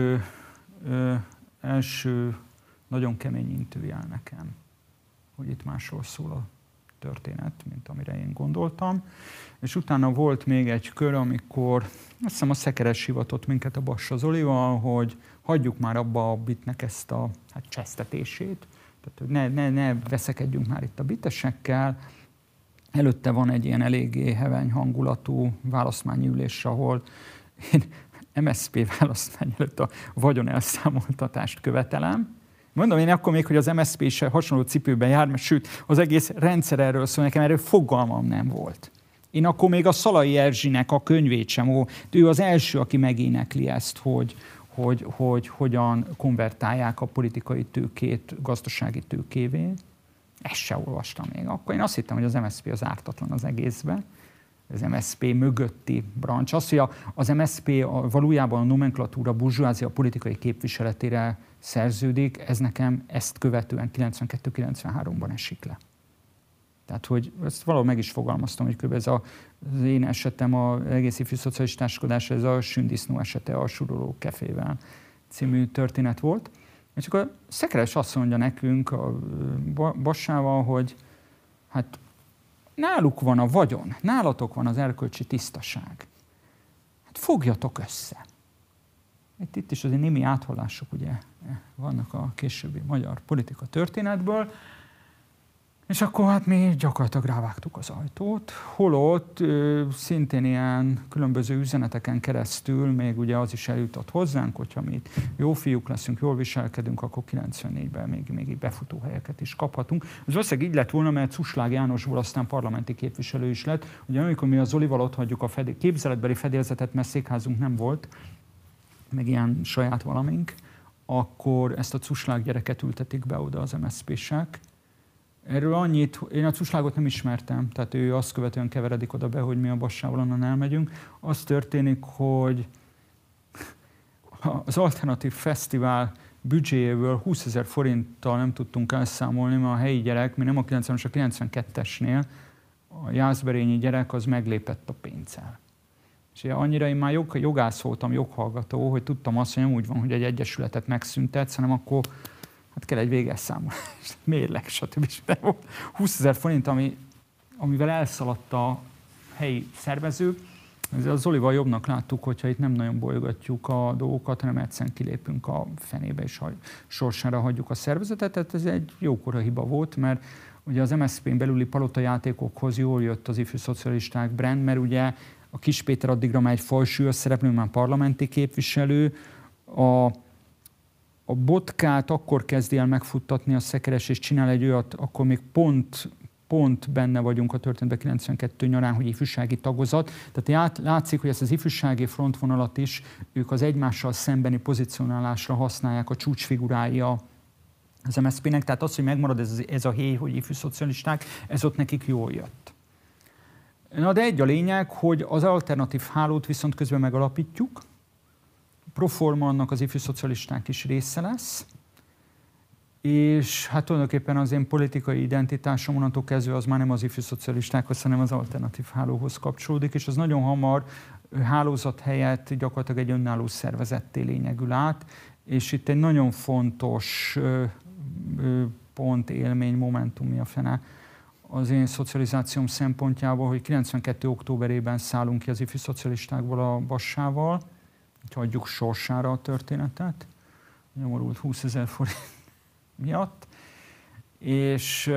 első nagyon kemény intőjel nekem, hogy itt másról szól a történet, mint amire én gondoltam. És utána volt még egy kör, amikor azt hiszem a Szekeres hivatott minket a Bassa Zolival, hogy hagyjuk már abba a bitnek ezt a csesztetését, tehát hogy ne veszekedjünk már itt a bitesekkel. Előtte van egy ilyen eléggé heveny hangulatú választmányi ülés, ahol én MSZP választmány előtt a vagyonelszámoltatást követelem. Mondom én akkor még, hogy az MSZP is hasonló cipőben jár, mert sőt, az egész rendszer erről szól, nekem erről fogalmam nem volt. Én akkor még a Szalai Erzsinek a könyvét sem, ő az első, aki megénekli ezt, hogy hogyan konvertálják a politikai tőkét gazdasági tőkévé. Ezt se olvastam még. Akkor én azt hittem, hogy az MSZP az ártatlan az egészben. Az MSZP mögötti brancs. Az, hogy az MSZP valójában a nomenklatúra burzsóázia politikai képviseletére szerződik, ez nekem ezt követően 92-93-ban esik le. Tehát, hogy ezt valahol meg is fogalmaztam, hogy kb. Ez az én esetem, az egész ifjú szocialistáskodás, ez a Sündisznó esete a Suroló kefével című történet volt. És akkor a Szekeres azt mondja nekünk a Bassával, hogy hát náluk van a vagyon, nálatok van az erkölcsi tisztaság. Hát fogjatok össze. Itt is azért némi áthallások ugye vannak a későbbi magyar politika történetből. És akkor hát mi gyakorlatilag rávágtuk az ajtót, holott szintén ilyen különböző üzeneteken keresztül még ugye az is eljutott hozzánk, hogyha mi jó fiúk leszünk, jól viselkedünk, akkor 94-ben még befutó helyeket is kaphatunk. Az valószínűleg így lett volna, mert Cuslág Jánosból aztán parlamenti képviselő is lett. Ugye amikor mi a Zolival ott hagyjuk a képzeletbeli fedélzetet, mert székházunk nem volt, meg ilyen saját valamink, akkor ezt a Cuslág gyereket ültetik be oda az MSZP-sek. Erről annyit, én a Cuslágot nem ismertem, tehát ő azt követően keveredik oda be, hogy mi a Bassával onnan elmegyünk. Az történik, hogy az Alternatív Fesztivál büdzséjéből 20 000 forinttal nem tudtunk elszámolni, mert a helyi gyerek, mi nem a 90-es, a 92-esnél, a jászberényi gyerek az meglépett a pénzzel. És annyira én már jogász voltam, joghallgató, hogy tudtam azt, hogy nem úgy van, hogy egy egyesületet megszüntetsz, hanem akkor hát kell egy véges számolás, mérleg, stb. 20 000 forint, amivel elszaladt a helyi szervező. A Zolival jobbnak láttuk, hogyha itt nem nagyon bolygatjuk a dolgokat, hanem egyszerűen kilépünk a fenébe, és sorsára hagyjuk a szervezetet. Tehát ez egy jókora hiba volt, mert ugye az MSZP-n belüli palotajátékokhoz jól jött az ifjú szocialisták brand, mert ugye a Kis Péter addigra már egy falsúlyos szereplő, már parlamenti képviselő, a Botkát akkor kezdi el megfuttatni a Szekeres, és csinál egy olyat, akkor még pont benne vagyunk a történetben 92 nyarán, hogy ifjúsági tagozat. Tehát látszik, hogy ezt az ifjúsági frontvonalat is ők az egymással szembeni pozicionálásra használják a csúcsfigurái az MSZP-nek. Tehát az, hogy megmarad ez a héj, hogy ifjú szocialisták, ez ott nekik jól jött. Na de egy a lényeg, hogy az alternatív hálót viszont közben megalapítjuk, proforma annak az ifjú szocialisták is része lesz, És hát tulajdonképpen az én politikai identitásom onnantól kezdve az már nem az ifjú szocialistákhoz, hanem az alternatív hálóhoz kapcsolódik, és az nagyon hamar hálózat helyett gyakorlatilag egy önálló szervezetté lényegül át, és itt egy nagyon fontos pont, élmény, momentum, mi a fene az én szocializációm szempontjából, hogy 92. októberében szállunk ki az ifjú szocialistákból a Bassával, hogy hagyjuk sorsára a történetet, nyomorult 20 000 forint miatt, és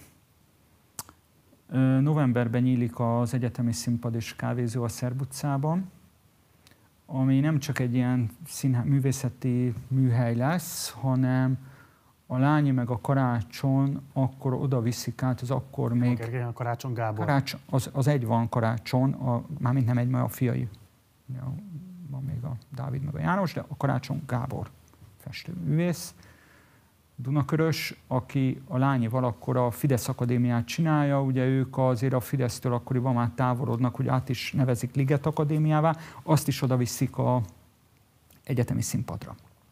novemberben nyílik az egyetemi színpad és kávézó a Szerb utcában, ami nem csak egy ilyen művészeti műhely lesz, hanem a Lányi meg a Karácson akkor oda viszik át, az akkor még... A Karácson Gábor. Az egy van Karácson, mármint nem egy, mert a fiai. Van még a Dávid meg a János, de a Karácson Gábor festőművész, Dunakörös, aki a Lányival akkor a Fidesz Akadémiát csinálja, ugye ők azért a Fidesztől akkoriban már távolodnak, hogy át is nevezik Liget Akadémiává, azt is oda viszik az egyetemi színpadra.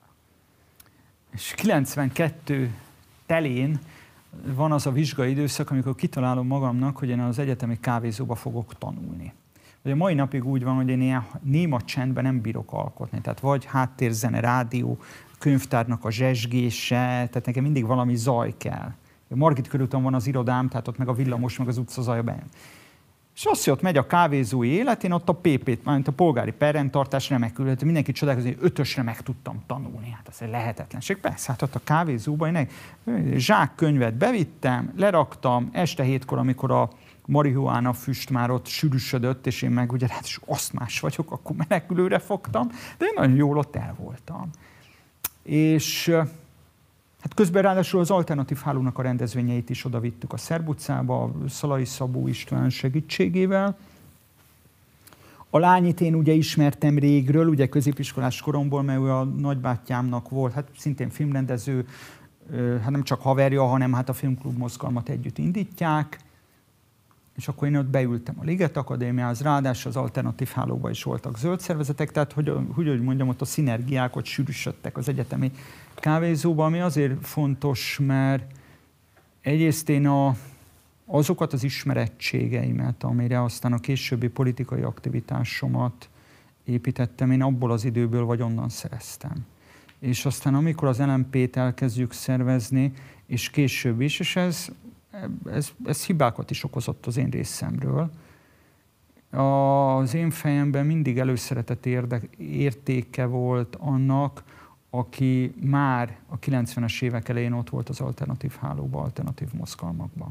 És 92 telén van az a vizsgai időszak, amikor kitalálom magamnak, hogy én az egyetemi kávézóba fogok tanulni. A mai napig úgy van, hogy én ilyen néma csendben nem bírok alkotni. Tehát vagy háttérzene, rádió, könyvtárnak a zsezsgése, tehát nekem mindig valami zaj kell. A Margit körúton van az irodám, tehát ott meg a villamos, meg az utca zaja bejön. És azt, hogy ott megy a kávézói élet, én ott a PP-t, mármint a polgári perrendtartás remekül, mindenki csodálkozik, hogy 5-ösre meg tudtam tanulni. Hát ez egy lehetetlenség. Persze, hát ott a kávézóban én egy zsákkönyvet bevittem, leraktam, este 7-kor, amikor a marihuána füst már ott sűrűsödött, és én meg ugye hát is asztmás vagyok, akkor menekülőre fogtam, de én nagyon jól ott el voltam. És hát közben ráadásul az alternatív hálónak a rendezvényeit is oda vittük a Szerb utcába, Szalai Szabó István segítségével. A Lányit én ugye ismertem régről, ugye középiskolás koromból, mert ő a nagybátyámnak volt, hát szintén filmrendező, hát nem csak haverja, hanem hát a filmklub mozgalmat együtt indítják. És akkor én ott beültem a Liget Akadémiához, ráadásul az alternatív hálóban is voltak zöld szervezetek, tehát hogy mondjam, ott a szinergiák ott sűrűsödtek az egyetemi kávézóban, ami azért fontos, mert egyrészt én azokat az ismerettségeimet, amire aztán a későbbi politikai aktivitásomat építettem, én abból az időből vagy onnan szereztem. És aztán amikor az LMP-t elkezdjük szervezni, és később is, és ez hibákat is okozott az én részemről. Az én fejemben mindig előszeretett értéke volt annak, aki már a 90-es évek elején ott volt az alternatív hálóban, alternatív mozgalmakban.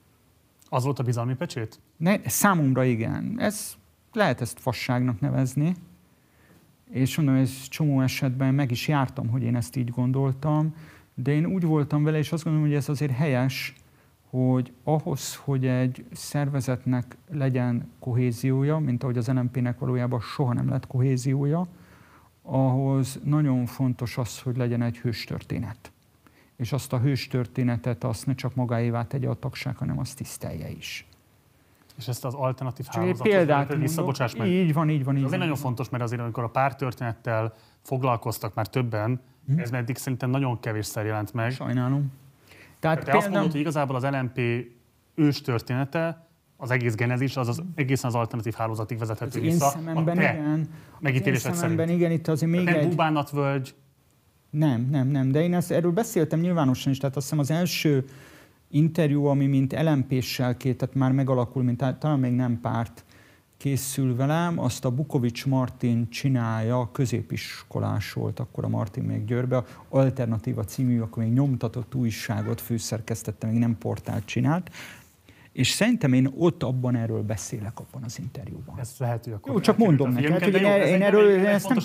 Az volt a bizalmi pecsét? Számomra igen. Lehet ezt fasságnak nevezni, és mondom, ez csomó esetben meg is jártam, hogy én ezt így gondoltam, de én úgy voltam vele, és azt gondolom, hogy ez azért helyes, hogy ahhoz, hogy egy szervezetnek legyen kohéziója, mint ahogy az LMP-nek valójában soha nem lett kohéziója, ahhoz nagyon fontos az, hogy legyen egy hőstörténet. És azt a hőstörténetet azt ne csak magáévá tegye a tagság, hanem azt tisztelje is. És ezt az alternatív hálózatot visszabocsáss meg. Így van. Azért nagyon fontos, mert azért, amikor a párttörténettel foglalkoztak már többen, ez meddig szerintem nagyon kevésszer jelent meg. Sajnálom. Tehát te azt mondod, hogy igazából az LMP ős története, az egész genezis, az egészen az alternatív hálózatig vezethető vissza. Én szememben igen. Megítélésed szerint. Igen, itt azért még nem búbánatvölgy. Nem. De én erről beszéltem nyilvánosan is. Tehát azt hiszem az első interjú, ami mint LMP-ssel tehát már megalakul, mint talán még nem párt készül velem, azt a Bukovics Martin csinálja, középiskolás volt akkor a Martin még Győrbe, Alternatíva című, akkor még nyomtatott újságot főszerkesztette, még nem portált csinált. És szerintem én ott abban erről beszélek abban az interjúban. Ez lehető akkor. Jó, csak mondom neked, hogy én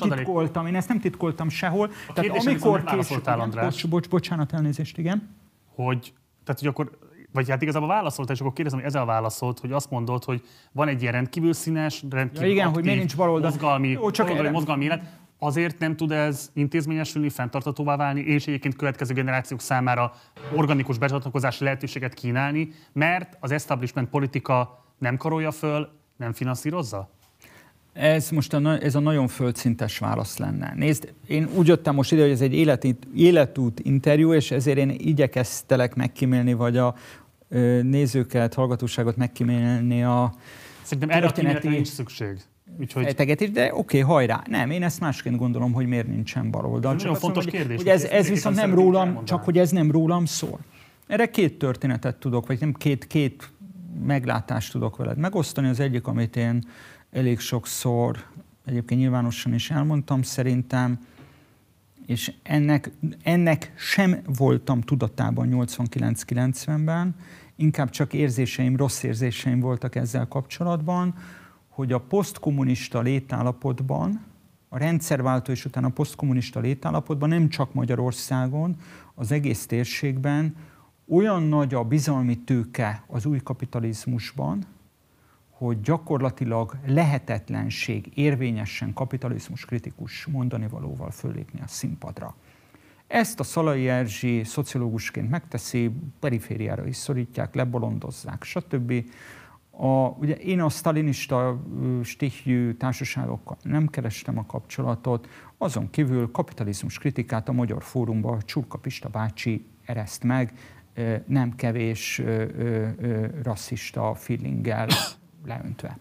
ezt nem titkoltam sehol. Tehát amikor később... Bocsánat, elnézést, igen. Hogy akkor, vagy hát igazából válaszoltál, és akkor kérdezem, hogy ezzel válaszolt, hogy azt mondod, hogy van egy ilyen rendkívül színes, rendkívül igen, aktív, hogy nincs mozgalmi élet. Azért nem tud ez intézményesülni, fenntarthatóvá válni, és egyébként következő generációk számára organikus becsatlakozási lehetőséget kínálni, mert az establishment politika nem karolja föl, nem finanszírozza? Ez a nagyon földszintes válasz lenne. Nézd, én úgy jöttem most ide, hogy ez egy életút interjú, és ezért én igyekeztelek megkímélni, vagy a nézőket, hallgatóságot megkímélni a Szerintem erre a kíméletre nincs szükség. De oké, hajrá. Nem, én ezt másként gondolom, hogy miért nincsen baloldal. Nagyon fontos kérdés. Hogy ez viszont nem rólam, csak hogy ez nem rólam szól. Erre két történetet tudok, vagy nem két meglátást tudok veled megosztani. Az egyik, amit én elég sokszor, egyébként nyilvánosan is elmondtam szerintem, és ennek sem voltam tudatában 89-90-ben, inkább csak rossz érzéseim voltak ezzel kapcsolatban, hogy a posztkommunista létállapotban, a rendszerváltó és utána a posztkommunista létállapotban, nem csak Magyarországon, az egész térségben olyan nagy a bizalmi tőke az új kapitalizmusban, hogy gyakorlatilag lehetetlenség érvényesen kapitalizmus kritikus mondanivalóval föllépni a színpadra. Ezt a Szalai Erzsi szociológusként megteszi, perifériára is szorítják, lebolondozzák, stb. Ugye én a sztalinista stichjű társaságokkal nem kerestem a kapcsolatot, azon kívül kapitalizmus kritikát a Magyar Fórumban Csurka Pista bácsi ereszt meg, nem kevés rasszista feelinggel leöntve.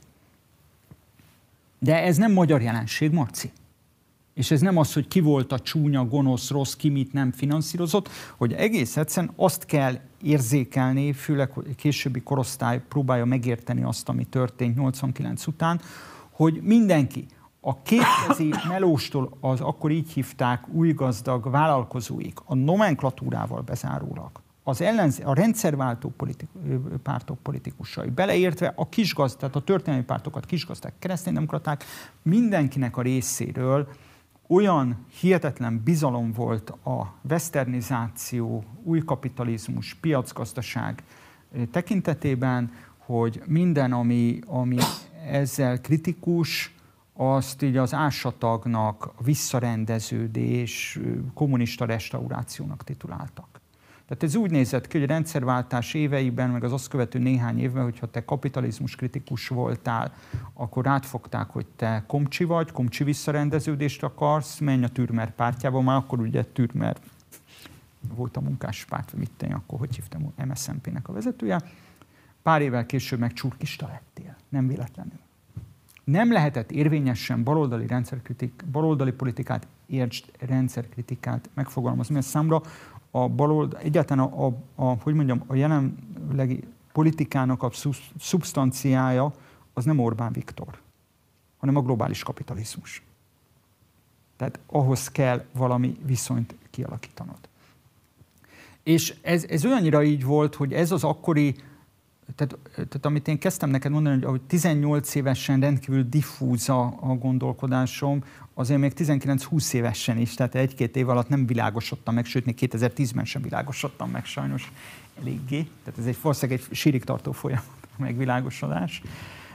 De ez nem magyar jelenség, Marci. És ez nem az, hogy ki volt a csúnya, gonosz, rossz, ki mit nem finanszírozott, hogy egész egyszerűen azt kell érzékelni, főleg későbbi korosztály próbálja megérteni azt, ami történt 89 után, hogy mindenki, a kétkezi melóstól, az akkor így hívták új gazdag vállalkozóik, a nomenklatúrával bezárólag, a rendszerváltó pártok politikusai, beleértve a kisgazdák, a történelmi pártokat, kisgazdák, kereszténydemokraták, mindenkinek a részéről olyan hihetetlen bizalom volt a westernizáció, új kapitalizmus, piacgazdaság tekintetében, hogy minden, ami ezzel kritikus, azt így az ásatagnak, visszarendeződés, kommunista restaurációnak tituláltak. Tehát ez úgy nézett ki, hogy a rendszerváltás éveiben, meg az azt követő néhány évben, hogyha te kapitalizmus kritikus voltál, akkor átfogták, hogy te komcsi vagy, komcsi visszarendeződést akarsz, menj a Türmer pártjába, már akkor ugye Türmer volt a munkáspárt, vagy mit tenni, akkor hogy hívtam, MSZNP-nek a vezetője. Pár évvel később meg csurkista lettél, nem véletlenül. Nem lehetett érvényesen baloldali politikát, értsd, rendszerkritikát megfogalmazni, mert számra a baloldal, egyáltalán a jelenlegi politikának a szubstanciája az nem Orbán Viktor, hanem a globális kapitalizmus. Tehát ahhoz kell valami viszonyt kialakítanod. És ez olyannyira így volt, hogy ez az akkori, tehát amit én kezdtem neked mondani, hogy 18 évesen rendkívül diffúz a gondolkodásom, azért még 19-20 évesen is, tehát egy-két év alatt nem világosodtam meg, sőt, még 2010-ben sem világosodtam meg sajnos eléggé. Tehát ez valószínűleg egy sírig tartó folyamat, a megvilágosodás.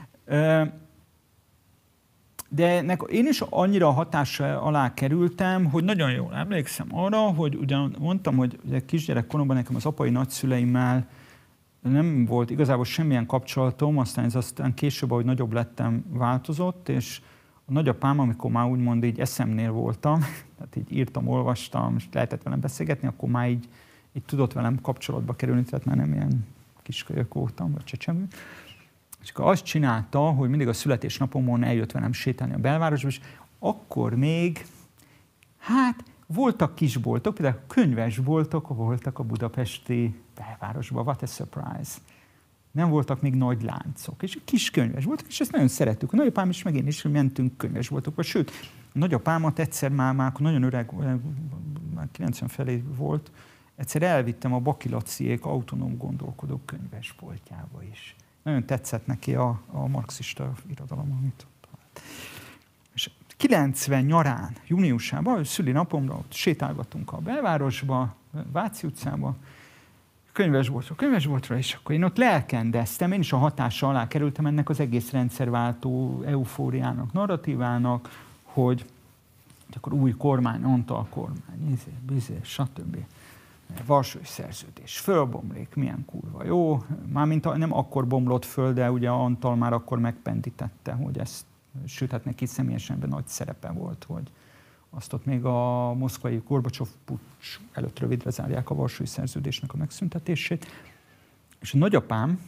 De én is annyira hatása alá kerültem, hogy nagyon jól emlékszem arra, hogy ugyan mondtam, hogy kisgyerekkoromban nekem az apai nagyszüleimmel nem volt igazából semmilyen kapcsolatom, aztán később, ahogy nagyobb lettem, változott, és a nagyapám, amikor már úgymond így eszemnél voltam, tehát így írtam, olvastam, és lehetett velem beszélgetni, akkor már így tudott velem kapcsolatba kerülni, tehát már nem ilyen kiskölyök voltam, vagy csecsemő. És akkor azt csinálta, hogy mindig a születésnapomon eljött velem sétálni a belvárosba, és akkor még, voltak kisboltok, például könyvesboltok voltak a budapesti belvárosban, what a surprise. Nem voltak még nagy láncok, és kis könyves voltak, és ezt nagyon szerettük. A nagyapám is, meg én is, hogy mentünk könyvesboltokba. Sőt, a nagyapámat egyszer már nagyon öreg, már 90 felé volt, egyszer elvittem a Baki Laciék autonóm gondolkodók könyvesboltjába is. Nagyon tetszett neki a marxista irodalom, amit talált. És 90 nyarán, júniusában, szülinapomra ott sétálgatunk a belvárosba, Váci utcába, könyvesboltra, és akkor én ott lelkendeztem, én is a hatása alá kerültem ennek az egész rendszerváltó eufóriának, narratívának, hogy akkor új kormány, Antal kormány, stb. Varsói Szerződés, fölbomlik, milyen kurva jó. Mármint nem akkor bomlott föl, de ugye Antal már akkor megpendítette, hogy ezt Sőt, hát neki személyesen ebben nagy szerepe volt, hogy azt ott még a moszkvai Gorbacsov puccs előtt rövidre zárják a Varsói Szerződésnek a megszüntetését. És a nagyapám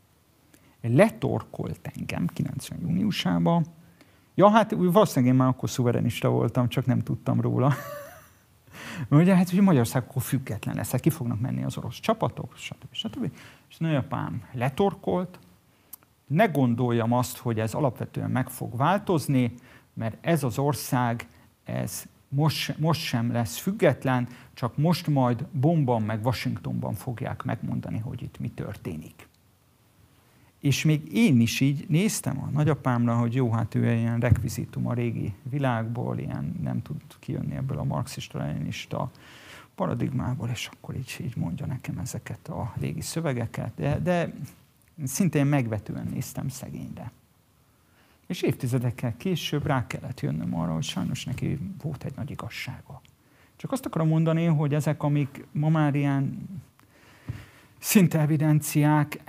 letorkolt engem 90 júniusában. Ja, hát valószínűleg én már akkor szuverenista voltam, csak nem tudtam róla. Ugye, hát, hogy Magyarország akkor független lesz, hát ki fognak menni az orosz csapatok, stb. És nagyapám letorkolt. Ne gondoljam azt, hogy ez alapvetően meg fog változni, mert ez az ország, ez most sem lesz független, csak most majd Bonnban meg Washingtonban fogják megmondani, hogy itt mi történik. És még én is így néztem a nagyapámra, hogy jó, hát ő ilyen rekvizitum a régi világból, ilyen nem tud kijönni ebből a marxista-leninista paradigmából, és akkor így mondja nekem ezeket a régi szövegeket. De szintén megvetően néztem szegényre. És évtizedekkel később rá kellett jönnöm arra, hogy sajnos neki volt egy nagy igazsága. Csak azt akarom mondani, hogy ezek, amik ma már ilyen szinte evidenciák,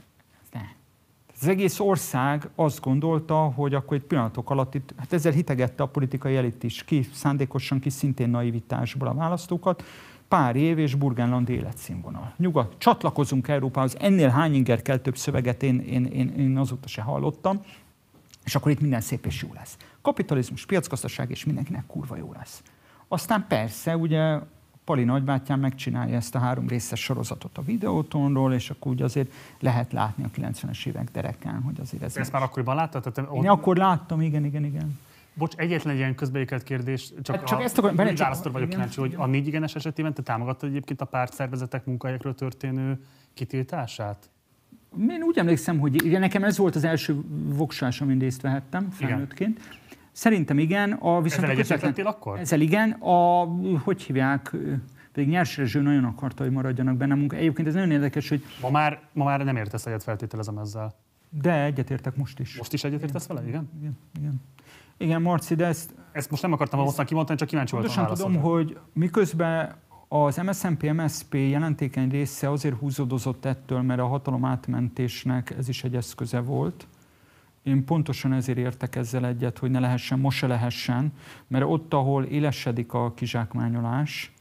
az egész ország azt gondolta, hogy akkor egy pillanatok alatt itt, hát ezzel hitegette a politikai elit is, ki szándékosan, ki szintén naivitásból a választókat, pár év és Burgenland életszínvonal. Nyugat, csatlakozunk Európához, ennél hány inger kell több szöveget én azóta se hallottam, és akkor itt minden szép és jó lesz. Kapitalizmus, piacgazdaság, és mindenkinek kurva jó lesz. Aztán persze, ugye Pali nagybátyám megcsinálja ezt a 3 részes sorozatot a Videótonról, és akkor ugye azért lehet látni a 90-es évek derekán, hogy azért ez... Ezt már akkoriban láttad? Én akkor láttam, igen. Bocs, egyetlen egy ilyen közbeékelt kérdés, csak ezt akarom, választól vagyok kíváncsi, hogy a 4 igenes esetében te támogattad egyébként a pártszervezetek munkahelyekről történő kitiltását? Én úgy emlékszem, hogy igen, nekem ez volt az első voksás, amin részt vehettem felnőttként. Szerintem igen. Ezzel egyetértettél akkor? Ezzel igen. Hogy hívják, pedig Nyers Erzső nagyon akarta, hogy maradjanak benne munka. Egyébként ez nagyon érdekes, hogy... Ma már nem értesz egyet, feltételezem ezzel. De egyetértek most is. Most is egyetértesz vele? Igen? Igen, Marci, de ezt most nem akartam hosszan kimondani, csak kíváncsi voltam a válaszodra. Tudom, hogy miközben az MSZNP-MSZP jelentékeny része azért húzódozott ettől, mert a hatalom átmentésnek ez is egy eszköze volt. Én pontosan ezért értek ezzel egyet, hogy ne lehessen, most se lehessen, mert ott, ahol élesedik a kizsákmányolás,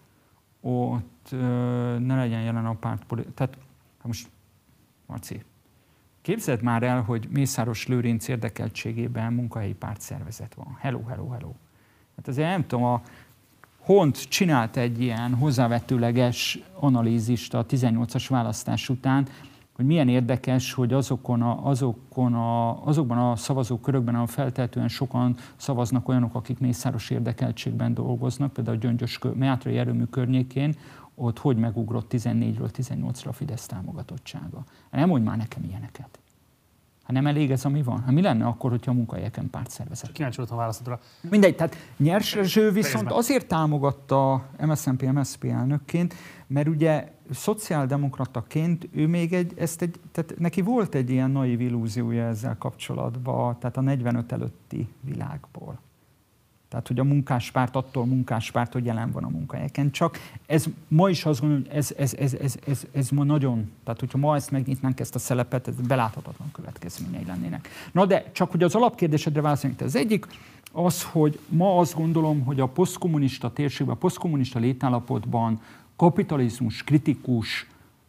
ott ne legyen jelen a pártpolitika. Tehát most, Marci, képzeld már el, hogy Mészáros Lőrinc érdekeltségében munkahelyi pártszervezet van. Hello. Hát azért nem tudom, a Hont csinált egy ilyen hozzávetőleges analízist a 18-as választás után, hogy milyen érdekes, hogy azokban a szavazókörökben, ahol feltehetően sokan szavaznak olyanok, akik mészáros érdekeltségben dolgoznak, például a Gyöngyös Mátrai erőmű környékén, ott hogy megugrott 14-ről 18-ra a Fidesz támogatottsága. Nem mondj már nekem ilyeneket. Hát nem elég ez, ami van? Hát mi lenne akkor, hogyha a munkahelyeken pártszervezet? Kíváncsi voltam a válaszodra. Mindegy, tehát Nyers Erzső viszont azért támogatta MSZNP-MSZP elnökként, mert ugye szociáldemokrataként ő még tehát neki volt egy ilyen naív illúziója ezzel kapcsolatban, tehát a 45 előtti világból. Tehát, hogy a munkáspárt attól munkáspárt, hogy jelen van a munkahelyeken. Csak ez ma is azt gondolom, hogy ez ma nagyon, tehát hogyha ma ezt megnyitnánk ezt a szelepet, ez beláthatatlan következményei lennének. Na de csak, hogy az alapkérdésedre válaszoljunk. Az egyik az, hogy ma azt gondolom, hogy a posztkommunista térségben, a posztkommunista létállapotban kapitalizmus kritikus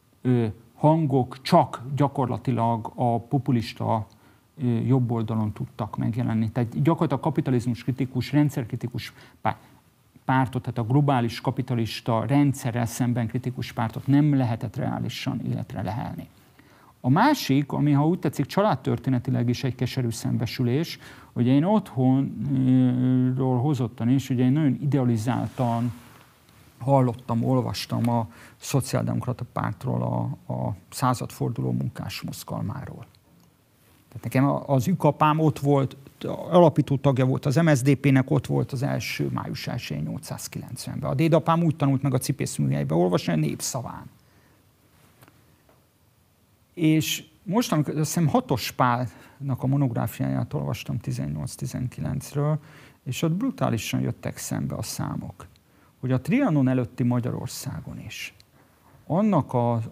hangok csak gyakorlatilag a populista jobb oldalon tudtak megjelenni. Tehát gyakorlatilag a kapitalizmus kritikus, rendszerkritikus pártot, tehát a globális kapitalista rendszerrel szemben kritikus pártot nem lehetett reálisan életre lehelni. A másik, ami ha úgy tetszik családtörténetileg is egy keserű szembesülés, hogy én otthonról hozottan is, ugye én nagyon idealizáltan hallottam, olvastam a szociáldemokrata pártról, a századforduló munkás mozgalmáról. Tehát nekem az ükapám ott volt, alapító tagja volt az MSZDP-nek, ott volt az első május 1-én 890-ben. A dédapám úgy tanult meg a cipészműhelybe olvasni a Népszaván. És most, amikor azt hiszem Hatos Pálnak a monográfiáját olvastam 18-19-ről, és ott brutálisan jöttek szembe a számok, hogy a Trianon előtti Magyarországon is annak az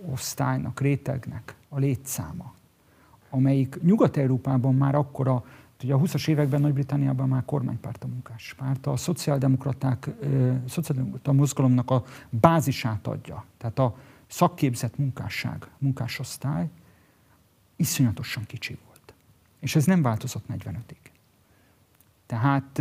osztálynak, rétegnek a létszáma, amelyik Nyugat-Európában már akkora Ugye a 20-as években Nagy-Britanniában már kormánypárt a munkáspárt, a szociáldemokrata mozgalomnak a bázisát adja. Tehát a szakképzett munkásság, munkásosztály iszonyatosan kicsi volt. És ez nem változott 45-ig. Tehát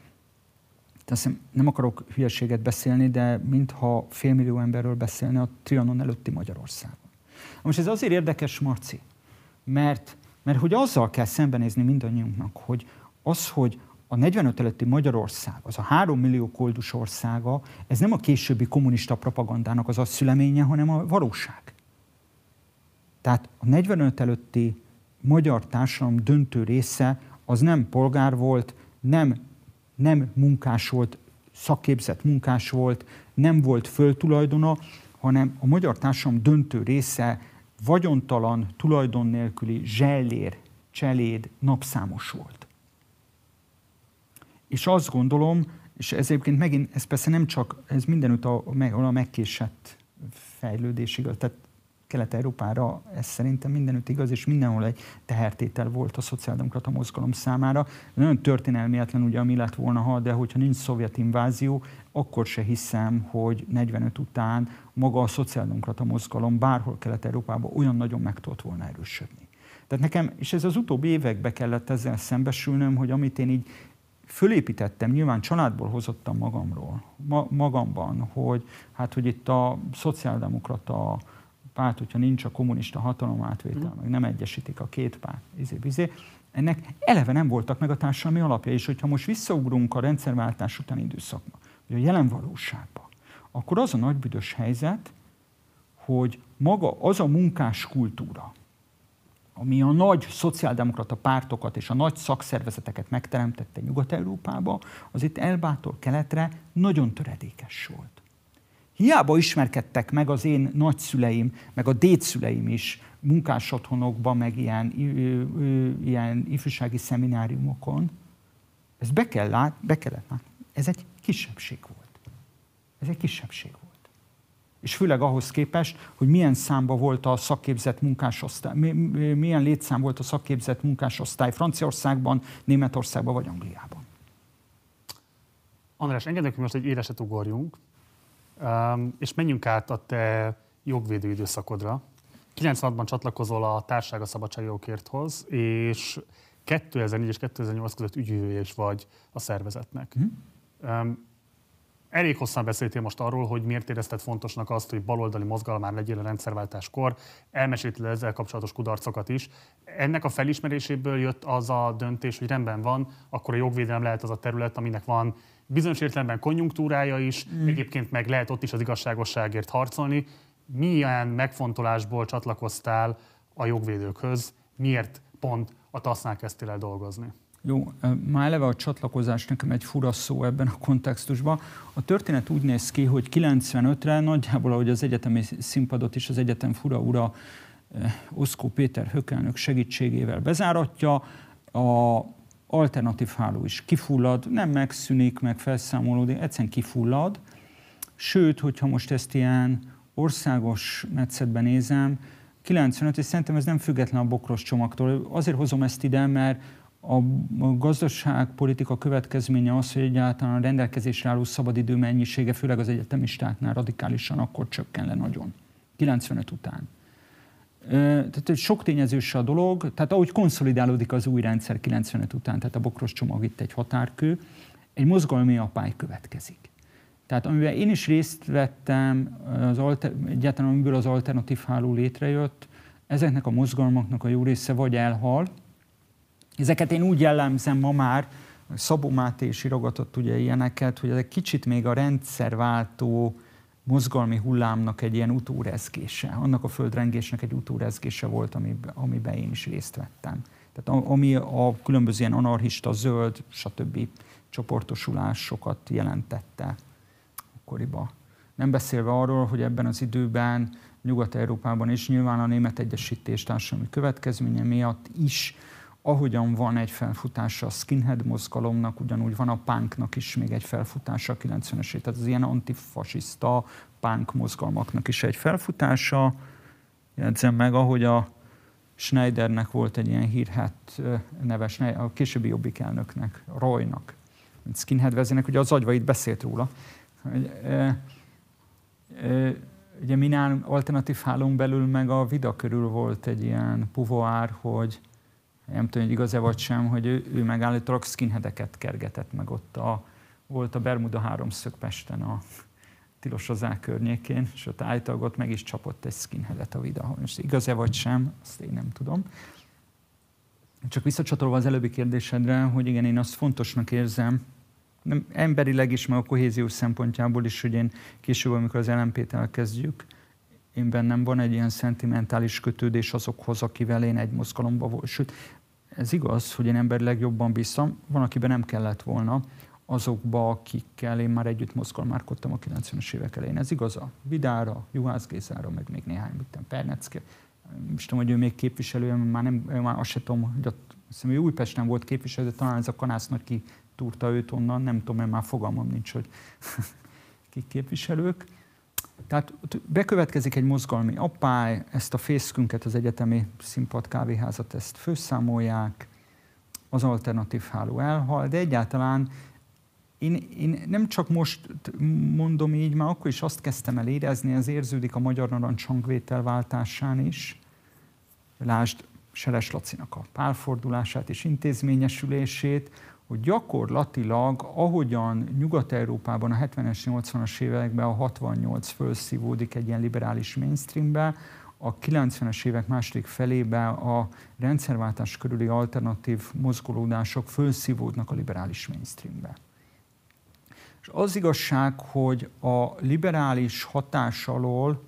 nem akarok hülyeséget beszélni, de mintha 500 000 emberről beszélne a Trianon előtti Magyarországon. Most ez azért érdekes, Marci, mert hogy azzal kell szembenézni mindannyiunknak, hogy a 45 előtti Magyarország, az a 3 millió koldus országa, ez nem a későbbi kommunista propagandának az asszüleménye, hanem a valóság. Tehát a 45 előtti magyar társadalom döntő része az nem polgár volt, nem munkás volt, szakképzett munkás volt, nem volt földtulajdona, hanem a magyar társadalom döntő része vagyontalan, tulajdon nélküli zsellér, cseléd, napszámos volt. És azt gondolom, és ez egyébként megint, ez persze nem csak, ez mindenütt a megkésett fejlődés igaz, tehát Kelet-Európára ez szerintem mindenütt igaz, és mindenhol egy tehertétel volt a szociáldemokrata mozgalom számára. Nagyon történelmietlen ugye, ami lett volna, de hogyha nincs szovjet invázió, akkor se hiszem, hogy 45 után maga a szociáldemokrata mozgalom bárhol Kelet-Európában olyan nagyon meg tudott volna erősödni. Tehát nekem, és ez az utóbbi években kellett ezzel szembesülnöm, hogy amit én így fölépítettem, nyilván családból hozottam magamban, hogy itt a szociáldemokrata párt, hogyha nincs a kommunista hatalomátvétel, meg nem egyesítik a két párt, ennek eleve nem voltak meg a társadalmi alapja, és hogyha most visszaugrunk a rendszerváltás utáni időszakba, vagy a jelen valóságba, akkor az a nagy büdös helyzet, hogy maga az a munkás kultúra, ami a nagy szociáldemokrata pártokat és a nagy szakszervezeteket megteremtette Nyugat-Európába, az itt Elbától keletre nagyon töredékes volt. Hiába ismerkedtek meg az én nagyszüleim, meg a dédszüleim is munkás otthonokban, meg ilyen ifjúsági szemináriumokon, ezt be kellett látni, ez egy kisebbség volt. Ez egy kisebbség volt. És főleg ahhoz képest, hogy milyen számba volt a szakképzett munkásosztály, milyen létszám volt a szakképzett munkásosztály Franciaországban, Németországban vagy Angliában. András, engednek, hogy most egy éleset ugorjunk, és menjünk át a te jogvédő időszakodra. 96-ban csatlakozol a Társaság a szabadságjogokérthoz, és 2004 és 2008 között ügyvivője is vagy a szervezetnek. Elég hosszan beszéltél most arról, hogy miért érezted fontosnak azt, hogy baloldali mozgalmár legyél a rendszerváltáskor, elmesélted ezzel kapcsolatos kudarcokat is. Ennek a felismeréséből jött az a döntés, hogy rendben van, akkor a jogvédelem lehet az a terület, aminek van bizonyos értelemben konjunktúrája is, egyébként meg lehet ott is az igazságosságért harcolni. Milyen megfontolásból csatlakoztál a jogvédőkhöz? Miért pont a TASZ-nál kezdtél el dolgozni? Jó, már eleve a csatlakozás nekem egy fura szó ebben a kontextusban. A történet úgy néz ki, hogy 95-re nagyjából, ahogy az egyetemi színpadot is az egyetem fura ura Oszkó Péter Hökelnök segítségével bezáratja, a alternatív háló is kifullad, nem megszűnik, meg felszámolódik, egyszerűen kifullad. Sőt, hogyha most ezt ilyen országos metszetben nézem, 95, és szerintem ez nem független a Bokros csomagtól. Azért hozom ezt ide, mert a gazdaságpolitika következménye az, hogy egyáltalán a rendelkezésre álló szabadidő mennyisége, főleg az egyetemistáknál radikálisan akkor csökken le nagyon. 95 után. Tehát sok tényezős a dolog, tehát ahogy konszolidálódik az új rendszer 95 után, tehát a Bokros csomag itt egy határkő, egy mozgalmi apály következik. Tehát amiben én is részt vettem, egyáltalán amiből az alternatív háló létrejött, ezeknek a mozgalmaknak a jó része vagy elhal. Ezeket én úgy jellemzem ma már, Szabó Máté is írogatott ugye ilyeneket, hogy ez egy kicsit még a rendszerváltó mozgalmi hullámnak egy ilyen utórezgése, annak a földrengésnek egy utórezgése volt, amiben én is részt vettem. Tehát ami a különböző ilyen anarchista, zöld, stb. Csoportosulásokat jelentette akkoriban. Nem beszélve arról, hogy ebben az időben Nyugat-Európában és nyilván a német egyesítés társadalmi következménye miatt is, ahogyan van egy felfutása a skinhead mozgalomnak, ugyanúgy van a punknak is még egy felfutása a 90-es évek. Tehát az ilyen antifasiszta punk mozgalmaknak is egy felfutása. Jegyzem meg, ahogy a Schneidernek volt egy ilyen hírhedt neve, a későbbi Jobbik elnöknek, Roynak, mint skinhead vezének, ugye az Agyva itt beszélt róla. Ugye mi nálunk alternatív hálón belül meg a Vida körül volt egy ilyen puvoár, hogy nem tudom, hogy igaz-e vagy sem, hogy ő meg állítólag skinheadeket kergetett meg ott. Volt a Bermuda háromszög Pesten a Tilos Ozák környékén, és ott állítólag ott meg is csapott egy skinheadet a Vida. Most igaz-e vagy sem, azt én nem tudom. Csak visszacsatolva az előbbi kérdésedre, hogy igen, én azt fontosnak érzem, nem, emberileg is, meg a kohéziós szempontjából is, hogy én később, amikor az LMP-t elkezdjük, én bennem van egy ilyen szentimentális kötődés azokhoz, akivel én egy mozgalomban volt. Sőt, ez igaz, hogy én emberileg jobban bízom, van, akiben nem kellett volna, azokba, akikkel én már együtt mozgalmárkodtam a 90-es évek elején. Ez igaz a Vidára, Juhász Gézára, meg még néhány, Pernecke. Most tudom, hogy ő még képviselő, már azt se tudom, hogy hiszem, ő Újpesten volt képviselő, de talán ez a Kanász nagy kitúrta őt onnan, nem tudom, mert már fogalmam nincs, hogy kik képviselők. Tehát bekövetkezik egy mozgalmi appály, ezt a fészkünket, az egyetemi színpad kávéházat, ezt főszámolják, az alternatív háló elhal, de egyáltalán én nem csak most mondom így, már akkor is azt kezdtem el érezni, ez érződik a Magyar Narancs hangvételváltásán is. Lásd Seres Lacinak a pálfordulását és intézményesülését, hogy gyakorlatilag, ahogyan Nyugat-Európában a 70-es, 80-as években a 68 fölszívódik egy ilyen liberális mainstreambe, a 90-es évek második felében a rendszerváltás körüli alternatív mozgolódások fölszívódnak a liberális mainstreambe. És az igazság, hogy a liberális hatás alól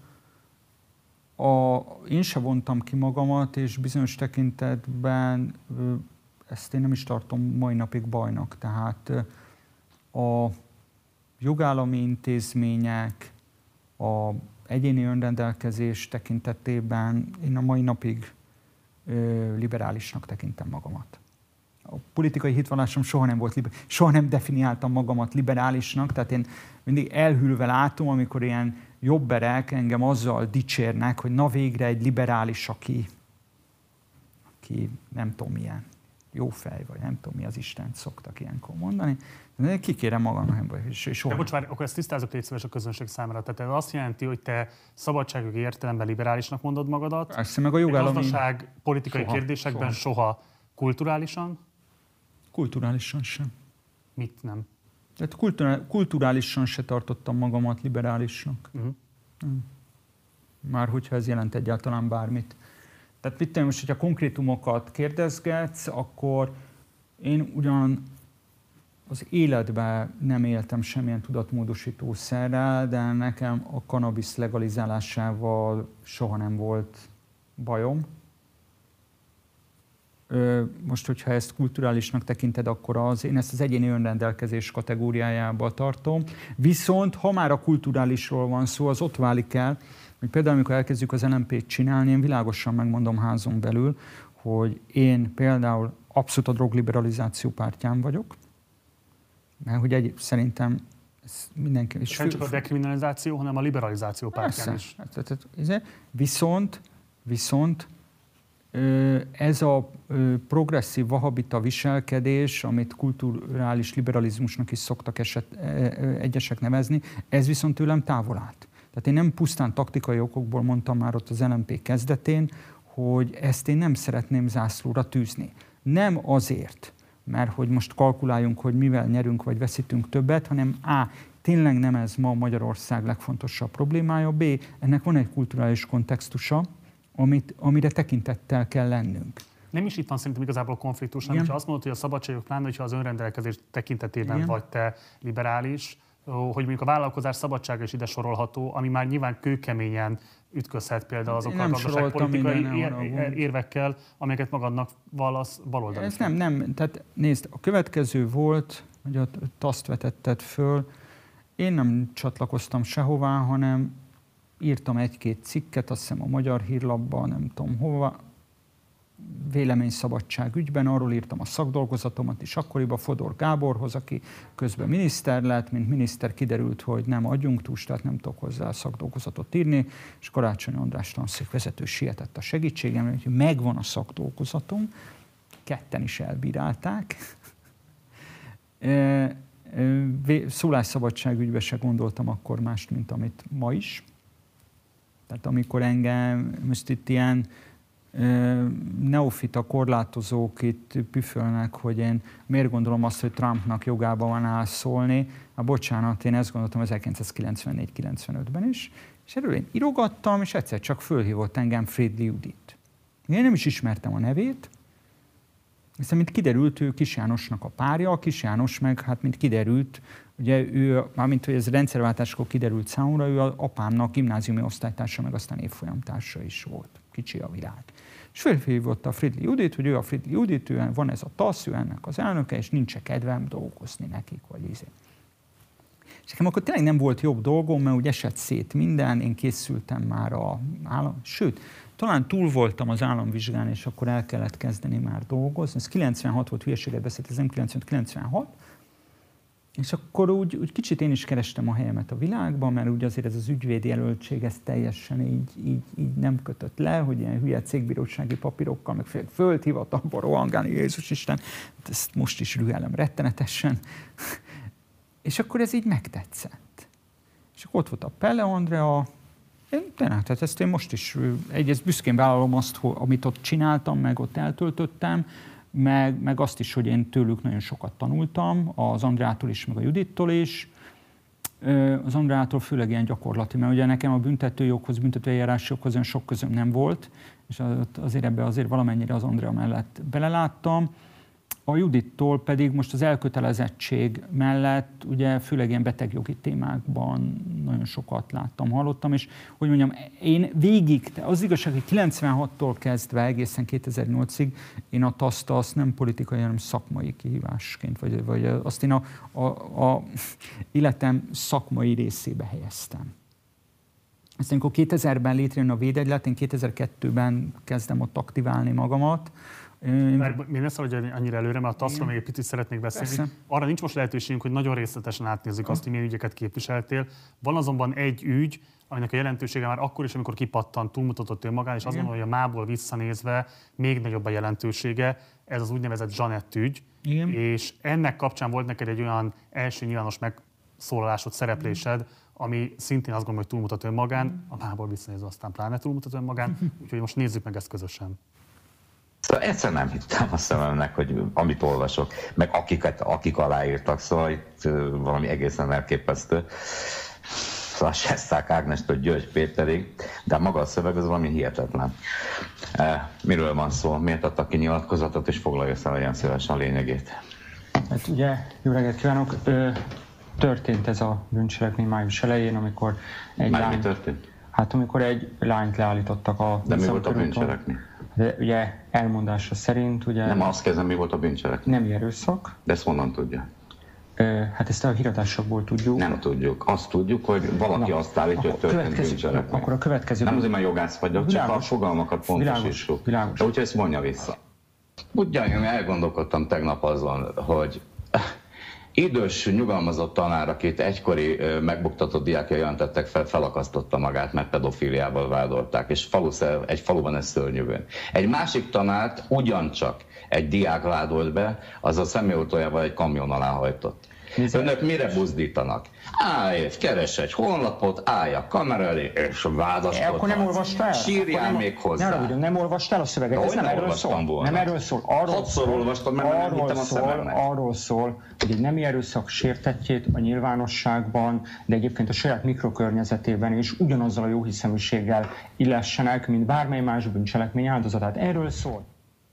én se vontam ki magamat, és bizonyos tekintetben ezt én nem is tartom mai napig bajnak. Tehát a jogállami intézmények, a egyéni önrendelkezés tekintetében én a mai napig liberálisnak tekintem magamat. A politikai hitvallásom soha nem definiáltam magamat liberálisnak, tehát én mindig elhűlve látom, amikor ilyen jobberek engem azzal dicsérnek, hogy na végre egy liberális, aki nem tudom milyen, jó fej, vagy nem tudom mi az Istent szoktak ilyenkor mondani. De kikérem magamba. De bocs, várj, akkor ezt tisztázok légy szíves a közönség számára. Tehát ez azt jelenti, hogy te szabadságjogi értelemben liberálisnak mondod magadat, persze, meg a jogállami... gazdaság, politikai kérdésekben soha. Kulturálisan? Kulturálisan sem. Mit nem? Tehát kulturálisan se tartottam magamat liberálisnak. Már hogyha ez jelent egyáltalán bármit. Tehát mit tudom, most, hogyha konkrétumokat kérdezgetsz, akkor én ugyan az életben nem éltem semmilyen tudatmódosítószerrel, de nekem a kannabisz legalizálásával soha nem volt bajom. Most, hogyha ezt kulturálisnak tekinted, akkor én ezt az egyéni önrendelkezés kategóriájába tartom. Viszont, ha már a kulturálisról van szó, az ott válik el, hogy például, amikor elkezdjük az LMP-t csinálni, én világosan megmondom házon belül, hogy én például abszolút a drogliberalizáció pártján vagyok, mert hogy szerintem ez mindenki... Nem csak a dekriminalizáció, hanem a liberalizáció pártján is. Viszont ez a progresszív vahabita viselkedés, amit kulturális liberalizmusnak is szoktak egyesek nevezni, ez viszont tőlem távol állt. Tehát én nem pusztán taktikai okokból mondtam már ott az LMP kezdetén, hogy ezt én nem szeretném zászlóra tűzni. Nem azért, mert hogy most kalkuláljunk, hogy mivel nyerünk vagy veszítünk többet, hanem A, tényleg nem ez ma Magyarország legfontosabb problémája, B, ennek van egy kulturális kontextusa, amire tekintettel kell lennünk. Nem is itt van szerintem igazából konfliktus, hanem ha azt mondod, hogy a szabadságok, pláne, hogyha az önrendelkezés tekintetében vagy te liberális, hogy mondjuk a vállalkozás szabadsága is ide sorolható, ami már nyilván kőkeményen ütközhet például azokkal a gazdaságpolitikai érvekkel, amelyeket magadnak vallasz baloldali. Ez nem. Tehát nézd, a következő volt, hogy a TASZ-t vetetted föl, én nem csatlakoztam sehová, hanem írtam egy-két cikket, azt hiszem a Magyar Hírlapban, nem tudom hova, véleményszabadság ügyben, arról írtam a szakdolgozatomat is akkoriban Fodor Gáborhoz, aki közben miniszter lett, mint miniszter kiderült, hogy nem adjunktus, tehát nem tudok hozzá a szakdolgozatot írni, és Karácsony András tanszékvezető sietett a segítségemre, hogy megvan a szakdolgozatom, ketten is elbírálták. Szólásszabadság ügybe se gondoltam akkor mást, mint amit ma is. Tehát amikor engem most itt ilyen neofita korlátozók itt püfölnek, hogy én miért gondolom azt, hogy Trumpnak jogában van elszólni. Bocsánat, én ezt gondoltam 1994-95-ben is, és erről én írogattam, és egyszer csak fölhívott engem Friedli Judit. Én nem is ismertem a nevét, hiszen mint kiderült, ő Kis Jánosnak a párja, a Kis János meg, hát mint kiderült, ugye ő, mármint hogy ez rendszerváltáskor kiderült számomra, ő az apámnak gimnáziumi osztálytársa, meg aztán évfolyamtársa is volt. Kicsi a világ. És felhívott a Friedli Judit, hogy ő a Friedli Judit, ő van ez a TASZ, ő ennek az elnöke, és nincs kedvem dolgozni nekik, vagy izé. És nekem akkor tényleg nem volt jobb dolgom, mert úgy esett szét minden, én készültem már sőt, talán túl voltam az államvizsgán, és akkor el kellett kezdeni már dolgozni. Ez 96 volt, hülyeséget beszélt, ez nem 95-96. És akkor úgy kicsit én is kerestem a helyemet a világban, mert ugye azért ez az ügyvédi jelöltség, ez teljesen így nem kötött le, hogy ilyen hülye cégbírósági papírokkal, meg földhivatalban rohangálni, Jézus Isten, ezt most is rühelem rettenetesen. És akkor ez így megtetszett. És akkor ott volt a Pelle Andrea, tehát ezt én most is egyrészt büszkén vállalom azt, amit ott csináltam, meg ott eltöltöttem, meg azt is, hogy én tőlük nagyon sokat tanultam, az Andreától is, meg a Judittól is. Az Andreától főleg ilyen gyakorlati, mert ugye nekem a büntetőjoghoz, büntetőeljárási joghoz olyan sok közöm nem volt, és azért ebbe azért valamennyire az Andrea mellett beleláttam. A Judittól pedig most az elkötelezettség mellett ugye főleg ilyen betegjogi témákban nagyon sokat láttam, hallottam, és hogy mondjam, én végig, az igazság, hogy 96-tól kezdve egészen 2008-ig én a TASZ-t nem politikai, hanem szakmai kihívásként, vagy azt én a életem szakmai részébe helyeztem. Aztán amikor 2000-ben létrejön a Védegylet, én 2002-ben kezdem ott aktiválni magamat. Még ne szaladj annyira előre, mert a TASZ-ról még egy picit szeretnék beszélni. Persze. Arra nincs most lehetőségünk, hogy nagyon részletesen átnézzük azt, hogy milyen ügyeket képviseltél. Van azonban egy ügy, aminek a jelentősége már akkor is, amikor kipattant, túlmutatott önmagán, és azt gondolom, hogy a mából visszanézve még nagyobb a jelentősége. Ez az úgynevezett Zsanett ügy. Igen. És ennek kapcsán volt neked egy olyan első nyilvános megszólalásod, szereplésed, ami szintén azt gondolom, hogy túlmutat önmagán, a mából visszanézve aztán pláne túlmutat önmagán. Úgyhogy most nézzük meg ezt közösen. Szóval egyszer nem hittem a szememnek, hogy amit olvasok, meg akik aláírtak, szóval itt valami egészen elképesztő. Szóval Sesták Ágnestől György Péterig, de maga a szöveg az valami hihetetlen. Miről van szó? Miért adtak ki nyilatkozatot, és foglalja össze legyen szívesen a lényegét? Hát ugye, jó reggelt kívánok! Történt ez a bűncselekmény május elején, amikor egy lány... mi történt? Hát amikor egy lányt leállítottak a... De mi volt a bűncselekmény? De ugye elmondása szerint ugye... Nem azt kezdem, mi volt a bűncselekmény? Nem erőszak. De ezt honnan tudja? Hát ezt a híradásokból tudjuk. Nem tudjuk. Azt tudjuk, hogy valaki azt állítja, hogy történt bűncselekmény. Akkor a következő... Nem azért, mert jogász vagyok, csak a fogalmakat pontosítsuk. Világos. De úgyhogy ezt mondja vissza. Ugyan elgondolkodtam tegnap azon, hogy idős, nyugalmazott tanár, akit egykori megbuktatott diákja jelentettek fel, felakasztotta magát, mert pedofíliával vádolták, és egy faluban ez szörnyűvön. Egy másik tanárt ugyancsak egy diák vádolt be, az a személyautójával egy kamion alá hajtott. Önök mire buzdítanak? Állj, keres egy honlapot, állj a kamera elé, és vádaskodhatsz. Akkor nem olvastál el? Sírjál még hozzá. Nem olvastál a szöveget? Ez nem erről szól. Nem erről szól. Hatszor olvastam, mert nem hittem a szememnek. Arról szól, hogy egy nemi erőszak sértettjét a nyilvánosságban, de egyébként a saját mikrokörnyezetében is ugyanazzal a jóhiszeműséggel illessenek, mint bármely más bűncselekmény áldozatát. Erről szól.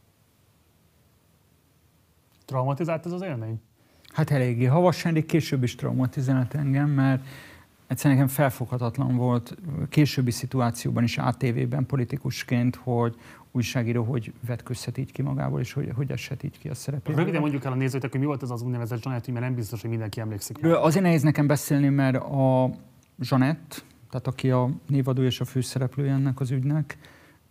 Traumatizált ez az élmény? Hát eléggé. Havas Henrik később is traumatizált engem, mert egyszerűen nekem felfoghatatlan volt későbbi szituációban is ATV-ben politikusként, hogy újságíró hogy vetközhet így ki magából, és hogy eshet így ki a szereplőből. Röviden mondjuk el a nézőknek, hogy mi volt ez az úgynevezett Zsanett, mert nem biztos, hogy mindenki emlékszik. Azért nehéz nekem beszélni, mert a Zsanett, tehát aki a névadó és a főszereplője ennek az ügynek,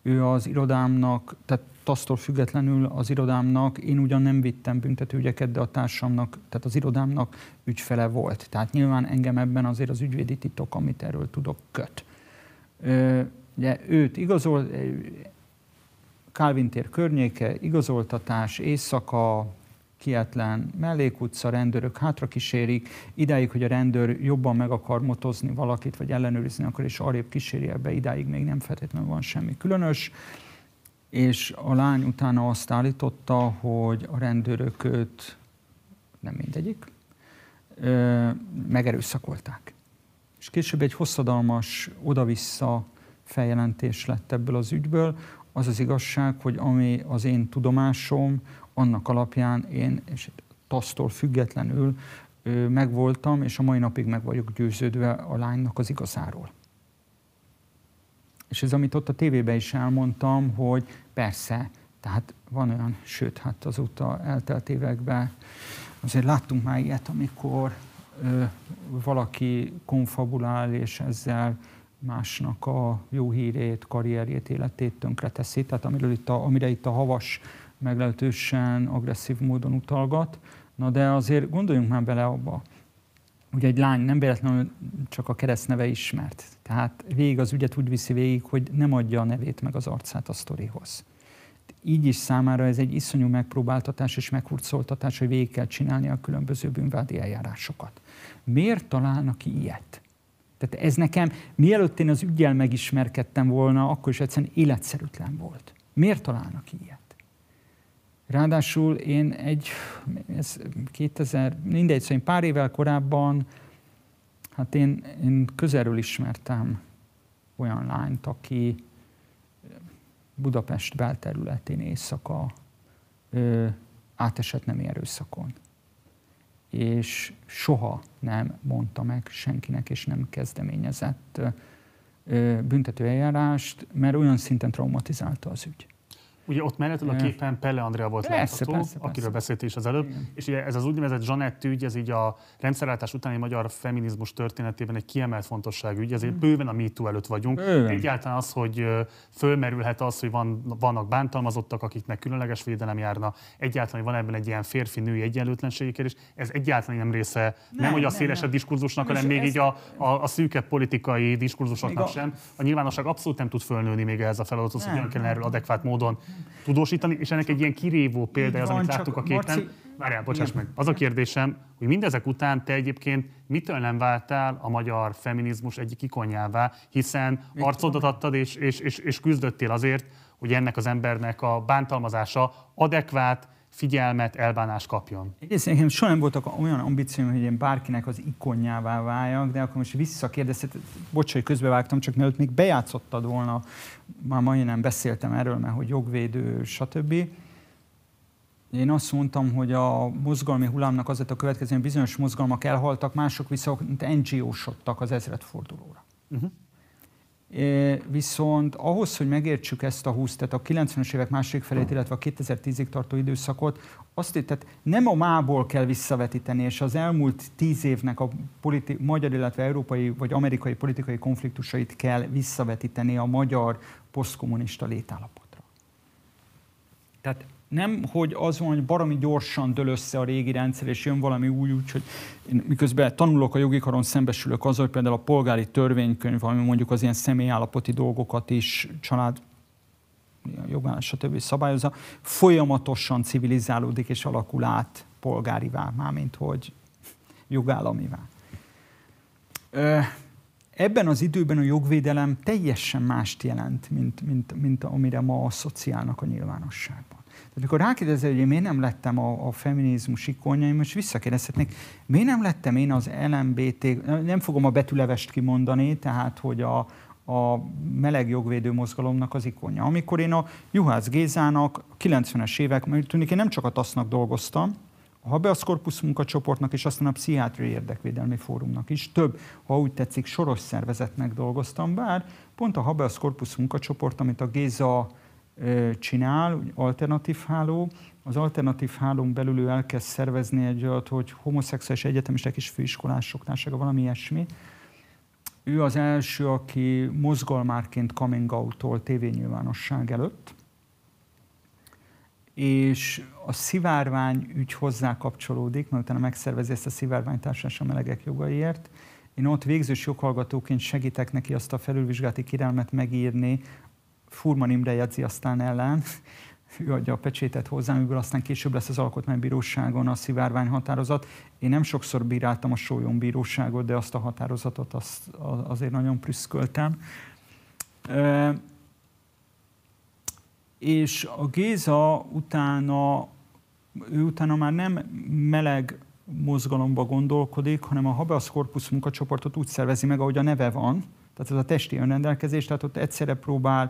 ő az irodámnak, tehát TASZ-tól függetlenül az irodámnak, én ugyan nem vittem büntetőügyeket, de a társamnak, tehát az irodámnak ügyfele volt. Tehát nyilván engem ebben azért az ügyvédi titok, amit erről tudok, köt. Ugye őt igazol, Kálvin tér környéke, igazoltatás, éjszaka, Kietlen mellékutca, rendőrök hátra kísérik, idáig, hogy a rendőr jobban meg akar motozni valakit, vagy ellenőrizni akar, és arrébb kíséri ebbe, idáig még nem feltétlenül van semmi különös. És a lány utána azt állította, hogy a rendőrök őt, nem mindegyik, megerőszakolták. És később egy hosszadalmas oda-vissza feljelentés lett ebből az ügyből. Az az igazság, hogy ami az én tudomásom, annak alapján én, és TASZ-tól függetlenül megvoltam, és a mai napig meg vagyok győződve a lánynak az igazáról. És ez, amit ott a tévében is elmondtam, hogy persze, tehát van olyan, sőt, hát azóta eltelt években azért láttunk már ilyet, amikor valaki konfabulál, és ezzel másnak a jó hírét, karrierjét, életét tönkreteszi. Tehát amire itt a Havas meglehetősen agresszív módon utalgat. Na de azért gondoljunk már bele abba, hogy egy lány nem véletlenül csak a keresztneve ismert. Tehát végig az ügyet úgy viszi végig, hogy nem adja a nevét meg az arcát a sztorihoz. Így is számára ez egy iszonyú megpróbáltatás és meghurcoltatás, hogy végig kell csinálni a különböző bűnvádi eljárásokat. Miért találnak ki ilyet? Tehát ez nekem, mielőtt én az üggyel megismerkedtem volna, akkor is egyszerűen életszerűtlen volt. Miért találnak ki ilyet? Ráadásul én mindegy, pár évvel korábban, hát én közelről ismertem olyan lányt, aki Budapest belterületén éjszaka átesett nemi erőszakon. És soha nem mondta meg senkinek, és nem kezdeményezett büntetőeljárást, mert olyan szinten traumatizálta az ügy. Ugye ott mellettől a képen Pelle Andrea volt látható, akiről beszélt is az előbb, és ugye ez az úgynevezett Zsanett ügy, ez így a rendszerváltás utáni magyar feminizmus történetében egy kiemelt fontosságú ügy, ezért bőven a MeToo előtt vagyunk. Egyáltalán az, hogy fölmerülhet az, hogy vannak bántalmazottak, akiknek különleges védelem járna, egyáltalán van ebben egy ilyen férfi-női egyenlőtlenségi kérdés, ez egyáltalán nem része, nem hogy a szélesebb diskurzusnak, hanem még így a szűkebb politikai diskurzusoknak sem. A nyilvánosság abszolút nem tud fölnőni még ehhez a feladathoz, hogy hogyan kellene erről adekvát módon tudósítani, és ennek egy ilyen kirévó példa az, amit láttuk a képen. Várjál, bocsáss meg. Az a kérdésem, hogy mindezek után te egyébként mitől nem váltál a magyar feminizmus egyik ikonjává, hiszen arcodat adtad és küzdöttél azért, hogy ennek az embernek a bántalmazása adekvát figyelmet, elbánást kapjon. Egyrészt nekem soha nem voltak olyan ambícióim, hogy én bárkinek az ikonjává váljak, de akkor most visszakérdezted, bocs, hogy közbevágtam, csak mielőtt még bejátszottad volna, már majdnem beszéltem erről, mert hogy jogvédő, stb. Én azt mondtam, hogy a mozgalmi hullámnak az lett a következő, hogy bizonyos mozgalmak elhaltak, mások viszont NGO-sodtak az ezredfordulóra. Viszont ahhoz, hogy megértsük ezt a 20, tehát a 90-es évek második felét, illetve a 2010-ig tartó időszakot, tehát nem a mából kell visszavetíteni, és az elmúlt 10 évnek a magyar, illetve európai vagy amerikai politikai konfliktusait kell visszavetíteni a magyar posztkommunista létállapotra. Tehát nem, hogy az van, hogy baromi gyorsan dől össze a régi rendszer, és jön valami új, úgyhogy miközben tanulok a jogi karon, szembesülök azzal, hogy például a polgári törvénykönyv, ami mondjuk az ilyen személyállapoti dolgokat is, család, jogállás, stb. Szabályozza, folyamatosan civilizálódik és alakul át polgárivá, mármint hogy jogállamivá. Ebben az időben a jogvédelem teljesen mást jelent, mint amire ma asszociálnak a nyilvánosságban. Tehát amikor rákérdezel, hogy én miért nem lettem a feminizmus ikonja, én most visszakérdezhetnék, miért nem lettem én az LMBT, nem fogom a betűlevest kimondani, tehát hogy a meleg jogvédő mozgalomnak az ikonja. Amikor én a Juhász Gézának 90-es évek, mert tűnik, én nem csak a TASZ-nak dolgoztam, a Habeas Corpus munkacsoportnak és aztán a Pszichiátriai Érdekvédelmi Fórumnak is több, ha úgy tetszik, soros szervezetnek dolgoztam, bár pont a Habeas Corpus munkacsoport, amit a Géza csinál, alternatív háló, az alternatív hálón belül ő elkezd szervezni egy olyat, hogy homoszexuális egyetemisek és főiskolások társasága, valami ilyesmi. Ő az első, aki mozgalmárként coming out-tól tévényilvánosság előtt, és a szivárvány ügy hozzá kapcsolódik, mert utána megszervezi ezt a szivárványtársaság a melegek jogaiért. Én ott végzős joghallgatóként segítek neki azt a felülvizsgálati kérelmet megírni, Furman Imre jegyzi aztán ellen, ő adja a pecsétet hozzám, amiből aztán később lesz az Alkotmánybíróságon a szivárvány határozat. Én nem sokszor bíráltam a Sólyom-bíróságot, de azt a határozatot azért nagyon prüszköltem. És a Géza utána már nem meleg mozgalomba gondolkodik, hanem a Habeas Corpus munkacsoportot úgy szervezi meg, ahogy a neve van, tehát ez a testi önrendelkezés, tehát ott egyszerre próbál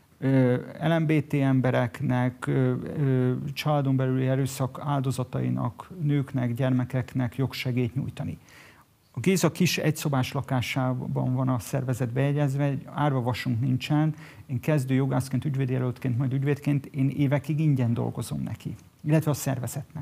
LMBT embereknek, családon belüli erőszak áldozatainak, nőknek, gyermekeknek jogsegélyt nyújtani. A Géza kis egyszobás lakásában van a szervezet bejegyezve, egy árvavasunk nincsen, én kezdő jogászként, ügyvédjelöltként, majd ügyvédként én évekig ingyen dolgozom neki, illetve a szervezetnek.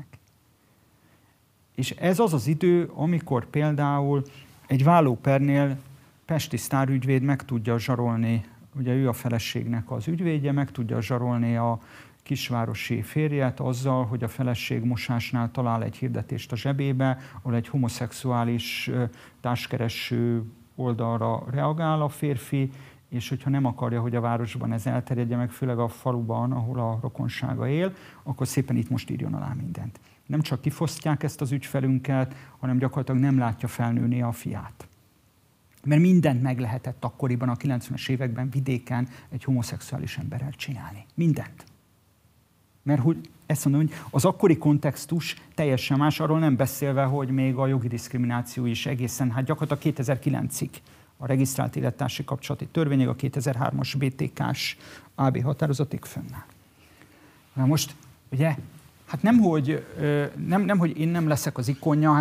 És ez az az idő, amikor például egy vállópernél pesti sztárügyvéd meg tudja zsarolni, ugye ő a feleségnek az ügyvédje, meg tudja zsarolni a kisvárosi férjet azzal, hogy a feleség mosásnál talál egy hirdetést a zsebébe, ahol egy homoszexuális társkereső oldalra reagál a férfi, és hogyha nem akarja, hogy a városban ez elterjedje meg, főleg a faluban, ahol a rokonsága él, akkor szépen itt most írjon alá mindent. Nem csak kifosztják ezt az ügyfelünket, hanem gyakorlatilag nem látja felnőni a fiát. Mert mindent meg lehetett akkoriban, a 90-es években vidéken egy homoszexuális emberrel csinálni. Mindent. Mert hogy ezt mondom, hogy az akkori kontextus teljesen más, arról nem beszélve, hogy még a jogi diszkrimináció is egészen, gyakorlatilag 2009-ig a regisztrált élettársi kapcsolati törvényig, a 2003-as BTK-s AB határozatig fönnáll. Na most, ugye, nem, hogy én nem leszek az ikonja,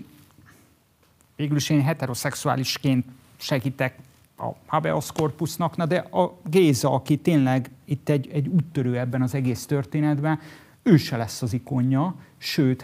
végül is én heteroszexuálisként segítek a Habeas Corpusnak, de a Géza, aki tényleg itt egy úttörő ebben az egész történetben, ő se lesz az ikonja, sőt,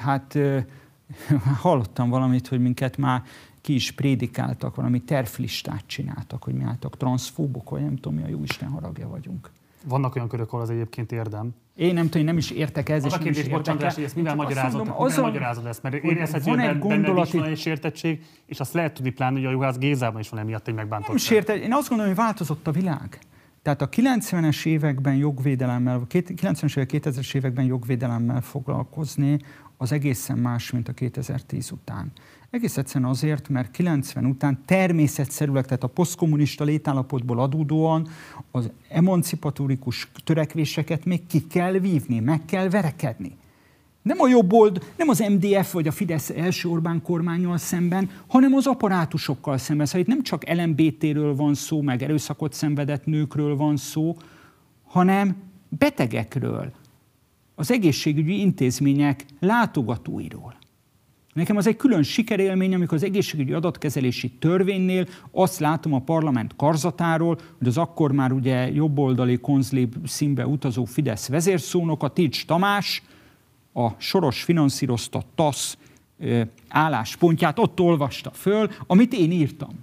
hallottam valamit, hogy minket már ki is prédikáltak, valami tervlistát csináltak, hogy mi álltak transzfóbok, vagy nem tudom, mi a jóisten haragja vagyunk. Vannak olyan körök, ahol az egyébként érdem. Én nem tudom, én nem is értek ez, és nem is értek. Hogy ezt mivel magyarázod ezt? Mert érezhető, hogy benned is van egy sértettség, és azt lehet tudni pláne, hogy a juhász Gézában is van emiatt egy megbántottság. Nem sértett. Én azt gondolom, hogy változott a világ. Tehát a 90-es években jogvédelemmel, 90-es évek, 2000-es években jogvédelemmel foglalkozni, az egészen más, mint a 2010 után. Egész egyszerűen azért, mert 90 után természetszerűleg, tehát a posztkommunista létállapotból adódóan az emancipatórikus törekvéseket még ki kell vívni, meg kell verekedni. Nem a jobb old, nem az MDF vagy a Fidesz első Orbán kormánnyal szemben, hanem az apparátusokkal szemben. Szóval itt nem csak LMBT-ről van szó, meg erőszakot szenvedett nőkről van szó, hanem betegekről, az egészségügyi intézmények látogatóiról. Nekem az egy külön sikerélmény, amikor az egészségügyi adatkezelési törvénynél azt látom a parlament karzatáról, hogy az akkor már ugye jobboldali konzlib színbe utazó Fidesz vezérszónoka, Tics Tamás, a Soros finanszírozta TASZ álláspontját ott olvasta föl, amit én írtam.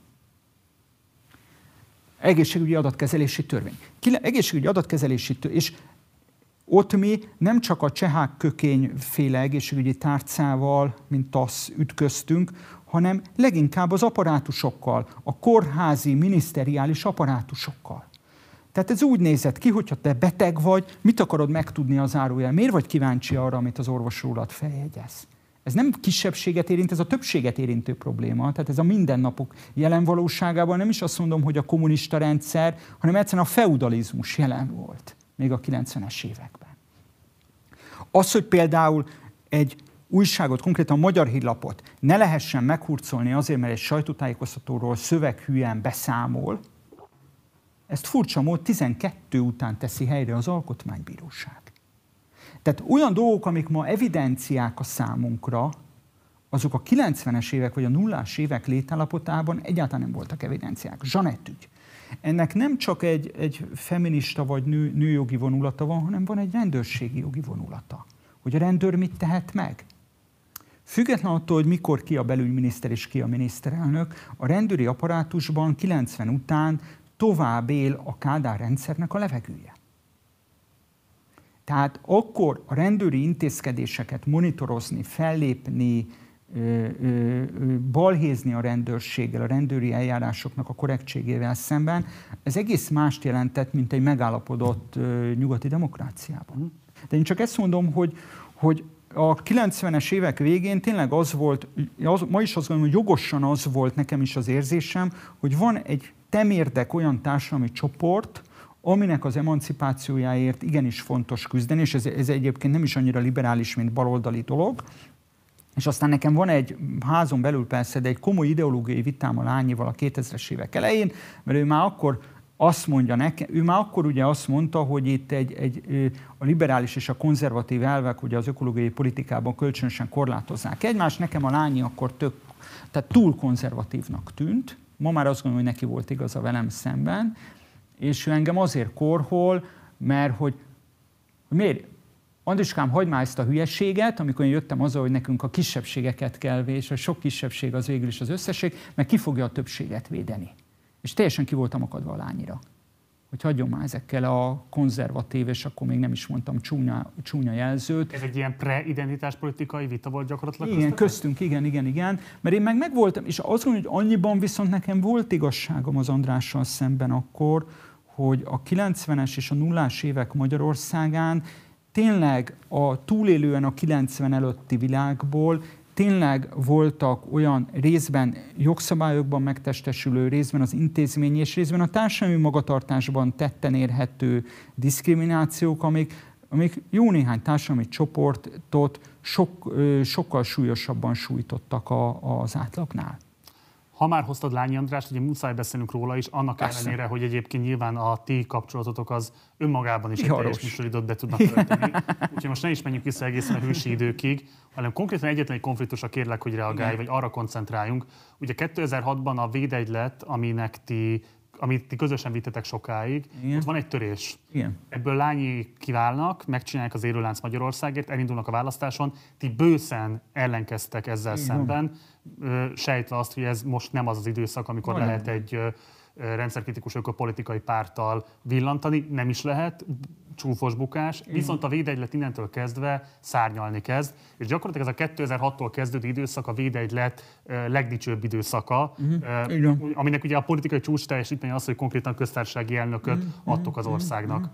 Egészségügyi adatkezelési törvény. Egészségügyi adatkezelési törvény. És ott mi nem csak a Csehák Kökény-féle egészségügyi tárcával, mint TASZ ütköztünk, hanem leginkább az apparátusokkal, a kórházi, miniszteriális apparátusokkal. Tehát ez úgy nézett ki, hogyha te beteg vagy, mit akarod megtudni az zárójel? Miért vagy kíváncsi arra, amit az orvos rólad feljegyez? Ez nem kisebbséget érint, ez a többséget érintő probléma. Tehát ez a mindennapok jelen valóságában nem is azt mondom, hogy a kommunista rendszer, hanem egyszerűen a feudalizmus jelen volt. Még a 90-es években. Az, hogy például egy újságot, konkrétan a Magyar Hírlapot ne lehessen meghurcolni azért, mert egy sajtótájékoztatóról szöveghűen beszámol, ezt furcsa mód 12 után teszi helyre az Alkotmánybíróság. Tehát olyan dolgok, amik ma evidenciák a számunkra, azok a 90-es évek vagy a 0-ás évek létállapotában egyáltalán nem voltak evidenciák. Zsanett ügy. Ennek nem csak egy feminista vagy nőjogi vonulata van, hanem van egy rendőrségi jogi vonulata. Hogy a rendőr mit tehet meg? Független attól, hogy mikor ki a belügyminiszter és ki a miniszterelnök, a rendőri apparátusban 90 után tovább él a Kádár rendszernek a levegője. Tehát akkor a rendőri intézkedéseket monitorozni, fellépni, balhézni a rendőrséggel, a rendőri eljárásoknak a korrektségével szemben, ez egész mást jelentett, mint egy megállapodott nyugati demokráciában. De én csak ezt mondom, hogy a 90-es évek végén tényleg az volt, ma is azt gondolom, hogy jogosan az volt nekem is az érzésem, hogy van egy temérdek olyan társadalmi csoport, aminek az emancipációjáért igenis fontos küzdeni, és ez egyébként nem is annyira liberális, mint baloldali dolog. És aztán nekem van egy házon belül persze, de egy komoly ideológiai vitám a Lányival a 2000-es évek elején, mert ő már akkor azt mondja nekem, ő már akkor ugye azt mondta, hogy itt a liberális és a konzervatív elvek ugye az ökológiai politikában kölcsönösen korlátozzák egymást. Nekem a Lányi akkor tehát túl konzervatívnak tűnt. Ma már azt gondolom, hogy neki volt igaza velem szemben. És ő engem azért korhol, mert hogy miért? Andriskám, hagyd már ezt a hülyeséget, amikor én jöttem azzal, hogy nekünk a kisebbségeket kell, és a sok kisebbség az végül is az összesség, mert ki fogja a többséget védeni. És teljesen ki voltam akadva a Lányira. Hogy hagyjon már ezekkel a konzervatív, és akkor még nem is mondtam csúnya jelzőt. Ez egy ilyen pre-identitáspolitikai vita volt gyakorlatilag? Igen, köztünk, igen. Mert én megvoltam, és azt gondolom, hogy annyiban viszont nekem volt igazságom az Andrással szemben akkor, hogy a 90-es és a 0-ás évek Magyarországán tényleg a túlélően a 90 előtti világból tényleg voltak olyan részben jogszabályokban megtestesülő, részben az intézményi és részben a társadalmi magatartásban tetten érhető diszkriminációk, amik jó néhány társadalmi csoportot sokkal súlyosabban sújtottak az átlagnál. Ha már hoztad Lányi Andrást, ugye muszáj beszélnünk róla is, annak ellenére, hogy egyébként nyilván a ti kapcsolatotok az önmagában is egy teljes műsoridőt be tudnak tölteni. Úgyhogy most ne is menjünk vissza egészen a hősi időkig, hanem konkrétan egyetlen egy konfliktusra kérlek, hogy reagálj, vagy arra koncentráljunk. Ugye 2006-ban a védegylet, amit ti közösen vittetek sokáig, igen. Ott van egy törés. Igen. Ebből Lányi kiválnak, megcsinálják az Érőlánc Magyarországért, elindulnak a választáson, ti bőszen ellenkeztek ezzel szemben, sejtve azt, hogy ez most nem az az időszak, amikor lehet egy rendszerkritikus ökopolitikai párttal villantani, nem is lehet, csúfos bukás, viszont a védegylet innentől kezdve szárnyalni kezd, és gyakorlatilag ez a 2006-tól kezdődő időszak a védegylet legdicsőbb időszaka, aminek ugye a politikai csúcs teljesítménye az, hogy konkrétan köztársasági elnököt adtok az országnak.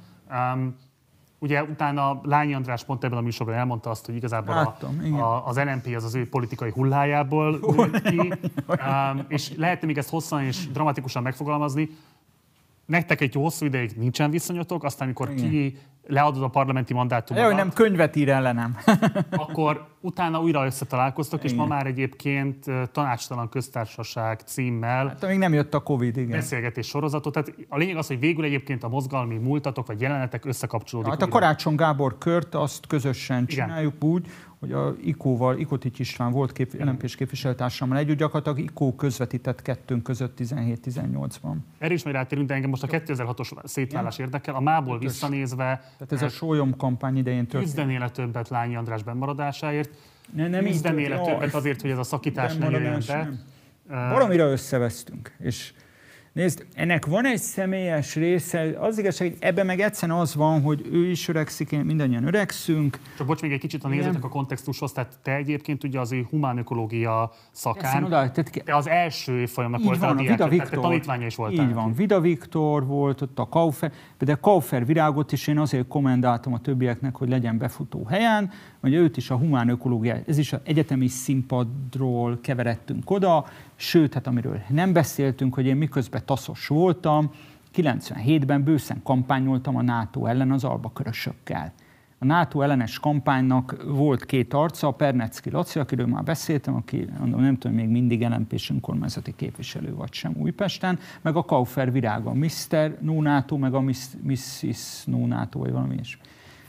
Ugye utána Lányi András pont ebben a műsorban elmondta azt, hogy igazából az LMP az ő politikai hullájából nőtt ki, és lehetne még ezt hosszan és dramatikusan megfogalmazni. Nektek egy hosszú ideig nincsen viszonyotok, aztán amikor leadod a parlamenti mandátumot. Hogy nem könyvet ír ellenem. Akkor utána újra összetalálkoztok, és ma már egyébként Tanácstalan Köztársaság címmel hát, még nem jött a Covid, igen. Beszélgetés sorozatot. Tehát a lényeg az, hogy végül egyébként a mozgalmi múltatok vagy jelenetek összekapcsolódik. Hát a Karácsony Gábor kört azt közösen csináljuk úgy, hogy a Ikotics István volt LMP-s képviselőtársammal együtt, gyakorlatilag IKO közvetített kettőnk között 17-18-ban. Erre is majd rátérünk, de engem most a 2006-os szétválás érdekel. A mából visszanézve... Tehát ez a sólyom kampány idején történt. Küzdenél többet Lányi András bennmaradásáért? Nem küzdenél többet azért, hogy ez a szakítás nem jöjjön be? Valamire összevesztünk. És nézd, ennek van egy személyes része, az igazság, hogy ebben meg egyszerűen az van, hogy ő is öregszik, mindannyian öregszünk. Csak bocs, még egy kicsit a nézőtek a kontextushoz, tehát te egyébként ugye az ő humánökológiai szakán, te az első évfolyamnak voltál a diák, tehát te tanítványa is voltál. Így van, Vida Viktor volt, ott a Kaufer, de Kaufer Virágot is én azért kommendáltam a többieknek, hogy legyen befutó helyen, hogy őt is a humánökológia, ez is az egyetemi színpadról keveredtünk oda, sőt, hát amiről nem beszéltünk, hogy én miközben taszos voltam, 97-ben bőszen kampányoltam a NATO ellen az albakörösökkel. A NATO ellenes kampánynak volt két arca, a Pernecki Laci, akiről már beszéltem, aki nem tudom, még mindig LMP-s önkormányzati képviselő vagy sem Újpesten, meg a Kaufer Virág, a Mr. No NATO, meg a Mrs. No NATO, vagy valami ilyesmi.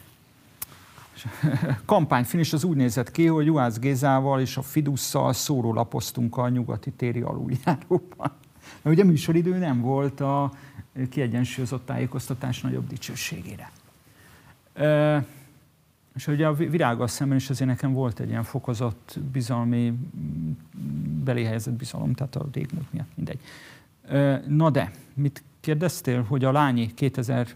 Kampányfinish az úgy nézett ki, hogy Juhász Gézával és a Fidusszal szórólapoztunk a nyugati téri aluljáróban. Mert ugye műsoridő nem volt a kiegyensúlyozott tájékoztatás nagyobb dicsőségére. És ugye a Virággal szemben is azért nekem volt egy ilyen fokozott bizalmi, belé helyezett bizalom, tehát a régmúlt miatt, mindegy. Na de, mit kérdeztél, hogy a Lányi 2006.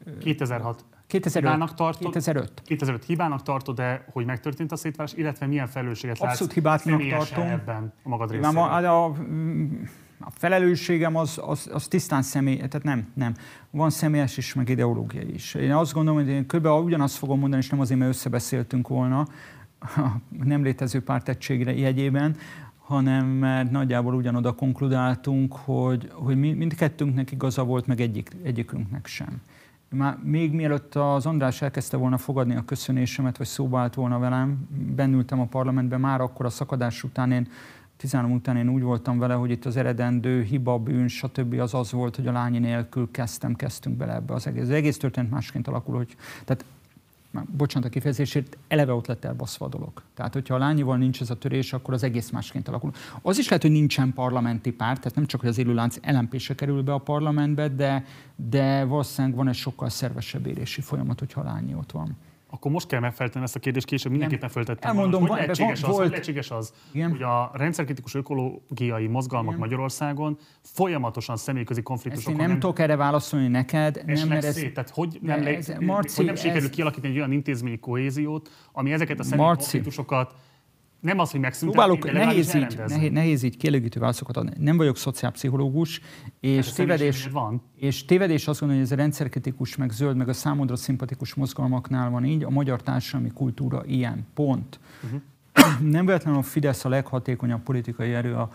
2005 hibának tartod, de hogy megtörtént a szétválás, illetve milyen felelősséget látsz abszolút hibátlanak tartom ebben a magad részéről? A felelősségem az tisztán személy, tehát nem. Van személyes is, meg ideológiai is. Én azt gondolom, hogy én körülbelül ugyanazt fogom mondani, és nem azért, mert összebeszéltünk volna a nem létező pártegységre jegyében, hanem mert nagyjából ugyanoda konkludáltunk, hogy mindkettőnknek igaza volt, meg egyikünknek sem. Már még mielőtt az András elkezdte volna fogadni a köszönésemet, vagy szóba állt volna velem, bennültem a parlamentben, már akkor a szakadás után 13 után én úgy voltam vele, hogy itt az eredendő hiba, bűn, stb. Az volt, hogy a Lányi nélkül kezdtünk bele ebbe az egész. Az egész történet másként alakul, hogy, tehát, bocsánat a kifejezésért, eleve ott lett elbaszva a dolog. Tehát, hogyha a Lányival nincs ez a törés, akkor az egész másként alakul. Az is lehet, hogy nincsen parlamenti párt, tehát nem csak, hogy az élőlánc LMP-se kerül be a parlamentbe, de valószínűleg van egy sokkal szervesebb érési folyamat, hogyha a Lányi ott van. Akkor most kell megfelelni ezt a kérdést, később mindenképpen feltettem. Elmondom, hogy lehetséges az, hogy a rendszerkritikus ökológiai mozgalmak Magyarországon folyamatosan személyközi konfliktusokon... Ezt én nem tudok erre válaszolni neked. Tehát hogy nem sikerül kialakítani egy olyan intézményi kohéziót, ami ezeket a személyi konfliktusokat nem az, hogy megszüntetni, de nehéz így kielégítő válaszokat adni. Nem vagyok szociálpszichológus, és tévedés azt gondolom, hogy ez a rendszerkritikus, meg zöld, meg a számodra szimpatikus mozgalmaknál van így, a magyar társadalmi kultúra ilyen, pont. Nem véletlenül a Fidesz a leghatékonyabb politikai erő a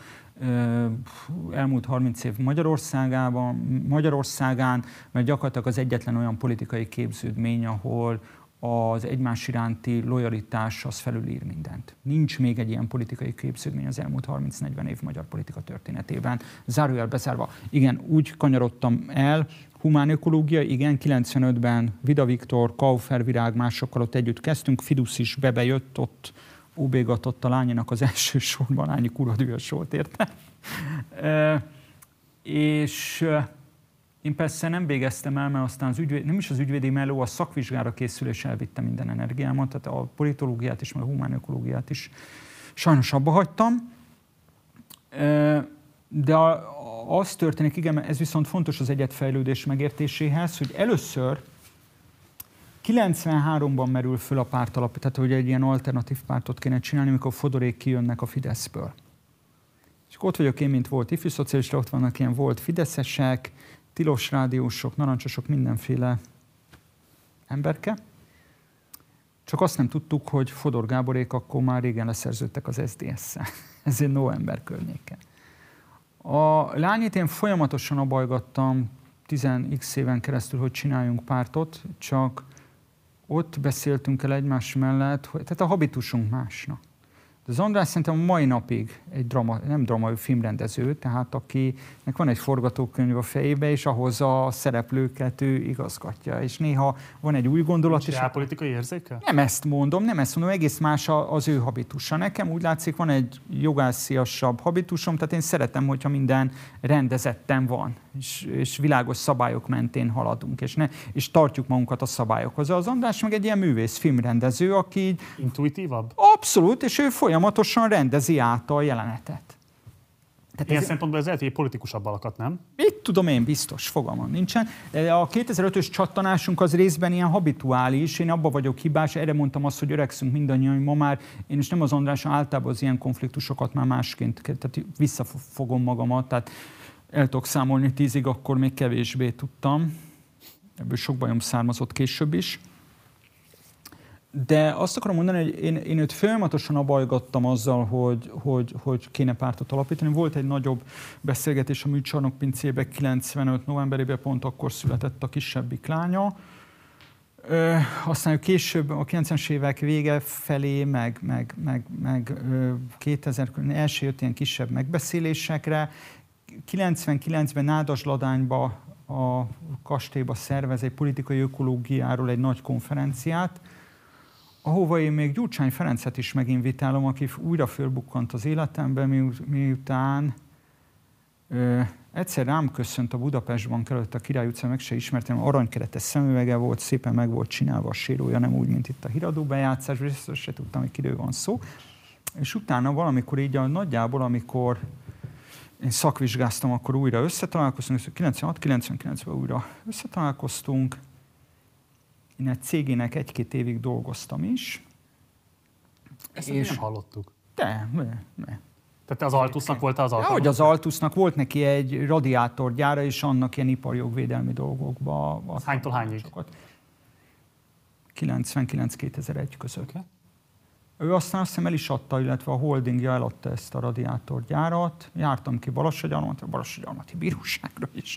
elmúlt 30 év Magyarországán, mert gyakorlatilag az egyetlen olyan politikai képződmény, ahol az egymás iránti lojalitás az felülír mindent. Nincs még egy ilyen politikai képződmény az elmúlt 30-40 év magyar politika történetében. Zárójel bezárva. Igen, úgy kanyarodtam el, humán ökológia, igen, 95-ben Vida Viktor, Kaufer Virág, másokkal ott együtt kezdtünk, Fidusz is bejött, ott óbégatott a Lányinak az első sorban, Lányi kurva dühös volt, érte? És én persze nem végeztem el, mert aztán nem is az ügyvédi melló, a szakvizsgára készülés elvittem minden energiámat, tehát a politológiát is, meg a humán ökológiát is sajnos abba hagytam. De az történik, igen, ez viszont fontos az egyetfejlődés megértéséhez, hogy először 93-ban merül föl a pártalap, tehát hogy egy ilyen alternatív pártot kéne csinálni, amikor Fodorék kijönnek a Fideszből. És ott vagyok én, mint volt ifjúszocialista, ott vannak ilyen volt fideszesek, tilos rádiósok, narancsosok, mindenféle emberke. Csak azt nem tudtuk, hogy Fodor Gáborék akkor már régen leszerződtek az SZDSZ-szel. Ezért november környéken. A Lányit én folyamatosan abajgattam 10x éven keresztül, hogy csináljunk pártot, csak ott beszéltünk el egymás mellett, hogy, tehát a habitusunk másnak. De az András szerintem a mai napig egy nem filmrendező, tehát akinek van egy forgatókönyv a fejébe, és ahhoz a szereplőket ő igazgatja. És néha van egy új gondolat. És politikai érzéke? Nem ezt mondom, egész más az ő habitusa. Nekem úgy látszik, van egy jogásziasabb habitusom, tehát én szeretem, hogyha minden rendezetten van, és világos szabályok mentén haladunk, és tartjuk magunkat a szabályokhoz. Az András meg egy ilyen művész, filmrendező, aki... Intuitívabb? Abszolút, és ő folyamatosan rendezi át a jelenetet. Tehát ilyen szempontból ez lehet, hogy egy politikusabb alakat, nem? Mit tudom én, biztos, fogalmam nincsen. A 2005-ös csattanásunk az részben ilyen habituális, én abba vagyok hibás, erre mondtam azt, hogy öregszünk mindannyian, ma már én is nem az András, általában az ilyen konfliktusokat már másként, tehát visszafogom magamat, tehát el tudok számolni 10-ig, akkor még kevésbé tudtam. Ebből sok bajom származott később is. De azt akarom mondani, hogy én őt folyamatosan abajgattam azzal, hogy kéne pártot alapítani. Volt egy nagyobb beszélgetés a Műcsarnok pincébe 95 novemberében, pont akkor született a kisebbik lánya. Aztán később, a 90-es évek vége felé, meg 2000 első jött ilyen kisebb megbeszélésekre. 99-ben Nádasladányba a kastélyba szervez egy politikai ökológiáról egy nagy konferenciát, ahova én még Gyurcsány Ferencet is meginvitálom, aki újra fölbukkant az életemben, miután Egyszer rám köszönt a Budapest Bank előtt a Király utcán, meg se ismertem, aranykeretes szemüvege volt, szépen meg volt csinálva a sérója, nem úgy, mint itt a híradó bejátszás, és se tudtam, hogy kiről van szó. És utána valamikor így nagyjából, amikor én szakvizsgáztam, akkor újra összetalálkoztunk, 96-99-ben újra összetalálkoztunk. Én egy cégének 1-2 évig dolgoztam is. Ezt és nem hallottuk. Ne. Tehát az Altusnak volt az alkalma? Hogy az Altusnak volt neki egy radiátorgyára, és annak ilyen iparjogvédelmi dolgokba. Hánytól hányig? 99-2001 között. Okay. Ő aztán azt hiszem el is adta, illetve a holdingja eladta ezt a radiátorgyárat. Jártam ki Balassagyarmati bíróságra is.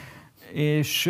És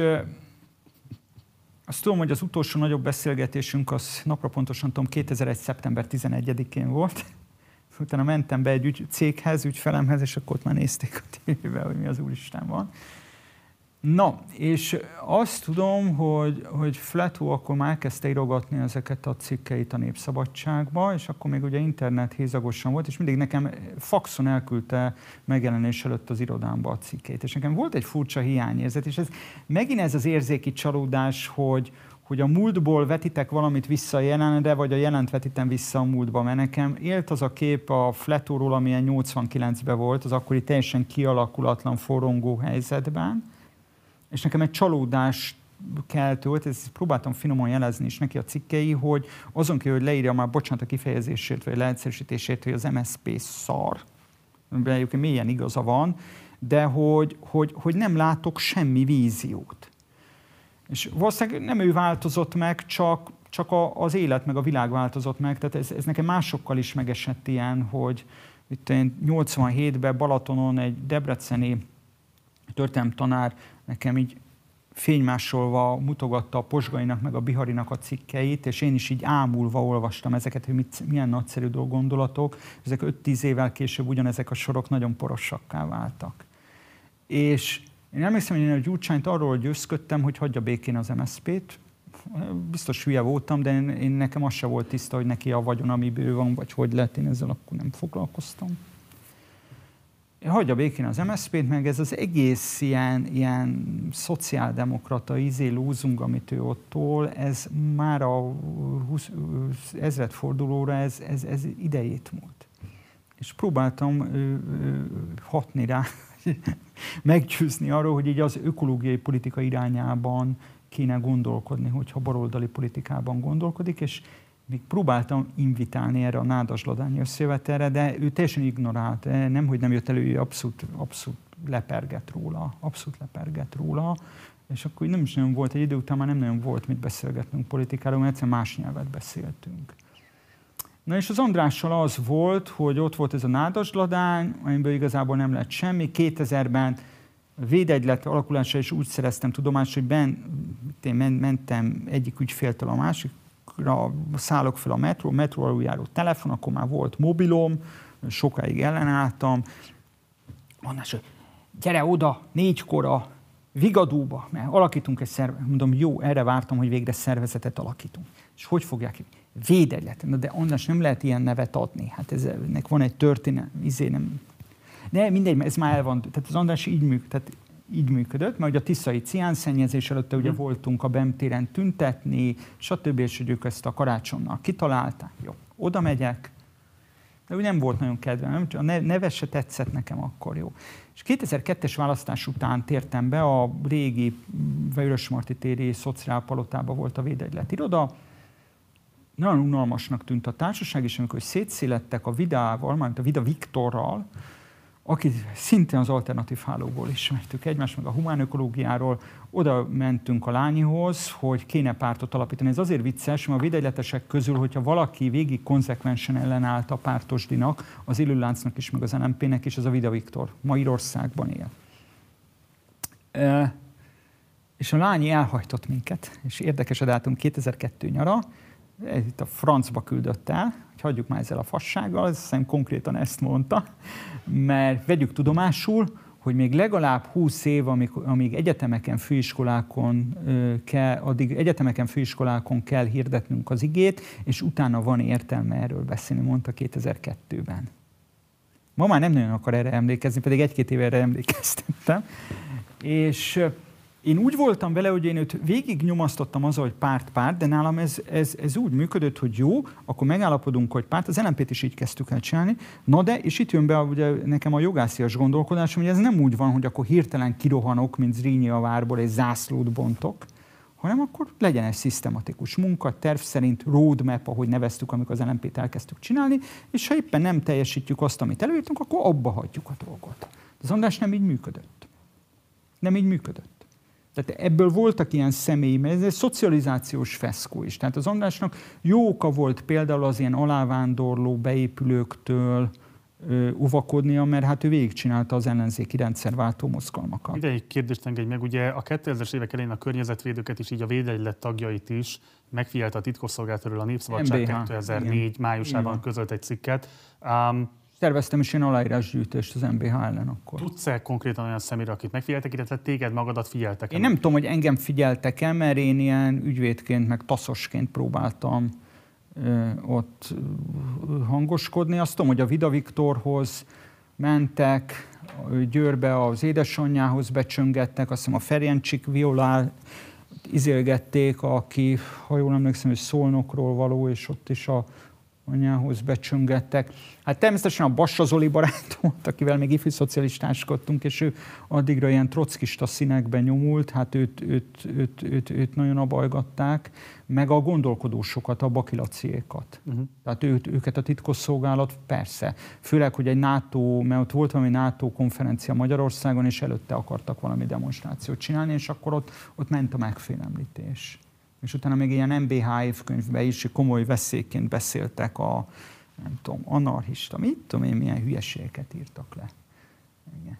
azt tudom, hogy az utolsó nagyobb beszélgetésünk, az napra pontosan tudom, 2001. szeptember 11-én volt. Utána mentem be egy céghez, ügyfelemhez, és akkor ott már nézték a tévébe, hogy mi az Úristen van. Na, és azt tudom, hogy Fletó akkor már elkezdte írogatni ezeket a cikkeit a Népszabadságba, és akkor még ugye internet hézagosan volt, és mindig nekem faxon elküldte megjelenés előtt az irodámba a cikkeit. És nekem volt egy furcsa hiányérzet, és megint ez az érzéki csalódás, hogy a múltból vetitek valamit vissza a jelenre, vagy a jelent vetitem vissza a múltba, mert nekem élt az a kép a Fletóról, amilyen 89-ben volt, az akkori teljesen kialakulatlan forrongó helyzetben, és nekem egy csalódás keltő volt, ezt próbáltam finoman jelezni is neki a cikkei, hogy azon kívül, hogy leírja már, bocsánat a kifejezésért, vagy leegyszerűsítésért, hogy az MSZP szar, amiben egyébként mélyen igaza van, de hogy nem látok semmi víziót. És valószínűleg nem ő változott meg, csak az élet meg a világ változott meg. Tehát ez nekem másokkal is megesett ilyen, hogy itt 87-ben Balatonon egy debreceni történelemtanár nekem így fénymásolva mutogatta a Posgainak meg a Biharinak a cikkeit, és én is így ámulva olvastam ezeket, hogy milyen nagyszerű gondolatok. Ezek 5-10 évvel később ugyanezek a sorok nagyon porosakká váltak. És én emlékszem, hogy én a Gyurcsányt arról győzködtem, hogy hagyja békén az MSZP-t. Biztos hülye voltam, de nekem az se volt tiszta, hogy neki a vagyon, amiből van, vagy hogy lett, én ezzel akkor nem foglalkoztam. Hagyja békén az MSZP-t, meg ez az egész ilyen szociáldemokrata lúzung, amit ő ott tol, ez már a 20 ezredfordulóra ez idejét múlt. És próbáltam hatni rá, meggyőzni arról, hogy így az ökológiai politika irányában kéne gondolkodni, hogyha baloldali politikában gondolkodik, és még próbáltam invitálni erre a Nádas-Ladányi összejövetelre, de ő teljesen ignorált, nemhogy nem jött elő, abszolút lepergett róla, és akkor nem is nagyon volt, egy idő után már nem nagyon volt mit beszélgetnünk politikáról, mert egyszerűen más nyelvet beszéltünk. Na és az Andrással az volt, hogy ott volt ez a Nádas-Ladány, amiből igazából nem lett semmi. 2000-ben védegylet alakulása is úgy szereztem tudomást, hogy én mentem egyik ügyféltől a másikra, szállok fel a metró aluljáró telefon, akkor már volt mobilom, sokáig ellenálltam. Mondás, hogy gyere oda 4-kor a Vigadóba, mert alakítunk egy szervezetet. Mondom, jó, erre vártam, hogy végre szervezetet alakítunk. És hogy fogják? Védegylet. Na de András, nem lehet ilyen nevet adni. Hát ennek van egy történet, nem. De mindegy, ez már el van. Tehát az András így működött, mert ugye a tiszai ciánszennyezés előtte ugye voltunk a BEM téren tüntetni, stb. És hogy ők ezt a karácsonnyal kitalálták. Jó, oda megyek, de úgy nem volt nagyon kedvem, a neve se tetszett nekem akkor, jó. És 2002-es választás után tértem be, a régi Vörösmarty téri szociálpalotába volt a védegylet iroda. Nagyon unalmasnak tűnt a társaság, és amikor szétszélettek a Vidával, mármint a Vida Viktorral, akit szintén az alternatív hálóból ismertük egymást, meg a humánökológiáról, oda mentünk a Lányihoz, hogy kéne pártot alapítani. Ez azért vicces, mert a védegyletesek közül, hogyha valaki végig konzekvensen ellenállt a pártosdinak, az Élőláncnak is, meg az LMP-nek is, az a Vida Viktor. Ma Írországban él. És a Lányi elhajtott minket, és érdekes a dátum, 2002 nyara, itt a francba küldött el, hogy hagyjuk már ezzel a fassággal, azt hiszem konkrétan ezt mondta, mert vegyük tudomásul, hogy még legalább 20 év, amíg egyetemeken, főiskolákon kell hirdetnünk az igét, és utána van értelme erről beszélni, mondta 2002-ben. Ma már nem nagyon akar erre emlékezni, pedig egy-két éve erre emlékeztettem. És én úgy voltam vele, hogy én őt végig nyomasztottam azzal, hogy párt, de nálam ez úgy működött, hogy jó, akkor megállapodunk, hogy párt. Az LMP-t is így kezdtük el csinálni. Na de, és itt jön be ugye, nekem a jogászias gondolkodásom, hogy ez nem úgy van, hogy akkor hirtelen kirohanok, mint Zrínyi a várból, és zászlót bontok, hanem akkor legyen egy szisztematikus munka, terv szerint roadmap, ahogy neveztük, amikor az LMP-t elkezdtük csinálni, és ha éppen nem teljesítjük azt, amit előírtunk, akkor abba hagyjuk a dolgot. Az András nem így működött. Nem így működött. Tehát ebből voltak ilyen személyi, mert ez egy szocializációs feszkó is. Tehát az Andrásnak jó oka volt például az ilyen alávándorló beépülőktől uvakodnia, mert hát ő végigcsinálta az ellenzéki rendszerváltó mozgalmakat. Ide egy kérdést engedj meg, ugye a 2000-es évek elején a környezetvédőket is, így a védegylet tagjait is megfigyelte a titkosszolgálatról, a Népszabadság MBH, 2004 igen. májusában közölt egy cikket. Terveztem is én aláírásgyűjtést az MBH ellen akkor. Tudsz-e konkrétan olyan személyre, akit megfigyeltek, illetve téged magadat figyeltek? Én nem tudom, hogy engem figyeltek el, mert én ilyen ügyvédként, meg taszosként próbáltam ott hangoskodni. Azt tudom, hogy a Vida Viktorhoz mentek, Győrbe az édesanyjához becsöngettek, azt hiszem a Ferencsik Violát izélgették, aki, ha jól emlékszem, hogy Szolnokról való, és ott is a anyához becsöngettek. Hát természetesen a Bassa Zoli barátomat, akivel még ifjú szocialistáskodtunk, és ő addigra ilyen trockista színekben nyomult, hát őt nagyon abajgatták, meg a gondolkodósokat, a Bakilaciékat. Tehát őket a titkosszolgálat, persze. Főleg, hogy egy NATO, mert ott volt valami NATO konferencia Magyarországon, és előtte akartak valami demonstrációt csinálni, és akkor ott ment a megfélemlítés. És utána még ilyen MBH évkönyvben is komoly veszélyként beszéltek a, nem tudom, anarchista, mit tudom én, milyen hülyeségeket írtak le. Igen.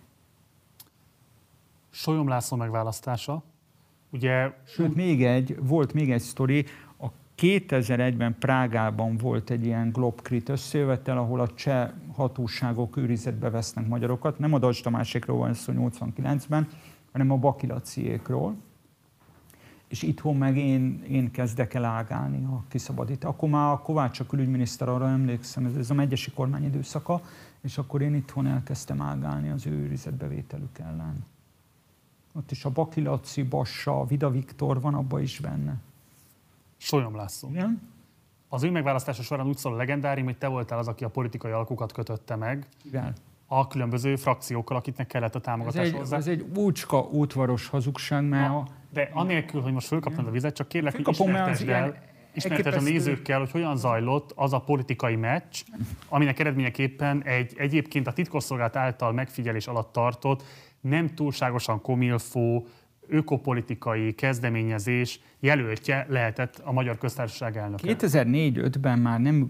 Solyom László megválasztása. Ugye... Sőt, volt még egy sztori, a 2001-ben Prágában volt egy ilyen Globkrit összejövetel, ahol a cseh hatóságok őrizetbe vesznek magyarokat. Nem a Dajcs Tamásékról van szó 89-ben, hanem a Bakilaciékról. És itthon meg én kezdek el ágálni a kiszabadítást. Akkor már a Kovács a külügyminiszter, arra emlékszem, ez a megyesi kormány időszaka, és akkor én itthon elkezdtem ágálni az ő őrizetbevételük ellen. Ott is a Bakilaci, Bassa, a Vida Viktor van abban is benne. Solyom László. Igen? Az ő megválasztása során úgy szól a legendárium, hogy te voltál az, aki a politikai alkukat kötötte meg. Igen. A különböző frakciókkal, akiknek kellett a támogatás hozzá. Ez egy úcska, útvaros hazugság, mert de anélkül, hogy most fölkapnod a vizet, csak kérlek, hogy ismertesd a nézőkkel, hogy hogyan zajlott az a politikai meccs, aminek eredményeképpen egy egyébként a titkosszolgálat által megfigyelés alatt tartott, nem túlságosan komilfó, ökopolitikai kezdeményezés jelöltje lehetett a Magyar Köztársaság elnöke. 2004-5-ben már nem...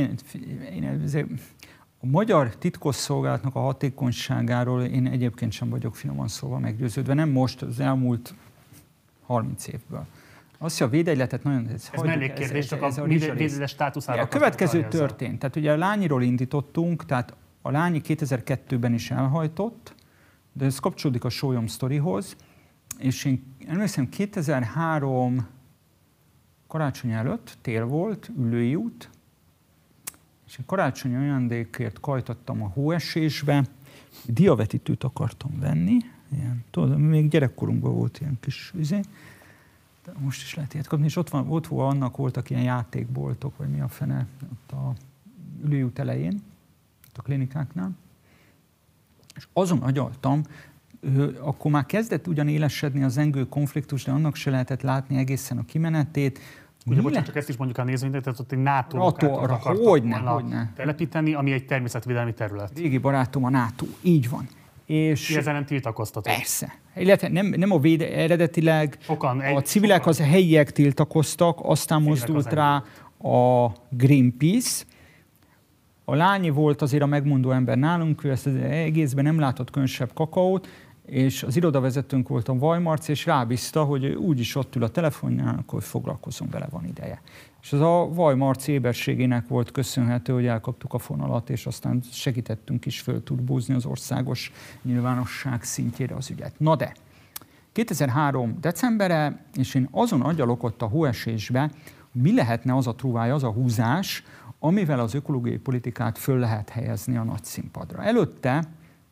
A magyar titkosszolgálatnak a hatékonyságáról én egyébként sem vagyok finoman szólva meggyőződve, nem most, az elmúlt 30 évből. Azt, hogy a védegyletet nagyon... Ez mellékkérdés, csak a védegylet státuszára... A következő történt. Tehát ugye a Lányiról indítottunk, tehát a Lányi 2002-ben is elhajtott, de ez kapcsolódik a Solyom sztorihoz, és én emlékszem 2003 karácsony előtt, tél volt, Üllői út, és én karácsonyi ajándékért kajtattam a hóesésbe, diavetítőt akartam venni, ilyen, tudod, még gyerekkorunkban volt ilyen kis üzé, de most is lehet ilyet kapni, és ott annak voltak ilyen játékboltok, vagy mi a fene, ott a Üllői út elején, ott a klinikáknál, és azon agyaltam, akkor már kezdett ugyan élesedni a zengő konfliktus, de annak se lehetett látni egészen a kimenetét. Ugye bocsánat, csak ezt is mondjuk a nézőinknek, tehát ott egy NATO lokátot akartak volna telepíteni, ami egy természetvédelmi terület. Régi barátom a NATO, így van. És ezzel nem tiltakoztatott. Persze. Illetve nem a eredetileg a civilek, az helyiek tiltakoztak, aztán mozdult rá a Greenpeace. A Lányi volt azért a megmondó ember nálunk, ő ezt az egészben nem látott különösebb kakaót, és az irodavezetőnk volt a Vajmarci, és rábízta, hogy úgyis ott ül a telefonján, akkor foglalkozzon vele, van ideje. És az a Vajmarci éberségének volt köszönhető, hogy elkaptuk a fonalat, és aztán segítettünk is fölturbózni az országos nyilvánosság szintjére az ügyet. Na de, 2003. decemberre, és én azon agyalok ott a hóesésbe, mi lehetne az a trúvája, az a húzás, amivel az ökológiai politikát föl lehet helyezni a nagy színpadra. Előtte,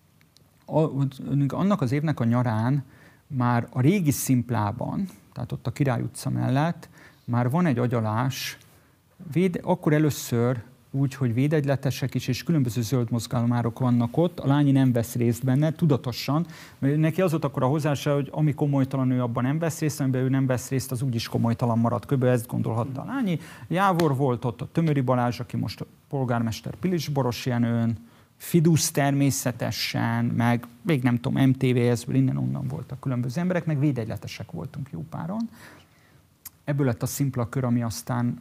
annak az évnek a nyarán már a régi Szimplában, tehát ott a Király utca mellett már van egy agyalás, akkor először úgy, hogy védegyletesek is, és különböző zöld mozgalmárok vannak ott, a Lányi nem vesz részt benne, tudatosan, mert neki az volt akkor a hozzása, hogy ami komolytalan, ő abban nem vesz részt, amiben ő nem vesz részt, az úgyis komolytalan marad. Körülbelül ezt gondolhatta a Lányi. Jávor volt ott, a Tömöri Balázs, aki most a polgármester Pilis-Boros Jenőn, Fidusz természetesen, meg még nem tudom, MTVS-ből innen-onnan voltak különböző emberek, meg védegyletesek voltunk jó páron. Ebből lett a szimpla kör, ami aztán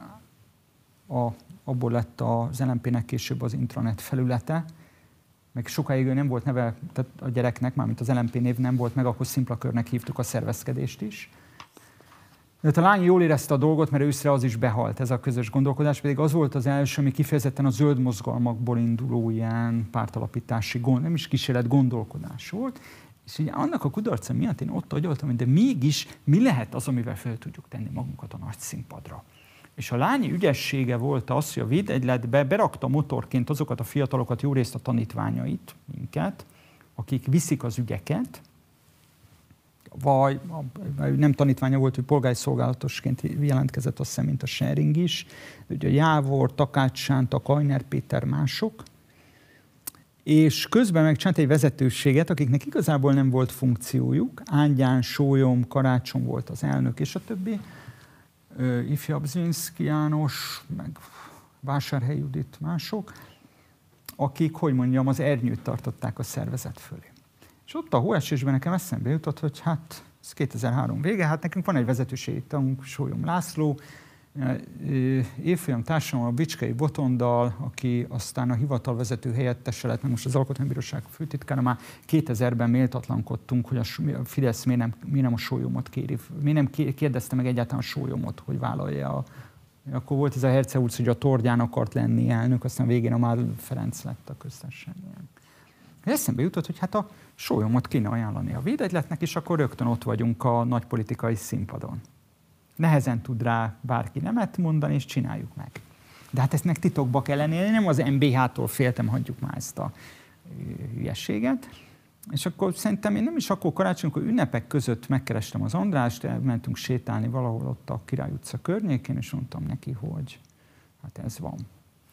abból lett az LMP-nek később az intranet felülete, meg sokáig ő nem volt neve, tehát a gyereknek, mármint az LMP név nem volt meg, akkor szimpla körnek hívtuk a szervezkedést is. De a Lányi jól érezte a dolgot, mert őszre az is behalt, ez a közös gondolkodás, pedig az volt az első, ami kifejezetten a zöld mozgalmakból induló ilyen pártalapítási, nem is kísérlet, gondolkodás volt. És ugye annak a kudarca miatt én ott agyaltam, de mégis mi lehet az, amivel fel tudjuk tenni magunkat a nagy színpadra. És a Lányi ügyessége volt az, hogy a védegyletbe berakta motorként azokat a fiatalokat, jó részt a tanítványait, minket, akik viszik az ügyeket, vagy nem tanítványa volt, hogy polgári szolgálatosként jelentkezett, azt hiszem, mint a Sharing is. Ugye a Jávor, Takács Sánta, Kajner Péter, mások. És közben megcsinált egy vezetőséget, akiknek igazából nem volt funkciójuk. Ángyán, Sólyom, Karácsony volt az elnök, és a többi. Ifjabb Zsinszki János, meg Vásárhelyi Judit, mások, akik, hogy mondjam, az ernyőt tartották a szervezet fölé. És ott a hóesésben nekem eszembe jutott, hogy hát ez 2003 vége, hát nekünk van egy vezetőségi tagunk, Sólyom László, évfolyam társam a Bicskei Botondal, aki aztán a hivatalvezető helyettese lett, mert most az Alkotmánybíróság főtitkára, már 2000-ben méltatlankodtunk, hogy a Fidesz miért nem a Sólyomot kéri, miért nem kérdezte meg egyáltalán a Sólyomot, hogy vállalja. Akkor volt ez a Herceurc, hogy a Tordján akart lenni elnök, aztán végén a Mádl Ferenc lett a köztársaság. Eszembe jutott, hogy hát a Sólyomot kéne ajánlani a védegyletnek, és akkor rögtön ott vagyunk a nagypolitikai színpadon. Nehezen tud rá bárki nemet mondani, és csináljuk meg. De hát ezt titokba kell lenni, nem az MBH-tól féltem, hagyjuk már ezt a hülyeséget. És akkor szerintem én nem is akkor karácsonykor ünnepek között megkerestem az Andrást, elmentünk sétálni valahol ott a Király utca környékén, és mondtam neki, hogy hát ez van.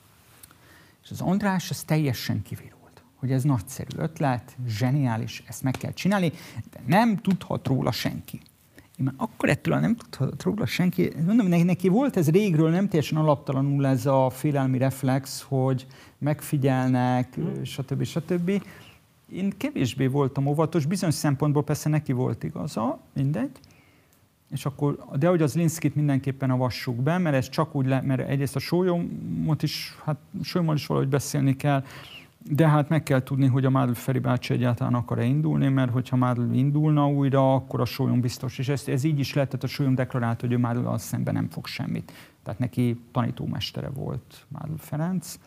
És az András ez teljesen kivirult, hogy ez nagyszerű ötlet, zseniális, ezt meg kell csinálni, de nem tudhat róla senki. Én már akkor ettől nem tudhat róla senki. Mondom, neki volt ez régről, nem teljesen alaptalanul ez a félelmi reflex, hogy megfigyelnek, stb. Én kevésbé voltam óvatos, bizonyos szempontból persze neki volt igaza, mindegy. És akkor, de hogy az Linszkit mindenképpen avassuk be, mert ez csak úgy mert egyrészt a Sólyomot is, hát Sólyommal is valahogy beszélni kell, de hát meg kell tudni, hogy a Mádl Feri bácsi egyáltalán akar-e indulni, mert hogyha Mádl indulna újra, akkor a Sólyom biztos. És ez így is lett, tehát a Sólyom deklarált, hogy ő Mádl-al szemben nem fog semmit. Tehát neki tanítómestere volt Mádl Ferenc.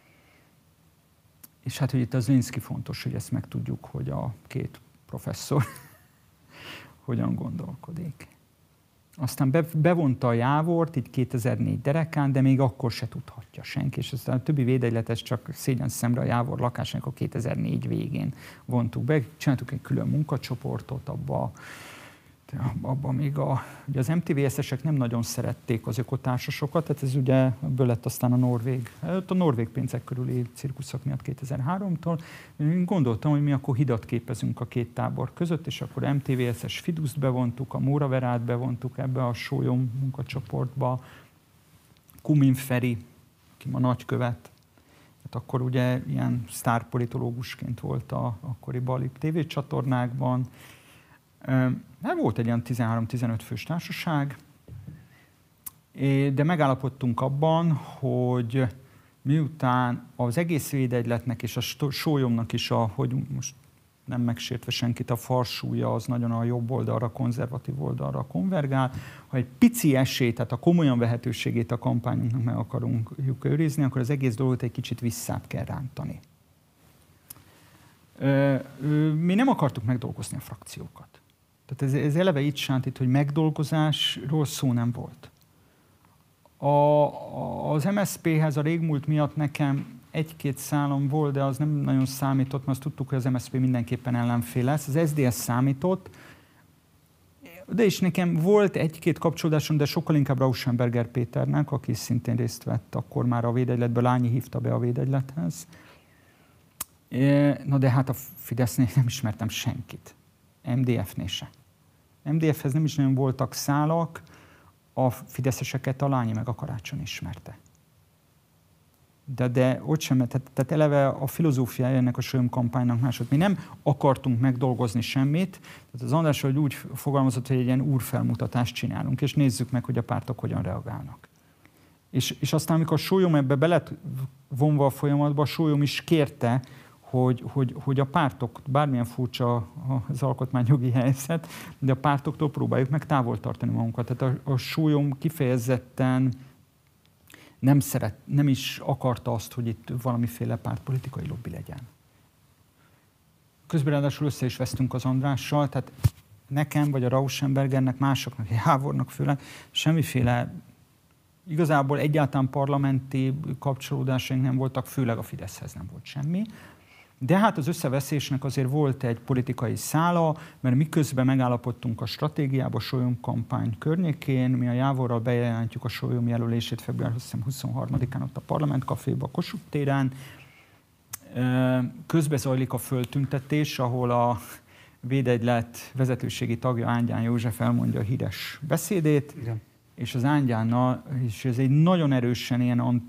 És hát, hogy itt az Linszki fontos, hogy ezt megtudjuk, hogy a két professzor hogyan gondolkodik. Aztán bevonta a Jávort, így 2004 derekán, de még akkor se tudhatja senki. És aztán a többi védegyletes csak szégyen szemre a Jávor lakásának a 2004 végén vontuk be. Csináltuk egy külön munkacsoportot, abban még ugye az MTVS-esek nem nagyon szerették az ökotársasokat, tehát ez ugye ebből lett aztán a norvég pénzek körüli cirkuszok miatt 2003-tól. Én gondoltam, hogy mi akkor hidat képezünk a két tábor között, és akkor MTVS-es Fiduszt bevontuk, a Móraverát bevontuk ebbe a Sólyom munkacsoportba, Kumin Feri, aki ma nagykövet, hát akkor ugye ilyen sztárpolitológusként volt akkori Balib TV csatornákban. Volt egy ilyen 13-15 fős társaság, de megállapodtunk abban, hogy miután az egész védegyletnek és a Sólyomnak is, hogy most nem megsértve senkit, a farsúlya az nagyon a jobb oldalra, konzervatív oldalra konvergál, ha egy pici esélyt, tehát a komolyan vehetőségét a kampányunknak meg akarunk őrizni, akkor az egész dolgot egy kicsit visszább kell rántani. Mi nem akartuk megdolgozni a frakciókat. Tehát ez eleve itt sántít, hogy megdolgozásról szó nem volt. Az MSZP-hez a régmúlt miatt nekem egy-két szállam volt, de az nem nagyon számított, mert azt tudtuk, hogy az MSZP mindenképpen ellenfél lesz. Az SZDSZ számított, de is nekem volt egy-két kapcsolódásom, de sokkal inkább Rauschenberger Péternek, aki szintén részt vett akkor már a védegyletben, Lányi hívta be a védegylethez. Na de hát a Fidesznél nem ismertem senkit. MDF-nél se. MDF-hez nem is nagyon voltak szálak, a fideszeseket a Lányi meg a Karácsony ismerte. De ott sem, tehát eleve a filozófiája ennek a Sólyom kampánynak másod. Mi nem akartunk megdolgozni semmit, tehát az András úgy fogalmazott, hogy egy ilyen úrfelmutatást csinálunk, és nézzük meg, hogy a pártok hogyan reagálnak. És aztán, amikor a Sólyom ebbe be lett vonva a folyamatba, a Sólyom is kérte, hogy a pártok, bármilyen furcsa az alkotmányjogi helyzet, de a pártoktól próbáljuk meg távol tartani magunkat. Tehát a Sólyom kifejezetten nem is akarta azt, hogy itt valamiféle pártpolitikai lobby legyen. Közben ráadásul össze is vesztünk az Andrással, tehát nekem, vagy a Rauschenbergernek, másoknak, a Jávornak főleg semmiféle, igazából egyáltalán parlamenti kapcsolódásaink nem voltak, főleg a Fideszhez nem volt semmi. De hát az összeveszésnek azért volt egy politikai szála, mert miközben megállapodtunk a stratégiába a Sólyom kampány környékén, mi a Jávorral bejelentjük a Sólyom jelölését február 23-án ott a Parlament Caféba, a Kossuth téren. Közben zajlik a föltüntetés, ahol a védegylet vezetőségi tagja Ángyán József elmondja a híres beszédét, igen. És az Ángyánnal, és ez egy nagyon erősen ilyen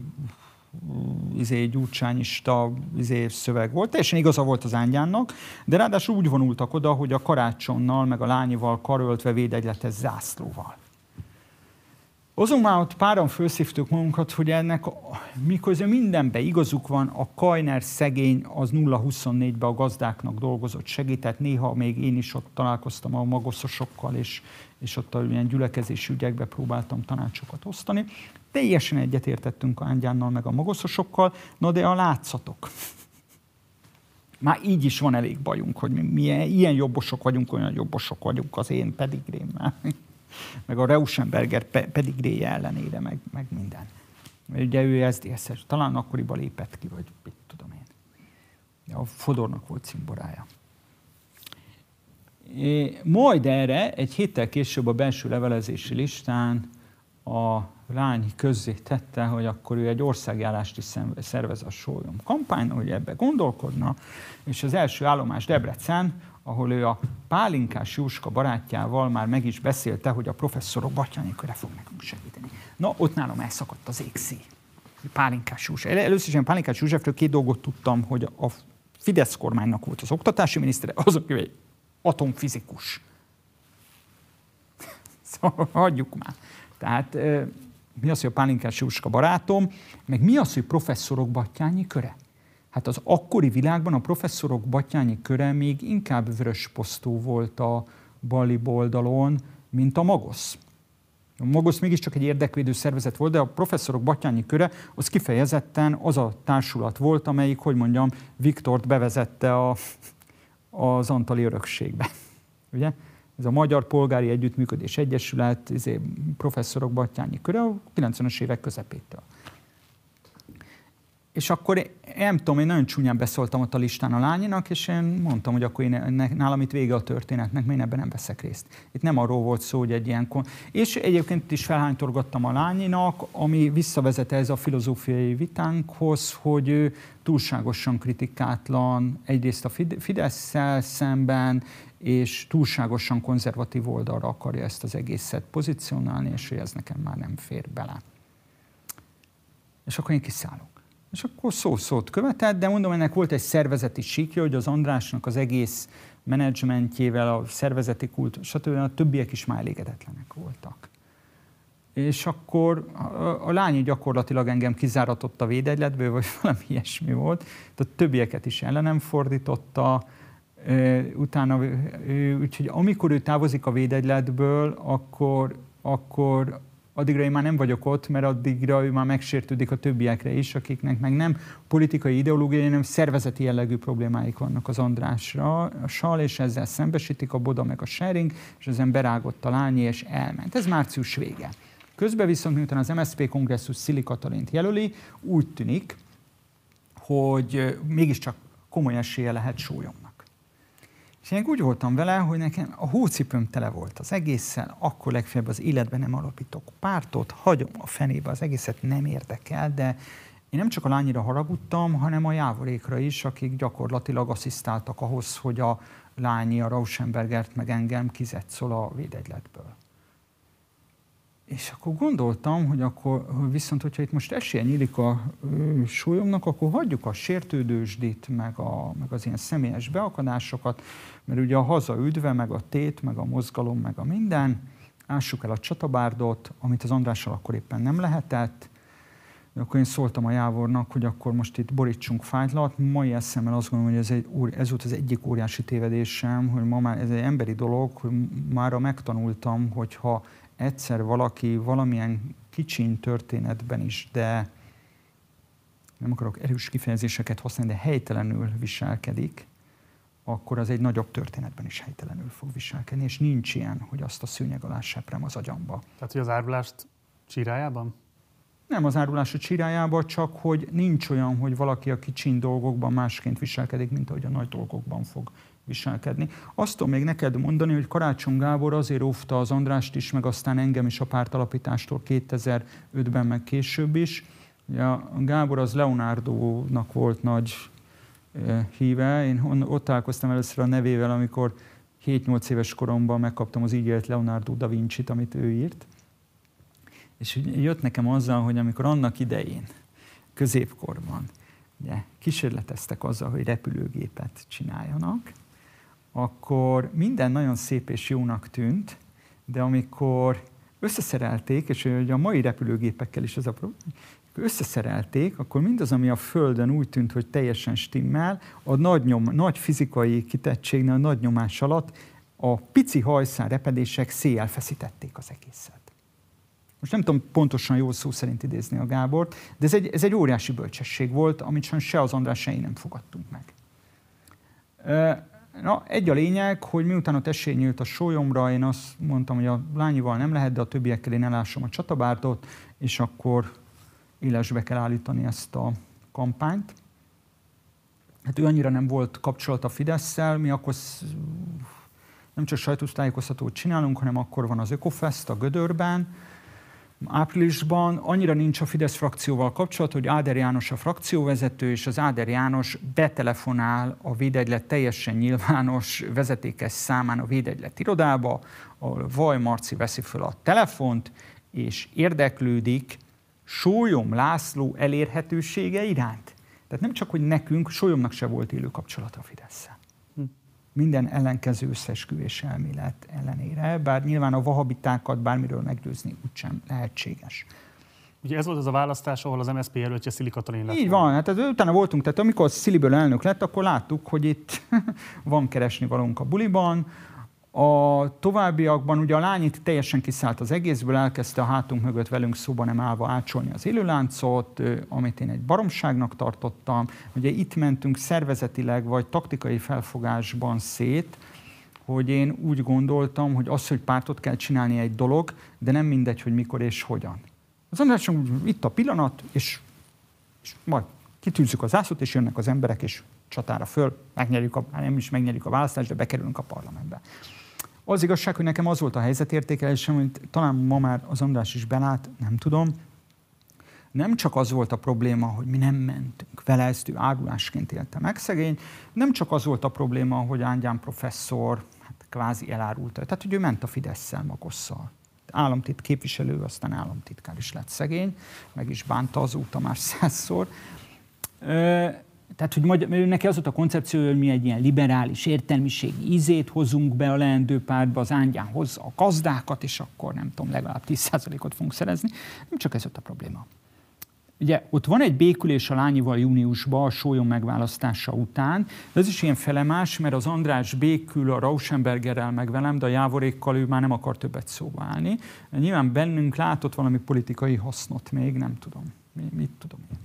gyurcsányista szöveg volt. Teljesen igaza volt az Ángyánnak, de ráadásul úgy vonultak oda, hogy a Karácsonynal, meg a Lányival karöltve védegyletes zászlóval. Azon már ott páran felszívtuk magunkat, hogy ennek miközben mindenben igazuk van, a Kajner szegény az 0-24-ben a gazdáknak dolgozott, segített, néha még én is ott találkoztam a magoszosokkal, és ott ilyen gyülekezési ügyekbe próbáltam tanácsokat osztani. Teljesen egyetértettünk Ángyánnal meg a magoszosokkal, na de a látszatok. Már így is van elég bajunk, hogy mi ilyen jobbosok vagyunk, olyan jobbosok vagyunk az én pedigrémmel. Meg a Rauschenberger pedigréje ellenére, meg minden. Ugye ő SZDSZ-es, talán akkoriban lépett ki, vagy mit tudom én. A Fodornak volt cimborája. Majd erre egy héttel később a belső levelezési listán a Lány közzé tette, hogy akkor ő egy országjárást is szervez a Sólyom kampány, hogy ebbe gondolkodna, és az első állomás Debrecen, ahol ő a Pálinkás Jóska barátjával már meg is beszélte, hogy a professzorok Batthyáni köre fog nekünk segíteni. Na, ott nálam elszakadt az égszíj. Pálinkás József. Először is én Pálinkás Józsefről 2 dolgot tudtam, hogy a Fidesz kormánynak volt az oktatási minisztere, azok egy atomfizikus. Szóval hagyjuk már. Tehát mi az, hogy a Pálinkás Jóska barátom, meg mi az, hogy professzorok Batthyáni köre? Hát az akkori világban a professzorok Batthyáni köre még inkább vörösposztó volt a bali oldalon, mint a Magosz. A Magosz mégiscsak egy érdekvédő szervezet volt, de a professzorok Batthyáni köre az kifejezetten az a társulat volt, amelyik, hogy mondjam, Viktort bevezette az antali örökségbe. Ugye? Ez a Magyar Polgári Együttműködés Egyesület, professzorok Batthyáni köre a 90-es évek közepétől. És akkor nem tudom, én nagyon csúnyán beszóltam ott a listán a Lányinak, és én mondtam, hogy akkor nálam itt vége a történetnek, mert én ebben nem veszek részt. Itt nem arról volt szó, hogy egy ilyen... És egyébként is felhánytorgattam a Lányinak, ami visszavezet ez a filozófiai vitánkhoz, hogy ő túlságosan kritikátlan egyrészt a Fidesszel szemben, és túlságosan konzervatív oldalra akarja ezt az egészet pozícionálni, és hogy ez nekem már nem fér bele. És akkor én kiszállok. És akkor szó-szót követett, de mondom, ennek volt egy szervezeti síkja, hogy az Andrásnak az egész menedzsmentjével, a szervezeti kultúra, stb. A többiek is már elégedetlenek voltak. És akkor a Lányi gyakorlatilag engem kizáratott a védegyletből, vagy valami ilyesmi volt. Tehát többieket is ellenem fordította. Utána, úgyhogy amikor ő távozik a védegyletből, akkor addigra én már nem vagyok ott, mert addigra ő már megsértődik a többiekre is, akiknek meg nem politikai ideológiai, hanem szervezeti jellegű problémáik vannak az Andrással, és ezzel szembesítik a Boda meg a Schering, és ezen berágott a Lányi, és elment. Ez március vége. Közben viszont miután az MSZP kongresszus Szili Katalint jelöli, úgy tűnik, hogy mégiscsak komoly esélye lehet Sólyomnak. És én úgy voltam vele, hogy nekem a hócipőm tele volt az egésszel, akkor legfeljebb az életben nem alapítok pártot, hagyom a fenébe, az egészet nem érdekel, de én nem csak a lányira haragudtam, hanem a Jávorékra is, akik gyakorlatilag asszisztáltak ahhoz, hogy a lányi, a Rauschenbergert meg engem kizetszol a védegyletből. És akkor gondoltam, hogy akkor viszont, hogyha itt most esélye nyílik a Sólyomnak, akkor hagyjuk a sértődősdit, meg az ilyen személyes beakadásokat, mert ugye a haza üdve, meg a tét, meg a mozgalom, meg a minden, ássuk el a Csatabárdot, amit az Andrással akkor éppen nem lehetett. Akkor én szóltam a Jávornak, hogy akkor most itt borítsunk fájtlat. Mai eszemmel azt gondolom, hogy ez volt az egyik óriási tévedésem, hogy ma már ez egy emberi dolog, hogy mára megtanultam, hogyha egyszer valaki valamilyen kicsin történetben is, de nem akarok erős kifejezéseket használni, de helytelenül viselkedik, akkor az egy nagyobb történetben is helytelenül fog viselkedni, és nincs ilyen, hogy azt a szőnyeg alá seprem az agyamba. Tehát, hogy az árulást csirájában? Nem az árulás a csirájában, csak hogy nincs olyan, hogy valaki a kicsin dolgokban másként viselkedik, mint ahogy a nagy dolgokban fog viselkedni. Azt tudom még neked mondani, hogy Karácsony Gábor azért óvta az Andrást is, meg aztán engem is a pártalapítástól 2005-ben, meg később is. Ugye a Gábor az Leonardo-nak volt nagy híve. Én ott találkoztam először a nevével, amikor 7-8 éves koromban megkaptam az így élt Leonardo da Vinci-t, amit ő írt. És jött nekem azzal, hogy amikor annak idején, középkorban, ugye, kísérleteztek azzal, hogy repülőgépet csináljanak, akkor minden nagyon szép és jónak tűnt, de amikor összeszerelték, és ugye a mai repülőgépekkel is ez a probléma, összeszerelték, akkor mindaz, ami a Földön úgy tűnt, hogy teljesen stimmel, a nagy fizikai kitettségnél, a nagy nyomás alatt a pici hajszál repedések széjjel feszítették az egészet. Most nem tudom pontosan jól szó szerint idézni a Gábort, de ez egy óriási bölcsesség volt, amit se az András, se én nem fogadtunk meg. Na, egy a lényeg, hogy miután ott esély nyílt a Sólyomra, én azt mondtam, hogy a lányival nem lehet, de a többiekkel én elásom a Csatabárdot, és akkor élesbe kell állítani ezt a kampányt. Hát ő annyira nem volt kapcsolat a Fidesszel, mi akkor nem csak sajtótájékoztatót csinálunk, hanem akkor van az Ökofest a Gödörben, áprilisban. Annyira nincs a Fidesz frakcióval kapcsolat, hogy Áder János a frakcióvezető, és az Áder János betelefonál a Védegylet teljesen nyilvános vezetékes számán a Védegylet irodába, ahol Vaj Marci veszi föl a telefont, és érdeklődik Sólyom László elérhetősége iránt. Tehát nem csak, hogy nekünk, Sólyomnak se volt élő kapcsolata a Fidesszel. Minden ellenkező összeesküvés elmélet ellenére, bár nyilván a vahabitákat bármiről meggyőzni úgysem lehetséges. Ugye ez volt az a választás, ahol az MSZP jelöltje Szili Katalin lett. Így van, hát utána voltunk, tehát amikor Sziliből elnök lett, akkor láttuk, hogy itt van keresni valónk a buliban. A továbbiakban ugye a lány itt teljesen kiszállt az egészből, elkezdte a hátunk mögött velünk szóba nem állva ácsolni az élőláncot, amit én egy baromságnak tartottam. Ugye itt mentünk szervezetileg vagy taktikai felfogásban szét, hogy én úgy gondoltam, hogy az, hogy pártot kell csinálni egy dolog, de nem mindegy, hogy mikor és hogyan. Az András itt a pillanat, és majd kitűzzük az zászlót, és jönnek az emberek, és csatára föl, nem is megnyerjük a választást, de bekerülünk a parlamentbe. Az igazság, hogy nekem az volt a helyzetértékelésem, hogy talán ma már az András is belát, nem tudom. Nem csak az volt a probléma, hogy mi nem mentünk vele, ezt ő árulásként élte meg szegény, nem csak az volt a probléma, hogy Ángyán professzor kvázi elárulta. Tehát, hogy ő ment a Fidesszel, Magosszal. Államtit képviselő, aztán államtitkár is lett szegény, meg is bánta azóta már 100-szor. Tehát, hogy neki az volt a koncepció, hogy mi egy ilyen liberális értelmiségi ízét hozunk be a leendő pártba, az Ángyán hozza a gazdákat, és akkor nem tudom, legalább 10%-ot fogunk szerezni. Nem csak ez volt a probléma. Ugye ott van egy békülés a lányival júniusban, a Sólyom megválasztása után, de ez is ilyen felemás, mert az András békül a Rauschenbergerrel meg velem, de a Jávorékkal ő már nem akar többet szóba állni. Nyilván bennünk látott valami politikai hasznot még, nem tudom. Mit tudom én.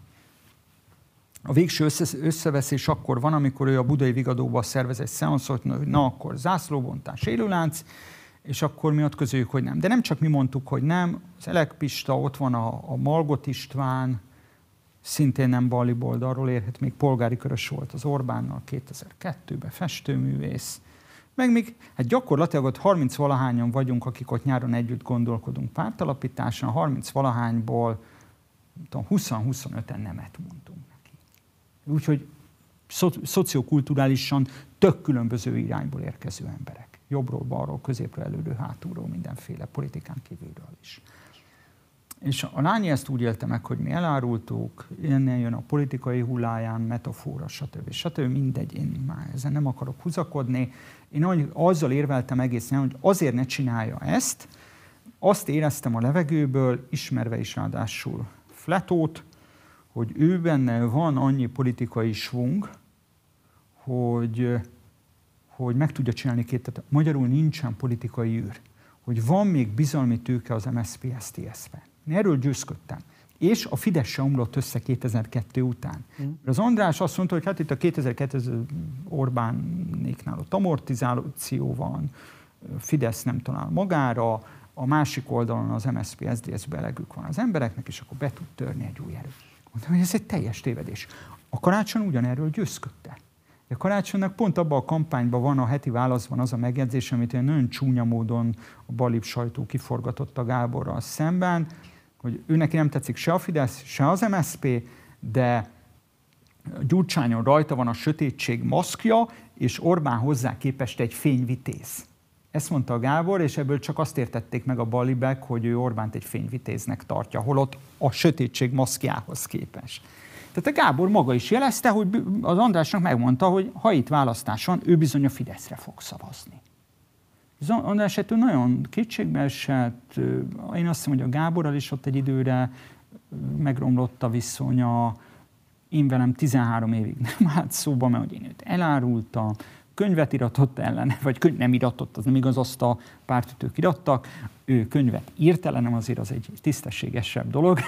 A végső összeveszés akkor van, amikor ő a Budai Vigadóban szervez egy szeanszot, hogy na akkor zászlóbontás, élőlánc, és akkor mi ott közöljük, hogy nem. De nem csak mi mondtuk, hogy nem, az Elek Pista, ott van a Malgot István, szintén nem bali oldalról érhet, még polgári körös volt az Orbánnal 2002-ben, festőművész. Meg még, hát gyakorlatilag ott 30-valahányan vagyunk, akik ott nyáron együtt gondolkodunk pártalapításon, 30-valahányból 20-25-en nemet mondtunk neki. Úgyhogy szociokulturálisan tök különböző irányból érkező emberek. Jobbról, balról, középről, előről, hátulról, mindenféle politikán kívülről is. És a Lányi ezt úgy élte meg, hogy mi elárultuk, innen jön a politikai hulláján, metafora, stb. Mindegy, én már ezen nem akarok húzakodni. Én azzal érveltem egészen, hogy azért ne csinálja ezt, azt éreztem a levegőből, ismerve is ráadásul Fletót, hogy ő benne van annyi politikai svung, hogy meg tudja csinálni tehát magyarul nincsen politikai űr, hogy van még bizalmi tőke az MSZP-SZDSZ-ben. Én erről győzködtem. És a Fidesz se omlott össze 2002 után. Az András azt mondta, hogy hát itt a 2002 Orbánéknál ott amortizáció van, Fidesz nem talál magára, a másik oldalon az MSZP-SZDSZ-be elegük van az embereknek, és akkor be tud törni egy új erő. Mondtam, hogy ez egy teljes tévedés. A Karácsony ugyanerről győzködte. A Karácsonynak pont abban a kampányban van a heti válaszban az a megjegyzés, amit én nagyon csúnya módon a balib sajtó kiforgatott a Gáborral szemben, hogy ő neki nem tetszik se a Fidesz, se az MSZP, de Gyurcsányon rajta van a sötétség maszkja, és Orbán hozzá képest egy fényvitéz. Ezt mondta a Gábor, és ebből csak azt értették meg a balibek, hogy ő Orbánt egy fényvitéznek tartja, holott a sötétség maszkjához képest. Tehát a Gábor maga is jelezte, hogy az Andrásnak megmondta, hogy ha itt választás van, ő bizony a Fideszre fog szavazni. Az András ettől nagyon kétségbe esett. Én azt hiszem, hogy a Gáborral is ott egy időre megromlott a viszonya. Én velem 13 évig nem állt szóba, mert hogy én őt elárultam. Könyvet iratott ellene, vagy nem iratott, az nem igaz, azt a pártütők irattak. Ő könyvet írt ellenem, azért az egy tisztességesebb dolog.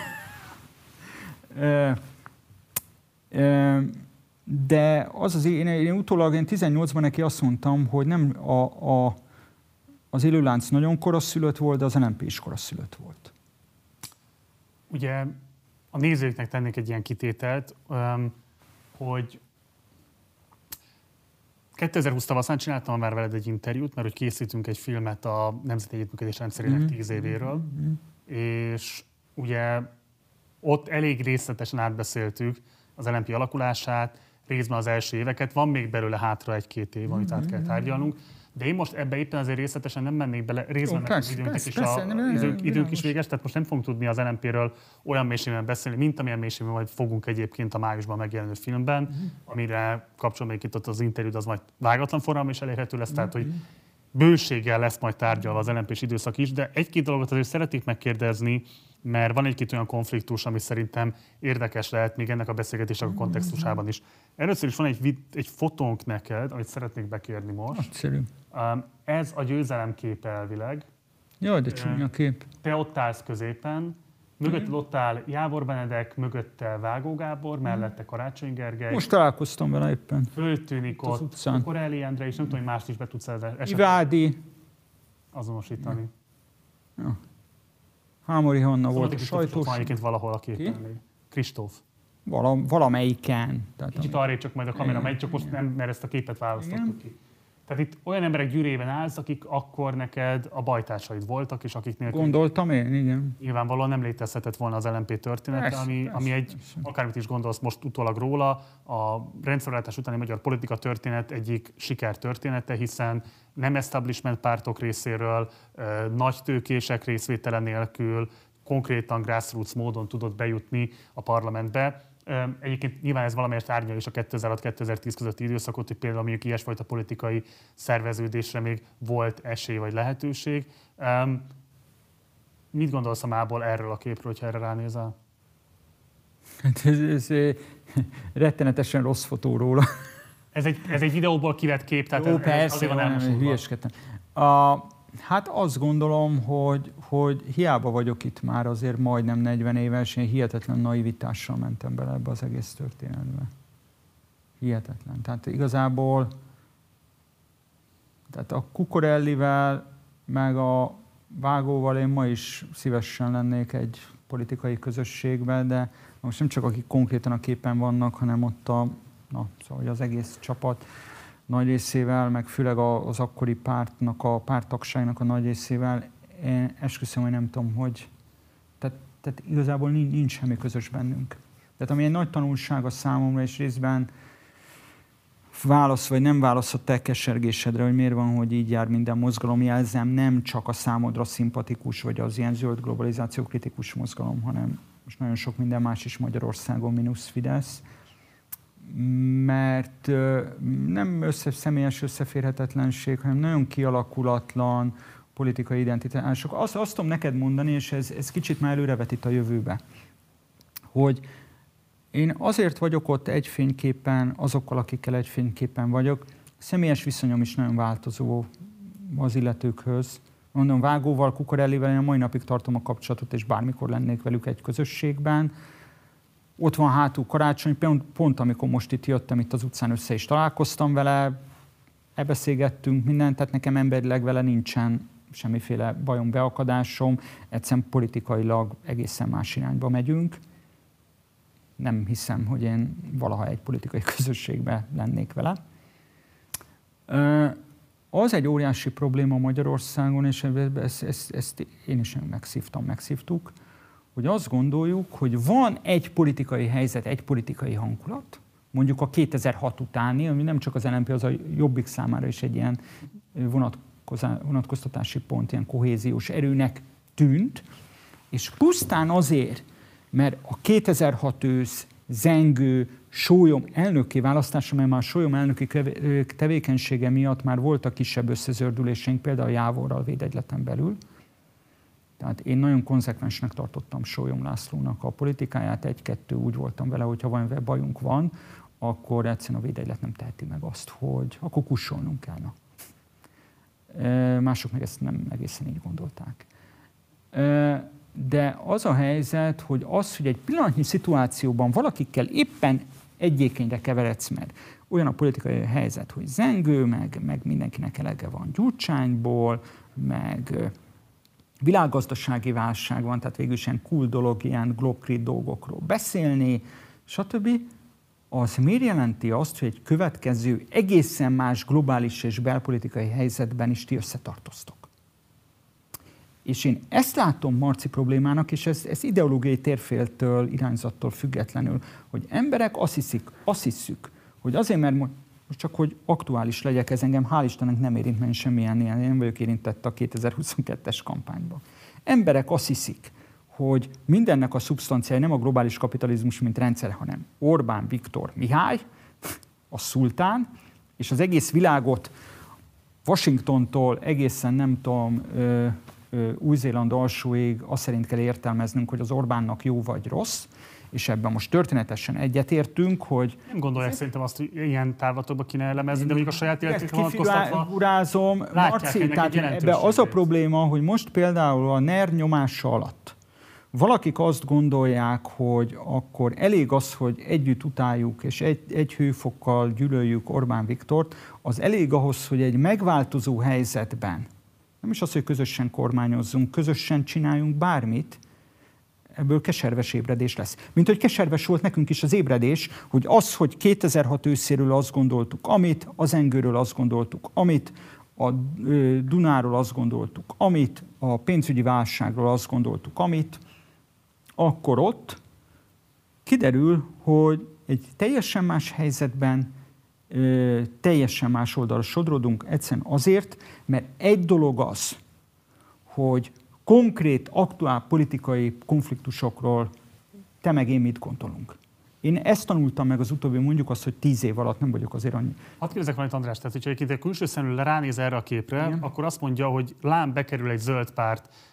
De én utólag, én 18-ban neki azt mondtam, hogy nem az élőlánc nagyon koraszülött volt, de az LMP is koraszülött volt. Ugye a nézőknek tennék egy ilyen kitételt, hogy 2020 tavaszán csináltam már veled egy interjút, mert hogy készítünk egy filmet a Nemzeti Együttműködés rendszerének 10 évéről, és ugye ott elég részletesen átbeszéltük az LMP alakulását, részben az első éveket, van még belőle hátra 1-2 év, amit át kell tárgyalnunk, de én most ebbe éppen azért részletesen nem mennék bele, részben mert az időnk is véges, tehát most nem fogunk tudni az LMP-ről olyan mélységben beszélni, mint amilyen mélységben majd fogunk egyébként a májusban megjelenő filmben, amire kapcsolatban itt ott az interjút, az majd vágatlan formában is elérhető lesz, tehát hogy bőséggel lesz majd tárgyalva az LMP-s időszak is, de egy-két dolgot azért szeretnék megkérdezni, mert van egy-két olyan konfliktus, ami szerintem érdekes lehet még ennek a beszélgetésnek a kontextusában is. Először is van egy fotónk neked, amit szeretnék bekérni most. Nagyszerű. Ez a győzelemkép elvileg. Jaj, de csúnya kép. Te ott állsz középen, mögötted ott áll Jávor Benedek, mögötte Vágó Gábor, mellette Karácsony Gergely. Most találkoztam vele éppen. Föltűnik ott Korelli Endre, és nem tudom, hogy mást is be tudsz Ivádi azonosítani. Ja. Hámori Hanna volt a sajtós. Van egyébként valahol a képen. Kristóf. Valamelyiken. Kicsit arrébb csak majd a kamera megy, csak most nem, mert ezt a képet választottuk ki. Tehát itt olyan emberek gyűrében állsz, akik akkor neked a bajtársaid voltak, és akik nélkül... Gondoltam én, igen. Nyilvánvalóan nem létezhetett volna az LMP története, ami egy, akármit is gondolsz most utólag róla, a rendszerváltás utáni magyar politika történet egyik sikertörténete, hiszen nem establishment pártok részéről, nagy tőkések részvétele nélkül, konkrétan grassroots módon tudott bejutni a parlamentbe. Egyébként nyilván ez valamelyest árnyal is a 2006-2010 közötti időszakot, hogy például mondjuk ilyesfajta politikai szerveződésre még volt esély vagy lehetőség. Mit gondolsz a mából erről a képről, hogyha erre ránézel? Ez rettenetesen rossz fotó róla. Ez egy videóból kivett kép, tehát jó, persze, nem hülyeskedtem. Hát azt gondolom, hogy hiába vagyok itt már azért majdnem 40 éves, én hihetetlen naivitással mentem bele ebbe az egész történetbe. Hihetetlen. Tehát igazából a Kukorellivel meg a Vágóval én ma is szívesen lennék egy politikai közösségben, de most nem csak akik konkrétan a képen vannak, hanem ott szóval az egész csapat nagy részével, meg főleg az akkori pártnak, a párttagságnak a nagy részével, én esküszöm, hogy nem tudom, hogy tehát igazából nincs semmi közös bennünk. Tehát ami egy nagy tanulság a számomra, és részben válasz vagy nem válasz a te kesergésedre, hogy miért van, hogy így jár minden mozgalom, jelzem, nem csak a számodra szimpatikus, vagy az ilyen zöld globalizáció kritikus mozgalom, hanem most nagyon sok minden más is Magyarországon, mínusz Fidesz. Mert nem személyes összeférhetetlenség, hanem nagyon kialakulatlan politikai identitások. Azt tudom neked mondani, és ez kicsit már előrevetít a jövőbe, hogy én azért vagyok ott egy fényképen, azokkal, akikkel egy fényképen vagyok. Személyes viszonyom is nagyon változó az illetőkhöz. Mondom, Vágóval, Cuccarellivel én a mai napig tartom a kapcsolatot, és bármikor lennék velük egy közösségben. Ott van hátul Karácsony, pont amikor most itt jöttem, itt az utcán össze is találkoztam vele, beszélgettünk mindent, tehát nekem emberileg vele nincsen semmiféle bajom, beakadásom, egyszerűen politikailag egészen más irányba megyünk. Nem hiszem, hogy én valaha egy politikai közösségben lennék vele. Az egy óriási probléma Magyarországon, és ezt én is megszívtuk, hogy azt gondoljuk, hogy van egy politikai helyzet, egy politikai hangulat, mondjuk a 2006 utáni, ami nem csak az LMP, az a Jobbik számára is egy ilyen vonatkoztatási pont, ilyen kohéziós erőnek tűnt, és pusztán azért, mert a 2006 ősz zengő Sólyom elnöki választása, mert már a Sólyom elnöki tevékenysége miatt már voltak kisebb összezördüléseink, például a Jávorral védegyleten belül. Tehát én nagyon konzekvensnek tartottam Sólyom Lászlónak a politikáját, egy-kettő úgy voltam vele, hogy ha valami bajunk van, akkor egyszerűen a védegylet nem teheti meg azt, hogy akkor kussolnunk kellene. Mások meg ezt nem egészen így gondolták. De az a helyzet, hogy egy pillanatnyi szituációban valakikkel éppen egyékényre keveredsz, mert olyan a politikai helyzet, hogy zengő, meg mindenkinek elege van Gyurcsányból, meg világgazdasági válság van, tehát végül is ilyen cool dolog, ilyen globkrit dolgokról beszélni, stb. Az miért jelenti azt, hogy egy következő egészen más globális és belpolitikai helyzetben is ti összetartoztok? És én ezt látom Marci problémának, és ez ideológiai térféltől, irányzattól függetlenül, hogy emberek azt hiszük, hogy azért, mert most csak hogy aktuális legyek, ez engem hál' Istennek nem érint, mert semmilyen ilyen, én nem vagyok érintett a 2022-es kampányban. Emberek azt hiszik, hogy mindennek a szubstanciája nem a globális kapitalizmus, mint rendszer, hanem Orbán Viktor Mihály, a szultán, és az egész világot Washingtontól egészen nem tudom, Új-Zéland alsóig azt szerint kell értelmeznünk, hogy az Orbánnak jó vagy rossz, és ebben most történetesen egyetértünk, hogy... Nem gondolják szerintem azt, hogy ilyen távlatokba kéne elemezni, de mondjuk a saját életét vonatkoztatva... Kifigurázom, Marci, tehát ebben az a probléma, hogy most például a NER nyomása alatt valakik azt gondolják, hogy akkor elég az, hogy együtt utáljuk és egy hőfokkal gyűlöljük Orbán Viktort, az elég ahhoz, hogy egy megváltozó helyzetben, nem is az, hogy közösen kormányozzunk, közösen csináljunk bármit, ebből keserves ébredés lesz. Mint hogy keserves volt nekünk is az ébredés, hogy az, hogy 2006 őszéről azt gondoltuk, amit a zengőről azt gondoltuk, amit a Dunáról azt gondoltuk, amit a pénzügyi válságról azt gondoltuk, amit, akkor ott kiderül, hogy egy teljesen más helyzetben, teljesen más oldalra sodródunk, egyszerűen azért, mert egy dolog az, hogy konkrét, aktuál politikai konfliktusokról te meg én mit gondolunk. Én ezt tanultam meg az utóbbi, mondjuk azt, hogy 10 év alatt nem vagyok azért annyi. Hadd kérdezzek valamit, András, tehát hogyha egy külső szemlélő ránéz erre a képre, igen, akkor azt mondja, hogy lám bekerül egy zöld párt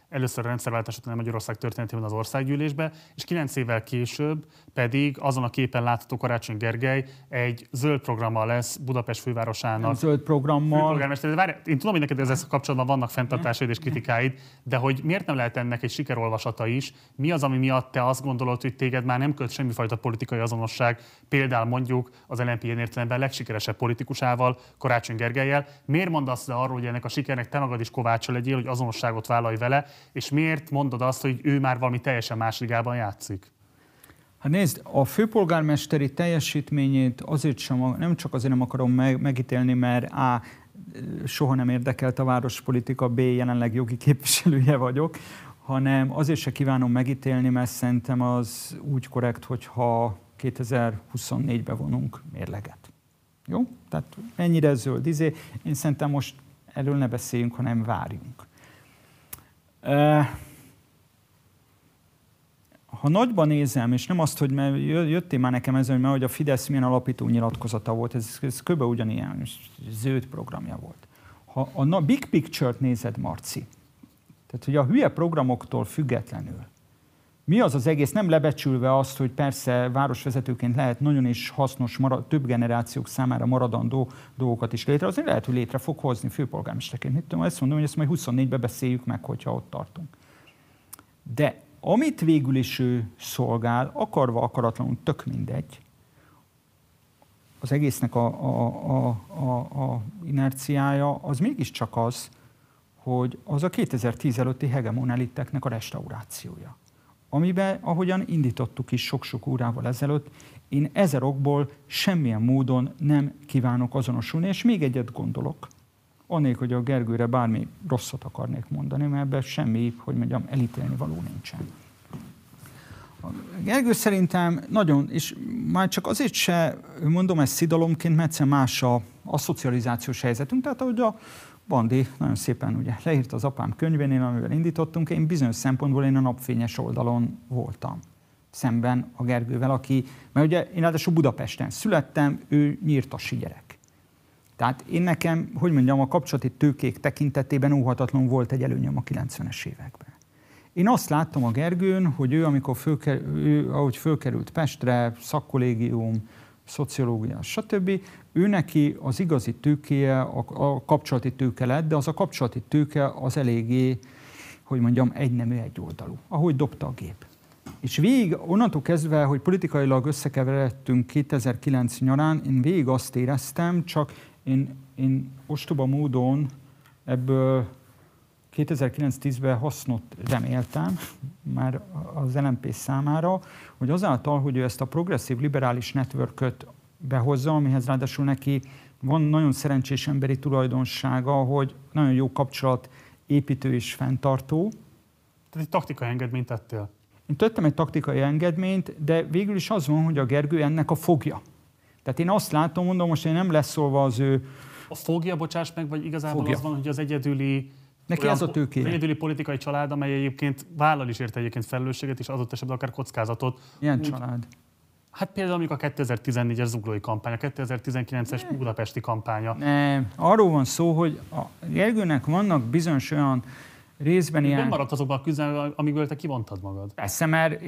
először a rendszerváltás után Magyarország történetében az országgyűlésbe, és 9 évvel később pedig azon a képen látható Karácsony Gergely egy zöld programmal lesz Budapest fővárosának. Nem zöld programmal. Én tudom, hogy neked ezzel kapcsolatban vannak fenntartásaid és kritikáid, de hogy miért nem lehet ennek egy sikerolvasata is? Mi az, ami miatt te azt gondolod, hogy téged már nem köt semmifajta politikai azonosság, például mondjuk az LNP ilyen értelemben legsikeresebb politikusával, Karácsony Gergellyel? Miért mondasz arról, hogy ennek a sikernek te magad is kovácsa legyél, hogy azonosságot vállalj vele, és miért mondod azt, hogy ő már valami teljesen más ligában játszik? Hát nézd, a főpolgármesteri teljesítményét azért sem, nem csak azért nem akarom megítélni, mert A. soha nem érdekelt a várospolitika, B. jelenleg jogi képviselője vagyok, hanem azért se kívánom megítélni, mert szerintem az úgy korrekt, hogyha 2024-be vonunk mérleget. Jó? Tehát ennyire zöld izé. Én szerintem most erről ne beszéljünk, hanem várjunk. Ha nagyban nézem, és nem azt, hogy jöttél már nekem ezzel, hogy a Fidesz milyen alapító nyilatkozata volt, ez kb. Ugyanilyen zöld programja volt. Ha a big picture-t nézed, Marci, tehát hogy a hülye programoktól függetlenül, mi az az egész, nem lebecsülve azt, hogy persze városvezetőként lehet nagyon is hasznos, több generációk számára maradandó dolgokat is létrehozni, lehet, hogy létre fog hozni főpolgármesterként. Mit tudom, ezt mondom, hogy ezt majd 24-ben beszéljük meg, hogyha ott tartunk. De amit végül is ő szolgál, akarva, akaratlanul, tök mindegy, az egésznek a inerciája, az mégiscsak az, hogy az a 2010 előtti hegemon eliteknek a restaurációja. Amiben, ahogyan indítottuk is sok-sok órával ezelőtt, én ezer okból semmilyen módon nem kívánok azonosulni, és még egyet gondolok, annélkül, hogy a Gergőre bármi rosszat akarnék mondani, mert ebben semmi, hogy mondjam, elítélni való nincsen. A Gergő szerintem nagyon, és már csak azért se mondom ezt szidalomként, mert egyszerűen más a szocializációs helyzetünk, tehát ahogy a Bandi nagyon szépen ugye leírt az apám könyvénél, amivel indítottunk, én bizonyos szempontból én a napfényes oldalon voltam. Szemben a Gergővel, mert ugye én ráadásul Budapesten születtem, ő nyírtasi gyerek. Tehát én nekem, hogy mondjam, a kapcsolati tőkék tekintetében óhatatlanul volt egy előnyöm a 90-es években. Én azt láttam a Gergőn, hogy ő, amikor ahogy fölkerült Pestre, szakkollégium, szociológia, stb., ő neki az igazi tőkéje, a kapcsolati tőke lett, de az a kapcsolati tőke az eléggé, hogy mondjam, egynemű, egyoldalú, ahogy dobta a gép. És végig, onnantól kezdve, hogy politikailag összekeveredtünk 2009 nyarán, én végig azt éreztem, csak én ostoba módon ebből 2009-10-ben hasznot reméltem már az LNP számára, hogy azáltal, hogy ő ezt a progresszív liberális networköt behozza, amihez ráadásul neki van nagyon szerencsés emberi tulajdonsága, hogy nagyon jó kapcsolat építő és fenntartó. Tehát egy taktikai engedményt tettél? Én tettem egy taktikai engedményt, de végül is az van, hogy a Gergő ennek a fogja. Tehát én azt látom, mondom, most én nem leszólva az ő... A fogja, bocsáss meg, vagy igazából fogja. Az van, hogy az egyedüli... Neki ez a tőkéje. Az egyedüli politikai család, amely egyébként vállal is érte egyébként felelősséget, és adott esetben akár kockázatot. Ilyen család? Hát például mondjuk a 2014-es zuglói kampány, a 2019-es budapesti kampánya. Nem, arról van szó, hogy a Gergőnek vannak bizonyos olyan részben ilyen... Nem maradt azokban a küzdelemben, amikből te kivontad magad. Persze, mert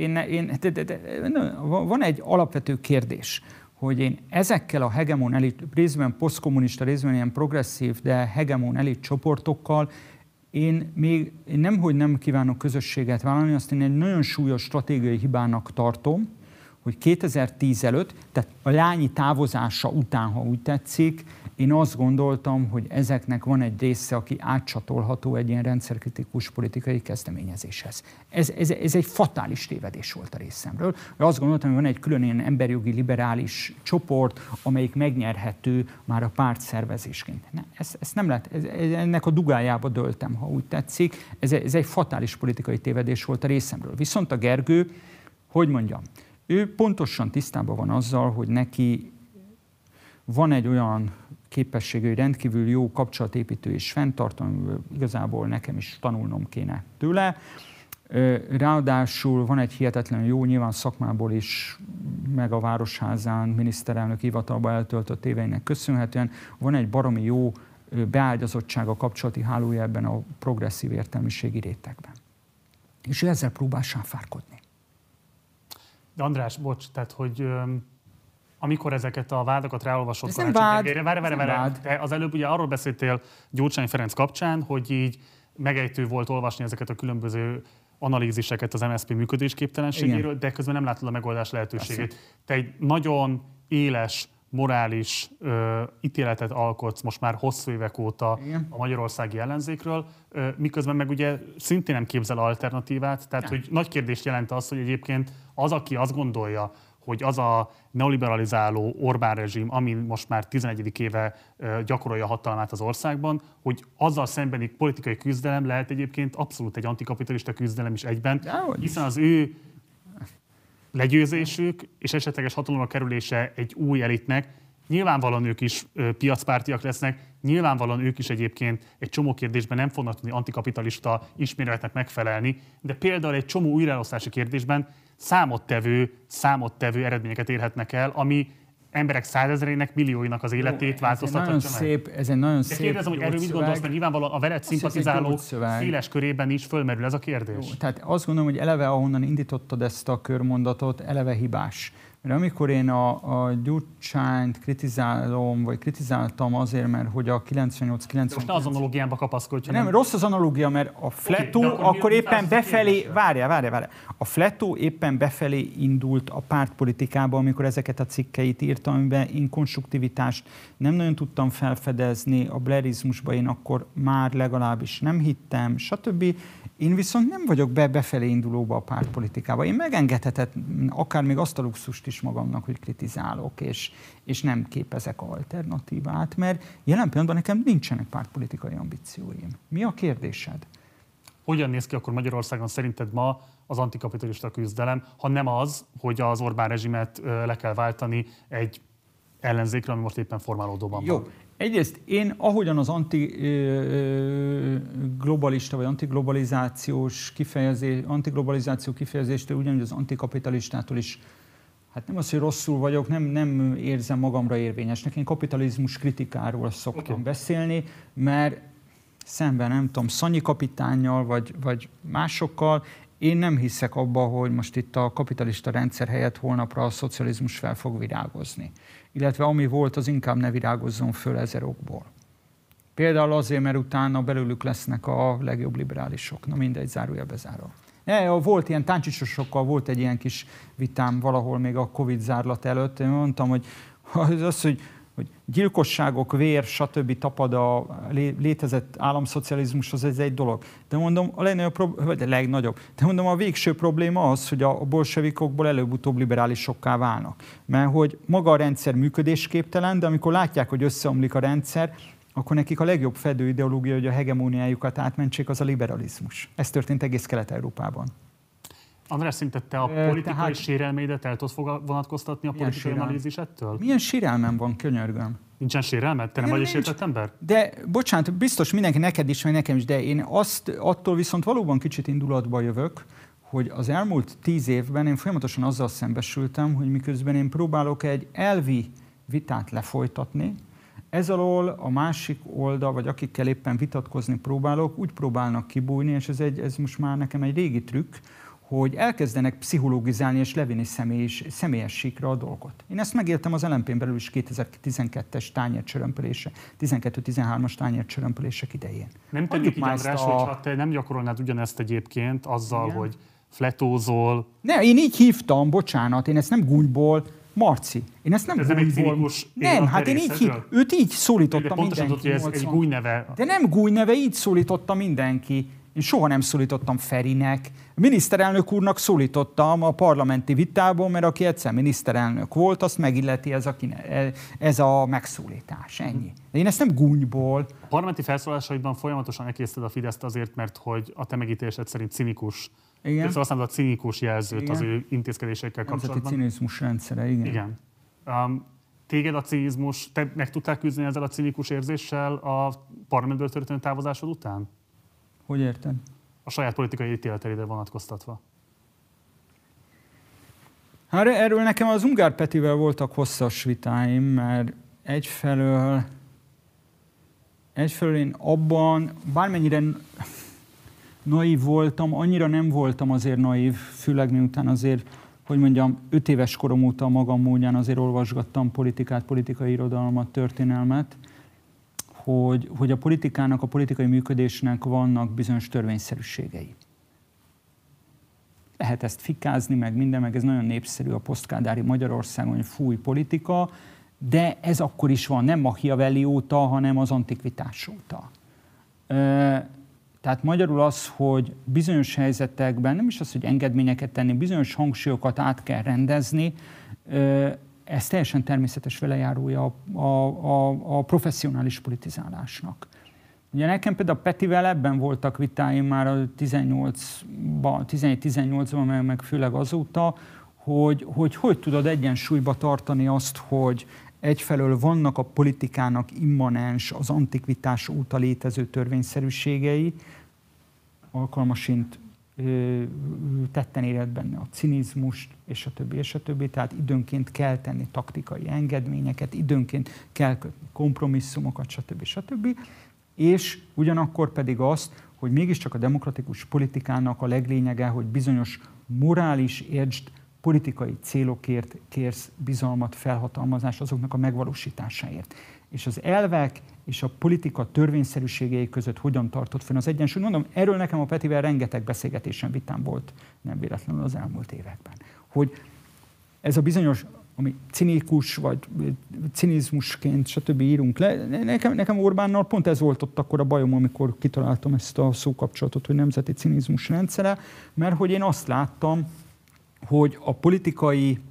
van egy alapvető kérdés, hogy én ezekkel a hegemon elit, részben posztkommunista, részben ilyen progresszív, de hegemon elit csoportokkal én nemhogy nem kívánok közösséget vállalni, azt én egy nagyon súlyos stratégiai hibának tartom, hogy 2010 előtt, tehát a Lányi távozása után, ha úgy tetszik, én azt gondoltam, hogy ezeknek van egy része, aki átcsatolható egy ilyen rendszerkritikus politikai kezdeményezéshez. Ez egy fatális tévedés volt a részemről. Azt gondoltam, hogy van egy külön ilyen emberjogi liberális csoport, amelyik megnyerhető már a pártszervezésként. Ezt nem lehet, ennek a dugájába dőltem, ha úgy tetszik. Ez egy fatális politikai tévedés volt a részemről. Viszont a Gergő, hogy mondjam, ő pontosan tisztában van azzal, hogy neki van egy olyan képessége, hogy rendkívül jó kapcsolatépítő és fenntartó, amiből igazából nekem is tanulnom kéne tőle. Ráadásul van egy hihetetlen jó, nyilván szakmából is, meg a Városházán miniszterelnök hivatalba eltöltött éveinek köszönhetően, van egy baromi jó beágyazottság a kapcsolati hálója ebben a progresszív értelmiségi rétegben. És ő ezzel próbál sáfárkodni. De András, bocs, tehát, hogy amikor ezeket a vádakat ráolvasott... Ez nem vád. Várj. Te az előbb ugye arról beszéltél Gyurcsány Ferenc kapcsán, hogy így megejtő volt olvasni ezeket a különböző analíziseket az MSZP működésképtelenségéről, de közben nem látod a megoldás lehetőségét. Persze. Te egy nagyon éles, morális ítéletet alkotsz most már hosszú évek óta a magyarországi ellenzékről, miközben meg ugye szintén nem képzel alternatívát, tehát hogy nagy kérdést jelent az, hogy egyébként az, aki azt gondolja, hogy az a neoliberalizáló Orbán rezsim, ami most már 11. éve gyakorolja hatalmát az országban, hogy azzal szembeni politikai küzdelem lehet egyébként abszolút egy antikapitalista küzdelem is egyben, hiszen az ő legyőzésük és esetleges hatalomra kerülése egy új elitnek, nyilvánvalóan ők is piacpártiak lesznek, nyilvánvalóan ők is egyébként egy csomó kérdésben nem fognak tudni antikapitalista isméretnek megfelelni, de például egy csomó újraelosztási kérdésben számottevő eredményeket érhetnek el, ami emberek százezreinek, millióinak az életét változtathatja meg. Ez egy nagyon szép. De kérdezem, hogy erről mit gondolsz, mert nyilvánvalóan a veled szimpatizálók széles körében is fölmerül ez a kérdés. Jó, tehát azt gondolom, hogy eleve ahonnan indítottad ezt a körmondatot, eleve hibás. Mert amikor én a Gyurcsányt kritizálom, vagy kritizáltam azért, mert hogy a 98-99... Most ne az analógiámba kapaszkodj. Nem, rossz az analógia, mert a Fletó akkor éppen befelé... Várjál. A Fletó éppen befelé indult a pártpolitikába, amikor ezeket a cikkeit írtam, amiben én konstruktivitást nem nagyon tudtam felfedezni, a blairizmusba én akkor már legalábbis nem hittem, stb. Én viszont nem vagyok befelé indulóba a pártpolitikába. Én megengedhetem akár még azt a luxust is magamnak, hogy kritizálok, és nem képezek alternatívát, mert jelen pillanatban nekem nincsenek pártpolitikai ambícióim. Mi a kérdésed? Hogyan néz ki akkor Magyarországon szerinted ma az antikapitalista küzdelem, ha nem az, hogy az Orbán rezsimet le kell váltani egy ellenzékre, ami most éppen formálódóban van? Egyrészt én, ahogyan az antiglobalista vagy antiglobalizáció kifejezéstől, ugyanúgy az antikapitalistától is, hát nem az, hogy rosszul vagyok, nem érzem magamra érvényesnek. Én kapitalizmus kritikáról szoktam beszélni, mert szemben, nem tudom, Szanyi kapitánnyal vagy másokkal, én nem hiszek abba, hogy most itt a kapitalista rendszer helyett holnapra a szocializmus fel fog virágozni. Illetve ami volt, az inkább ne virágozzon föl 1000 okból. Például azért, mert utána belőlük lesznek a legjobb liberálisok. Na mindegy, zárója bezárva. Volt ilyen táncsicsosokkal, volt egy ilyen kis vitám valahol még a Covid zárlat előtt. Én mondtam, hogy gyilkosságok, vér, stb. Tapad a létezett államszocializmushoz, ez egy dolog. De mondom, a legnagyobb. De mondom, a végső probléma az, hogy a bolsevikokból előbb-utóbb liberálisokká válnak. Mert hogy maga a rendszer működésképtelen, de amikor látják, hogy összeomlik a rendszer, akkor nekik a legjobb fedő ideológia, hogy a hegemóniájukat átmentsék, az a liberalizmus. Ez történt egész Kelet-Európában. András, szinte te a politikai sérelmédet el tudsz vonatkoztatni a politikai analízisettől? Milyen sérelmem van, könyörgöm? Nincsen sérelmed? Te nem vagy egy sértett ember? De, bocsánat, biztos mindenki, neked is, vagy nekem is, de én attól viszont valóban kicsit indulatba jövök, hogy az elmúlt 10 évben én folyamatosan azzal szembesültem, hogy miközben én próbálok egy elvi vitát lefolytatni, ez alól a másik oldal, vagy akikkel éppen vitatkozni próbálok, úgy próbálnak kibújni, és ez most már nekem egy régi trükk, hogy elkezdenek pszichológizálni és levinni személyes síkra a dolgot. Én ezt megéltem az LMP-n belül is 2012-es tányércsörömpölése, 12-13-as tányércsörömpölések idején. Nem tegyük így, András, hogyha te nem gyakorolnád ugyanezt egyébként azzal, igen, hogy fletózol. Ne, én így hívtam, bocsánat, én ezt nem gúnyból, Marci, én ezt nem gúnyból. Nem, hát én így őt így szólítottam mindenki. De ez egy gúnyneve. De nem gúnyneve, így szólította mindenki. Én soha nem szólítottam Ferinek. A miniszterelnök úrnak szólítottam a parlamenti vitában, mert aki egyszer miniszterelnök volt, azt megilleti ez a megszólítás. Ennyi. De én ezt nem gúnyból. A parlamenti felszólásaidban folyamatosan ekészted a Fideszt azért, mert hogy a te megítélésed szerint cinikus. Igen. Szóval használod a cinikus jelzőt, igen, az ő intézkedésekkel kapcsolatban. Nemzeti cinizmus rendszere, igen. Igen. Téged a cinizmus, te meg tudtál küzdeni ezzel a cinikus érzéssel a parlamentből történő távozásod után? Hogy érted? A saját politikai ítéleteidre vonatkoztatva. Hát erről nekem az Ungár Petivel voltak hosszas vitáim, mert egyfelől én abban, bármennyire naív voltam, annyira nem voltam azért naív, főleg miután azért, hogy mondjam, 5 éves korom óta magam módján azért olvasgattam politikát, politikai irodalmat, történelmet, hogy a politikának, a politikai működésnek vannak bizonyos törvényszerűségei. Lehet ezt fikázni, meg minden, meg ez nagyon népszerű a posztkádári Magyarországon, hogy fúj politika, de ez akkor is van, nem Machiavelli óta, hanem az antikvitás óta. Tehát magyarul az, hogy bizonyos helyzetekben, nem is az, hogy engedményeket tenni, bizonyos hangsúlyokat át kell rendezni, ez teljesen természetes velejárója a professzionális politizálásnak. Ugye nekem például Petivel ebben voltak vitáim már a 17-18-ban, meg főleg azóta, hogy tudod egyensúlyba tartani azt, hogy egyfelől vannak a politikának immanens, az antikvitás óta létező törvényszerűségei, alkalmasint tetten érett benne a cinizmust, és a többi, és a többi. Tehát időnként kell tenni taktikai engedményeket, időnként kell kötni kompromisszumokat, stb. Stb. És ugyanakkor pedig azt, hogy mégiscsak a demokratikus politikának a leglényege, hogy bizonyos morális, értsd, politikai célokért kérsz bizalmat, felhatalmazást azoknak a megvalósításáért. És az elvek és a politika törvényszerűségei között hogyan tartott fenn az egyensúly. Mondom, erről nekem a Petivel rengeteg beszélgetésen, vitám volt, nem véletlenül az elmúlt években. Hogy ez a bizonyos, ami cinikus, vagy cinizmusként, stb. Írunk le. Nekem Orbánnal pont ez volt ott akkor a bajom, amikor kitaláltam ezt a szókapcsolatot, hogy nemzeti cinizmus rendszere, mert hogy én azt láttam, hogy a politikai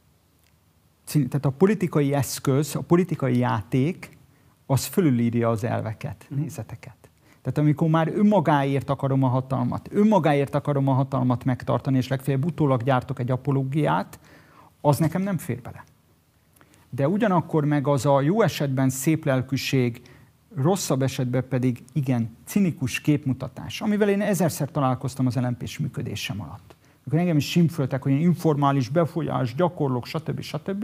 eszköz, a politikai játék, az fölülírja az elveket, nézeteket. Tehát amikor már önmagáért akarom a hatalmat megtartani, és legfeljebb utólag gyártok egy apológiát, az nekem nem fér bele. De ugyanakkor meg az a jó esetben szép lelkűség, rosszabb esetben pedig igen, cinikus képmutatás, amivel én 1000-szer találkoztam az LMP-s működésem alatt. Amikor engem is simpföltek, hogy én informális befolyás, gyakorlok, stb.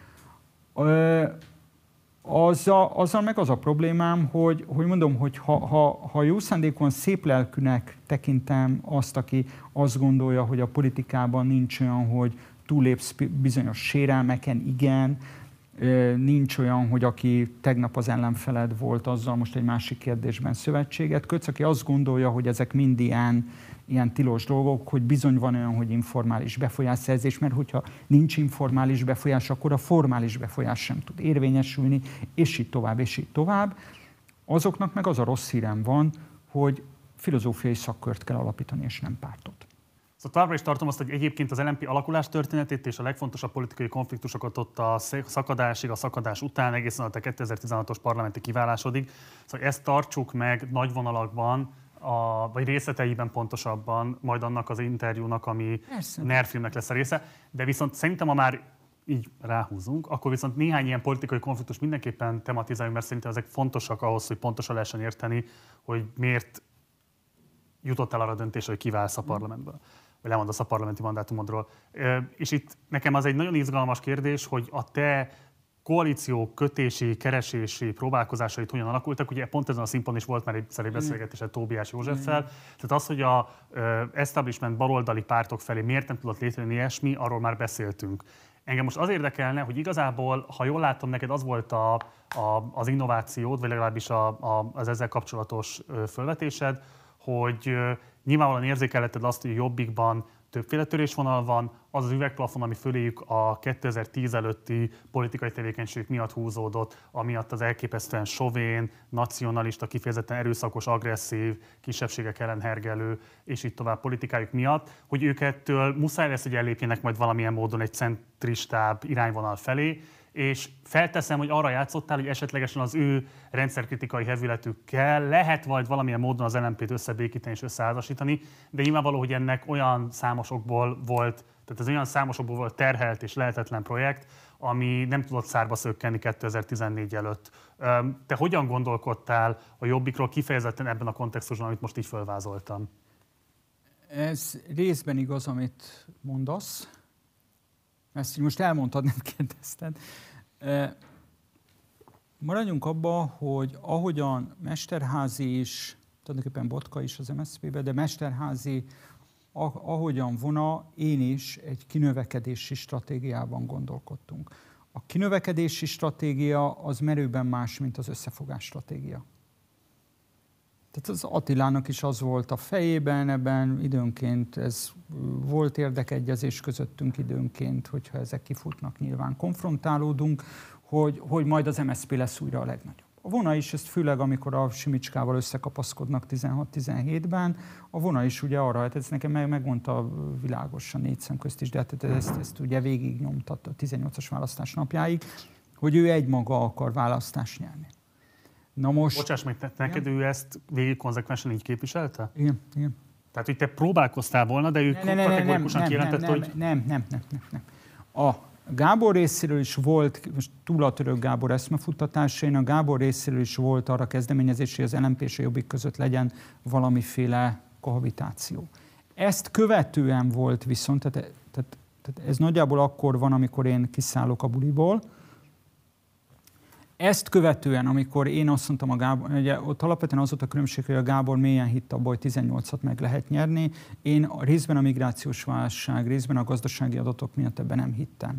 Azzal meg az a problémám, hogy mondom, hogy ha jó szándékon szép lelkűnek tekintem azt, aki azt gondolja, hogy a politikában nincs olyan, hogy túlépsz bizonyos sérelmeken, igen, nincs olyan, hogy aki tegnap az ellenfeled volt, azzal most egy másik kérdésben szövetséget kötsz, aki azt gondolja, hogy ezek mind ilyen tilos dolgok, hogy bizony van olyan, hogy informális befolyásszerzés, mert hogyha nincs informális befolyás, akkor a formális befolyás sem tud érvényesülni, és így tovább, és így tovább. Azoknak meg az a rossz hírem van, hogy filozófiai szakkört kell alapítani, és nem pártot. Szóval továbbra is tartom azt, hogy egyébként az LMP alakulás történetét és a legfontosabb politikai konfliktusokat ott a szakadásig, a szakadás után, egészen a 2016-os parlamenti kiválásodig. Szóval ezt tartsuk meg nagy vonalakban, vagy részleteiben pontosabban, majd annak az interjúnak, ami NER-filmnek lesz a része. De viszont szerintem, ha már így ráhúzunk, akkor viszont néhány ilyen politikai konfliktus mindenképpen tematizáljunk, mert szerintem ezek fontosak ahhoz, hogy pontosan lehessen érteni, hogy miért jutott el arra a döntésre, hogy kiválsz a parlamentből, vagy lemondasz a parlamenti mandátumodról. És itt nekem az egy nagyon izgalmas kérdés, hogy a te koalíció kötési, keresési próbálkozásait hogyan alakultak. Ugye pont ezen a színpadon is volt már egy beszélgetés a Tóbiás Józseffel. Tehát az, hogy a establishment baloldali pártok felé miért nem tudott létrejönni ilyesmi, arról már beszéltünk. Engem most az érdekelne, hogy igazából, ha jól látom, neked az volt az innovációd, vagy legalábbis az ezzel kapcsolatos fölvetésed, hogy nyilvánvalóan érzékelheted azt, hogy a Jobbikban többféle törésvonal van, az az üvegplafon, ami föléjük a 2010 előtti politikai tevékenység miatt húzódott, amiatt az elképesztően sovén, nacionalista, kifejezetten erőszakos, agresszív, kisebbségek ellen hergelő, és így tovább politikájuk miatt, hogy ők ettől muszáj lesz, hogy ellépjenek majd valamilyen módon egy centristább irányvonal felé, és felteszem, hogy arra játszottál, hogy esetlegesen az ő rendszerkritikai hevületükkel lehet majd valamilyen módon az LMP-t összebékíteni és összeházasítani, de nyilvánvaló, hogy ennek olyan számosokból volt, tehát ez olyan számosokból volt terhelt és lehetetlen projekt, ami nem tudott szárba szökkenni 2014 előtt. Te hogyan gondolkodtál a Jobbikról kifejezetten ebben a kontextusban, amit most így fölvázoltam? Ez részben igaz, amit mondasz. Ezt így most elmondtad, nem kérdezted. Maradjunk abba, hogy ahogyan Mesterházy is, tulajdonképpen Botka is az MSZP-be, de Mesterházy, ahogyan Vona, én is egy kinövekedési stratégiában gondolkodtunk. A kinövekedési stratégia az merőben más, mint az összefogás stratégia. Tehát az Attilának is az volt a fejében, ebben időnként ez volt érdekegyezés közöttünk időnként, hogyha ezek kifutnak, nyilván konfrontálódunk, hogy majd az MSZP lesz újra a legnagyobb. A Vona is, ezt főleg amikor a Simicskával összekapaszkodnak 16-17-ben, a Vona is ugye arra, hát ez nekem megmondta világosan 4 szem közt is, de hát ezt ugye végignyomtat a 18-as választás napjáig, hogy ő egymaga akar választást nyerni. Na most... Bocsáss meg, neked ő ezt végig konzekvensen így képviselte? Igen. Tehát, hogy te próbálkoztál volna, de ő kategorikusan kijelentette, hogy... Nem. A Gábor részéről is volt, most túl a Török Gábor eszmefuttatásain, a Gábor részéről is volt arra kezdeményezés, hogy az LMP és a Jobbik között legyen valamiféle kohabitáció. Ezt követően volt viszont, tehát ez nagyjából akkor van, amikor én kiszállok a buliból. Ezt követően, amikor én azt mondtam a Gábor, ugye ott alapvetően az volt a különbség, hogy a Gábor mélyen hitt abba, hogy 18-at meg lehet nyerni. Én részben a migrációs válság, részben a gazdasági adatok miatt ebben nem hittem.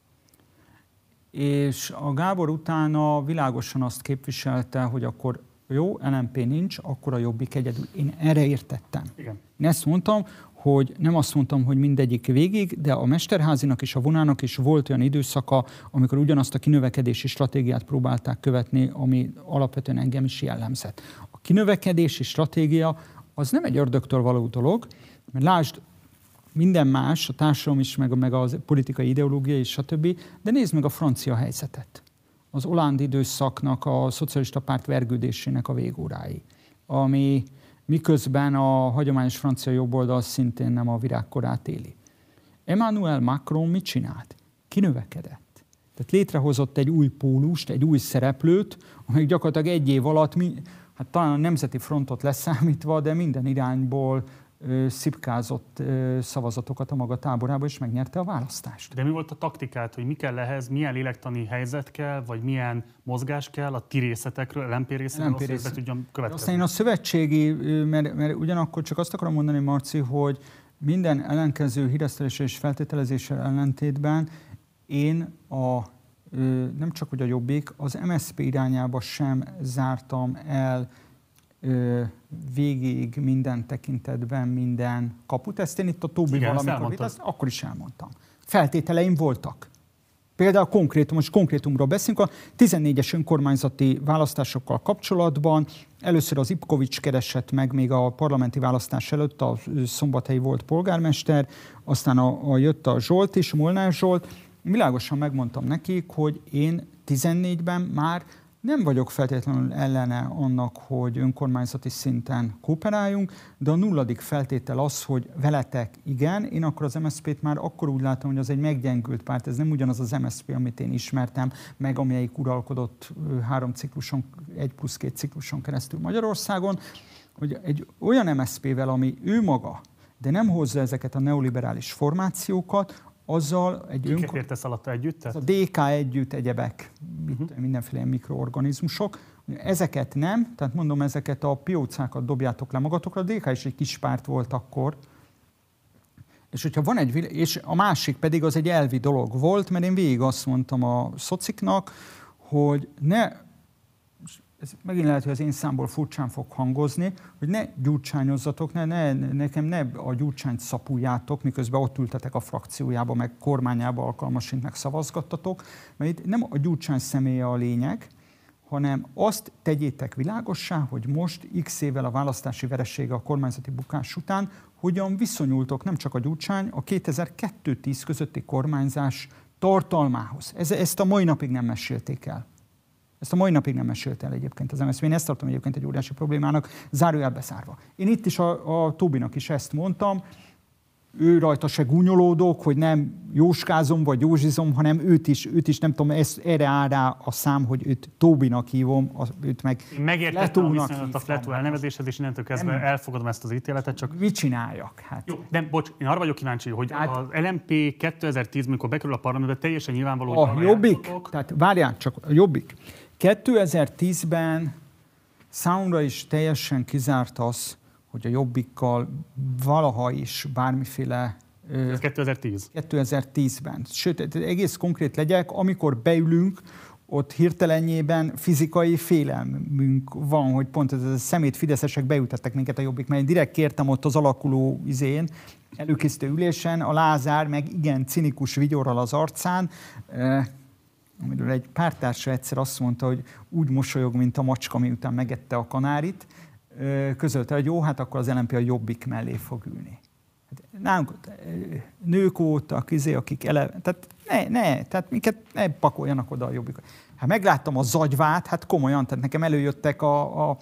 És a Gábor utána világosan azt képviselte, hogy akkor jó, LMP nincs, akkor a Jobbik egyedül. Én erre értettem. Igen. Én ezt mondtam, hogy nem azt mondtam, hogy mindegyik végig, de a Mesterházynak és a Vonának is volt olyan időszaka, amikor ugyanazt a kinövekedési stratégiát próbálták követni, ami alapvetően engem is jellemzett. A kinövekedési stratégia az nem egy ördögtől való dolog, mert lásd, minden más, a társadalom is, meg a politikai ideológia is, stb., de nézd meg a francia helyzetet. Az Hollande időszaknak, a szocialista párt vergődésének a végórái, ami miközben a hagyományos francia jobboldal szintén nem a virágkorát éli. Emmanuel Macron mit csinált? Kinövekedett. Tehát létrehozott egy új pólust, egy új szereplőt, amely gyakorlatilag egy év alatt, hát talán a Nemzeti Frontot leszámítva, de minden irányból szipkázott szavazatokat a maga táborába, és megnyerte a választást. De mi volt a taktikát, hogy mi kell ehhez, milyen lélektani helyzet kell, vagy milyen mozgás kell a ti részletekről, LMP részéről, hogy tudjam következni? Aztán én a szövetségi, mert ugyanakkor csak azt akarom mondani, Marci, hogy minden ellenkező híreszteléssel és feltételezéssel ellentétben én nem csak hogy a Jobbik, az MSZP irányába sem zártam el végig minden tekintetben minden kaput. Ezt én itt a Tóbival, amikor akkor is elmondtam. Feltételeim voltak. Például konkrétumról beszélünk, a 14-es önkormányzati választásokkal kapcsolatban először az Ipkovics keresett meg még a parlamenti választás előtt, a szombathelyi volt polgármester, aztán jött a Zsolt is, Molnár Zsolt. Világosan megmondtam nekik, hogy én 14-ben már nem vagyok feltétlenül ellene annak, hogy önkormányzati szinten kooperáljunk, de a nulladik feltétel az, hogy veletek igen, én akkor az MSZP-t már akkor úgy látom, hogy az egy meggyengült párt, ez nem ugyanaz az MSZP, amit én ismertem, meg amelyik uralkodott 1+2 cikluson keresztül Magyarországon, hogy egy olyan MSZP-vel, ami ő maga, de nem hozza ezeket a neoliberális formációkat, azzal egy Miket értesz alatta együtt? A DK együtt egyebek, mindenféle mikroorganizmusok. Ezeket nem, tehát mondom, ezeket a piócákat dobjátok le magatokra. A DK is egy kis párt volt akkor. És hogyha van és a másik pedig az egy elvi dolog volt, mert én végig azt mondtam a szociknak, hogy ez megint lehet, hogy az én számból furcsán fog hangozni, hogy ne gyurcsányozzatok, nekem ne a gyurcsányt szapuljátok, miközben ott ültetek a frakciójába, meg kormányába alkalmasint meg szavazgattatok, mert itt nem a Gyurcsány személye a lényeg, hanem azt tegyétek világossá, hogy most x évvel a választási veresége a kormányzati bukás után hogyan viszonyultok nem csak a Gyurcsány, a 2002-10 közötti kormányzás tartalmához. Ezt a mai napig nem mesélték el. Ezt a mai napig nem mesélt el egyébként az MSZP. Én ezt tartom egyébként egy óriási problémának, zárójel bezárva. Én itt is a Tóbinak is ezt mondtam, ő rajta se gúnyolódok, hogy nem jóskázom vagy józsizom, hanem őt is nem tudom, erre áll rá a szám, hogy őt Tóbinak hívom, őt meg megértettem a viszonyat a Fletó elnevezéshez, és innentől kezdve elfogadom ezt az ítéletet, csak... Mit csináljak? Hát. Jó, de bocs, én arra vagyok kíváncsi, hogy az LMP 2010-ben, mikor bekerül a parlamentbe, teljesen nyilvánvaló, hogy a Jobbik, tehát várjál csak, a Jobbik 2010-ben Számomra is teljesen kizárt az, hogy a Jobbikkal valaha is bármiféle... Ez 2010. 2010-ben. Sőt, egész konkrét legyek, amikor beülünk, ott hirtelenjében fizikai félelmünk van, hogy pont ez a szemét fideszesek beültettek minket a Jobbik, mert én direkt kértem ott az alakuló előkészítő ülésen, a Lázár meg igen cinikus vigyorral az arcán, amiről egy pártársa egyszer azt mondta, hogy úgy mosolyog, mint a macska, miután megette a kanárit, közölte, hogy jó, hát akkor az LMP a Jobbik mellé fog ülni. Nálunk nők voltak, akik tehát tehát minket ne pakoljanak oda a Jobbikra. Hát megláttam a zagyvát, hát komolyan, tehát nekem előjöttek a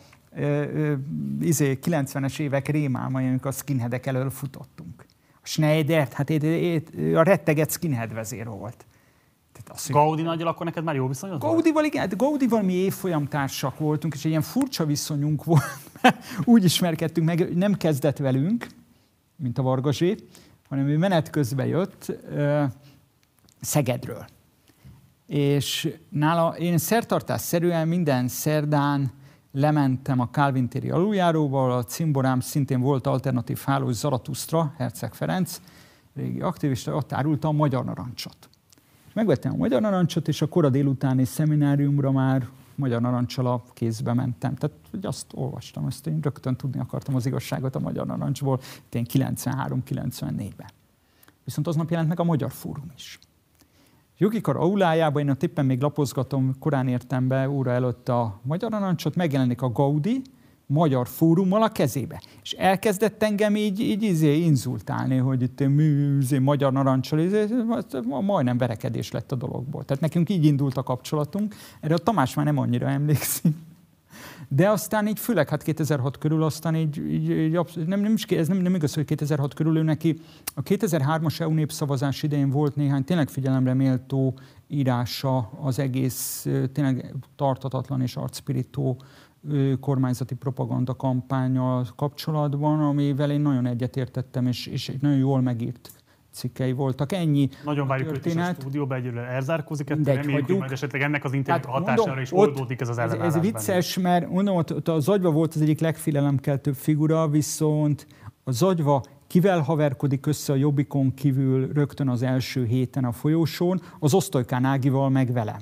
90-es évek rémálmai, amikor a skinheadek elől futottunk. A Schneidert, hát a retteget skinhead vezér volt. Gaudi nagyjal akkor neked már jó viszonyod volt? Gaudival, igen, Gaudival mi évfolyamtársak voltunk, és egy ilyen furcsa viszonyunk volt. Úgy ismerkedtünk meg, hogy nem kezdett velünk, mint a Vargazsé, hanem ő menet közben jött Szegedről. És nála én szertartásszerűen minden szerdán lementem a Kálvin téri aluljáróba, a cimborám szintén volt alternatív hálós Zaratusztra, Herceg Ferenc, régi aktivista, ott árulta a Magyar Narancsot. Megvettem a Magyar Narancsot, és a kora délutáni szemináriumra már Magyar Narancsal a kézbe mentem. Tehát hogy azt olvastam, ezt én rögtön tudni akartam az igazságot a Magyar Narancsból, én 93-94-ben. Viszont aznap jelent meg a Magyar Fórum is. Jogi Kar aulájában, én ott éppen még lapozgatom, korán értem be óra előtt a Magyar Narancsot, megjelenik a Gaudi Magyar Fórummal a kezébe. És elkezdett engem így inzultálni, hogy itt Magyar Narancsal, majdnem verekedés lett a dologból. Tehát nekünk így indult a kapcsolatunk. Erre a Tamás már nem annyira emlékszik. De aztán így főleg, hát 2006 körül aztán nem igaz, hogy 2006 körül ő neki a 2003-as EU népszavazás idején volt néhány tényleg figyelemre méltó írása az egész tényleg tartatatlan és arcpirító kormányzati propaganda kampánnyal kapcsolatban, amivel én nagyon egyetértettem, és nagyon jól megírt cikkei voltak. Ennyi nagyon várjuk őt is a stúdióba, egyelőre elzárkózik, reméljük, hogy majd esetleg ennek az interjú hatására is oldódik ez az ellenállás. Ez vicces, mert mondom, ott a Zagyva volt az egyik legfélelemkeltőbb figura, viszont a Zagyva kivel haverkodik össze a Jobbikon kívül rögtön az első héten a folyósón? Az Osztolykán Ágival, meg velem.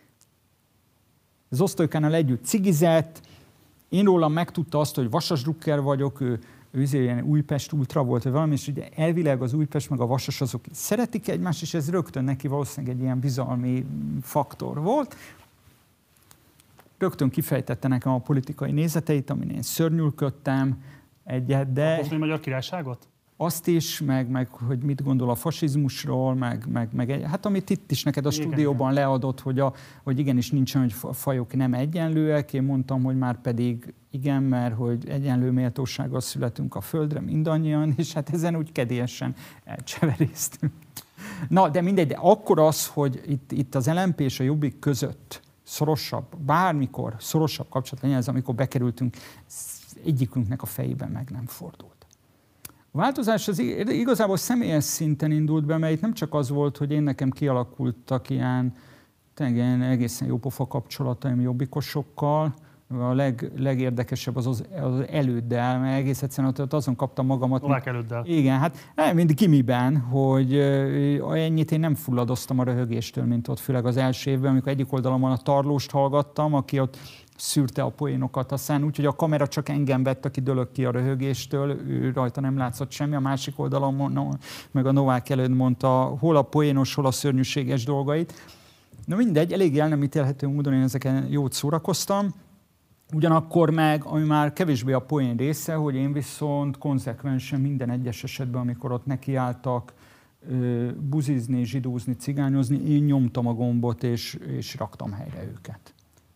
Az Osztolykánnal együtt cigizett, én rólam megtudta azt, hogy Vasas Drucker vagyok, ő ilyen Újpest ultra volt, vagy valami, és ugye elvileg az Újpest meg a Vasas azok szeretik egymást, és ez rögtön neki valószínűleg egy ilyen bizalmi faktor volt. Rögtön kifejtette nekem a politikai nézeteit, amin én szörnyűködtem egyet, de... A Boszniai Magyar Királyságot? Azt is, meg hogy mit gondol a fasizmusról, hát amit itt is neked a stúdióban leadott, hogy igenis nincsen, hogy fajok nem egyenlőek. Én mondtam, hogy már pedig igen, mert hogy egyenlő méltósággal születünk a földre mindannyian, és hát ezen úgy kedélyesen elcseveréztünk. Na, de mindegy, de akkor az, hogy itt az LMP és a Jobbik között szorosabb, bármikor szorosabb kapcsolat legyen, ez amikor bekerültünk, egyikünknek a fejében meg nem fordult. A változás az igazából személyes szinten indult be, mert itt nem csak az volt, hogy én nekem kialakultak ilyen egészen jópofa kapcsolataim jobbikosokkal, a legérdekesebb az előddel, mert egész egyszerűen ott azon kaptam magamat. Novák előddel. Igen, hát mindig Gimiben, hogy ennyit én nem fulladoztam a röhögéstől, mint ott, főleg az első évben, amikor egyik oldalon a Tarlóst hallgattam, aki ott szűrte a poénokat, aztán úgy, hogy a kamera csak engem vett, aki dölög ki a röhögéstől, ő rajta nem látszott semmi, a másik oldalon meg a Novák előtt mondta, hol a poénos, hol a szörnyűséges dolgait. Na mindegy, elég el nem ítélhető módon én ezeken jót szórakoztam. Ugyanakkor meg, ami már kevésbé a poén része, hogy én viszont konzekvensen minden egyes esetben, amikor ott nekiálltak buzizni, zsidózni, cigányozni, én nyomtam a gombot és raktam helyre őket.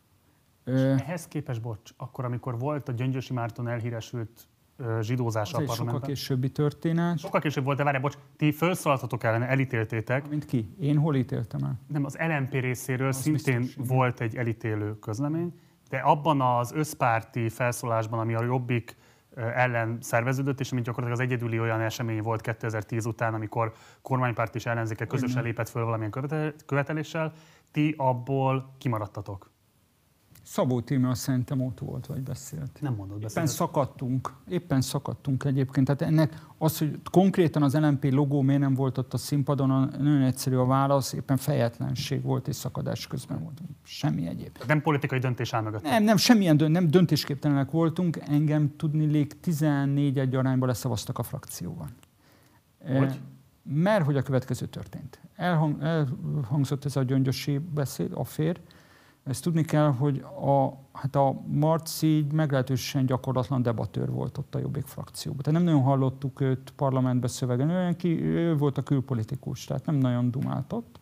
Ehhez képest, bocs, akkor, amikor volt a Gyöngyösi Márton elhíresült zsidózása a parlamentben. Sokkal későbbi történet. Sokkal később volt, de várjál, bocs, ti felszólaltatok ellene, elítéltétek. Mint ki? Én hol ítéltem el? Nem, az LMP részéről az szintén biztos, volt egy elítélő közlemény, de abban az összpárti felszólásban, ami a Jobbik ellen szerveződött, és ami gyakorlatilag az egyedüli olyan esemény volt 2010 után, amikor kormánypárt és ellenzéke közösen lépett föl valamilyen követeléssel, ti abból kimaradtatok. Szabó Tímea szerintem ott volt, vagy beszélt. Nem mondott beszélt. Éppen szakadtunk egyébként. Tehát ennek az, hogy konkrétan az LMP logó miért nem volt ott a színpadon, nagyon egyszerű a válasz, éppen fejetlenség volt és szakadás közben volt. Semmi egyéb. Nem politikai döntés áll mögött. Nem, semmilyen nem döntésképtelenek voltunk. Engem tudniillik 14-1 arányban leszavaztak a frakcióban. Hogy? Mert hogy a következő történt. Elhangzott ez a gyöngyösi beszéd, affér. Ezt tudni kell, hogy a Marci meglehetősen gyakorlatlan debatőr volt ott a Jobbik frakcióban. Tehát nem nagyon hallottuk őt parlamentbe szövegelni, ő volt a külpolitikus, tehát nem nagyon dumáltott.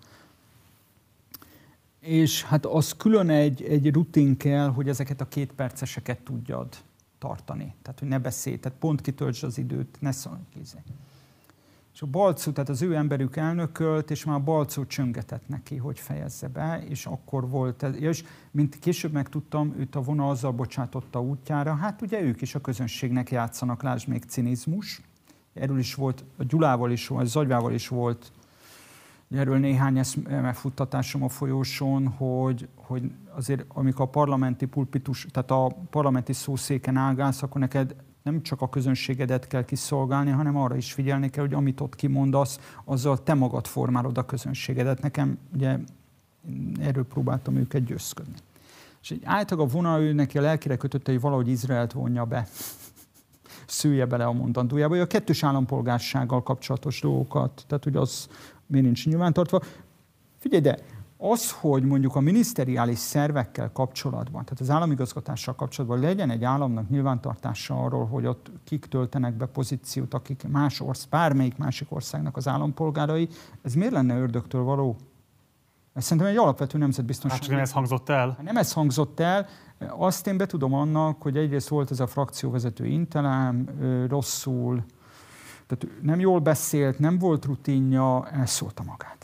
És hát az külön egy rutin kell, hogy ezeket a 2 perceseket tudjad tartani. Tehát, hogy ne beszélj, tehát pont kitöltsd az időt, ne szólj kézzel. És a Balczó, tehát az ő emberük elnökölt, és már a Balczó csöngetett neki, hogy fejezze be, és akkor volt ez. És mint később megtudtam, őt a Vona azzal bocsátotta útjára, hát ugye ők is a közönségnek játszanak, lásd még cinizmus. Erről is volt, a Gyulával is volt, a Zagyvával is volt erről néhány megfuttatásom a folyósón, hogy azért amikor a parlamenti pulpitus, tehát a parlamenti szószéken ágálsz, akkor neked nem csak a közönségedet kell kiszolgálni, hanem arra is figyelni kell, hogy amit ott kimondasz, azzal te magad formálod a közönségedet. Nekem ugye erről próbáltam őket győzködni. És egy általában a Vona, ő neki a lelkére kötötte, hogy valahogy Izraelt vonja be, szülje bele a mondandójába, hogy a 2. állampolgársággal kapcsolatos dolgokat, tehát hogy az miért nincs nyilvántartva. Figyelj, de az, hogy mondjuk a miniszteriális szervekkel kapcsolatban, tehát az államigazgatással kapcsolatban legyen egy államnak nyilvántartása arról, hogy ott kik töltenek be pozíciót, akik bármelyik másik országnak az állampolgárai, ez miért lenne ördögtől való? Ez szerintem egy alapvető nemzetbiztonság. Hát nem ez hangzott el? Nem ez hangzott el. Azt én betudom annak, hogy egyrészt volt ez a frakcióvezető intelem, rosszul, tehát nem jól beszélt, nem volt rutinja, elszólta magát.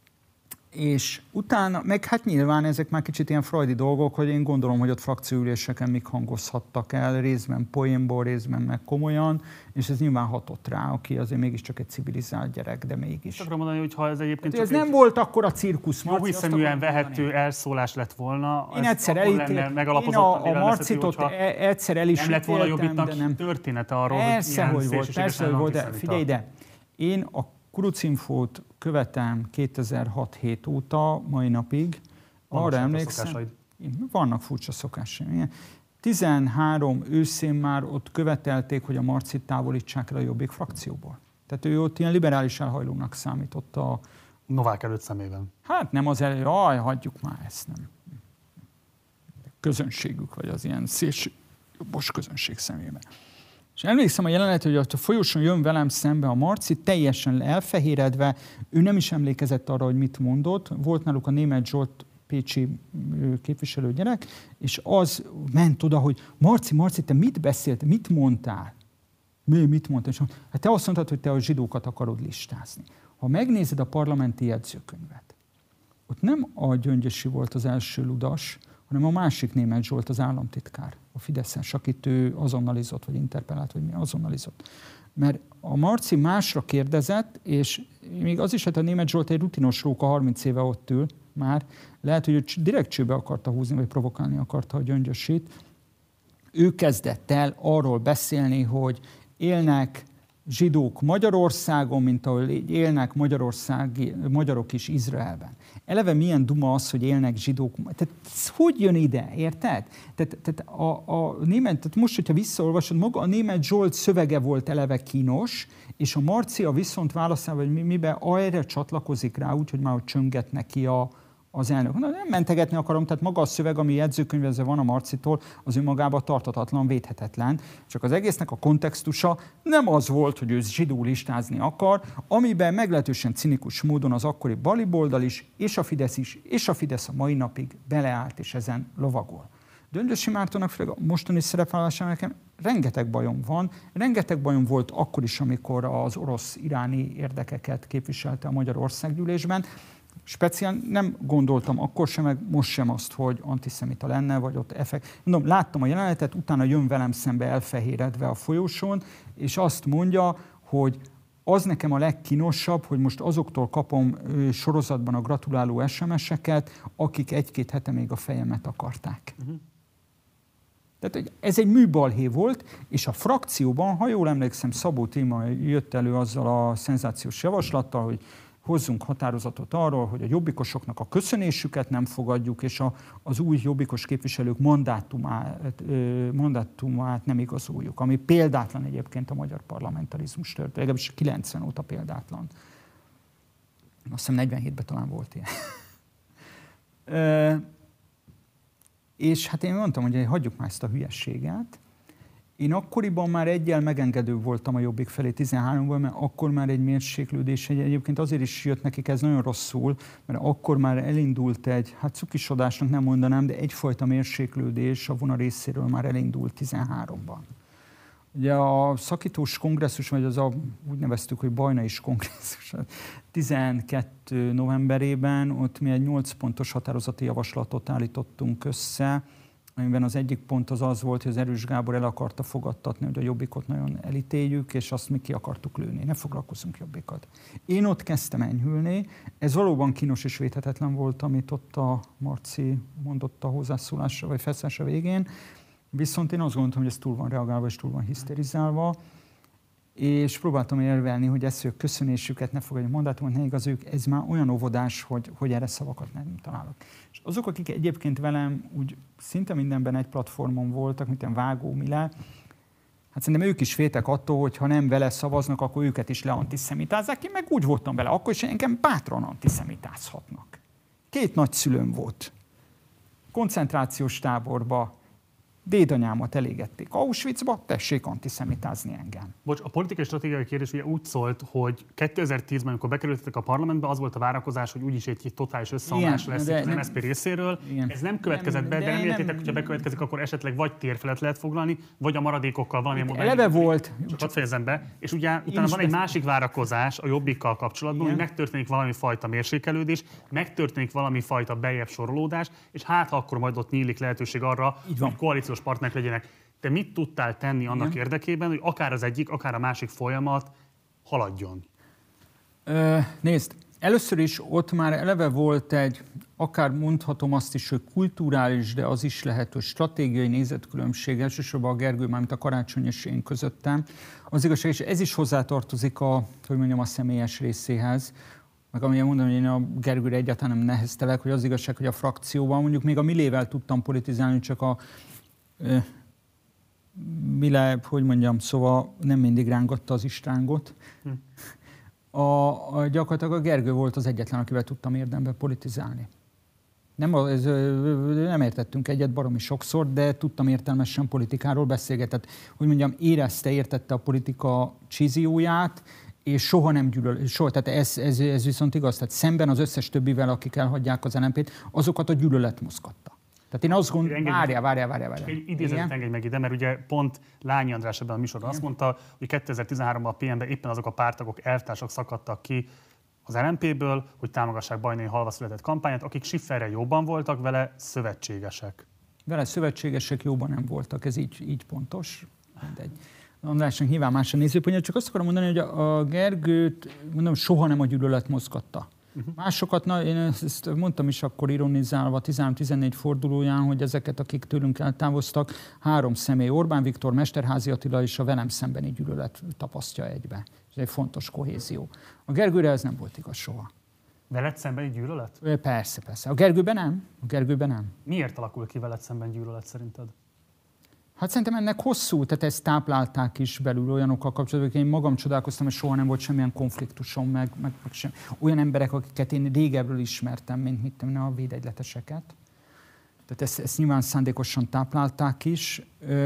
És utána, meg hát nyilván ezek már kicsit ilyen freudi dolgok, hogy én gondolom, hogy ott frakcióüléseken mik hangozhattak el, részben poénból, részben meg komolyan, és ez nyilván hatott rá, aki azért mégiscsak egy civilizált gyerek, de mégis. Csak mondani, hogy ha ez egyébként ez nem volt akkor a cirkusz. Jó hiszeműen vehető elszólás lett volna. Én egyszer elítéltem. Én a Marcit ott egyszer el is nem lett volna Jobbiknak története arról, persze, hogy volt, persze, hogy volt, de figyelj ide, én a Kurucinfót követem 2006-7 óta, mai napig. Arra emlékszem, vannak furcsa szokásaim. 13 őszén már ott követelték, hogy a Marcit távolítsák el a Jobbik frakcióból. Tehát ő ott ilyen liberális elhajlónak számított a... Novák előtt szemében. Hát nem az hagyjuk már ezt, nem. Közönségük, vagy az ilyen szélsőjobbos közönség szemében. És emlékszem a jelenet, hogy a folyosón jön velem szembe a Marci, teljesen elfehéredve, ő nem is emlékezett arra, hogy mit mondott. Volt náluk a Németh Zsolt pécsi képviselő gyerek, és az ment oda, hogy Marci, te mit beszélt, mit mondtál? Mit mondtál? És hát te azt mondtad, hogy te a zsidókat akarod listázni. Ha megnézed a parlamenti jegyzőkönyvet, ott nem a Gyöngyösi volt az első ludas, hanem a másik Németh Zsolt, az államtitkár, a Fideszes, akit ő azonnalizott, vagy interpellált, vagy mi azonnalizott. Mert a Marci másra kérdezett, és még az is, hogy a Németh Zsolt egy rutinos róka, 30 éve ott ül már, lehet, hogy ő direkt csőbe akarta húzni, vagy provokálni akarta a Gyöngyösit. Ő kezdett el arról beszélni, hogy élnek zsidók Magyarországon, mint ahol élnek magyarok is Izraelben. Eleve milyen duma az, hogy élnek zsidók. Tehát hogy jön ide, érted? Tehát most, hogyha visszaolvasod, maga a Németh Zsolt szövege volt eleve kínos, és a Marcia viszont válaszával, hogy miben erre csatlakozik rá, úgyhogy már csönget neki az elnök. Nem mentegetni akarom, tehát maga a szöveg, ami jegyzőkönyvezve van a Marcitól, az önmagában tartatatlan, védhetetlen. Csak az egésznek a kontextusa nem az volt, hogy ő zsidó listázni akar, amiben meglehetősen cinikus módon az akkori baliboldal is, és a Fidesz is, és a Fidesz a mai napig beleállt, és ezen lovagol. Gyöngyösi Mártonnak főleg a mostani szerepvállalásában nekem rengeteg bajom van. Rengeteg bajom volt akkor is, amikor az orosz-iráni érdekeket képviselte a Magyar Országgyűlésben. Speciál nem gondoltam akkor sem, meg most sem azt, hogy antiszemita lenne, vagy ott Mondom, láttam a jelenetet, utána jön velem szembe elfehéredve a folyosón, és azt mondja, hogy az nekem a legkínosabb, hogy most azoktól kapom sorozatban a gratuláló SMS-eket, akik 1-2 hete még a fejemet akarták. Tehát ez egy műbalhé volt, és a frakcióban, ha jól emlékszem, Szabó Tíma jött elő azzal a szenzációs javaslattal, hogy hozzunk határozatot arról, hogy a jobbikosoknak a köszönésüket nem fogadjuk, és az új jobbikos képviselők mandátumát nem igazoljuk, ami példátlan egyébként a magyar parlamentarizmus történet, legalábbis 90 óta példátlan. Azt hiszem 47-ben talán volt ilyen. És hát én mondtam, hogy hagyjuk már ezt a hülyességet. Én akkoriban már egyel megengedő voltam a Jobbik felé 13-ban, mert akkor már egy mérséklődés, egyébként azért is jött nekik ez nagyon rosszul, mert akkor már elindult egy, hát cukisodásnak nem mondanám, de egyfajta mérséklődés a Vona részéről már elindult 13-ban. Ugye a szakítós kongresszus, vagy az úgy neveztük, hogy Bajnais kongresszus, 12 novemberében ott mi egy 8 pontos határozati javaslatot állítottunk össze, amiben az egyik pont az volt, hogy az Erős Gábor el akarta fogadtatni, hogy a Jobbikot nagyon elítéljük, és azt mi ki akartuk lőni. Ne foglalkozunk Jobbikat. Én ott kezdtem enyhülni. Ez valóban kínos és védhetetlen volt, amit ott a Marci mondott a hozzászólásra, vagy felszállása végén. Viszont én azt gondoltam, hogy ez túl van reagálva, és túl van hisztérizálva. És próbáltam érvelni, hogy ezt, hogy a köszönésüket ne fogadjuk mandátumot, ne igazoljuk, ez már olyan óvodás, hogy erre szavakat nem találok. És azok, akik egyébként velem úgy szinte mindenben egy platformon voltak, mint Vágó Mile, hát szerintem ők is féltek attól, hogy ha nem vele szavaznak, akkor őket is leantiszemitázzák. Én meg úgy voltam vele, akkor is engem bátran antiszemitázhatnak. 2 nagyszülőm volt. Koncentrációs táborba, dédanyámat elégették Auschwitzba, tessék antiszemitázni engem. Bocs, a politikai stratégiai kérdés ugye úgy szólt, hogy 2010-ben, amikor bekerültetek a parlamentbe, az volt a várakozás, hogy úgyis egy totális összeomlás lesz az MSZP részéről. Igen. Ez nem következett be, de nem értétek, hogyha bekövetkezik, akkor esetleg vagy térfelet lehet foglalni, vagy a maradékokkal valamilyen módon. Eleve volt. Csak fejezem be. És ugye utána van egy másik várakozás a Jobbikkal kapcsolatban, hogy megtörténik valami fajta mérsékelődés, megtörténik valami fajta beljebb sorolódás, és hát akkor majd ott nyílik lehetőség arra, hogy koalíciós partnerek legyenek. Te mit tudtál tenni annak érdekében, hogy akár az egyik, akár a másik folyamat haladjon? Nézd, először is ott már eleve volt egy, akár mondhatom azt is, hogy kulturális, de az is lehet, hogy stratégiai nézetkülönbség, elsősorban a Gergő, mármint a Karácsony és én közöttem. Az igazság, és ez is hozzátartozik a személyes részéhez, meg amilyen mondom, hogy én a Gergőre egyáltalán nem neheztelek, hogy az igazság, hogy a frakcióban mondjuk még a Milével tudtam politizálni, csak a Mile, szóval nem mindig rángatta az istrángot. Gyakorlatilag a Gergő volt az egyetlen, akivel tudtam érdemben politizálni. Nem értettünk egyet baromi sokszor, de tudtam értelmesen politikáról beszélgetett. Érezte, értette a politika csízióját, és soha nem gyűlölt. Tehát ez viszont igaz. Tehát szemben az összes többivel, akik elhagyják az LMP-t, azokat a gyűlölet mozgatta. Tehát én azt gondolom, várjál. Idézetet engedj meg ide, mert ugye pont Lányi András ebben a műsorban azt mondta, hogy 2013-ban a PM-ben éppen azok a pártagok, elvtársak szakadtak ki az LMP-ből, hogy támogassák Bajnai halva született kampányát, akik Schifferrel jobban voltak, vele szövetségesek. Vele szövetségesek jobban nem voltak, ez így pontos. Mindegy. Andrásnak nyilván más a nézőpontja, csak azt akarom mondani, hogy a Gergőt soha nem a gyűlölet mozgatta. Másokat, én ezt mondtam is akkor ironizálva 13-14 fordulóján, hogy ezeket, akik tőlünk eltávoztak, 3 személy, Orbán Viktor, Mesterházy Attila és a velem szembeni gyűlölet tapasztja egybe. Ez egy fontos kohézió. A Gergőre ez nem volt igaz soha. Veled szembeni gyűlölet? Persze. A Gergőben nem. Miért alakul ki veled szemben gyűlölet szerinted? Hát szerintem ennek hosszú, tehát ezt táplálták is belül olyanokkal kapcsolatban, hogy én magam csodálkoztam, hogy soha nem volt semmilyen konfliktusom, meg sem. Olyan emberek, akiket én régebről ismertem, mint a védegyleteseket. Tehát ezt nyilván szándékosan táplálták is.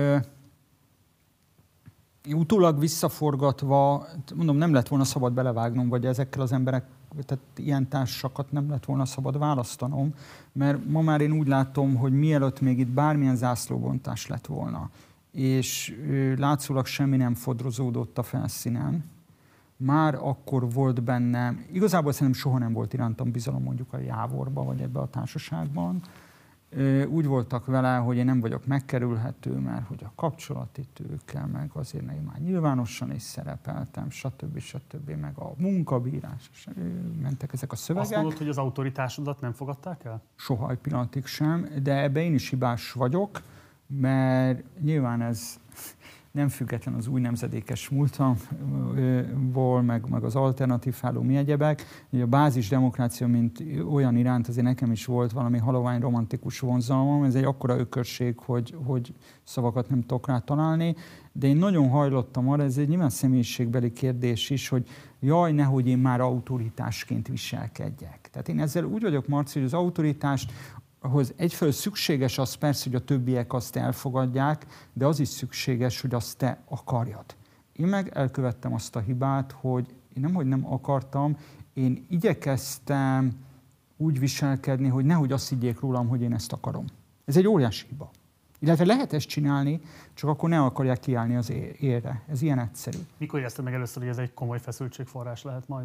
Utólag visszaforgatva, mondom, nem lett volna szabad belevágnom, vagy ezekkel az emberek, tehát ilyen társakat nem lett volna szabad választanom, mert ma már én úgy látom, hogy mielőtt még itt bármilyen zászlóbontás lett volna, és látszólag semmi nem fodrozódott a felszínen, már akkor volt benne, igazából szerintem soha nem volt irántam bizalom mondjuk a Jávorba, vagy ebbe a társaságban, úgy voltak vele, hogy én nem vagyok megkerülhető, mert hogy a kapcsolati tőke, meg azért én már nyilvánosan is szerepeltem, stb. Meg a munkabírás, mentek ezek a szövegek. Azt mondod, hogy az autoritásodat nem fogadták el? Soha egy pillanatig sem, de ebben én is hibás vagyok, mert nyilván ez nem független az új nemzedékes múltamból, meg az alternatív háló mi egyebek. A bázis demokrácia, mint olyan iránt azért nekem is volt valami halovány romantikus vonzalmam. Ez egy akkora ökörség, hogy szavakat nem tudok rá találni. De én nagyon hajlottam arra, ez egy nyilván személyiségbeli kérdés is, hogy jaj, nehogy én már autoritásként viselkedjek. Tehát én ezzel úgy vagyok, Marci, hogy az autoritást ahhoz egyfelől szükséges az persze, hogy a többiek azt elfogadják, de az is szükséges, hogy azt te akarjad. Én meg elkövettem azt a hibát, hogy én nem akartam, én igyekeztem úgy viselkedni, hogy nehogy azt higgyék rólam, hogy én ezt akarom. Ez egy óriási hiba. Illetve lehet ezt csinálni, csak akkor ne akarják kiállni az élre. Ez ilyen egyszerű. Mikor érezted meg először, hogy ez egy komoly feszültségforrás lehet majd?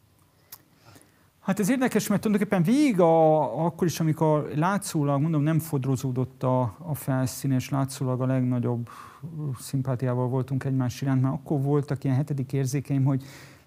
Hát ez érdekes, mert tulajdonképpen végig akkor is, amikor látszólag, mondom, nem fodrozódott a felszín, és látszólag a legnagyobb szimpátiával voltunk egymás iránt, mert akkor voltak ilyen hetedik érzékeim, hogy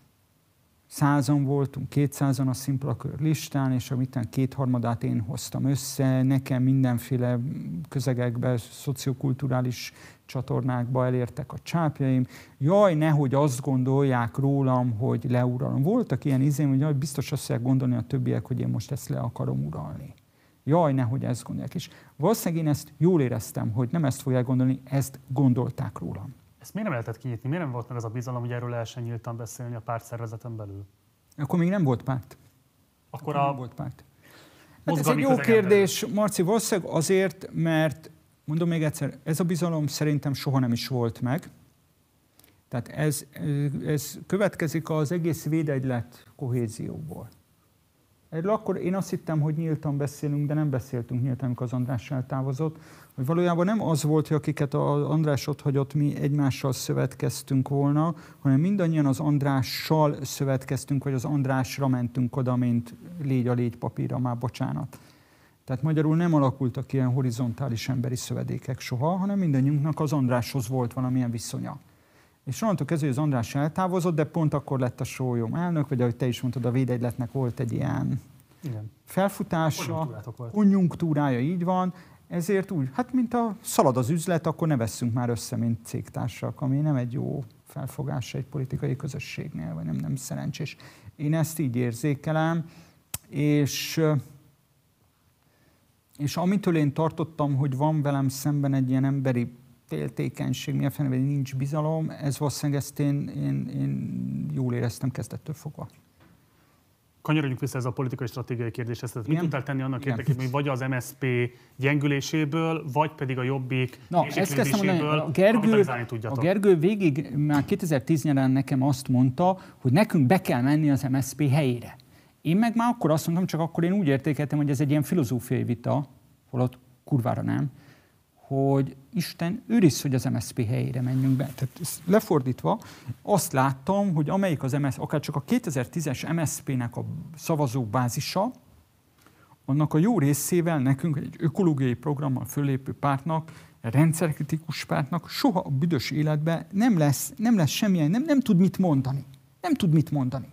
100-an voltunk, 200-an a Szimplakör listán, és amitán 2/3 én hoztam össze, nekem mindenféle közegekbe, szociokulturális csatornákba elértek a csápjaim. Jaj, nehogy azt gondolják rólam, hogy leuralom. Voltak ilyen izém, hogy jaj, biztos azt fogják gondolni a többiek, hogy én most ezt le akarom uralni. Jaj, nehogy ezt gondolják. És valószínűleg én ezt jól éreztem, hogy nem ezt fogják gondolni, ezt gondolták rólam. Ezt miért nem lehetett kinyitni? Miért nem volt meg az a bizalom, hogy erről lehessen nyíltan beszélni a pártszervezeten belül? Akkor még nem volt párt. Akkor nem volt párt. Hát ez egy jó kérdés, Marci, valószínűleg azért, mert mondom még egyszer, ez a bizalom szerintem soha nem is volt meg. Tehát ez következik az egész védegylet kohézióból. Erről akkor én azt hittem, hogy nyíltan beszélünk, de nem beszéltünk nyíltan, amikor az András eltávozott, hogy valójában nem az volt, hogy akiket az András ott hagyott, mi egymással szövetkeztünk volna, hanem mindannyian az Andrással szövetkeztünk, vagy az Andrásra mentünk oda, mint légy a légy papírra, már bocsánat. Tehát magyarul nem alakultak ilyen horizontális emberi szövedékek soha, hanem mindannyiunknak az Andráshoz volt valamilyen viszonya. És onnantól kezdve, hogy az András eltávozott, de pont akkor lett a sólyom elnök, vagy ahogy te is mondtad, a védegyletnek volt egy ilyen felfutása, konjunktúrája, így van, ezért úgy, hát mint a szalad az üzlet, akkor ne vesszünk már össze, mint cégtársak, ami nem egy jó felfogása egy politikai közösségnél, vagy nem szerencsés. Én ezt így érzékelem, és amitől én tartottam, hogy van velem szemben egy ilyen emberi féltékenység, mi a fenében nincs bizalom, ez valószínűleg ezt én jól éreztem kezdettől fogva. Kanyarodjunk vissza ez a politikai stratégiai kérdéshez. Tehát mit tudtál tenni annak érdekében, hogy vagy az MSZP gyengüléséből, vagy pedig a Jobbik értéklődéséből a Gergő végig már 2010 nyarán nekem azt mondta, hogy nekünk be kell menni az MSZP helyére. Én meg már akkor azt mondtam, csak akkor én úgy értékeltem, hogy ez egy ilyen filozófiai vita, holott kurvára nem, hogy Isten őriz, hogy az MSZP helyére menjünk be. Tehát lefordítva azt láttam, hogy amelyik az MSZP, akár csak a 2010-es MSZP-nek a szavazóbázisa, annak a jó részével nekünk egy ökológiai programmal föllépő pártnak, egy rendszerkritikus pártnak soha a büdös életben nem lesz semmilyen, nem tud mit mondani. Nem tud mit mondani.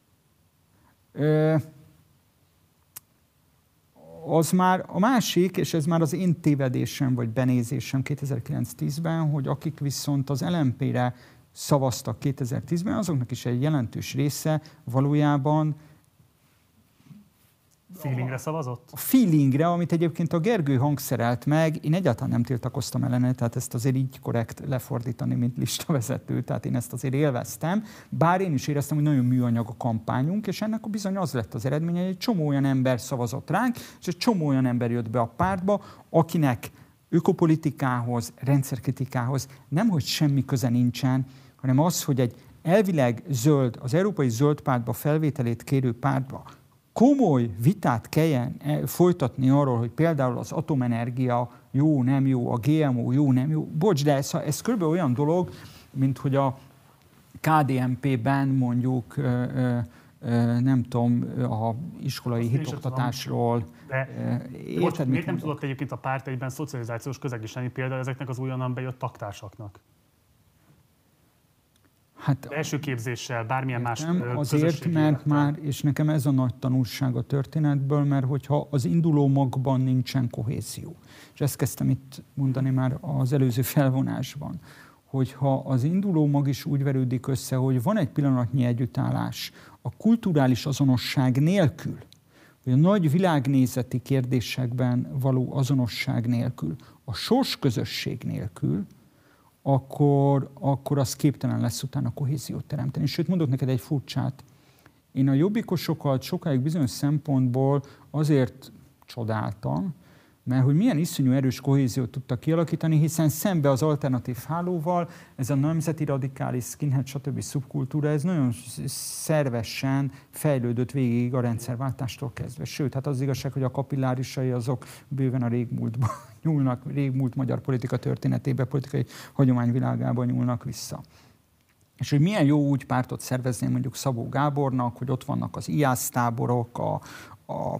Az már a másik, és ez már az én tévedésem vagy benézésem 2009-10-ben, hogy akik viszont az LMP-re szavaztak 2010-ben, azoknak is egy jelentős része valójában feelingre szavazott? A feelingre, amit egyébként a Gergő hangszerelt meg, én egyáltalán nem tiltakoztam ellene, tehát ezt azért így korrekt lefordítani, mint listavezető, tehát én ezt azért élveztem, bár én is éreztem, hogy nagyon műanyag a kampányunk, és ennek bizony az lett az eredménye, hogy egy csomó olyan ember szavazott ránk, és egy csomó olyan ember jött be a pártba, akinek ökopolitikához, rendszerkritikához nemhogy semmi köze nincsen, hanem az, hogy egy elvileg zöld, az Európai Zöld Pártba felvételét kérő pártba komoly vitát kelljen folytatni arról, hogy például az atomenergia jó, nem jó, a GMO jó, nem jó. Bocs, de ez körülbelül olyan dolog, mint hogy a KDNP-ben mondjuk nem tudom, a iskolai hitoktatásról. Miért nem tudott egyébként a párt egyben szocializációs közeg is lenni például ezeknek az újonnan bejött taktársaknak? Hát első képzéssel, bármilyen más azért, mert már, és nekem ez a nagy tanulság a történetből, mert hogyha az induló magban nincsen kohézió, és ezt kezdtem itt mondani már az előző felvonásban, hogyha az induló mag is úgy verődik össze, hogy van egy pillanatnyi együttállás a kulturális azonosság nélkül, vagy a nagy világnézeti kérdésekben való azonosság nélkül, a sorsközösség nélkül, akkor az képtelen lesz utána kohéziót teremteni. Sőt, mondok neked egy furcsát. Én a jobbikosokat sokáig bizonyos szempontból azért csodáltam, mert hogy milyen iszonyú erős kohéziót tudtak kialakítani, hiszen szembe az alternatív hálóval ez a nemzeti radikális skinhead, stb. Szubkultúra, ez nagyon szervesen fejlődött végig a rendszerváltástól kezdve. Sőt, hát az igazság, hogy a kapillárisai azok bőven a régmúltban nyúlnak, régmúlt magyar politika történetébe, politikai hagyományvilágában nyúlnak vissza. És hogy milyen jó úgy pártot szervezni mondjuk Szabó Gábornak, hogy ott vannak az IASZ táborok, a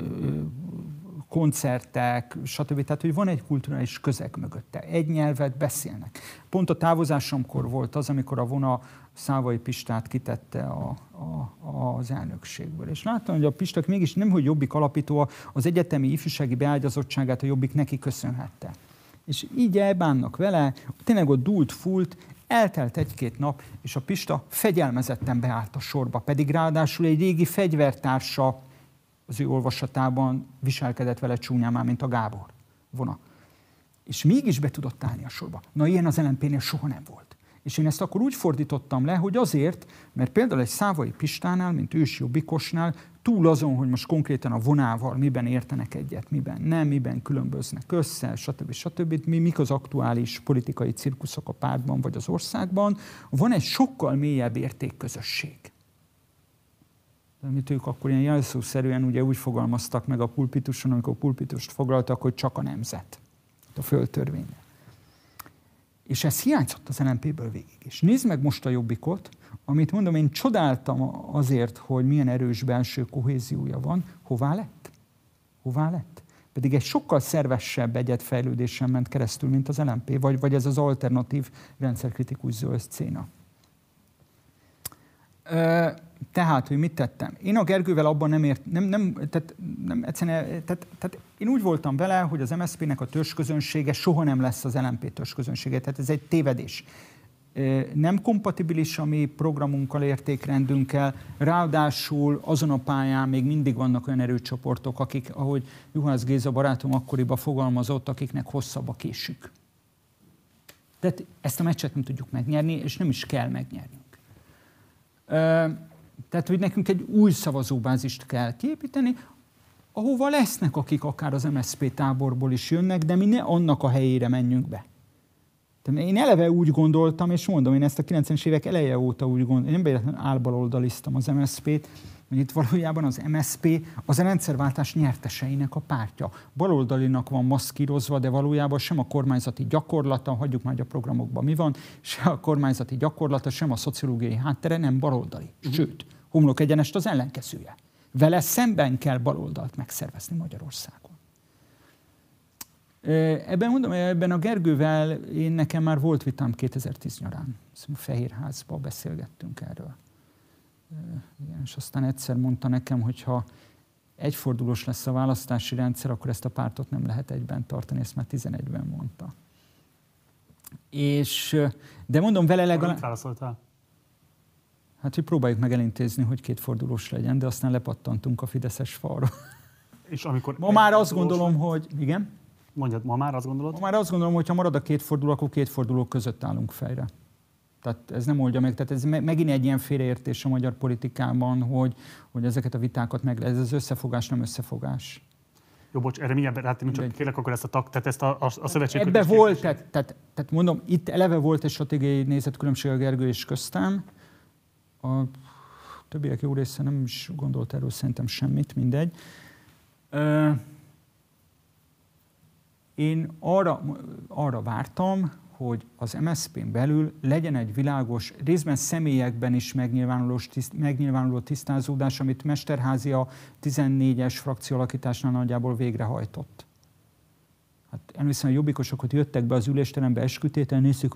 koncertek, stb. Tehát, hogy van egy kulturális közeg mögötte. Egy nyelvet beszélnek. Pont a távozásomkor volt az, amikor a Vona Szávai Pistát kitette az elnökségből. És láttam, hogy a Pistak mégis nemhogy Jobbik alapító, az egyetemi ifjúsági beágyazottságát a Jobbik neki köszönhette. És így elbánnak vele, tényleg ott dúlt, fúlt, eltelt egy-két nap, és a Pista fegyelmezetten beállt a sorba, pedig ráadásul egy régi fegyvertársa az ő olvasatában viselkedett vele csúnyán, mint a Gábor Vona. És mégis be tudott állni a sorba. Na, ilyen az LMP-nél soha nem volt. És én ezt akkor úgy fordítottam le, hogy azért, mert például egy Szávai Pistánál, mint ős jobbikosnál, túl azon, hogy most konkrétan a Vonával miben értenek egyet, miben nem, miben különböznek össze, stb. Mik az aktuális politikai cirkuszok a pártban vagy az országban, van egy sokkal mélyebb értékközösség. Amit ők akkor ilyen jelszószerűen ugye úgy fogalmaztak meg a pulpituson, amikor pulpitust foglaltak, hogy csak a nemzet, a földtörvénye. És ez hiányzott az LMP-ből végig. És nézd meg most a Jobbikot, amit mondom, én csodáltam azért, hogy milyen erős belső kohéziója van. Hová lett? Hová lett? Pedig egy sokkal szervesebb egyetfejlődésen ment keresztül, mint az LMP, vagy ez az alternatív rendszerkritikus zöld széna. Tehát, hogy mit tettem? Én a Gergővel abban tehát én úgy voltam vele, hogy az MSZP-nek a törzsközönsége soha nem lesz az LMP törzsközönsége. Tehát ez egy tévedés. Nem kompatibilis a mi programunkkal, értékrendünkkel, ráadásul azon a pályán még mindig vannak olyan erőcsoportok, akik, ahogy Juhász Géza barátom akkoriban fogalmazott, akiknek hosszabb a késük. Tehát ezt a meccset nem tudjuk megnyerni, és nem is kell megnyernünk. Tehát, hogy nekünk egy új szavazóbázist kell kiépíteni, ahova lesznek, akik akár az MSZP táborból is jönnek, de mi ne annak a helyére menjünk be. Tehát én eleve úgy gondoltam, és mondom, én ezt a 90-es évek eleje óta úgy gondoltam, én nem véletlenül álbaloldaliztam az MSZP-t, hogy itt valójában az MSZP az a rendszerváltás nyerteseinek a pártja. Baloldalinak van maszkírozva, de valójában sem a kormányzati gyakorlata, hagyjuk már, hogy a programokban mi van, se a kormányzati gyakorlata, sem a szociológiai háttere nem baloldali. Sőt, homlok egyenest az ellenkezője. Vele szemben kell baloldalt megszervezni Magyarországon. Ebben mondom, ebben a Gergővel nekem már volt vitám 2010 nyarán. Fehérházban beszélgettünk erről. Igen, és aztán egyszer mondta nekem, hogy ha egyfordulós lesz a választási rendszer, akkor ezt a pártot nem lehet egyben tartani, ezt már 11-ben mondta. De mondom vele legalább... Mit válaszoltál? Hát, hogy próbáljuk meg elintézni, hogy kétfordulós legyen, de aztán lepattantunk a fideszes falra. És amikor ma már azt gondolom, hogy... Igen? Mondjad, ma már azt gondolod? Ma már azt gondolom, hogy ha marad a kétforduló, akkor kétfordulók között állunk fejre. Tehát ez nem oldja meg. Tehát ez megint egy ilyen félreértés a magyar politikában, hogy ezeket a vitákat ez az összefogás nem összefogás. Jó, bocs, erre mindjárt rátérünk, csak kérlek akkor ezt tehát ezt a szövetség... Ebbe volt, tehát mondom, itt eleve volt egy stratégiai nézetkülönbség a Gergő és köztem. A többiek jó része nem is gondolt erről szerintem semmit, mindegy. Én arra vártam, hogy az MSZP-n belül legyen egy világos, részben személyekben is megnyilvánuló tisztázódás, amit Mesterházy a 14-es frakcióalakításnál nagyjából végrehajtott. Hát emlékszem, a jobbikosok, hogy jöttek be az ülésterembe eskütétel, nézzük,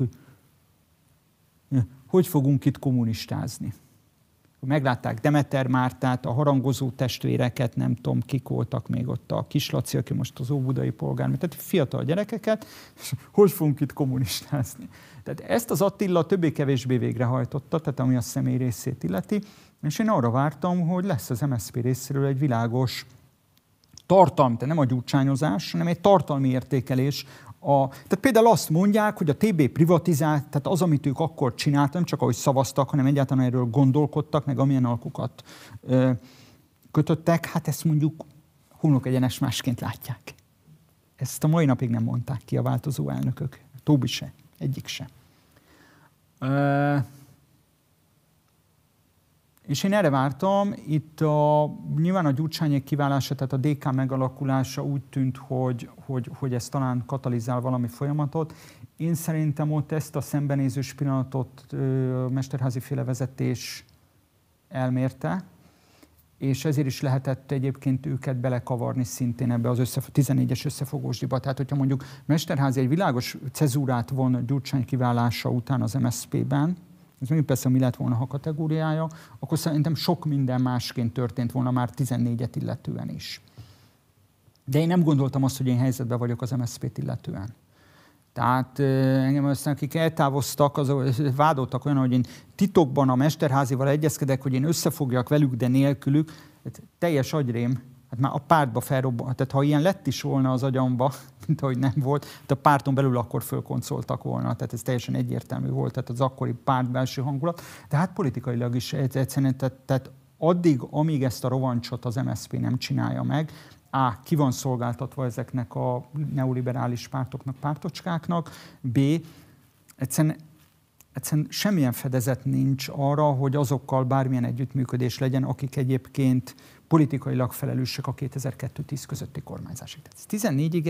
hogy fogunk itt kommunistázni. Meglátták Demeter Mártát, a harangozó testvéreket, nem tudom, kik voltak még ott, a Kislaci, aki most az óbudai polgármester, tehát fiatal gyerekeket, és hogy fogunk itt kommunistázni. Tehát ezt az Attila többé-kevésbé végrehajtotta, tehát ami a személy részét illeti, és én arra vártam, hogy lesz az MSZP részéről egy világos tartalmi, tehát nem a gyurcsányozás, hanem egy tartalmi értékelés. Tehát például azt mondják, hogy a TB privatizált, tehát az, amit ők akkor csináltak, nem csak ahogy szavaztak, hanem egyáltalán erről gondolkodtak, meg amilyen alkukat kötöttek, hát ezt mondjuk homlokegyenes másként látják. Ezt a mai napig nem mondták ki a változó elnökök. Tóbi se, egyik se. És én erre vártam, itt nyilván a Gyurcsányék kiválása, tehát a DK megalakulása úgy tűnt, hogy ez talán katalizál valami folyamatot. Én szerintem ott ezt a szembenézős pillanatot Mesterházy féle vezetés elmérte, és ezért is lehetett egyébként őket belekavarni szintén ebbe az 14-es összefogósdiba. Tehát, hogyha mondjuk Mesterházy egy világos cezúrát von Gyurcsány kiválása után az MSZP-ben, ez még persze mi lett volna, ha kategóriája, akkor szerintem sok minden másként történt volna már 14-et illetően is. De én nem gondoltam azt, hogy én helyzetben vagyok az MSZP-t illetően. Tehát engem aztán, akik eltávoztak, vádoltak olyan, hogy én titokban a Mesterházyval egyezkedek, hogy én összefogjak velük, de nélkülük. Hát teljes agyrém. Hát már a pártba felrobban. Tehát ha ilyen lett is volna az agyamba, mint ahogy nem volt, de a párton belül akkor fölkoncoltak volna. Tehát ez teljesen egyértelmű volt, tehát az akkori párt belső hangulat. De hát politikailag is egyszerűen, tehát addig, amíg ezt a rovancsot az MSZP nem csinálja meg, ki van szolgáltatva ezeknek a neoliberális pártoknak, pártocskáknak, egyszerűen semmilyen fedezet nincs arra, hogy azokkal bármilyen együttműködés legyen, akik egyébként politikailag felelősek a 2002-10 közötti kormányzásig. 14-ig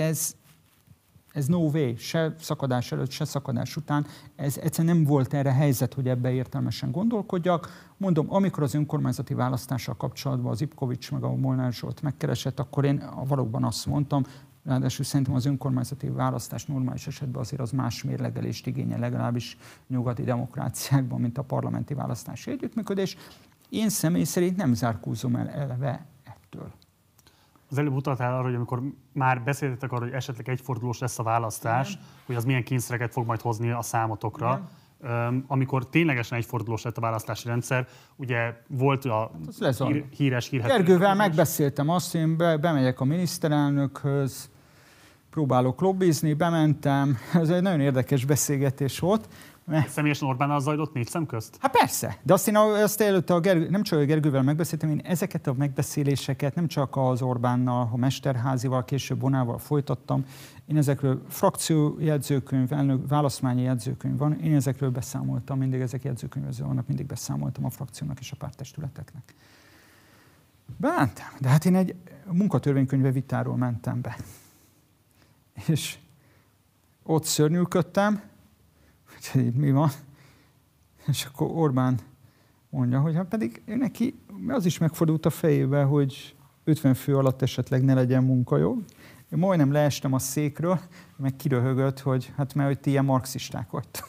ez no way, se szakadás előtt, se szakadás után, ez egyszerűen nem volt erre helyzet, hogy ebbe értelmesen gondolkodjak. Mondom, amikor az önkormányzati választással kapcsolatban az Ipkovics meg a Molnár Zsolt megkeresett, akkor én valóban azt mondtam, ráadásul szerintem az önkormányzati választás normális esetben azért az más mérlegelést igényel, legalábbis nyugati demokráciákban, mint a parlamenti választási együttműködés. Én személy szerint nem zárkózom el eleve ettől. Az előbb utaltál arra, hogy amikor már beszéltetek arról, hogy esetleg egyfordulós lesz a választás, igen, hogy az milyen kényszereket fog majd hozni a számotokra. Amikor ténylegesen egyfordulós lett a választási rendszer, ugye volt a híres Gergővel megbeszéltem azt, én bemegyek a miniszterelnökhöz, próbálok lobbizni, bementem, ez egy nagyon érdekes beszélgetés volt. Személyesen Orbánnal zajlott 4 szem közt? Hát persze, de azt előtte nem csak a Gergővel megbeszéltem, én ezeket a megbeszéléseket nem csak az Orbánnal, a Mesterházyval, később Bonával folytattam. Én ezekről frakciójegyzőkönyv, választmányi jegyzőkönyv van, én ezekről beszámoltam, mindig ezek jegyzőkönyvező vannak, mindig beszámoltam a frakciónak és a párttestületeknek. Bementem, de hát én egy munkatörvénykönyve vitáról mentem be. És ott szörnyűködtem, hogy mi van, és akkor Orbán mondja, hogy hát pedig neki az is megfordult a fejébe, hogy 50 fő alatt esetleg ne legyen munkajog. Én majdnem leestem a székről, meg kiröhögött, hogy hát mert hogy ti ilyen marxisták vagytok.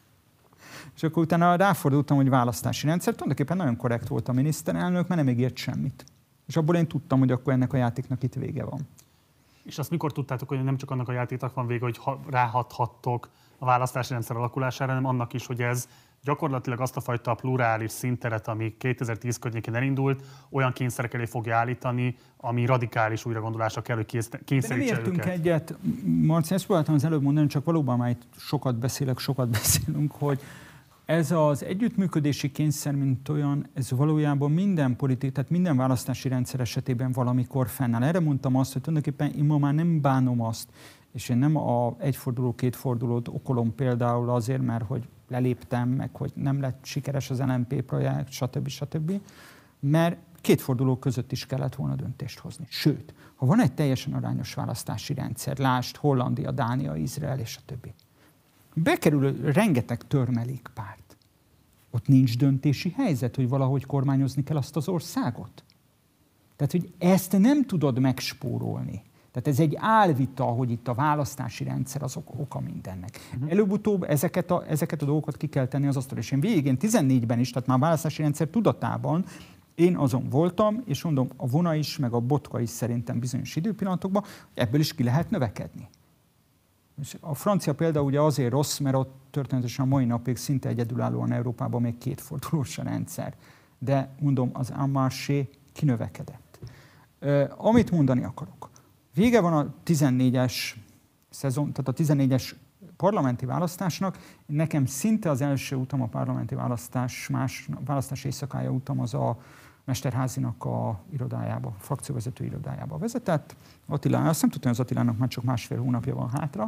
És akkor utána ráfordultam, hogy választási rendszer. Tulajdonképpen nagyon korrekt volt a miniszterelnök, mert nem ígért semmit. És abból én tudtam, hogy akkor ennek a játéknak itt vége van. És azt mikor tudtátok, hogy nem csak annak a játéknak van vége, hogy ráhathattok a választási rendszer alakulására, hanem annak is, hogy ez gyakorlatilag azt a fajta plurális színteret, ami 2010 környékén elindult, olyan kényszerek elé fogja állítani, ami radikális újragondolásra kell, hogy kényszerítse őket. De nem értünk egyet, Marci, ezt próbáltam az előbb mondani, csak valóban már itt sokat beszélünk, hogy ez az együttműködési kényszer, mint olyan, ez valójában minden tehát minden választási rendszer esetében valamikor fennáll. Erre mondtam azt, hogy tulajdonképpen én ma már nem bánom azt, és én nem a egyforduló, kétfordulót okolom például azért, mert hogy leléptem, meg hogy nem lett sikeres az LMP projekt, stb. Mert kétforduló között is kellett volna döntést hozni. Sőt, ha van egy teljesen arányos választási rendszer, lásd Hollandia, Dánia, Izrael és a többi. bekerül rengeteg törmelékpárt. Ott nincs döntési helyzet, hogy valahogy kormányozni kell azt az országot. Tehát, hogy ezt nem tudod megspórolni. Tehát ez egy álvita, hogy itt a választási rendszer az oka mindennek. Előbb-utóbb ezeket a dolgokat ki kell tenni az asztalra. És én végén 14-ben is, tehát már a választási rendszer tudatában én azon voltam, és mondom, a Vona is, meg a Botka is szerintem bizonyos időpillanatokban, ebből is ki lehet növekedni. És a francia példa ugye azért rossz, mert ott történetesen a mai napig szinte egyedülállóan Európában még kétfordulós a rendszer. De mondom, az En Marché kinövekedett. Amit mondani akarok. Vége van a 14-es szezon, tehát a 14-es parlamenti választásnak. Nekem szinte az első utam a parlamenti választás éjszakája utam az a Mesterházinak a irodájába, a frakcióvezető irodájába vezetett. Attila, azt nem tudtam, hogy az Attilának már csak 1,5 hónapja van hátra.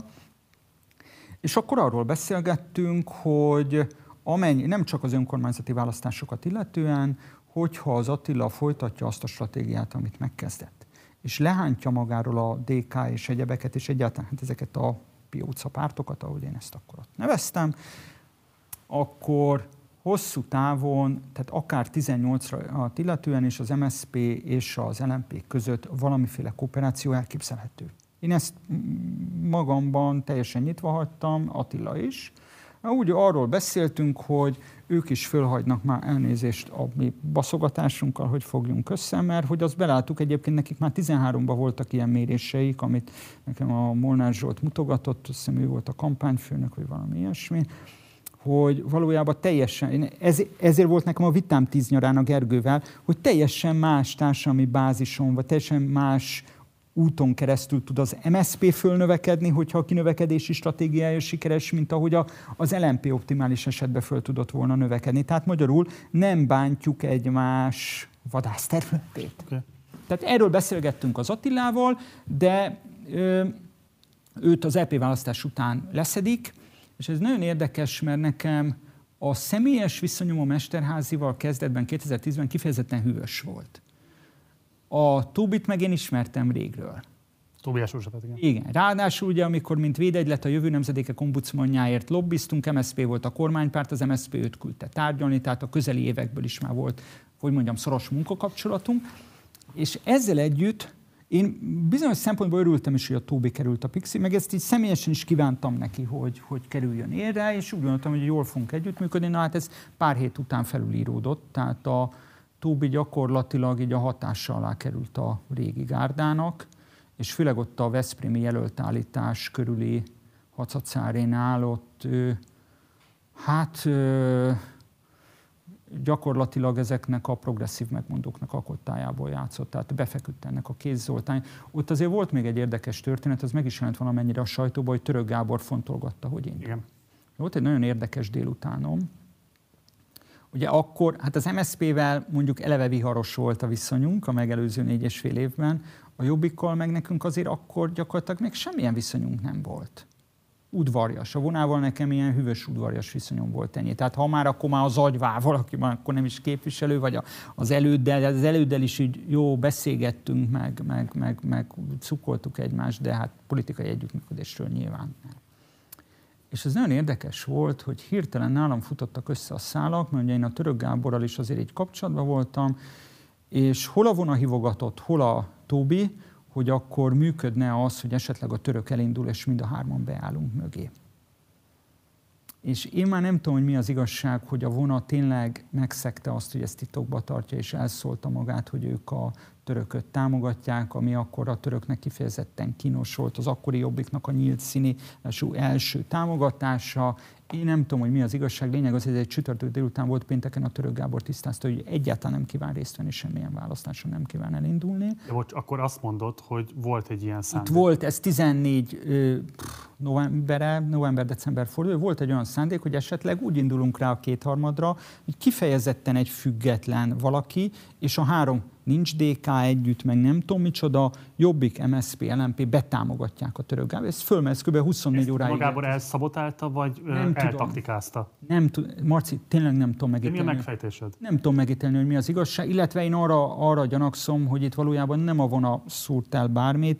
És akkor arról beszélgettünk, hogy nem csak az önkormányzati választásokat illetően, hogyha az Attila folytatja azt a stratégiát, amit megkezdett, és lehántja magáról a DK és egyebeket, és egyáltalán ezeket a pióca pártokat, ahogy én ezt akkor ott neveztem, akkor hosszú távon, tehát akár 18-ra illetően és az MSZP és az LMP között valamiféle kooperáció elképzelhető. Én ezt magamban teljesen nyitva hagytam, Attila is. Úgy arról beszéltünk, hogy ők is fölhagynak már elnézést a mi baszogatásunkkal, hogy fogjunk össze, mert hogy azt beláttuk, egyébként nekik már 13-ban voltak ilyen méréseik, amit nekem a Molnár Zsolt mutogatott, azt hiszem ő volt a kampányfőnök, vagy valami ilyesmi, hogy valójában teljesen, ezért volt nekem a vitám 10 nyarán a Gergővel, hogy teljesen más társadalmi bázison, vagy teljesen más úton keresztül tud az MSZP fölnövekedni, hogyha a kinövekedési stratégiája sikeres, mint ahogy az LMP optimális esetben föl tudott volna növekedni. Tehát magyarul nem bántjuk egymás vadászterületét. Okay. Tehát erről beszélgettünk az Attilával, de őt az EP választás után leszedik, és ez nagyon érdekes, mert nekem a személyes viszonyom a Mesterházival kezdetben 2010-ben kifejezetten hűvös volt. A Tóbit meg én ismertem régről. Tóbiás Józsefet, igen. Igen. Ráadásul ugye, amikor mint védegylet a Jövő Nemzedékek ombudsmanjáért lobbiztunk, MSZP volt a kormánypárt, az MSZP őt küldte tárgyalni, tehát a közeli évekből is már volt, hogy mondjam, szoros munkakapcsolatunk. És ezzel együtt én bizonyos szempontból örültem is, hogy a Tóbi került a Pixi, meg ezt így személyesen is kívántam neki, hogy kerüljön érre, és úgy gondoltam, hogy jól fogunk együttműködni. Na hát ez pár hét után felülíródott, tehát a Tóbi gyakorlatilag így a hatása alá került a régi gárdának, és főleg ott a veszprémi jelöltállítás körüli Hacacárénál ott gyakorlatilag ezeknek a progresszív megmondóknak a kottájából játszott, tehát befeküdt ennek a Kéz Zoltán. Ott azért volt még egy érdekes történet, az meg is jelent valamennyire a sajtóban, hogy Török Gábor fontolgatta, hogy én. Igen. Volt egy nagyon érdekes délutánom. Ugye akkor, hát az MSZP-vel mondjuk eleve viharos volt a viszonyunk a megelőző 4,5 évben, a Jobbikkal meg nekünk azért akkor gyakorlatilag még semmilyen viszonyunk nem volt. Udvarjas. A Vonával nekem ilyen hűvös udvarjas viszonyom volt ennyi. Tehát ha már, akkor már az agyvál valaki van, akkor nem is képviselő, vagy az előddel is így jó beszélgettünk, meg cukoltuk egymást, de hát politikai együttműködésről nyilván nem. És ez nagyon érdekes volt, hogy hirtelen nálam futottak össze a szálak, mert ugye én a Török Gáborral is azért így kapcsolatban voltam, és hol a Vona hívogatott, hol a Tóbi, hogy akkor működne az, hogy esetleg a Török elindul, és mind a hárman beállunk mögé. És én már nem tudom, hogy mi az igazság, hogy a Vona tényleg megszegte azt, hogy ezt titokba tartja, és elszólta magát, hogy ők a törököt támogatják, ami akkor a töröknek kifejezetten kínos volt, az akkori Jobbiknak a nyílt színi első támogatása. Én nem tudom, hogy mi az igazság. Lényeg az, hogy egy csütörtök délután volt, pénteken a Török Gábor tisztázta, hogy egyáltalán nem kíván részt venni, semmilyen választáson nem kíván elindulni. De akkor azt mondod, hogy volt egy ilyen szándék. Itt volt, ez 14 november-december forduló, volt egy olyan szándék, hogy esetleg úgy indulunk rá a kétharmadra, hogy kifejezetten egy független valaki, és a három nincs DK együtt, meg nem tudom micsoda, Jobbik, MSZP, LMP betámogatják a Török Gábor. Ez fölmegy, kb. 24 óráig. Gábor elszabotálta, vagy eltaktikázta? Nem tudom, Marci, tényleg nem tudom megítélni. Mi a megfejtésed? Nem tudom megítélni, hogy mi az igazság, illetve én arra gyanakszom, hogy itt valójában nem a Vona szúrt el bármit,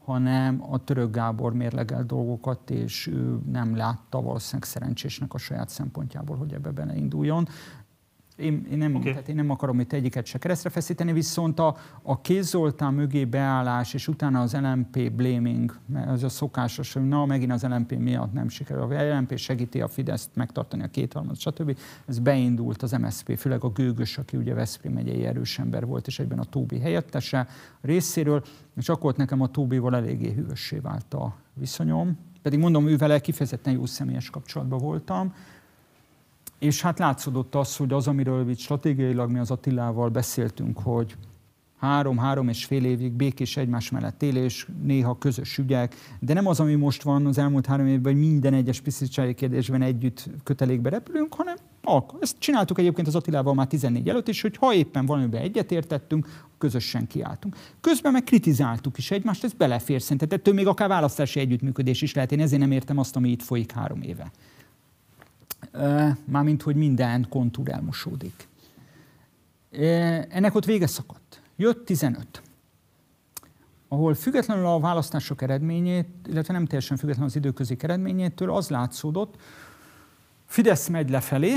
hanem a Török Gábor mérlegelt dolgokat, és ő nem látta valószínűleg szerencsésnek a saját szempontjából, hogy ebbe beleinduljon. Én nem akarom itt egyiket se keresztre feszíteni, viszont a Kéz Zoltán mögé beállás, és utána az LMP blaming, az a szokásos, hogy megint az LMP miatt nem sikerül. A LMP segíti a Fideszt megtartani a kétharmadot, stb. Ez beindult az MSZP, főleg a Gőgös, aki ugye Veszprém megyei erős ember volt, és egyben a Tóbi helyettese részéről, és akkor ott nekem a Tóbival eléggé hűvössé vált a viszonyom. Pedig mondom, ővele kifejezetten jó személyes kapcsolatban voltam. És hát látszódott az, hogy az, amiről itt stratégiailag mi az Attilával beszéltünk, hogy 3-3,5 évig békés egymás mellett élés, néha közös ügyek, de nem az, ami most van az elmúlt 3 évben, hogy minden egyes biztonsági kérdésben együtt kötelékbe repülünk, hanem ezt csináltuk egyébként az Attilával már 14 előtt is, hogy ha éppen valamiben egyetértettünk, közösen kiálltunk. Közben meg kritizáltuk is egymást, ez belefér szerintem, ettől még akár választási együttműködés is lehet, én ezért nem értem azt, ami itt folyik 3 éve. Mármint, hogy minden kontúr elmosódik. Ennek ott vége szakadt. Jött 15, ahol függetlenül a választások eredményét, illetve nem teljesen függetlenül az időközi eredményétől az látszódott, Fidesz megy lefelé,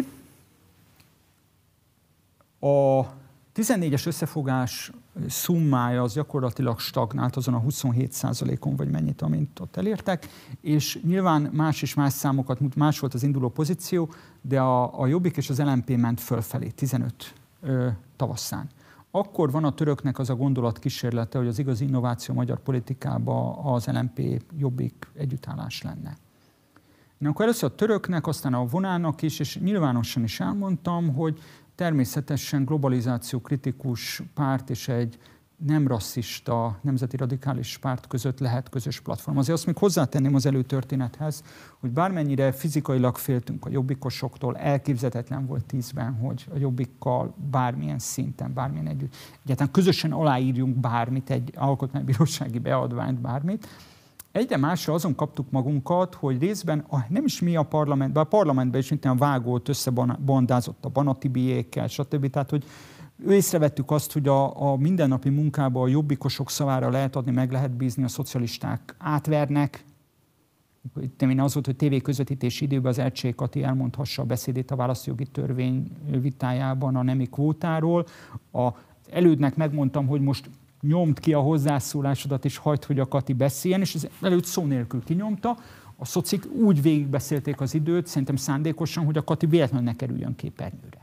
a 14-es összefogás szummája az gyakorlatilag stagnált azon a 27%-on, vagy mennyit, amint ott elértek, és nyilván más és más számokat, más volt az induló pozíció, de a Jobbik és az LMP ment fölfelé 15 tavasszán. Akkor van a töröknek az a gondolatkísérlete, hogy az igazi innováció a magyar politikában az LMP Jobbik együttállás lenne. Na, akkor először a töröknek, aztán a vonának is, és nyilvánosan is elmondtam, hogy természetesen globalizáció kritikus párt és egy nem rasszista, nemzeti radikális párt között lehet közös platform. Azért azt még hozzátenném az előtörténethez, hogy bármennyire fizikailag féltünk a jobbikosoktól, elképzelhetetlen volt 10-ben, hogy a Jobbikkal bármilyen szinten, bármilyen egyáltalán közösen aláírjunk bármit, egy alkotmánybírósági beadványt, bármit. Egyre másra azon kaptuk magunkat, hogy részben nem is mi a parlamentben is minden vágót összebandázott a Banatibiékkel, stb. Tehát, hogy észrevettük azt, hogy a mindennapi munkában a jobbikosok szavára lehet adni, meg lehet bízni, a szocialisták átvernek. Itt az volt, hogy tévéközvetítési időben az Ercsé Kati elmondhassa a beszédét a választójogi törvény vitájában a nemi kvótáról. Az elődnek megmondtam, hogy most nyomd ki a hozzászólásodat, és hagyd, hogy a Kati beszéljen, és az előtt szó nélkül kinyomta. A szocik úgy végigbeszélték az időt, szerintem szándékosan, hogy a Kati véletlenül ne kerüljön képernyőre.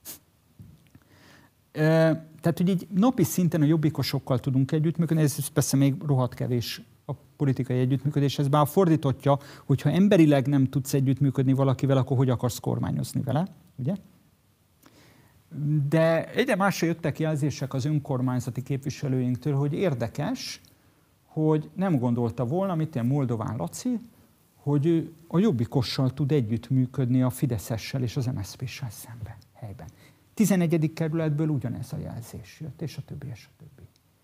Tehát, hogy így napi szinten a jobbikosokkal tudunk együttműködni, ez persze még rohadt kevés a politikai együttműködéshez, bár fordítottja, hogyha emberileg nem tudsz együttműködni valakivel, akkor hogy akarsz kormányozni vele, ugye? De egyre másra jöttek jelzések az önkormányzati képviselőinktől, hogy érdekes, hogy nem gondolta volna, mit ilyen Moldován Laci, hogy ő a jobbikossal tud együttműködni a fideszessel és az MSZP-ssel szemben, helyben. 11. kerületből ugyanez a jelzés jött, és a többi, és a többi.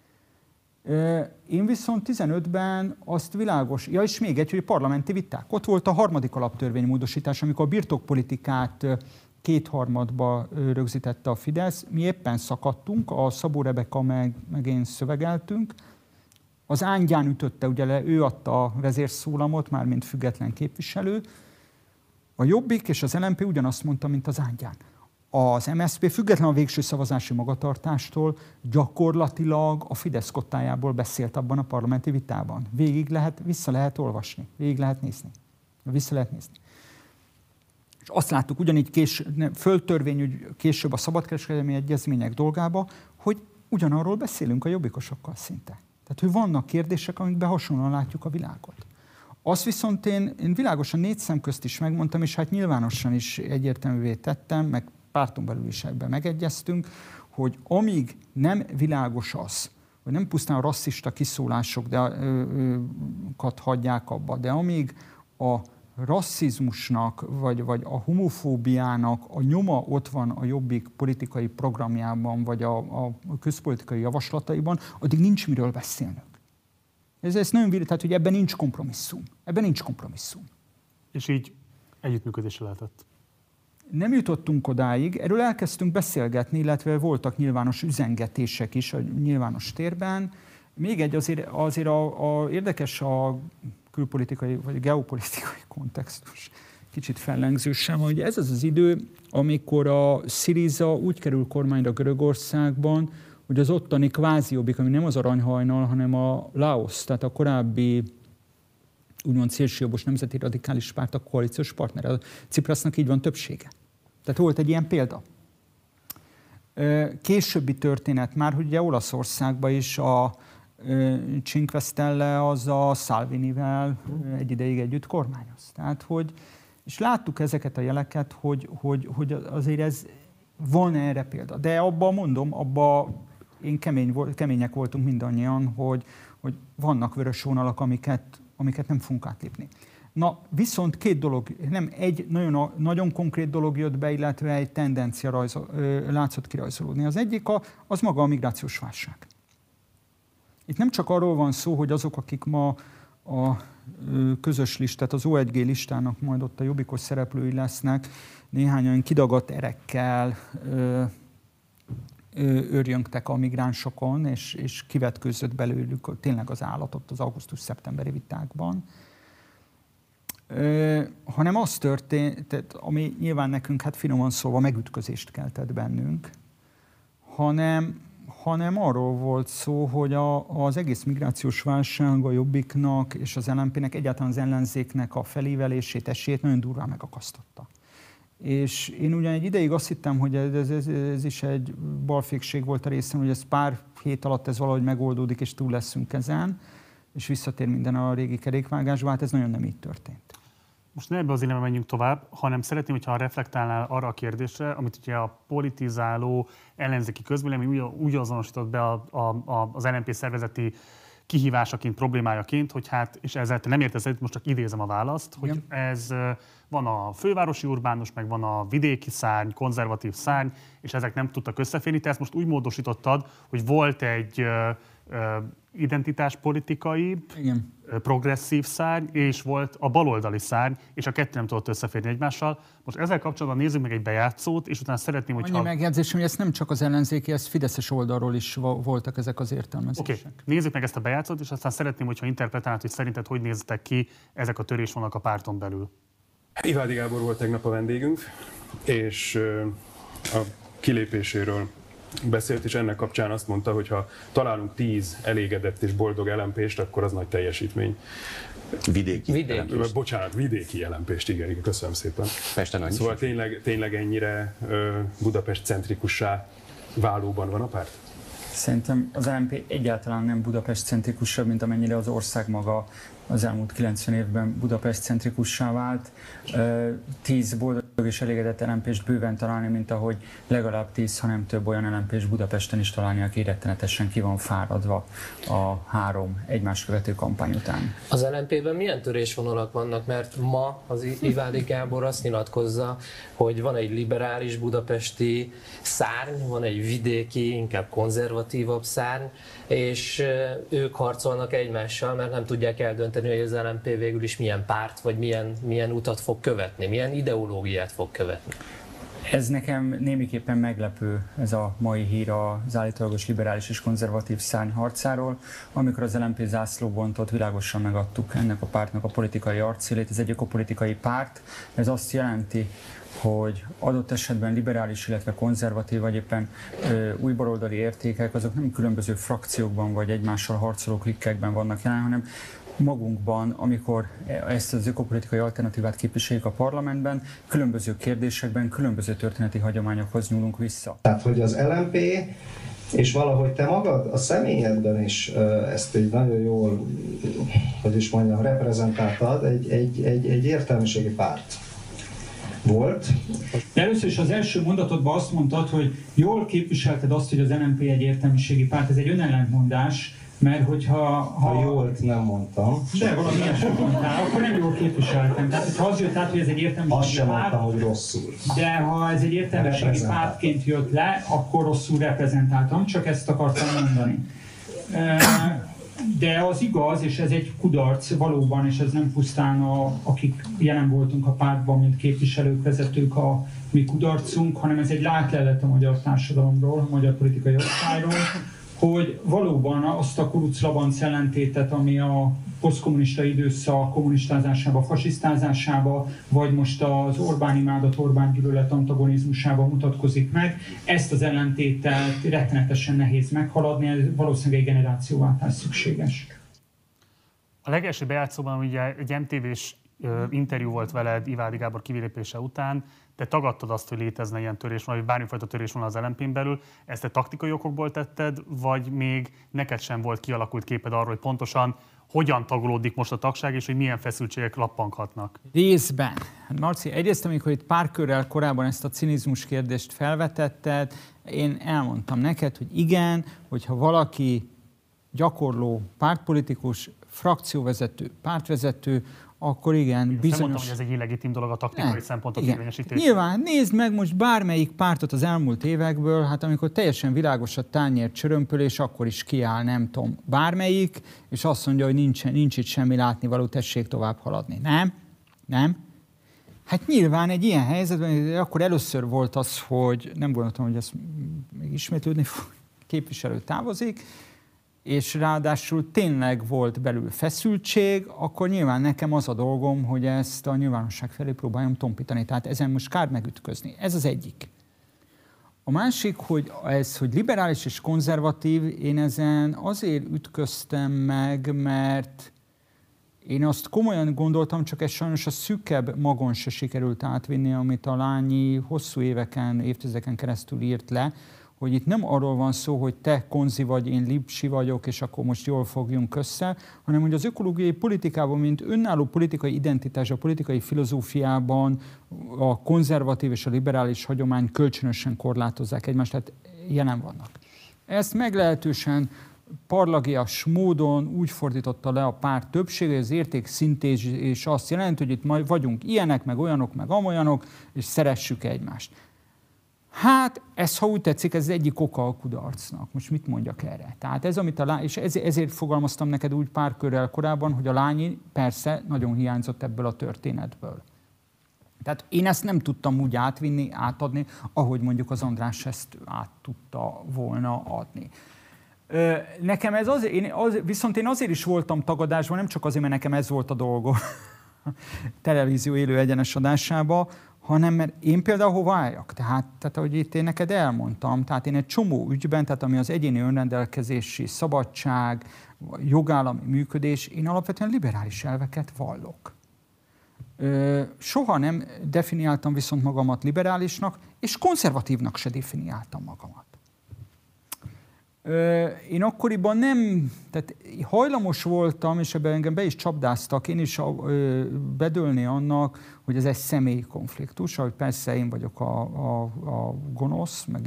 Én viszont 15-ben azt világos, és még egy, hogy parlamenti viták. Ott volt a 3. alaptörvénymódosítás, amikor a birtokpolitikát 2/3 rögzítette a Fidesz. Mi éppen szakadtunk, a Szabó Rebeka meg én szövegeltünk. Az ángyán ütötte, ugye ő adta a vezérszólamot, már mint független képviselő. A Jobbik és az LMP ugyanazt mondta, mint az ángyán. Az MSZP független a végső szavazási magatartástól gyakorlatilag a Fidesz kottájából beszélt abban a parlamenti vitában. Vissza lehet olvasni, végig lehet nézni. Vissza lehet nézni. És azt láttuk ugyanígy földtörvény, később a szabadkereskedelmi egyezmények dolgába, hogy ugyanarról beszélünk a jobbikosokkal szinte. Tehát, hogy vannak kérdések, amikben hasonlóan látjuk a világot. Azt viszont én világosan 4 szem közt is megmondtam, és hát nyilvánosan is egyértelművé tettem, meg párton belül is ebben megegyeztünk, hogy amíg nem világos az, hogy nem pusztán a rasszista kiszólásokat hagyják abba, de amíg a rasszizmusnak, vagy a homofóbiának a nyoma ott van a Jobbik politikai programjában, vagy a közpolitikai javaslataiban, addig nincs miről beszélnünk. Ez nagyon világos, tehát hogy ebben nincs kompromisszum. Ebben nincs kompromisszum. És így együttműködésre lehetett. Nem jutottunk odáig, erről elkezdtünk beszélgetni, illetve voltak nyilvános üzengetések is a nyilvános térben. Még egy azért érdekes a külpolitikai vagy geopolitikai kontextus, kicsit fellengzősen, hogy ez az idő, amikor a Syriza úgy kerül kormányra Görögországban, hogy az ottani kvázi-jobbik, ami nem az aranyhajnal, hanem a Laos, tehát a korábbi úgymond szélsőjobbos nemzeti radikális párt, a koalíciós partner. A Ciprasznak így van többsége. Tehát volt egy ilyen példa. Későbbi történet már, hogy ugye Olaszországban is a Cinque Stelle az a Salvinivel egy ideig együtt kormányoz. Tehát, és láttuk ezeket a jeleket, hogy azért ez van erre példa. De abban mondom, én kemények voltunk mindannyian, hogy vannak vörös vonalak, amiket nem fogunk átlépni. Na, viszont két dolog, nem egy nagyon konkrét dolog jött be, illetve egy tendencia látszott kirajzolódni. Az egyik az maga a migrációs válság. Itt nem csak arról van szó, hogy azok, akik ma a közös listát, az O1G listának majd ott a jobbikos szereplői lesznek, néhányan kidagadt erekkel őrjöngtek a migránsokon, és kivetkőzött belőlük tényleg az állatot az augusztus-szeptemberi vitákban. Hanem az történt, ami nyilván nekünk, hát finoman szólva megütközést keltett bennünk, hanem arról volt szó, hogy az egész migrációs válság a Jobbiknak és az LMP-nek, egyáltalán az ellenzéknek a felívelését, esélyét nagyon durván megakasztotta. És én ugyan egy ideig azt hittem, hogy ez is egy balfékség volt a részem, hogy ez pár hét alatt ez valahogy megoldódik, és túl leszünk ezen, és visszatér minden a régi kerékvágásba, hát ez nagyon nem így történt. Most ne ebbe az irányba menjünk tovább, hanem szeretném, hogyha reflektálnál arra a kérdésre, amit ugye a politizáló ellenzéki közvélemény úgy azonosított be az LMP szervezeti kihívásaként, problémájaként, hogy hát, és ezzel te nem értesz, most csak idézem a választ, hogy igen, ez van a fővárosi urbánus, meg van a vidéki szárny, konzervatív szárny, és ezek nem tudtak összeférni. Te ezt most úgy módosítottad, hogy volt egy identitáspolitikai, igen, progresszív szárny, és volt a baloldali szárny, és a kettő nem tudott összeférni egymással. Most ezzel kapcsolatban nézzük meg egy bejátszót, és utána szeretném, hogyha... Annyi megjegyzésem, hogy ez nem csak az ellenzéki, ez fideszes oldalról is voltak ezek az értelmezések. Oké, nézzük meg ezt a bejátszót, és aztán szeretném, hogyha interpretálnád, hogy szerinted hogy néztek ki ezek a törésvonalak a párton belül. Ivádi Gábor volt tegnap a vendégünk, és a kilépéséről beszélt, és ennek kapcsán azt mondta, hogy ha találunk 10 elégedett és boldog LMP-st, akkor az nagy teljesítmény. Vidéki. Bocsánat, vidéki LMP-st, igen, köszönöm szépen. Pesten annyi. Szóval tényleg ennyire Budapest centrikussá válóban van a párt? Szerintem az LMP egyáltalán nem Budapest centrikusabb, mint amennyire az ország maga az elmúlt 90 évben Budapest centrikussá vált. 10 boldog és elégedett LMP-st bőven találni, mint ahogy legalább 10, ha nem több olyan LMP-st Budapesten is találni, aki rettenetesen ki van fáradva a 3 egymást követő kampány után. Az LMP-ben milyen törésvonalak vannak? Mert ma az Ivádi Gábor azt nyilatkozza, hogy van egy liberális budapesti szárny, van egy vidéki, inkább konzervatívabb szárny, és ők harcolnak egymással, mert nem tudják eldönteni, hogy az LMP végül is milyen párt, vagy milyen utat fog követni, milyen ideológiát fog követni. Ez nekem némiképpen meglepő, ez a mai hír az állítólagos liberális és konzervatív szárny harcáról. Amikor az LMP zászlóbontot világosan megadtuk ennek a pártnak a politikai arcélét, ez egy ökopolitikai párt, ez azt jelenti, hogy adott esetben liberális, illetve konzervatív, vagy éppen új baloldali értékek, azok nem különböző frakciókban vagy egymással harcoló klikkekben vannak jelen, hanem magunkban, amikor ezt az ökopolitikai alternatívát képviseljük a parlamentben, különböző kérdésekben, különböző történeti hagyományokhoz nyúlunk vissza. Tehát, hogy az LMP, és valahogy te magad a személyedben is ezt egy nagyon jól, hogy is mondjam, reprezentáltad, egy értelmiségi párt volt. De először is az első mondatodban azt mondtad, hogy jól képviselted azt, hogy az LMP egy értelmiségi párt, ez egy önellentmondás, mert hogyha jól nem mondtam. De valami ilyesmit mondtál, akkor nem jól képviseltem. Tehát, hogyha az jött át, hogy ez egy értelmiségi párt... Azt sem mondtam, hogy rosszul. De ha ez egy értelmiségi pártként jött le, akkor rosszul reprezentáltam, csak ezt akartam mondani. De az igaz, és ez egy kudarc valóban, és ez nem pusztán akik jelen voltunk a pártban, mint képviselők, vezetők a mi kudarcunk, hanem ez egy látlelet a magyar társadalomról, a magyar politikai osztályról, hogy valóban azt a kuruc-labanc ellentétet, ami a posztkommunista időszak kommunistázásába, fasisztázásába, vagy most az Orbán imádat, Orbán gyűlölet antagonizmusába mutatkozik meg, ezt az ellentétet rettenetesen nehéz meghaladni, ez valószínűleg egy generációváltás szükséges. A legelső bejátszóban ugye egy MTV-s interjú volt veled Ivádi Gábor kivilépése után, te tagadtad azt, hogy létezne ilyen törésvonal, vagy bármifajta törésvonal az LMP-n belül. Ezt te taktikai okokból tetted, vagy még neked sem volt kialakult képed arról, hogy pontosan hogyan tagolódik most a tagság, és hogy milyen feszültségek lappanghatnak? Részben. Marci, egyrészt, amikor itt pár körrel korábban ezt a cinizmus kérdést felvetetted, én elmondtam neked, hogy igen, hogyha valaki gyakorló pártpolitikus, frakcióvezető, pártvezető, akkor igen, bizonyos... Nem mondtam, hogy ez egy illegitim dolog a taktikai szempontok érvényesítése. Nyilván, nézd meg most bármelyik pártot az elmúlt évekből, hát amikor teljesen világos a tányér csörömpölés, akkor is kiáll, nem tudom, bármelyik, és azt mondja, hogy nincs itt semmi látnivaló, tessék tovább haladni. Nem. Hát nyilván egy ilyen helyzetben, akkor először volt az, hogy nem gondoltam, hogy ez még ismétlődni fog, képviselő távozik, és ráadásul tényleg volt belül feszültség, akkor nyilván nekem az a dolgom, hogy ezt a nyilvánosság felé próbáljam tompítani. Tehát ezen most kár megütközni. Ez az egyik. A másik, hogy liberális és konzervatív, én ezen azért ütköztem meg, mert én azt komolyan gondoltam, csak ez sajnos a szűkebb magon se sikerült átvinni, amit a Lányi hosszú évtizedeken keresztül írt le, hogy itt nem arról van szó, hogy te konzi vagy, én lipsi vagyok, és akkor most jól fogjunk össze, hanem hogy az ökológiai politikában, mint önálló politikai identitás, a politikai filozófiában a konzervatív és a liberális hagyomány kölcsönösen korlátozzák egymást, tehát jelen vannak. Ezt meglehetősen parlagias módon úgy fordította le a párt többsége, hogy az értékszintéz és azt jelenti, hogy itt majd vagyunk ilyenek, meg olyanok, meg amolyanok, és szeressük egymást. Hát, ez, ha úgy tetszik, ez az egyik oka a kudarcnak. Most mit mondjak erre? Tehát ez, amit és ezért fogalmaztam neked úgy pár körrel korábban, hogy a Lányi persze nagyon hiányzott ebből a történetből. Tehát én ezt nem tudtam úgy átvinni, átadni, ahogy mondjuk az András ezt át tudta volna adni. Nekem ez viszont én azért is voltam tagadásban, nem csak azért, mert nekem ez volt a dolgom televízió élő egyenes adásába, hanem mert én például hova álljak? Tehát ahogy itt én neked elmondtam, tehát én egy csomó ügyben, tehát ami az egyéni önrendelkezési szabadság, jogállami működés, én alapvetően liberális elveket vallok. Soha nem definiáltam viszont magamat liberálisnak, és konzervatívnak se definiáltam magamat. Én akkoriban nem, tehát hajlamos voltam, és ebben engem be is csapdáztak, én is bedőlni annak, hogy ez egy személyi konfliktus, ahogy persze én vagyok a gonosz, meg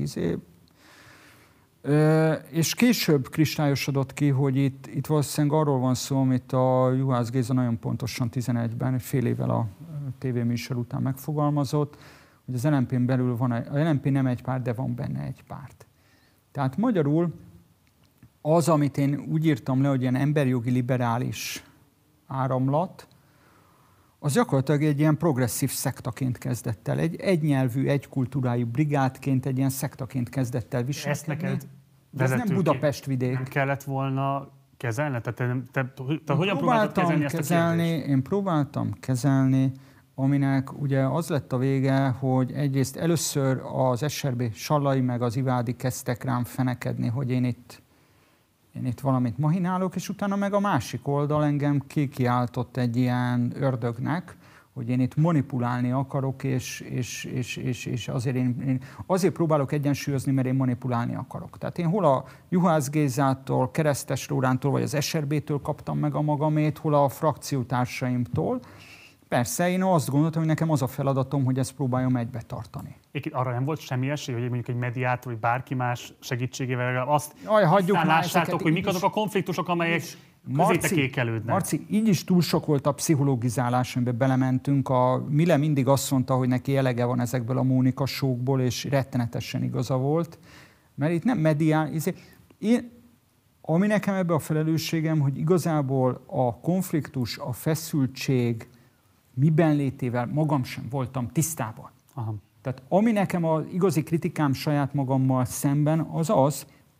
és később kristályosodott ki, hogy itt valószínűleg arról van szó, amit a Juhász Géza nagyon pontosan 11-ben, fél évvel a tévéműsor után megfogalmazott, hogy az LMP-n belül van, a LMP nem egy párt, de van benne egy párt. Tehát magyarul az, amit én úgy írtam le, hogy ilyen emberjogi liberális áramlat, az gyakorlatilag egy ilyen progresszív szektaként kezdett el. Egy egynyelvű, egykultúrájú brigádként, egy ilyen szektaként kezdett el viselkedni. Ezt neked ez nem Budapest vidék. Nem kellett volna kezelni? Te hogyan próbáltad kezelni ezt a kérdést? Én próbáltam kezelni, aminek ugye az lett a vége, hogy egyrészt először az SRB Sallai meg az Ivádi kezdtek rám fenekedni, hogy én itt valamit mahinálok, és utána meg a másik oldal engem kikiáltott egy ilyen ördögnek, hogy én itt manipulálni akarok, és azért én azért próbálok egyensúlyozni, mert én manipulálni akarok. Tehát én hol a Juhász Gézától, Keresztes Lórántól, vagy az SRB-től kaptam meg a magamét, hol a frakciótársaimtól. Persze, én azt gondoltam, hogy nekem az a feladatom, hogy ezt próbáljam egybe tartani. Arra nem volt semmi esély, hogy mondjuk egy mediátor, vagy bárki más segítségével azt lássátok, hogy mik azok a konfliktusok, amelyek közétek ékelődnek. Marci, így is túl sok volt a pszichológizálás, amiben belementünk. A Mile mindig azt mondta, hogy neki elege van ezekből a Mónika show-ból, és rettenetesen igaza volt. Mert itt nem mediál. Ami nekem ebbe a felelősségem, hogy igazából a konfliktus, a feszültség miben létével magam sem voltam tisztában. Aha. Tehát ami nekem az igazi kritikám saját magammal szemben, az az,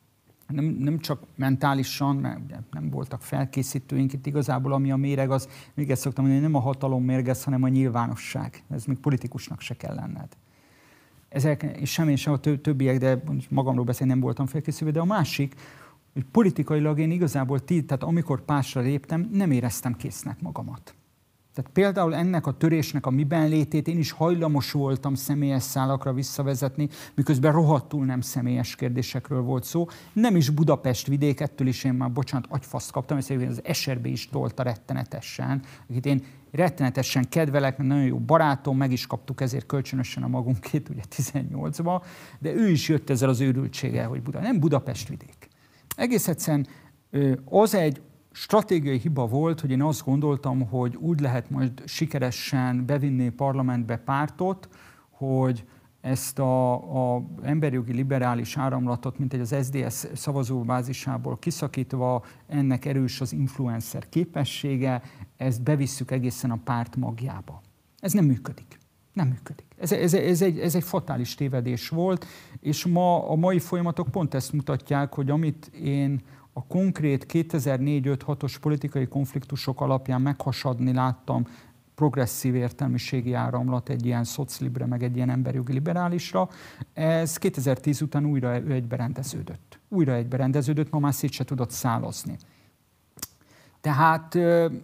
nem csak mentálisan, mert ugye nem voltak felkészítőink, itt igazából ami a méreg, az még ezt szoktam mondani, nem a hatalom mérgez, hanem a nyilvánosság. Ez még politikusnak se kell lenned. Ezek, és semmi sem a többiek, de magamról beszélni nem voltam felkészülve, de a másik, hogy politikailag én igazából, tehát amikor pásra léptem, nem éreztem késznek magamat. Tehát például ennek a törésnek a miben létét én is hajlamos voltam személyes szálakra visszavezetni, miközben rohadtul nem személyes kérdésekről volt szó. Nem is Budapest vidék, ettől is én már, bocsánat, agyfaszt kaptam, és az SRB is tolta rettenetesen, akit én rettenetesen kedvelek, mert nagyon jó barátom, meg is kaptuk ezért kölcsönösen a magunkét, ugye 18-ba, de ő is jött ezzel az őrültséggel, hogy nem Budapest vidék. Egész egyszerűen az egy stratégiai hiba volt, hogy én azt gondoltam, hogy úgy lehet majd sikeresen bevinni parlamentbe pártot, hogy ezt az emberjogi liberális áramlatot, mint egy az SZDSZ szavazóbázisából kiszakítva, ennek erős az influencer képessége, ezt bevisszük egészen a párt magjába. Ez nem működik. Nem működik. Ez egy fatális tévedés volt, és a mai folyamatok pont ezt mutatják, hogy amit én a konkrét 2004-5-6-os politikai konfliktusok alapján meghasadni láttam progresszív értelmiségi áramlat egy ilyen szoclibre, meg egy ilyen emberjogi liberálisra, ez 2010 után újra egyberendeződött. Újra egyberendeződött, ma már szét se tudott szálazni. Tehát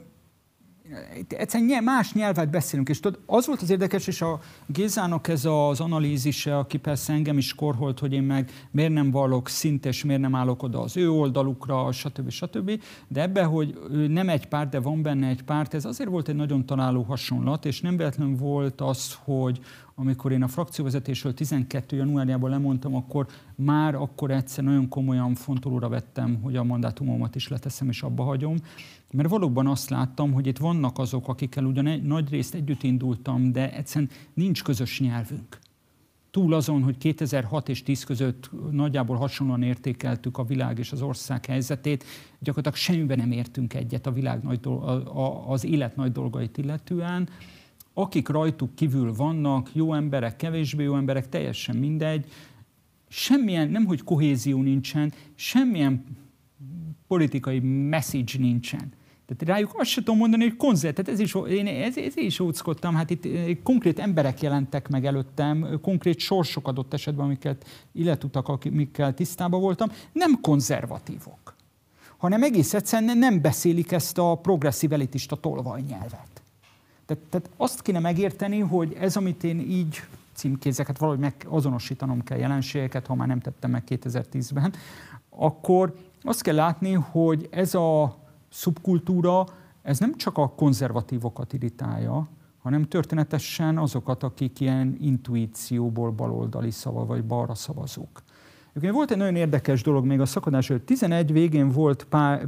egyszerűen más nyelvet beszélünk, és tudod, az volt az érdekes, és a Gézának ez az analízise, aki persze engem is korholt, hogy én meg miért nem vallok szint, és miért nem állok oda az ő oldalukra, stb. De ebben, hogy nem egy párt, de van benne egy párt, ez azért volt egy nagyon találó hasonlat, és nem véletlen volt az, hogy amikor én a frakcióvezetésről 12. januárjában lemondtam, akkor egyszer nagyon komolyan fontolóra vettem, hogy a mandátumomat is leteszem és abba hagyom. Mert valóban azt láttam, hogy itt vannak azok, akikkel ugyan nagy részt együtt indultam, de egyszerűen nincs közös nyelvünk. Túl azon, hogy 2006 és 10 között nagyjából hasonlóan értékeltük a világ és az ország helyzetét, gyakorlatilag semmiben nem értünk egyet a világ az élet nagy dolgait illetően. Akik rajtuk kívül vannak, jó emberek, kevésbé jó emberek, teljesen mindegy, semmilyen, nemhogy kohézió nincsen, semmilyen politikai message nincsen. Tehát rájuk azt sem tudom mondani, hogy konzervatív, ezért is óckodtam, hát itt konkrét emberek jelentek meg előttem, konkrét sorsok adott esetben, amiket illetutak, amikkel tisztában voltam, nem konzervatívok, hanem egész egyszerűen nem beszélik ezt a progresszív elitista tolvajnyelvet. Tehát azt kéne megérteni, hogy ez, amit én így címkézek, valahogy azonosítanom kell jelenségeket, ha már nem tettem meg 2010-ben, akkor azt kell látni, hogy ez a szubkultúra, ez nem csak a konzervatívokat irritálja, hanem történetesen azokat, akik ilyen intuícióból baloldali vagy balra szavazók. Volt egy nagyon érdekes dolog még a szakadás előtt. 11 végén volt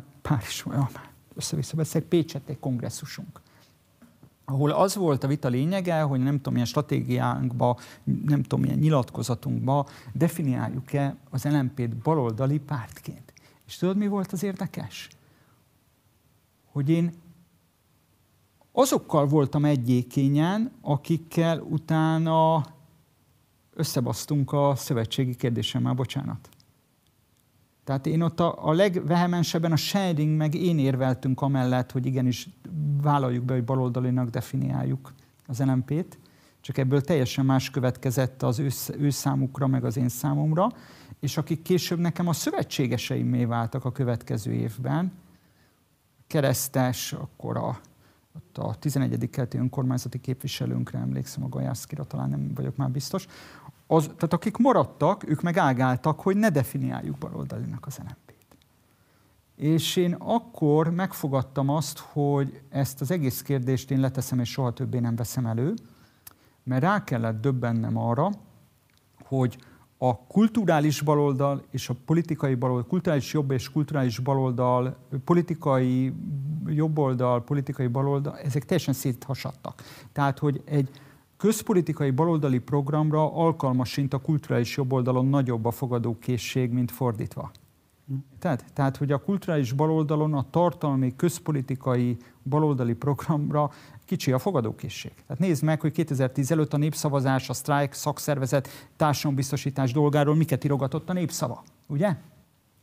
Pécsett egy kongresszusunk, ahol az volt a vita lényege, hogy nem tudom, milyen stratégiánkba, nem tudom, milyen nyilatkozatunkba definiáljuk-e az LMP-t baloldali pártként. És tudod, mi volt az érdekes? Hogy én azokkal voltam egyékényen, akikkel utána összebasztunk a szövetségi kérdésemmel, bocsánat. Tehát én ott a legvehemensebben a sharing meg én érveltünk amellett, hogy igenis vállaljuk be, hogy baloldalinak definiáljuk az LMP-t, csak ebből teljesen más következett az ő számukra, meg az én számomra, és akik később nekem a szövetségeseimmé váltak a következő évben, Keresztes, akkor a 11. keleti önkormányzati képviselőnkre emlékszem, a Gajászkira, talán nem vagyok már biztos, tehát akik maradtak, ők meg ágáltak, hogy ne definiáljuk baloldalinak az LMP-t. És én akkor megfogadtam azt, hogy ezt az egész kérdést én leteszem, és soha többé nem veszem elő, mert rá kellett döbbennem arra, hogy a kulturális baloldal és a politikai baloldal, kulturális jobb és kulturális baloldal, politikai jobboldal, politikai baloldal, ezek teljesen széthasadtak. Tehát, hogy egy közpolitikai baloldali programra alkalmasint a kulturális jobboldalon nagyobb a fogadókészség, mint fordítva. Tehát, hogy a kulturális baloldalon a tartalmi közpolitikai baloldali programra kicsi a fogadókészség. Tehát nézd meg, hogy 2010 előtt a népszavazás, a sztrájk, szakszervezet, társadalombiztosítás dolgáról miket írogatott a Népszava, ugye?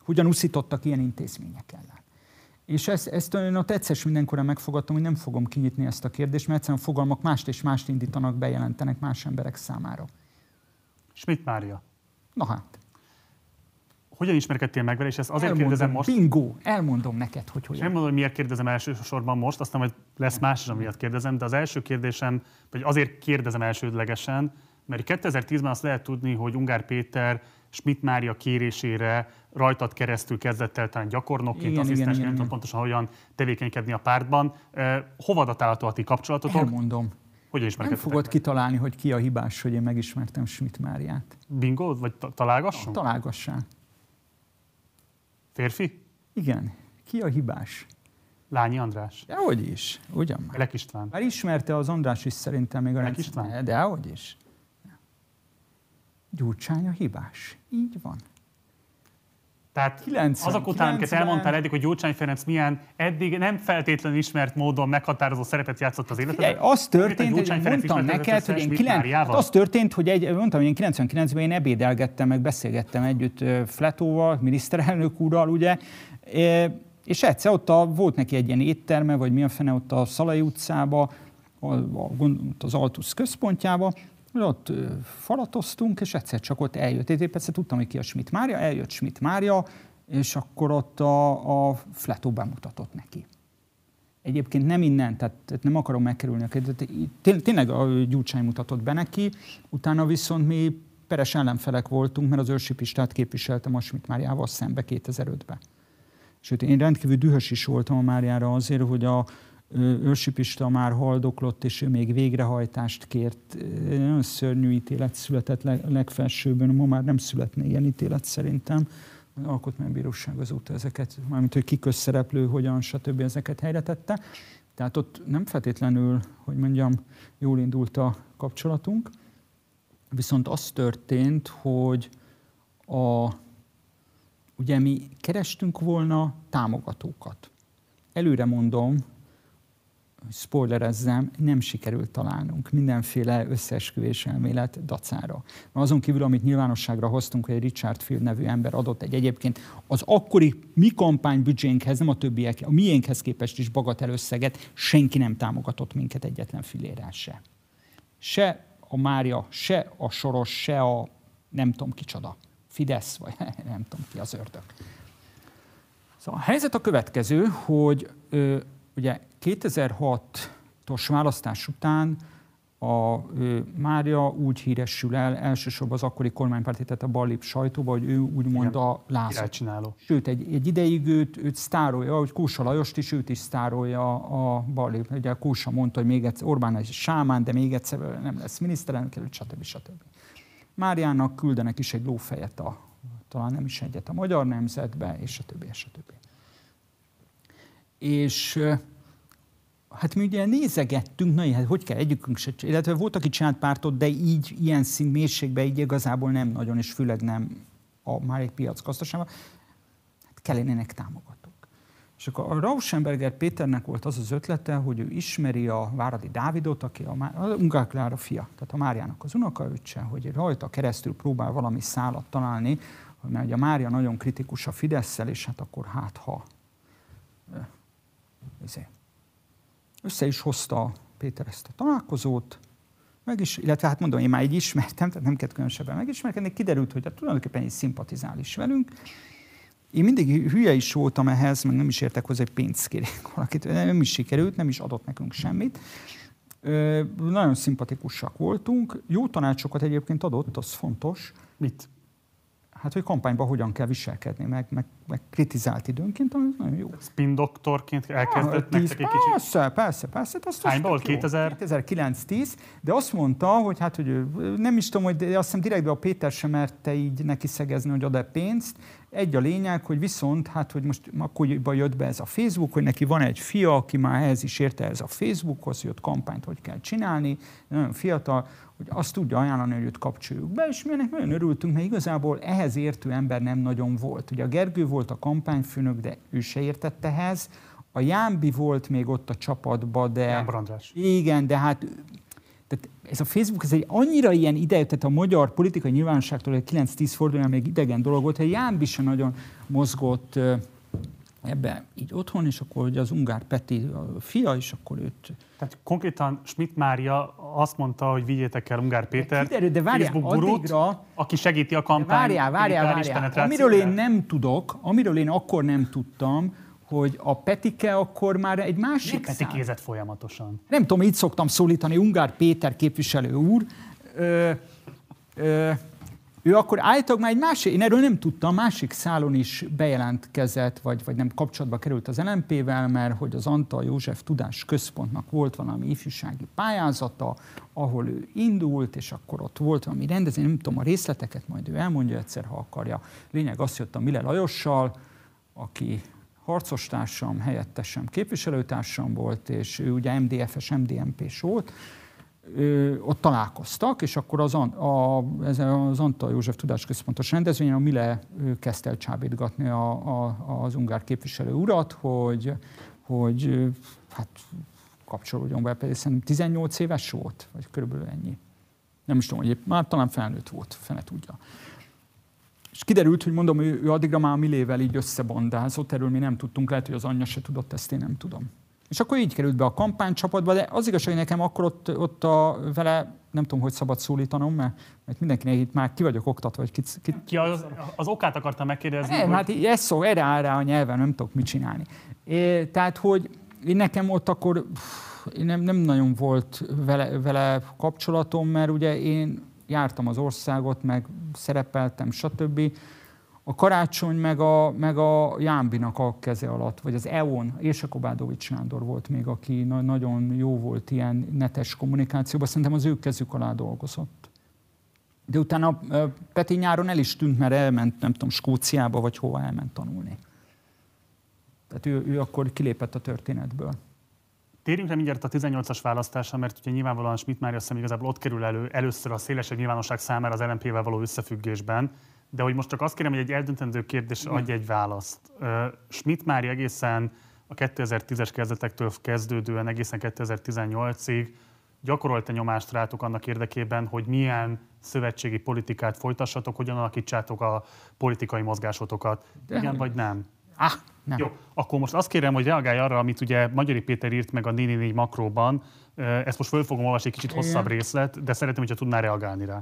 hogyan uszítottak ilyen intézmények ellen. És ezt én ott egyszer mindenkorra megfogadtam, hogy nem fogom kinyitni ezt a kérdést, mert egyszerűen a fogalmak mást és mást indítanak, bejelentenek más emberek számára. Schmidt Mária. Na hát. Hogyan ismerkedtél meg vele, és ezt azért kérdezem most. Bingo, elmondom neked, hogy hogyan. Nem mondom, hogy miért kérdezem elsősorban most, aztán majd lesz más is, amiatt kérdezem, de az első kérdésem, vagy azért kérdezem elsődlegesen, mert 2010-ben azt lehet tudni, hogy Ungár Péter Schmidt Mária kérésére rajtad keresztül kezdett el talán gyakornokként, asszisztensként, nem tudom pontosan hogyan tevékenykedni a pártban. Hova datálható a ti kapcsolatotok? Elmondom. Hogyan ismerkedtetek? Nem fogod kitalálni, hogy ki a hibás, hogy én megismertem Schmidt Máriát. Bingo? Vagy találgassunk? Találgassál. Férfi? Igen. Ki a hibás? Lányi András. Dehogy is. Ugyan már. Lek István. Már ismerte az András is szerintem még a Lek István? Dehogy is. Gyurcsány a hibás. Így van. Tehát azok után, amiket elmondtál eddig, hogy Gyurcsány Ferenc milyen eddig nem feltétlenül ismert módon meghatározó szerepet játszott az életben. Az történt, hogy mondtam neked, hogy az történt, hogy mondtam, hogy én 99-ben én ebédelgettem, meg beszélgettem együtt Fletóval, miniszterelnök úrral, ugye, és egyszer ott volt neki egy ilyen étterme, vagy mi a fene ott a Szalai utcába, az Altusz központjába, ott falatoztunk, és egyszer csak ott eljött. Én persze tudtam, hogy ki a Schmidt Mária, eljött Schmidt Mária, és akkor ott a Fletó bemutatott neki. Egyébként nem innen, tehát nem akarom megkerülni a kérdést, tényleg a Gyurcsány mutatott be neki, utána viszont mi peres ellenfelek voltunk, mert az Őrsi Pistát képviseltem a Schmidt Máriával szembe 2005-ben. Sőt, én rendkívül dühös is voltam a Máriára azért, hogy a Őrsi Pista már haldoklott, és ő még végrehajtást kért. Nagyon szörnyű ítélet született legfelsőbben, ma már nem születne ilyen ítélet szerintem. Az Alkotmánybíróság azóta ezeket, mármint hogy ki közszereplő, hogyan, stb. Ezeket helyre tette. Tehát ott nem feltétlenül, hogy mondjam, jól indult a kapcsolatunk. Viszont az történt, hogy ugye mi kerestünk volna támogatókat. Előre mondom, spoilerezzem, nem sikerült találnunk mindenféle összeesküvés elmélet dacára. Azon kívül, amit nyilvánosságra hoztunk, hogy egy Richard Field nevű ember adott egyébként az akkori mi kampánybüdzsénkhez, nem a többiek, a miénkhez képest is bagatel összeget, senki nem támogatott minket egyetlen fillérrel se. Se a Mária, se a Soros, se a nem tudom kicsoda, Fidesz, vagy nem tudom ki az ördög. Szóval a helyzet a következő, hogy ugye 2006-os választás után a Mária úgy híresül el, elsősorban az akkori kormánypárti, tehát a ballép sajtóba, hogy ő úgymond a lázadó. Sőt, egy ideig őt sztárolja, ahogy Kósa Lajost is, őt is sztárolja a ballép. Ugye Kósa mondta, hogy még egyszer, Orbán egy sámán, de még egyszer nem lesz miniszterelnök, stb. Máriának küldenek is egy lófejet, talán nem is egyet a Magyar Nemzetbe, és stb. És hát mi ugye nézegettünk, na hát hogy kell egyikünk se, illetve volt, aki csinált pártot, de így, ilyen szint mélységben így igazából nem nagyon, és főleg nem már egy piacgazdaságban, hát kellenének támogatók. És akkor a Rauschenberger Péternek volt az az ötlete, hogy ő ismeri a Váradi Dávidot, aki a Ungár Klára fia, tehát a Máriának az unokaöccse, hogy rajta keresztül próbál valami szálat találni, mert ugye a Mária nagyon kritikus a Fidesszel, és hát akkor össze is hozta Péter ezt a találkozót, illetve hát mondom, én már így ismertem, tehát nem kellett különösebben megismerkedni, kiderült, hogy tulajdonképpen így szimpatizál is velünk. Én mindig hülye is voltam ehhez, meg nem is értek hozzá, hogy pénzt kérjek valakit, nem is sikerült, nem is adott nekünk semmit. Nagyon szimpatikusak voltunk, jó tanácsokat egyébként adott, az fontos. Mit? Hát, hogy kampányban hogyan kell viselkedni, meg kritizált időnként, ami nagyon jó. Spin doktorként elkezdett nektek egy kicsit? Persze. Hányban volt? 2009-10, de azt mondta, hogy hát, hogy nem is tudom, hogy de azt hiszem direktben a Péter sem merte így neki szegezni, hogy ad-e pénzt. Egy a lényeg, hogy viszont, hát, hogy most akkoriban jött be ez a Facebook, hogy neki van egy fia, aki már ehhez is érte ez a Facebookhoz, hogy ott kampányt hogy kell csinálni, nagyon fiatal, hogy azt tudja ajánlani, hogy őt kapcsoljuk be, és mi ennek nagyon örültünk, mert igazából ehhez értő ember nem nagyon volt. Ugye a Gergő volt a kampányfőnök, de ő se értett ehhez. A Jámbi volt még ott a csapatban, de... Jámbor András. Igen, de hát Tehát ez a Facebook, ez egy annyira ilyen idejű, tehát a magyar politikai nyilvánosságtól egy 9-10 fordulóan még idegen dolog volt, hogy Jánbi sem nagyon mozgott ebbe így otthon, és akkor ugye az Ungár Peti a fia, és akkor őt... Tehát konkrétan Schmidt Mária azt mondta, hogy vigyétek el Ungár Péter, de várjál, Facebook gurút, aki segíti a kampány. Várjál. Amiről én nem tudok, amiről én akkor nem tudtam, hogy a Petike akkor már egy másik szám. Petikézett folyamatosan. Nem tudom, így szoktam szólítani, Ungár Péter képviselő úr. Ő akkor állítólag már egy másik, én erről nem tudtam, másik szálon is bejelentkezett, vagy nem kapcsolatba került az LMP-vel, mert hogy az Antal József Tudás Központnak volt valami ifjúsági pályázata, ahol ő indult, és akkor ott volt valami rendezvény, nem tudom a részleteket, majd ő elmondja egyszer, ha akarja. Lényeg azt jött a Mille Lajossal, aki harcostársam, helyettesem, képviselőtársam volt, és ő ugye MDF-es, MDMP-s volt, ott találkoztak, és akkor az Antal József Tudásközpontos rendezvényen a Mille kezdte el csábítgatni az ungár képviselő urat, hogy hát kapcsolódjon be, pedig szerintem 18 éves volt, vagy körülbelül ennyi. Nem is tudom, hogy már talán felnőtt volt, fene tudja. És kiderült, hogy mondom, ő addigra már a Millével így összebondázott, erről mi nem tudtunk, lehet, hogy az anyja se tudott, ezt én nem tudom. És akkor így került be a kampánycsapatba, de az igazság, hogy nekem akkor ott vele nem tudom, hogy szabad szólítanom, mert mindenkinek itt már ki vagyok oktatva, vagy ki az okát akartam megkérdezni. Nem, hát ez szó, erre áll rá a nyelven, nem tudok mit csinálni. Tehát, hogy nekem ott akkor nem nagyon volt vele kapcsolatom, mert ugye én jártam az országot, meg szerepeltem, stb. A Karácsony meg a Jánbinak a keze alatt, vagy az EON, Érse Kobádovics Sándor volt még, aki nagyon jó volt ilyen netes kommunikációban, szerintem az ő kezük alá dolgozott. De utána Peti nyáron el is tűnt, mert elment, nem tudom, Skóciába, vagy hova elment tanulni. Tehát ő akkor kilépett a történetből. Térjünk rá mindjárt a 18-as választásra, mert ugye nyilvánvalóan Schmidt Mária szem igazából ott kerül először a szélesebb nyilvánosság számára az LMP-vel való összefüggésben, de hogy most csak azt kérem, hogy egy eldöntendő kérdés adj egy választ. Schmidt Mária egészen a 2010-es kezdetektől kezdődően egészen 2018-ig gyakorolt-e nyomást rátok annak érdekében, hogy milyen szövetségi politikát folytassatok, hogyan alakítsátok a politikai mozgásotokat? Igen vagy nem? Nem. Jó, akkor most azt kérem, hogy reagálj arra, amit ugye Magyari Péter írt meg a 444 makróban. Ezt most föl fogom olvasni, egy kicsit hosszabb részlet, de szeretném, hogyha tudnál reagálni rá.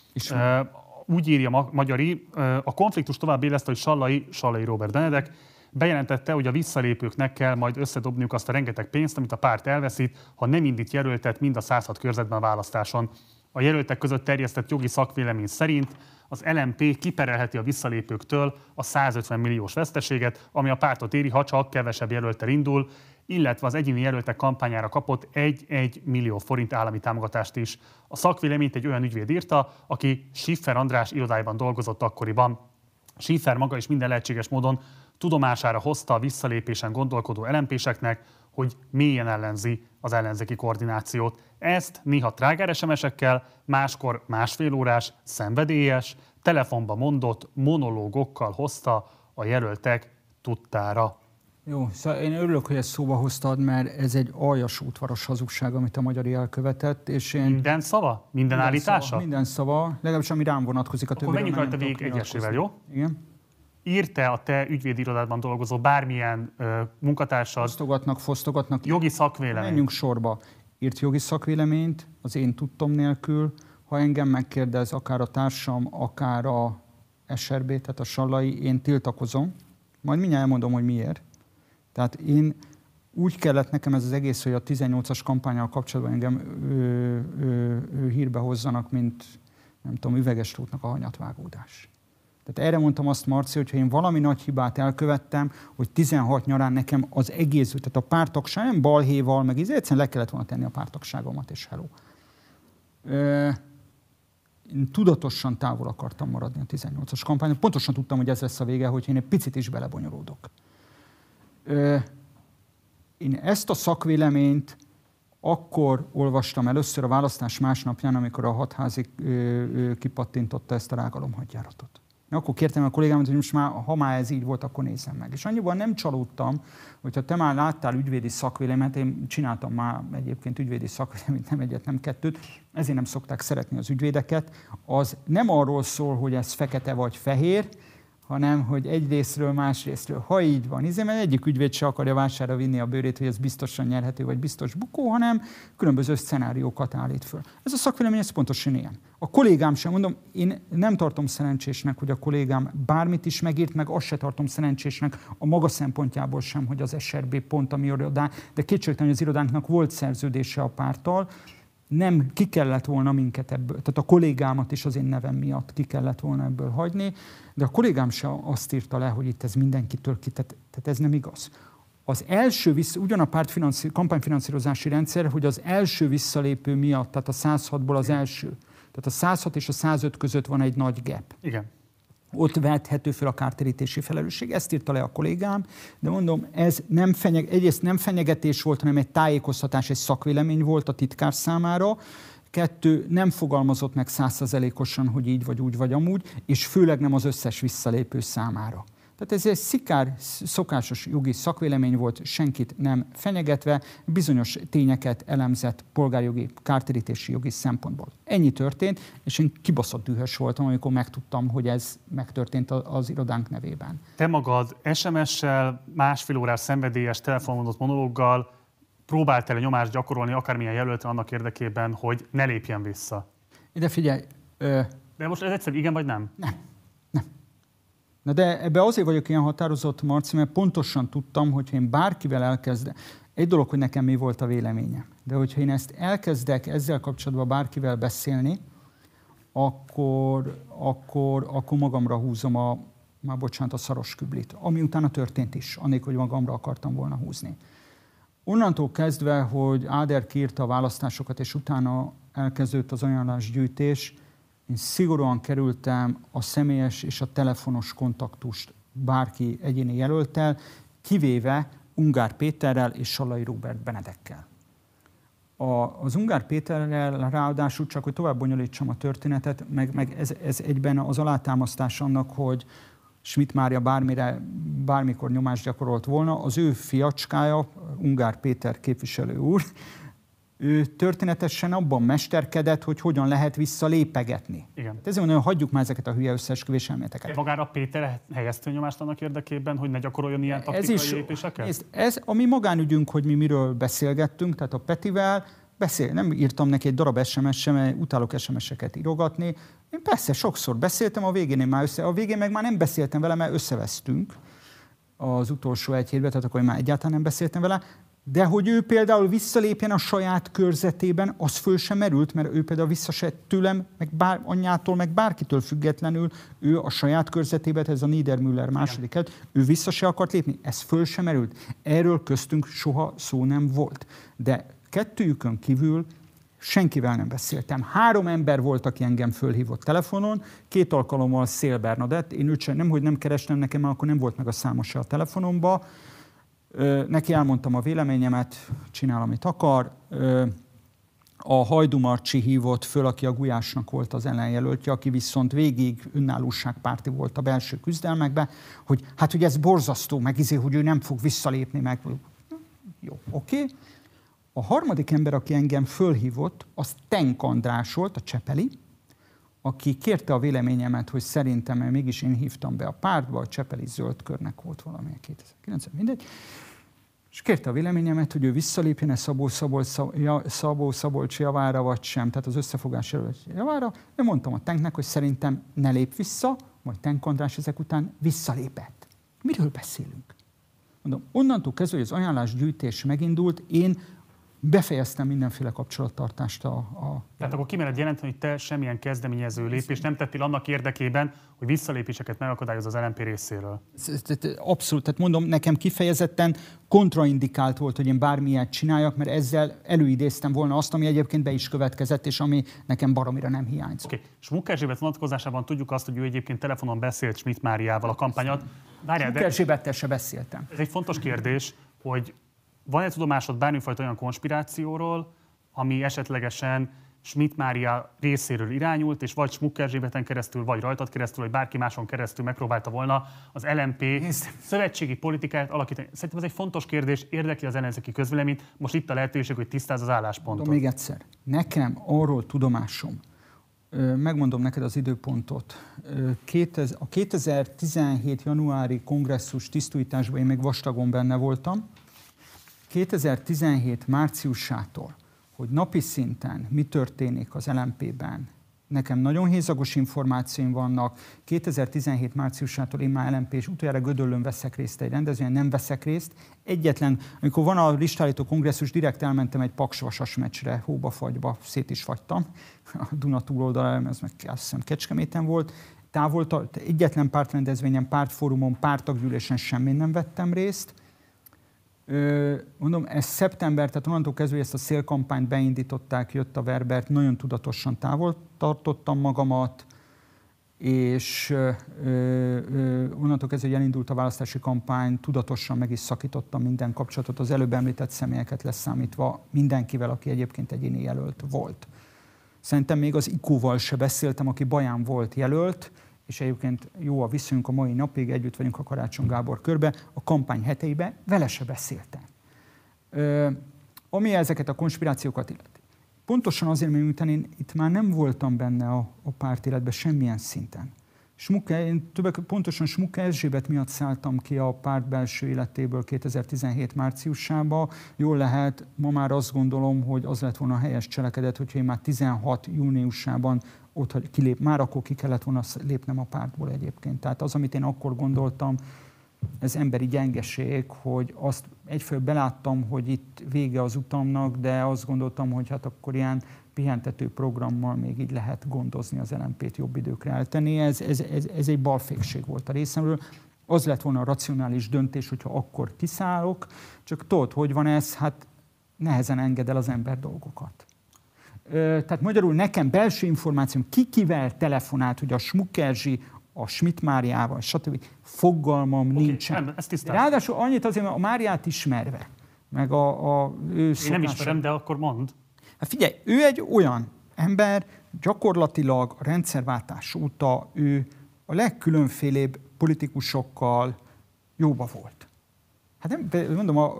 Úgy írja Magyari, a konfliktus tovább éleszte, hogy Sallai Róbert Benedek bejelentette, hogy a visszalépőknek kell majd összedobniuk azt a rengeteg pénzt, amit a párt elveszít, ha nem indít jelöltet mind a 106 körzetben a választáson. A jelöltek között terjesztett jogi szakvélemény szerint az LMP kiperelheti a visszalépőktől a 150 milliós veszteséget, ami a pártot éri, ha csak kevesebb jelölttel indul, illetve az egyéni jelöltek kampányára kapott 1 millió forint állami támogatást is. A szakvéleményt egy olyan ügyvéd írta, aki Schiffer András irodájában dolgozott akkoriban. Schiffer maga is minden lehetséges módon tudomására hozta a visszalépésen gondolkodó LMP-seknek, hogy mélyen ellenzi az ellenzéki koordinációt. Ezt néha trágár SMS-ekkel, máskor másfél órás, szenvedélyes, telefonba mondott monológokkal hozta a jelöltek tudtára. Jó, szóval én örülök, hogy ezt szóba hoztad, mert ez egy aljas útvaros hazugság, amit a Magyari elkövetett. És én... Minden szava? Minden állítása? Minden szava, legalábbis ami rám vonatkozik a többire. Akkor menjünk rajta végig egyesével, jó? Igen. Írt-e a te ügyvédirodádban dolgozó bármilyen munkatársad? Fosztogatnak. Jogi szakvéleményt. Menjünk sorba. Írt jogi szakvéleményt, az én tudtom nélkül. Ha engem megkérdez, akár a társam, akár a SRB, tehát a Sallai, én tiltakozom. Majd mindjárt elmondom, hogy miért. Tehát én úgy kellett nekem ez az egész, hogy a 18-as kampánnyal kapcsolatban engem hírbe hozzanak, mint nem tudom, Üvegestótnak a hanyatvágódás. Tehát erre mondtam azt, Marci, hogy ha én valami nagy hibát elkövettem, hogy 16 nyarán nekem az egész, tehát a pártagság, nem balhéval, meg egyszerűen le kellett volna tenni a pártagságomat, és hello. Én tudatosan távol akartam maradni a 18-as kampányon. Pontosan tudtam, hogy ez lesz a vége, hogy én egy picit is belebonyolódok. Én ezt a szakvéleményt akkor olvastam először a választás másnapján, amikor a hatházi kipattintotta ezt a rágalomhadjáratot. Akkor kértem a kollégámat, hogy most már, ha már ez így volt, akkor nézzem meg. És annyiban nem csalódtam, hogyha te már láttál ügyvédi szakvéleményt, én csináltam már egyébként ügyvédi szakvéleményt, nem egyet, nem kettőt, ezért nem szokták szeretni az ügyvédeket. Az nem arról szól, hogy ez fekete vagy fehér, hanem hogy egyrésztről, másrésztről, ha így van, mert egyik ügyvéd se akarja vásárra vinni a bőrét, hogy ez biztosan nyerhető, vagy biztos bukó, hanem különböző szenáriókat állít föl. Ez a szakvélemény, ez pontosan ilyen. A kollégám sem, mondom, én nem tartom szerencsésnek, hogy a kollégám bármit is megírt, meg azt se tartom szerencsésnek a maga szempontjából sem, hogy az SRB pont a mi irodán, de kétségtelen, hogy az irodánknak volt szerződése a párttal, nem ki kellett volna minket ebből, tehát a kollégámat is az én nevem miatt ki kellett volna ebből hagyni, de a kollégám se azt írta le, hogy itt ez mindenkitől ki, tehát ez nem igaz. Az első, ugyan a kampányfinanszírozási rendszer, hogy az első visszalépő miatt, tehát a 106-ból az első, tehát a 106 és a 105 között van egy nagy gap. Igen. Ott vethető fel a kártérítési felelősség. Ezt írta le a kollégám, de mondom, ez nem egyrészt nem fenyegetés volt, hanem egy tájékoztatás, egy szakvélemény volt a titkár számára. 2, nem fogalmazott meg 100%-osan, hogy így vagy úgy vagy amúgy, és főleg nem az összes visszalépő számára. Tehát ez egy szikár, szokásos jogi szakvélemény volt, senkit nem fenyegetve, bizonyos tényeket elemzett polgárjogi, kártérítési jogi szempontból. Ennyi történt, és én kibaszott dühös voltam, amikor megtudtam, hogy ez megtörtént az irodánk nevében. Te magad SMS-sel, másfél órás szenvedélyes telefonmondott monológgal próbáltál nyomást gyakorolni akármilyen jelöltre annak érdekében, hogy ne lépjen vissza? Ide figyelj! De most ez egyszerűen igen vagy nem? Nem. Na de ebbe azért vagyok ilyen határozott, Marci, mert pontosan tudtam, hogy én bárkivel elkezdek, egy dolog, hogy nekem mi volt a véleményem, de hogyha én ezt elkezdek ezzel kapcsolatban bárkivel beszélni, akkor magamra húzom a szaros küblit, ami utána történt is, annélkül, hogy magamra akartam volna húzni. Onnantól kezdve, hogy Áder kiírta a választásokat, és utána elkezdődött az ajánlásgyűjtés, én szigorúan kerültem a személyes és a telefonos kontaktust bárki egyéni jelölttel, kivéve Ungár Péterrel és Sallai Róbert Benedekkel. Az Ungár Péterrel ráadásul, csak hogy tovább bonyolítsam a történetet, meg ez egyben az alátámasztás annak, hogy Schmidt Mária bármikor nyomást gyakorolt volna, az ő fiacskája, Ungár Péter képviselő úr, ő történetesen abban mesterkedett, hogy hogyan lehet visszalépegetni. Igen. Ezért mondom, hogy hagyjuk már ezeket a hülye összeesküvés elméleteket. Magára Péter helyezte nyomást annak érdekében, hogy ne gyakoroljon ilyen taktikai lépéseket? Nézd, ez a mi magánügyünk, hogy mi miről beszélgettünk, tehát a Petivel nem írtam neki egy darab SMS-sem, mert utálok SMS-eket írogatni. Én persze sokszor beszéltem, a végén meg már nem beszéltem vele, mert összevesztünk az utolsó egy hétben, tehát akkor én már egyáltalán nem beszéltem vele. De hogy ő például visszalépjen a saját körzetében, az föl sem merült, mert ő például visszasett tőlem, meg anyjától, meg bárkitől függetlenül, ő a saját körzetében, ez a Niedermüller második, ő vissza se akart lépni, ez föl sem merült. Erről köztünk soha szó nem volt. De kettőjükön kívül senkivel nem beszéltem. 3 ember volt, aki engem fölhívott telefonon, 2 alkalommal Szél Bernadett, én őt sem, nemhogy nem kerestem nekem, mert akkor nem volt meg a száma se a telefonomba. Neki elmondtam a véleményemet, csinál, amit akar. A Hajdú Marcsi hívott föl, aki a Gulyásnak volt az ellenjelöltje, aki viszont végig önállóságpárti volt a belső küzdelmekben, hogy hát, hogy ez borzasztó, meg hogy ő nem fog visszalépni, meg jó, oké. A harmadik ember, aki engem fölhívott, az Tenk András volt, a csepeli, aki kérte a véleményemet, hogy szerintem, mert mégis én hívtam be a pártba, a csepeli zöld körnek volt valamilyen 2009, mindegy, és kérte a véleményemet, hogy ő visszalépjen-e Szabó-Szabolcs javára, vagy sem, tehát az összefogás javára. Én mondtam a Tenknek, hogy szerintem ne lép vissza, majd Tenk András ezek után visszalépett. Miről beszélünk? Mondom, onnantól kezdve, hogy az ajánlásgyűjtés megindult, én befejeztem mindenféle kapcsolattartást Tehát akkor kimered jelenteni, hogy te semmilyen kezdeményező lépést nem tettél annak érdekében, hogy visszalépéseket megakadályoz az LMP részéről. Abszolút, tehát mondom, nekem kifejezetten kontraindikált volt, hogy én bármilyet csináljak, mert ezzel előidéztem volna azt, ami egyébként be is következett, és ami nekem baromira nem hiányzott. Oké. Smuk Erzsébet vonatkozásában tudjuk azt, hogy ő egyébként telefonon beszélt Schmidt Máriával a kampányat. Smuk Erzsébettel se beszéltem. Ez egy fontos kérdés, hogy van-e tudomásod bármifajta olyan konspirációról, ami esetlegesen Schmidt Mária részéről irányult, és vagy Schmuck Erzsébeten keresztül, vagy rajtad keresztül, vagy bárki máson keresztül megpróbálta volna az LMP szövetségi politikát alakítani. Szerintem ez egy fontos kérdés, érdekli az ellenzéki közvéleményt. Most itt a lehetőség, hogy tisztáz az álláspontot. Még egyszer, nekem arról tudomásom, megmondom neked az időpontot. A 2017. januári kongresszus tisztújításban én még vastagon benne voltam. 2017. márciusától, hogy napi szinten mi történik az LMP-ben, nekem nagyon hézagos információim vannak. 2017 márciusától én már LMP, és utoljára Gödöllőn veszek részt egy rendezvényen, nem veszek részt. Egyetlen, amikor van a listállító kongresszus, direkt elmentem egy Paks-Vasas meccsre, hóba-fagyba, szét is fagytam. A Duna túloldalára, ez meg azt hiszem Kecskeméten volt. Egyetlen pártrendezvényen, pártfórumon, pártaggyűlésen semmi nem vettem részt. Mondom, ez szeptember, tehát onnantól kezdve, hogy ezt a szélkampányt beindították, jött a Verbert, nagyon tudatosan távol tartottam magamat, és onnantól kezdve, hogy elindult a választási kampány, tudatosan meg is szakítottam minden kapcsolatot, az előbb említett személyeket leszámítva mindenkivel, aki egyébként egyéni jelölt volt. Szerintem még az IQ-val se beszéltem, aki Baján volt jelölt, és egyébként jó a viszonyunk a mai napig, együtt vagyunk a Karácsony Gábor körbe, a kampány heteiben vele se beszéltem. Ami ezeket a konspirációkat illeti. Pontosan azért, mert én itt már nem voltam benne a pártéletben semmilyen szinten. Pontosan Schmuck Erzsébet miatt szálltam ki a párt belső életéből 2017 márciusába. Jól lehet, ma már azt gondolom, hogy az lett volna a helyes cselekedet, hogyha én már 16 júniusában ott már akkor ki kellett volna lépnem a pártból egyébként. Tehát az, amit én akkor gondoltam, ez emberi gyengeség, hogy azt egyfelől beláttam, hogy itt vége az utamnak, de azt gondoltam, hogy hát akkor ilyen pihentető programmal még így lehet gondozni az LMP-t, jobb időkre eltenni. Ez egy balfékség volt a részemről. Az lett volna a racionális döntés, hogyha akkor kiszállok, csak tudod, hogy van ez, hát nehezen enged el az ember dolgokat. Tehát magyarul nekem belső információm, kivel telefonált, hogy a Schmuck Erzsi, a Schmidt Máriával, stb. Fogalmam nincsen. Ráadásul annyit azért, mert a Máriát ismerve, meg ő én nem ismerem, de akkor mondd. Hát figyelj, ő egy olyan ember, gyakorlatilag a rendszerváltás óta ő a legkülönfélébb politikusokkal jóba volt. Hát nem, mondom, a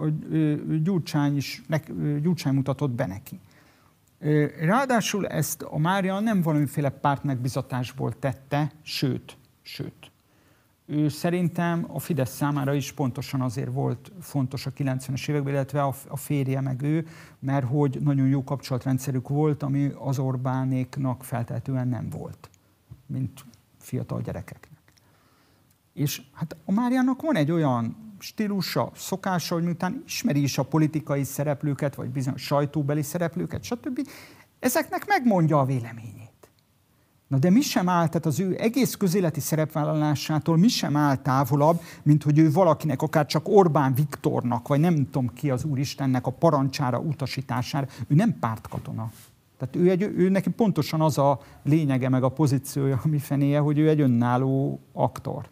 Gyurcsány mutatott be neki. Ráadásul ezt a Mária nem valamiféle pártmegbizatásból tette, sőt. Ő szerintem a Fidesz számára is pontosan azért volt fontos a 90-es években, illetve a férje meg ő, mert hogy nagyon jó kapcsolatrendszerük volt, ami az Orbánéknak feltehetően nem volt, mint fiatal gyerekeknek. És hát a Máriának van egy olyan stílusa, szokása, hogy miután ismeri is a politikai szereplőket, vagy bizonyos sajtóbeli szereplőket, stb., ezeknek megmondja a véleményét. Na de mi sem áll, tehát az ő egész közéleti szerepvállalásától mi sem áll távolabb, mint hogy ő valakinek, akár csak Orbán Viktornak, vagy nem tudom ki az Úristennek a parancsára, utasítására, ő nem pártkatona. Tehát ő neki pontosan az a lényege, meg a pozíciója, ami fenéje, hogy ő egy önálló aktor.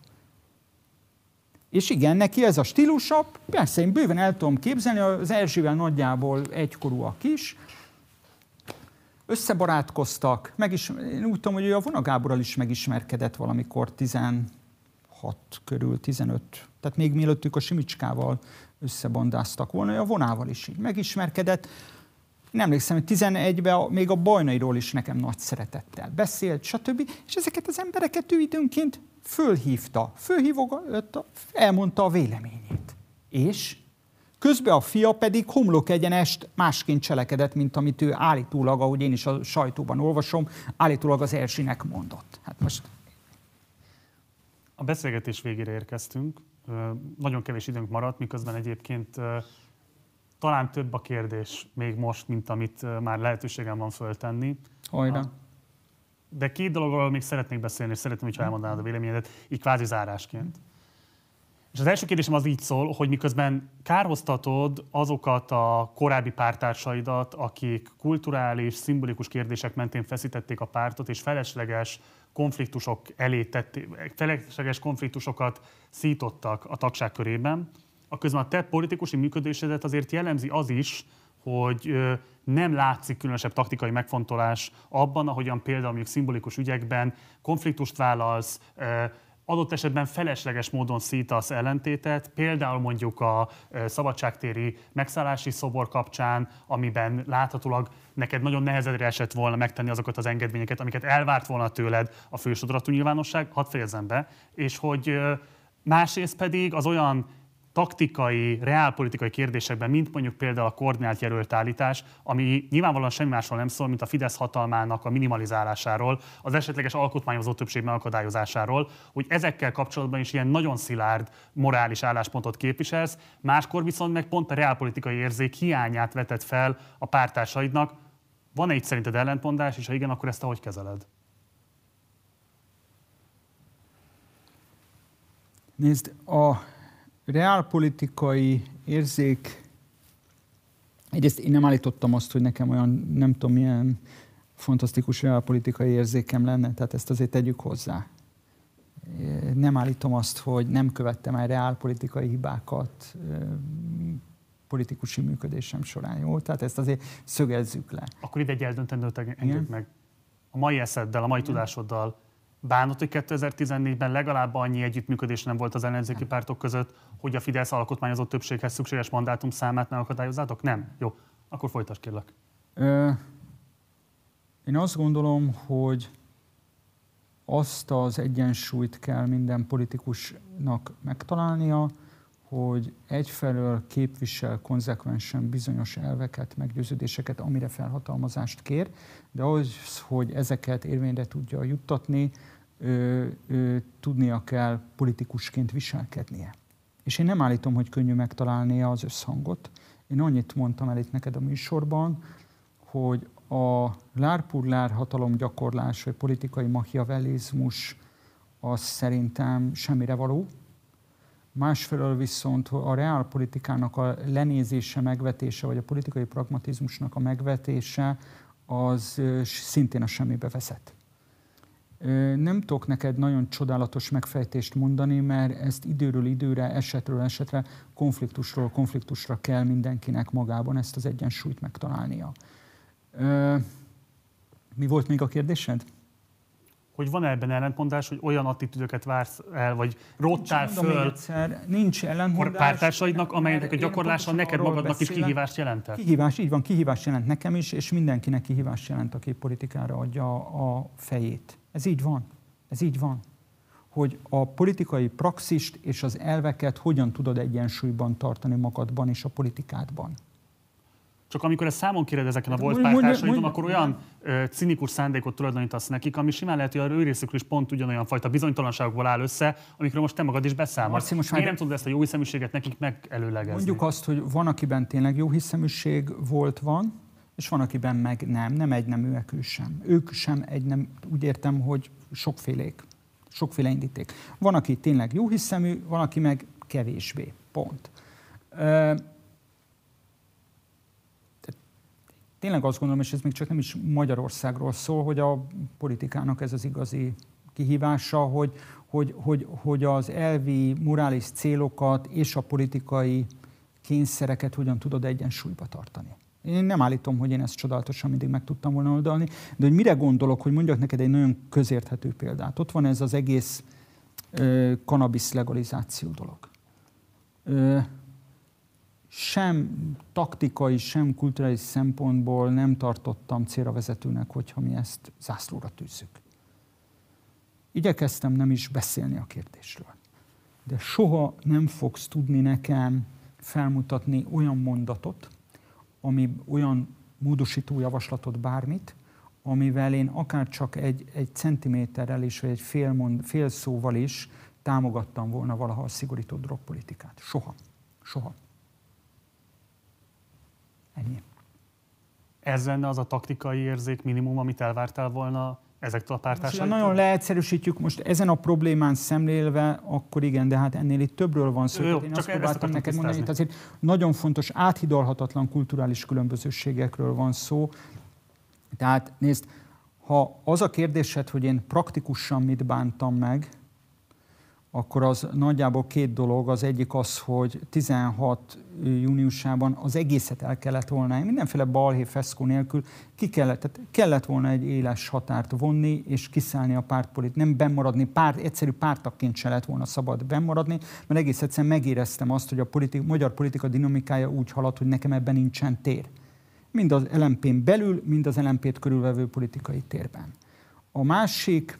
És igen, neki ez a stílusa, persze én bőven el tudom képzelni, az Erzsivel nagyjából egykorúak is, összebarátkoztak, én úgy tudom, hogy ő a Vona Gáborral is megismerkedett valamikor 16 körül, 15, tehát még mielőtt ők a Simicskával összebandáztak volna, ő a Vonával is így megismerkedett. Én emlékszem, hogy 11-ben még a Bajnairól is nekem nagy szeretettel beszélt, stb. És ezeket az embereket ő időnként fölhívta, elmondta a véleményét. És közben a fia pedig homlok egyenest másként cselekedett, mint amit ő állítólag, ahogy én is a sajtóban olvasom, állítólag az Erzsinek mondott. Hát most... A beszélgetés végére érkeztünk. Nagyon kevés időnk maradt, miközben egyébként talán több a kérdés még most, mint amit már lehetőségem van föltenni. Hajrá. De két dologról még szeretnék beszélni, és szeretném, hogyha elmondanád a véleményedet, így kvázi zárásként. És az első kérdésem az így szól, hogy miközben kárhoztatod azokat a korábbi pártársaidat, akik kulturális, szimbolikus kérdések mentén feszítették a pártot, és felesleges konfliktusok elé tették, felesleges konfliktusokat szítottak a tagság körében, aközben a te politikusi működésedet azért jellemzi az is, hogy nem látszik különösebb taktikai megfontolás abban, ahogyan például mondjuk szimbolikus ügyekben konfliktust vállalsz, adott esetben felesleges módon szítasz ellentétet, például mondjuk a szabadságtéri megszállási szobor kapcsán, amiben láthatólag neked nagyon nehezedre esett volna megtenni azokat az engedményeket, amiket elvárt volna tőled a fősodratú nyilvánosság, hadd fejezzem be, és hogy másrészt pedig az olyan taktikai, reálpolitikai kérdésekben, mint mondjuk például a koordinált jelölt állítás, ami nyilvánvalóan semmi másról nem szól, mint a Fidesz hatalmának a minimalizálásáról, az esetleges alkotmányozó többség megakadályozásáról, hogy ezekkel kapcsolatban is ilyen nagyon szilárd morális álláspontot képviselsz, máskor viszont meg pont a reálpolitikai érzék hiányát vetett fel a párttársaidnak. Van-e itt szerinted ellentmondás, és ha igen, akkor ezt ahogy kezeled? Nézd, a reálpolitikai érzék, egyrészt én nem állítottam azt, hogy nekem olyan nem tudom milyen fantasztikus reálpolitikai érzékem lenne, tehát ezt azért tegyük hozzá. Nem állítom azt, hogy nem követtem el reálpolitikai hibákat politikusi működésem során, jó? Tehát ezt azért szögezzük le. Akkor ide egy eldöntendőt engedjük meg. A mai eszeddel, a mai tudásoddal bánod, hogy 2014-ben legalább annyi együttműködés nem volt az ellenzéki pártok között, hogy a Fidesz alkotmányozó többséghez szükséges mandátum számát megakadályozátok? Nem? Jó, akkor folytasd kérlek. Én azt gondolom, hogy azt az egyensúlyt kell minden politikusnak megtalálnia, hogy egyfelől képvisel konzekvensen bizonyos elveket, meggyőződéseket, amire felhatalmazást kér, de az, hogy ezeket érvényre tudja juttatni, tudnia kell politikusként viselkednie. És én nem állítom, hogy könnyű megtalálnia az összhangot. Én annyit mondtam el itt neked a műsorban, hogy a lárpurlár hatalomgyakorlás, vagy politikai machiavellizmus az szerintem semmire való. Másfelől viszont a reálpolitikának a lenézése, megvetése, vagy a politikai pragmatizmusnak a megvetése, az szintén a semmibe vezet. Nem tudok neked nagyon csodálatos megfejtést mondani, mert ezt időről időre, esetről esetre, konfliktusról konfliktusra kell mindenkinek magában ezt az egyensúlyt megtalálnia. Mi volt még a kérdésed? Hogy van ebben ellentmondás, hogy olyan attitűdöket vársz el, vagy rottál föl nincs ellentmondás, párttársaidnak, amelynek a gyakorlása neked magadnak is kihívást jelentett? Kihívás, így van, kihívást jelent nekem is, és mindenkinek kihívást jelent, aki politikára adja a fejét. Ez így van. Ez így van. Hogy a politikai praxist és az elveket hogyan tudod egyensúlyban tartani magadban és a politikádban. Csak amikor ezt számon kéred ezeken a volt párttársaidon, akkor olyan cinikus szándékot tulajdonítasz nekik, ami simán lehet, hogy ő részükről is pont ugyanolyan fajta bizonytalanságokból áll össze, amikről most te magad is beszámolsz. Miért nem tudod ezt a jóhiszeműséget nekik megelőlegezni? Mondjuk azt, hogy van, akiben tényleg jóhiszeműség van, és van, akiben meg nem egyneműek ő sem. Ők sem egynem, úgy értem, hogy sokféle indíték. Van, aki tényleg jóhiszemű, van, aki meg kevésbé. Pont. Tényleg azt gondolom, és ez még csak nem is Magyarországról szól, hogy a politikának ez az igazi kihívása, hogy az elvi, morális célokat és a politikai kényszereket hogyan tudod egyensúlyba tartani. Én nem állítom, hogy én ezt csodálatosan mindig meg tudtam volna oldani, de hogy mire gondolok, hogy mondjak neked egy nagyon közérthető példát. Ott van ez az egész kannabisz legalizáció dolog. Sem taktikai, sem kulturális szempontból nem tartottam célra vezetőnek, hogyha mi ezt zászlóra tűzzük. Igyekeztem nem is beszélni a kérdésről. De soha nem fogsz tudni nekem felmutatni olyan mondatot, ami olyan módosító javaslatot, bármit, amivel én akár csak egy centiméterrel is, vagy egy fél szóval is támogattam volna valaha a szigorított drogpolitikát. Soha. Soha. Ennyi. Ez lenne az a taktikai érzék minimum, amit elvártál volna ezektől a párttársaitól? Nagyon leegyszerűsítjük most ezen a problémán szemlélve, akkor igen, de hát ennél itt többről van szó. Jó, én azt próbáltam neked mondani, hogy azért nagyon fontos, áthidalhatatlan kulturális különbözőségekről van szó. Tehát nézd, ha az a kérdésed, hogy én praktikusan mit bántam meg, akkor az nagyjából két dolog. Az egyik az, hogy 16 júniusában az egészet el kellett volna, mindenféle balhé feszkó nélkül kellett volna egy éles határt vonni, és kiszállni a pártpolitikát, nem bennmaradni, egyszerű pártagként se lett volna szabad bennmaradni, mert egész egyszerűen megéreztem azt, hogy a magyar politika dinamikája úgy halad, hogy nekem ebben nincsen tér. Mind az LMP-n belül, mind az LMP-t körülvevő politikai térben. A másik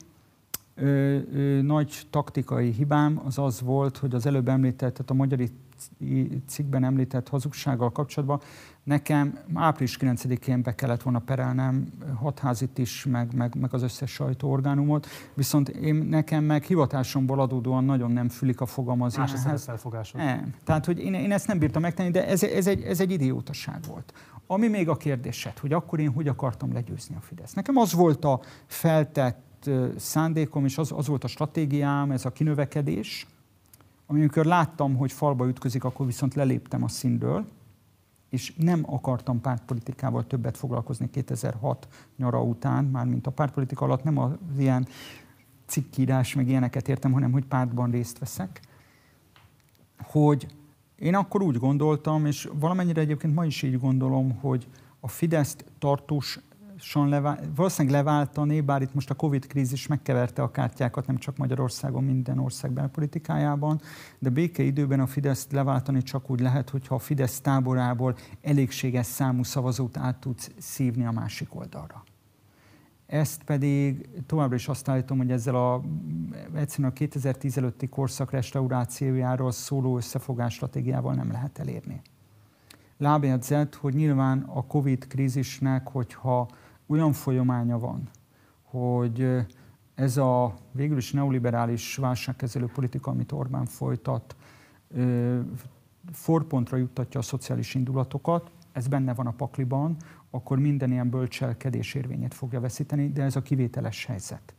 nagy taktikai hibám az volt, hogy az előbb említett, tehát a magyari cikkben említett hazugsággal kapcsolatban nekem április 9-én be kellett volna perelnem Hatházit is, meg az összes sajtóorgánumot, viszont nekem meg hivatásomból adódóan nagyon nem fülik a fogam az ilyenhez. Más felfogásod. Tehát, hogy én ezt nem bírtam megtenni, de ez egy idiótaság volt. Ami még a kérdésed, hogy akkor én hogy akartam legyőzni a Fidesz. Nekem az volt a feltett szándékom, és az volt a stratégiám, ez a kinövekedés, amikor láttam, hogy falba ütközik, akkor viszont leléptem a színről, és nem akartam pártpolitikával többet foglalkozni 2006 nyara után, mármint a pártpolitika alatt nem az ilyen cikkírás, meg ilyeneket értem, hanem hogy pártban részt veszek, hogy én akkor úgy gondoltam, és valamennyire egyébként ma is így gondolom, hogy a Fideszt tartósan valószínűleg leváltani, bár itt most a Covid-krízis megkeverte a kártyákat, nem csak Magyarországon, minden ország belpolitikájában, de békeidőben a Fideszt leváltani csak úgy lehet, hogyha a Fidesz táborából elégséges számú szavazót át tudsz szívni a másik oldalra. Ezt pedig továbbra is azt állítom, hogy ezzel egyszerűen a 2010 előtti korszak restaurációjáról szóló összefogás stratégiával nem lehet elérni. Lábjegyzet, hogy nyilván a Covid-krízisnek, hogyha olyan folyamánya van, hogy ez a végül is neoliberális válságkezelő politika, amit Orbán folytat, forpontra juttatja a szociális indulatokat, ez benne van a pakliban, akkor minden ilyen bölcselkedés érvényét fogja veszíteni, de ez a kivételes helyzet.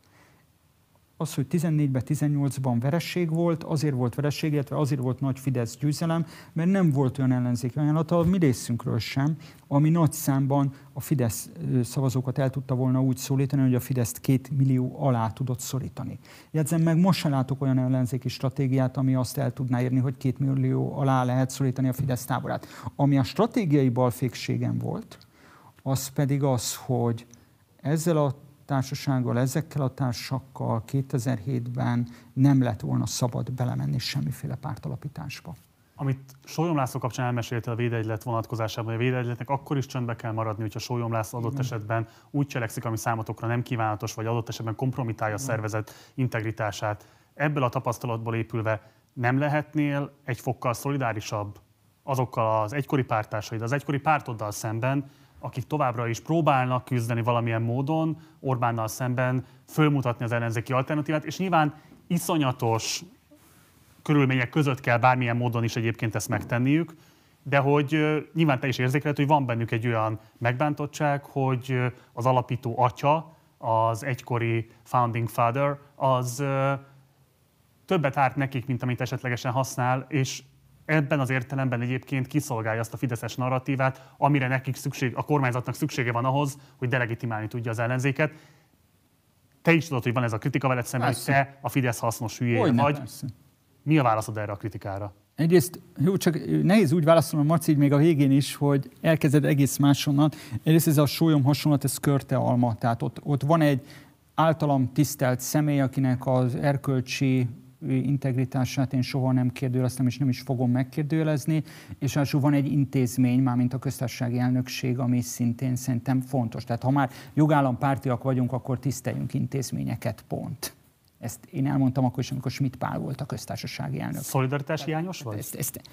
Az, hogy 14-ben, 18-ban vereség volt, azért volt vereség, illetve azért volt nagy Fidesz győzelem, mert nem volt olyan ellenzéki ajánlata a mi részünkről sem, ami nagy számban a Fidesz szavazókat el tudta volna úgy szólítani, hogy a Fideszt 2 millió alá tudott szorítani. Jegyzem meg, most sem látok olyan ellenzéki stratégiát, ami azt el tudná érni, hogy 2 millió alá lehet szorítani a Fidesz táborát. Ami a stratégiai balfékségem volt, az pedig az, hogy ezzel a társasággal, ezekkel a társakkal 2007-ben nem lett volna szabad belemenni semmiféle pártalapításba. Amit Sólyom László kapcsán elmesélte a védegylet vonatkozásában, hogy a védegyletnek akkor is csöndbe kell maradni, hogyha Sólyom László adott esetben úgy cselekszik, ami számotokra nem kívánatos, vagy adott esetben kompromitálja a szervezet integritását. Ebből a tapasztalatból épülve nem lehetnél egy fokkal szolidárisabb azokkal az egykori párttársaid, az egykori pártoddal szemben, akik továbbra is próbálnak küzdeni valamilyen módon Orbánnal szemben, fölmutatni az ellenzéki alternatívát, és nyilván iszonyatos körülmények között kell bármilyen módon is egyébként ezt megtenniük, de hogy nyilván te is érzékelhető, hogy van bennük egy olyan megbántottság, hogy az alapító atya, az egykori founding father, az többet árt nekik, mint amit esetlegesen használ, és ebben az értelemben egyébként kiszolgálja azt a fideszes narratívát, amire nekik a kormányzatnak szüksége van ahhoz, hogy delegitimálni tudja az ellenzéket. Te is tudod, hogy van ez a kritika veled szemben, hogy te a Fidesz hasznos hülyéje vagy. Persze. Mi a válaszod erre a kritikára? Egyrészt, jó, csak nehéz úgy válaszolnom, Marci, még a végén is, hogy elkezded egész máshonnan. Egyrészt ez a Sólyom hasonlat, ez körte alma. Tehát ott van egy általam tisztelt személy, akinek az erkölcsi integritását én soha nem kérdőjeleztem, és nem is fogom megkérdőjelezni, és első van egy intézmény, mármint a köztársasági elnökség, ami szintén szerintem fontos. Tehát ha már jogállampártiak vagyunk, akkor tiszteljünk intézményeket, pont. Ezt én elmondtam akkor is, amikor Schmidt Pál volt a köztársasági elnök. Szolidaritás hiányos vagy?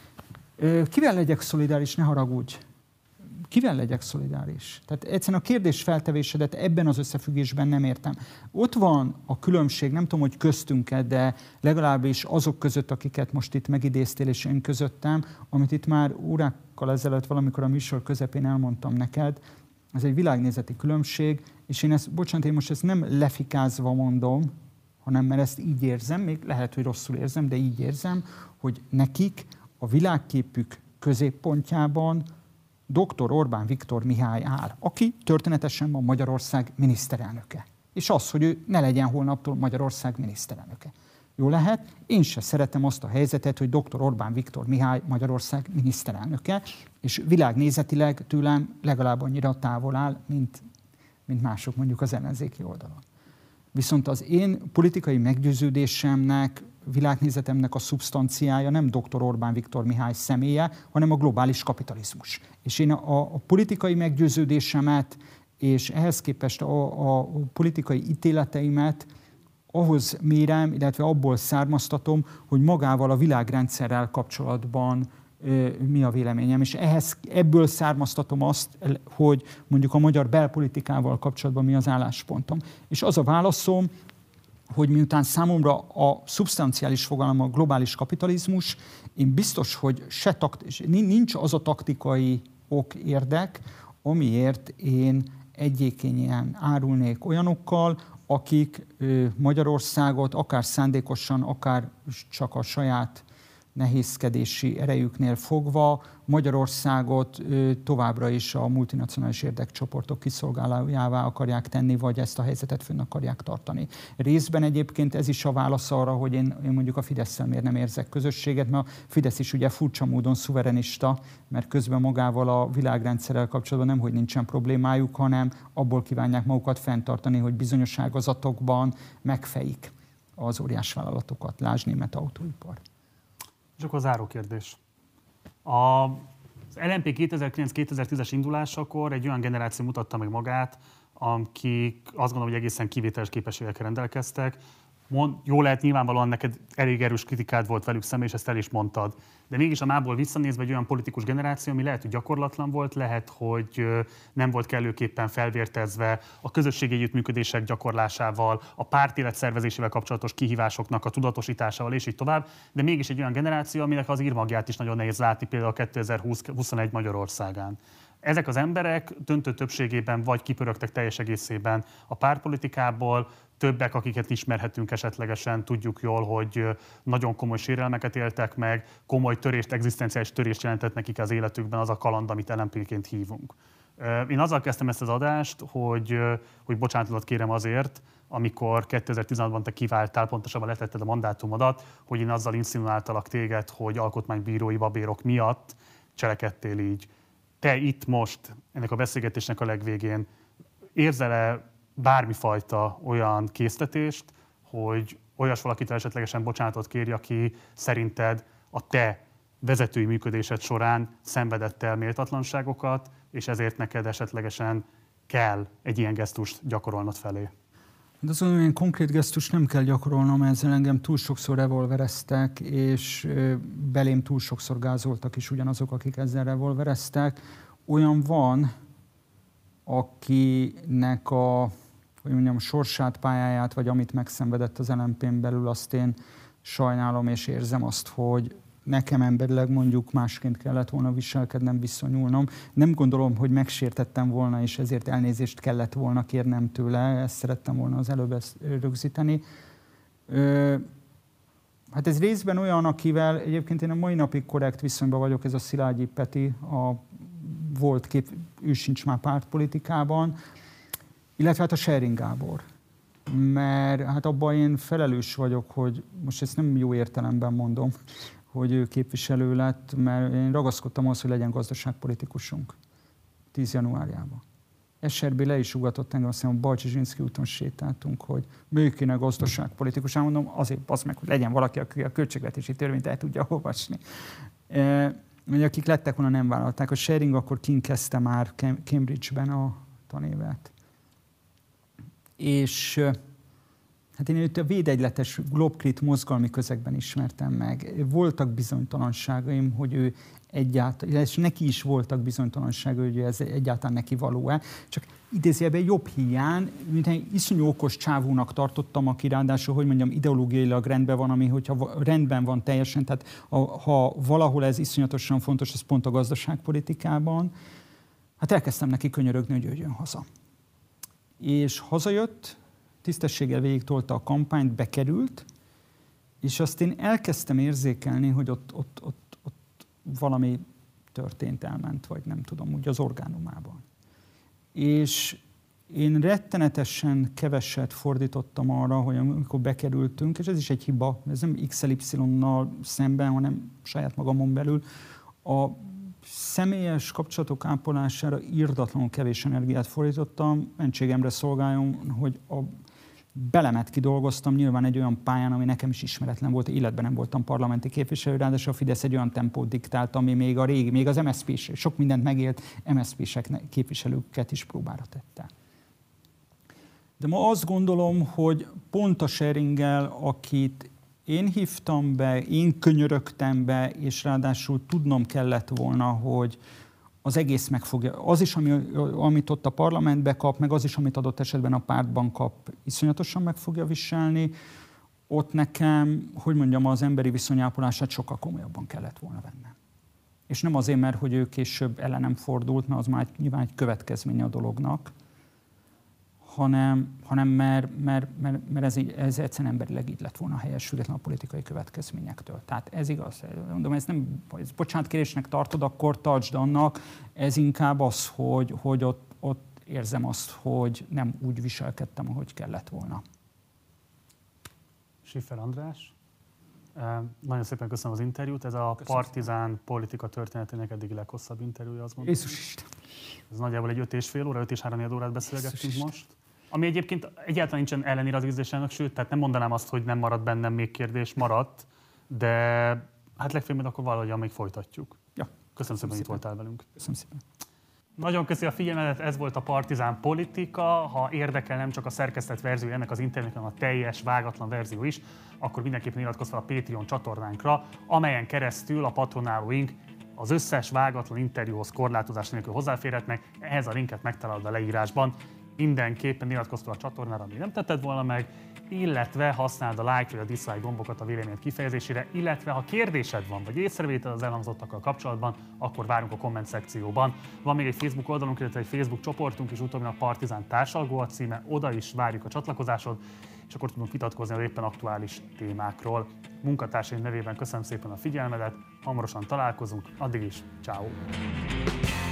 Kivel legyek szolidáris, ne haragudj. Kivel legyek szolidáris? Tehát egyszerűen a kérdés feltevésedet ebben az összefüggésben nem értem. Ott van a különbség, nem tudom, hogy köztünk-e, de legalábbis azok között, akiket most itt megidéztél, és én közöttem, amit itt már órákkal ezelőtt valamikor a műsor közepén elmondtam neked, ez egy világnézeti különbség, és én ezt, bocsánat, én most ezt nem lefikázva mondom, hanem mert ezt így érzem, még lehet, hogy rosszul érzem, de így érzem, hogy nekik a világképük középpontjában dr. Orbán Viktor Mihály áll, aki történetesen van Magyarország miniszterelnöke. És az, hogy ő ne legyen holnaptól Magyarország miniszterelnöke. Jó lehet. Én se szeretem azt a helyzetet, hogy dr. Orbán Viktor Mihály Magyarország miniszterelnöke, és világnézetileg tőlem legalább annyira távol áll, mint mások mondjuk az ellenzéki oldalon. Viszont az én politikai meggyőződésemnek, világnézetemnek a szubstanciája nem dr. Orbán Viktor Mihály személye, hanem a globális kapitalizmus. És én a politikai meggyőződésemet, és ehhez képest a politikai ítéleteimet ahhoz mérem, illetve abból származtatom, hogy magával a világrendszerrel kapcsolatban mi a véleményem. És ebből származtatom azt, hogy mondjuk a magyar belpolitikával kapcsolatban mi az álláspontom. És az a válaszom, hogy miután számomra a szubstanciális fogalom a globális kapitalizmus, én biztos, hogy nincs az a taktikai érdek, amiért én egyékenyen árulnék olyanokkal, akik Magyarországot akár szándékosan, akár csak a saját nehézkedési erejüknél fogva Magyarországot továbbra is a multinacionális érdekcsoportok kiszolgálójává akarják tenni, vagy ezt a helyzetet fönn akarják tartani. Részben egyébként ez is a válasz arra, hogy én mondjuk a Fidesszel miért nem érzek közösséget, mert a Fidesz is ugye furcsa módon szuverenista, mert közben magával a világrendszerrel kapcsolatban nemhogy nincsen problémájuk, hanem abból kívánják magukat fenntartani, hogy bizonyos ágazatokban megfejik az óriásvállalatokat, lásd német autóipar. És akkor a záró kérdés. Az LMP 2009-2010-es indulásakor egy olyan generáció mutatta meg magát, akik azt gondolom, hogy egészen kivételes képességekkel rendelkeztek. Jó lehet, nyilvánvalóan neked elég erős kritikád volt velük szemben, és ezt el is mondtad. De mégis a mából visszanézve egy olyan politikus generáció, ami lehet, hogy gyakorlatlan volt, lehet, hogy nem volt kellőképpen felvértezve a közösségi együttműködések gyakorlásával, a pártélet szervezésével kapcsolatos kihívásoknak a tudatosításával, és így tovább, de mégis egy olyan generáció, aminek az írmagját is nagyon nehéz látni, például a 2020-21 Magyarországán. Ezek az emberek döntő többségében vagy kipörögtek teljes egészében a pártpolitikából, többek, akiket ismerhetünk esetlegesen, tudjuk jól, hogy nagyon komoly sérelmeket éltek meg, komoly törést, egzisztenciális törést jelentett nekik az életükben az a kaland, amit LMP-ként hívunk. Én azzal kezdtem ezt az adást, hogy bocsánatot kérem azért, amikor 2016-ban te kiváltál, pontosabban letetted a mandátumodat, hogy én azzal insinuáltalak téged, hogy alkotmánybírói babérok miatt cselekedtél így. Te itt most, ennek a beszélgetésnek a legvégén érzel-e bármifajta olyan késztetést, hogy olyas valakitől esetlegesen bocsánatot kérj, aki szerinted a te vezetői működésed során szenvedett el méltatlanságokat, és ezért neked esetlegesen kell egy ilyen gesztust gyakorolnod felé? De azon olyan konkrét gesztust nem kell gyakorolnom, ezzel engem túl sokszor revolvereztek, és belém túl sokszor gázoltak is ugyanazok, akik ezzel revolvereztek. Olyan van, akinek a sorsát, pályáját, vagy amit megszenvedett az LMP-n belül, azt én sajnálom, és érzem azt, hogy nekem emberileg mondjuk másként kellett volna viselkednem, viszonyulnom. Nem gondolom, hogy megsértettem volna, és ezért elnézést kellett volna kérnem tőle, ezt szerettem volna az előbb rögzíteni. Hát ez részben olyan, akivel egyébként én a mai napig korrekt viszonyban vagyok, ez a Szilágyi Peti, ő sincs már pártpolitikában, illetve hát a Schering Gábor. Mert hát abban én felelős vagyok, hogy most ezt nem jó értelemben mondom, hogy ő képviselő lett, mert én ragaszkodtam ahhoz, hogy legyen gazdaságpolitikusunk 10 januárjában. SRB le is ugatott engem, azt hiszem, a Balcsizsinszky úton sétáltunk, hogy még kéne gazdaságpolitikus. Mondom, azért basz meg, hogy legyen valaki, aki a költségvetési törvényt el tudja olvasni. Akik lettek volna, nem vállalták. A Schering akkor kint kezdte már Cambridge-ben a tanévet. És hát én őt a védegyletes globkrit mozgalmi közegben ismertem meg. Voltak bizonytalanságaim, hogy ő egyáltalán, és neki is voltak bizonytalanságai, hogy ez egyáltalán neki való-e. Csak idézőjelben jobb hiány, mint egy iszonyú okos csávónak tartottam, aki ráadásul, hogy mondjam, ideológiailag rendben van, ami hogyha rendben van teljesen, tehát ha valahol ez iszonyatosan fontos, ez pont a gazdaságpolitikában, hát elkezdtem neki könyörögni, hogy jöjjön haza. És hazajött, tisztességgel végigtolta a kampányt, bekerült, és azt én elkezdtem érzékelni, hogy ott valami történt, elment, vagy nem tudom, úgy az orgánumában. És Én rettenetesen keveset fordítottam arra, hogy amikor bekerültünk, és ez is egy hiba, ez nem XY-nal szemben, hanem saját magamon belül, a személyes kapcsolatok ápolására irdatlanul kevés energiát fordítottam, mentségemre szolgáljon, hogy a belemet kidolgoztam nyilván egy olyan pályán, ami nekem is ismeretlen volt, életben nem voltam parlamenti képviselő, ráadásul a Fidesz egy olyan tempót diktált, ami még a régi, még az MSZP-s, sok mindent megélt, MSZP-sek képviselőket is próbára tette. De ma azt gondolom, hogy pont a Scheringgel, akit én hívtam be, én könyörögtem be, és ráadásul tudnom kellett volna, hogy az egész megfogja. Az is, amit ott a parlamentbe kap, meg az is, amit adott esetben a pártban kap, iszonyatosan meg fogja viselni. Ott nekem, hogy mondjam, az emberi viszonyápolását sokkal komolyabban kellett volna vennem. És nem azért, mert hogy ő később ellenem fordult, mert az már nyilván egy következménye a dolognak, hanem mert ez egyszerűen emberileg így lett volna helyes, független a politikai következményektől. Tehát ez igaz. Mondom, ez nem, ez bocsánatkérésnek tartod, akkor tartsd annak. Ez inkább az, hogy ott érzem azt, hogy nem úgy viselkedtem, ahogy kellett volna. Schiffer András, nagyon szépen köszönöm az interjút. Ez a Partizán politika történetének eddigi leghosszabb interjúja, azt mondom. Jézus Isten! Ez nagyjából egy 5,5 óra, 5,3 órát beszélgettünk most. Ami egyébként egyáltalán nincsen ellenére az ízlésének, sőt, tehát nem mondanám azt, hogy nem maradt bennem még kérdés, maradt, de hát legfeljebb akkor valahogy még folytatjuk. Ja. Köszönöm szépen, hogy itt voltál velünk. Köszönöm szépen. Nagyon köszi a figyelmet, ez volt a Partizán politika. Ha érdekel nem csak a szerkesztett verzió ennek az interjúnak, hanem a teljes, vágatlan verzió is, akkor mindenképpen iratkozz fel a Patreon csatornánkra, amelyen keresztül a patronálóink az összes vágatlan interjúhoz korlátozás nélkül hozzáférhetnek. Ehhez a linket megtalálod a leírásban. Mindenképpen iratkozz fel a csatornára, ami nem tetted volna meg, illetve használd a like vagy a dislike gombokat a véleményed kifejezésére, illetve ha kérdésed van, vagy észrevétel az elhangzottakkal kapcsolatban, akkor várunk a komment szekcióban. Van még egy Facebook oldalunk, illetve egy Facebook csoportunk is, utóbbi a Partizán társalgó a címe, oda is várjuk a csatlakozásod, és akkor tudunk vitatkozni az éppen aktuális témákról. Munkatársaim nevében köszönöm szépen a figyelmedet, hamarosan találkozunk, addig is, ciao.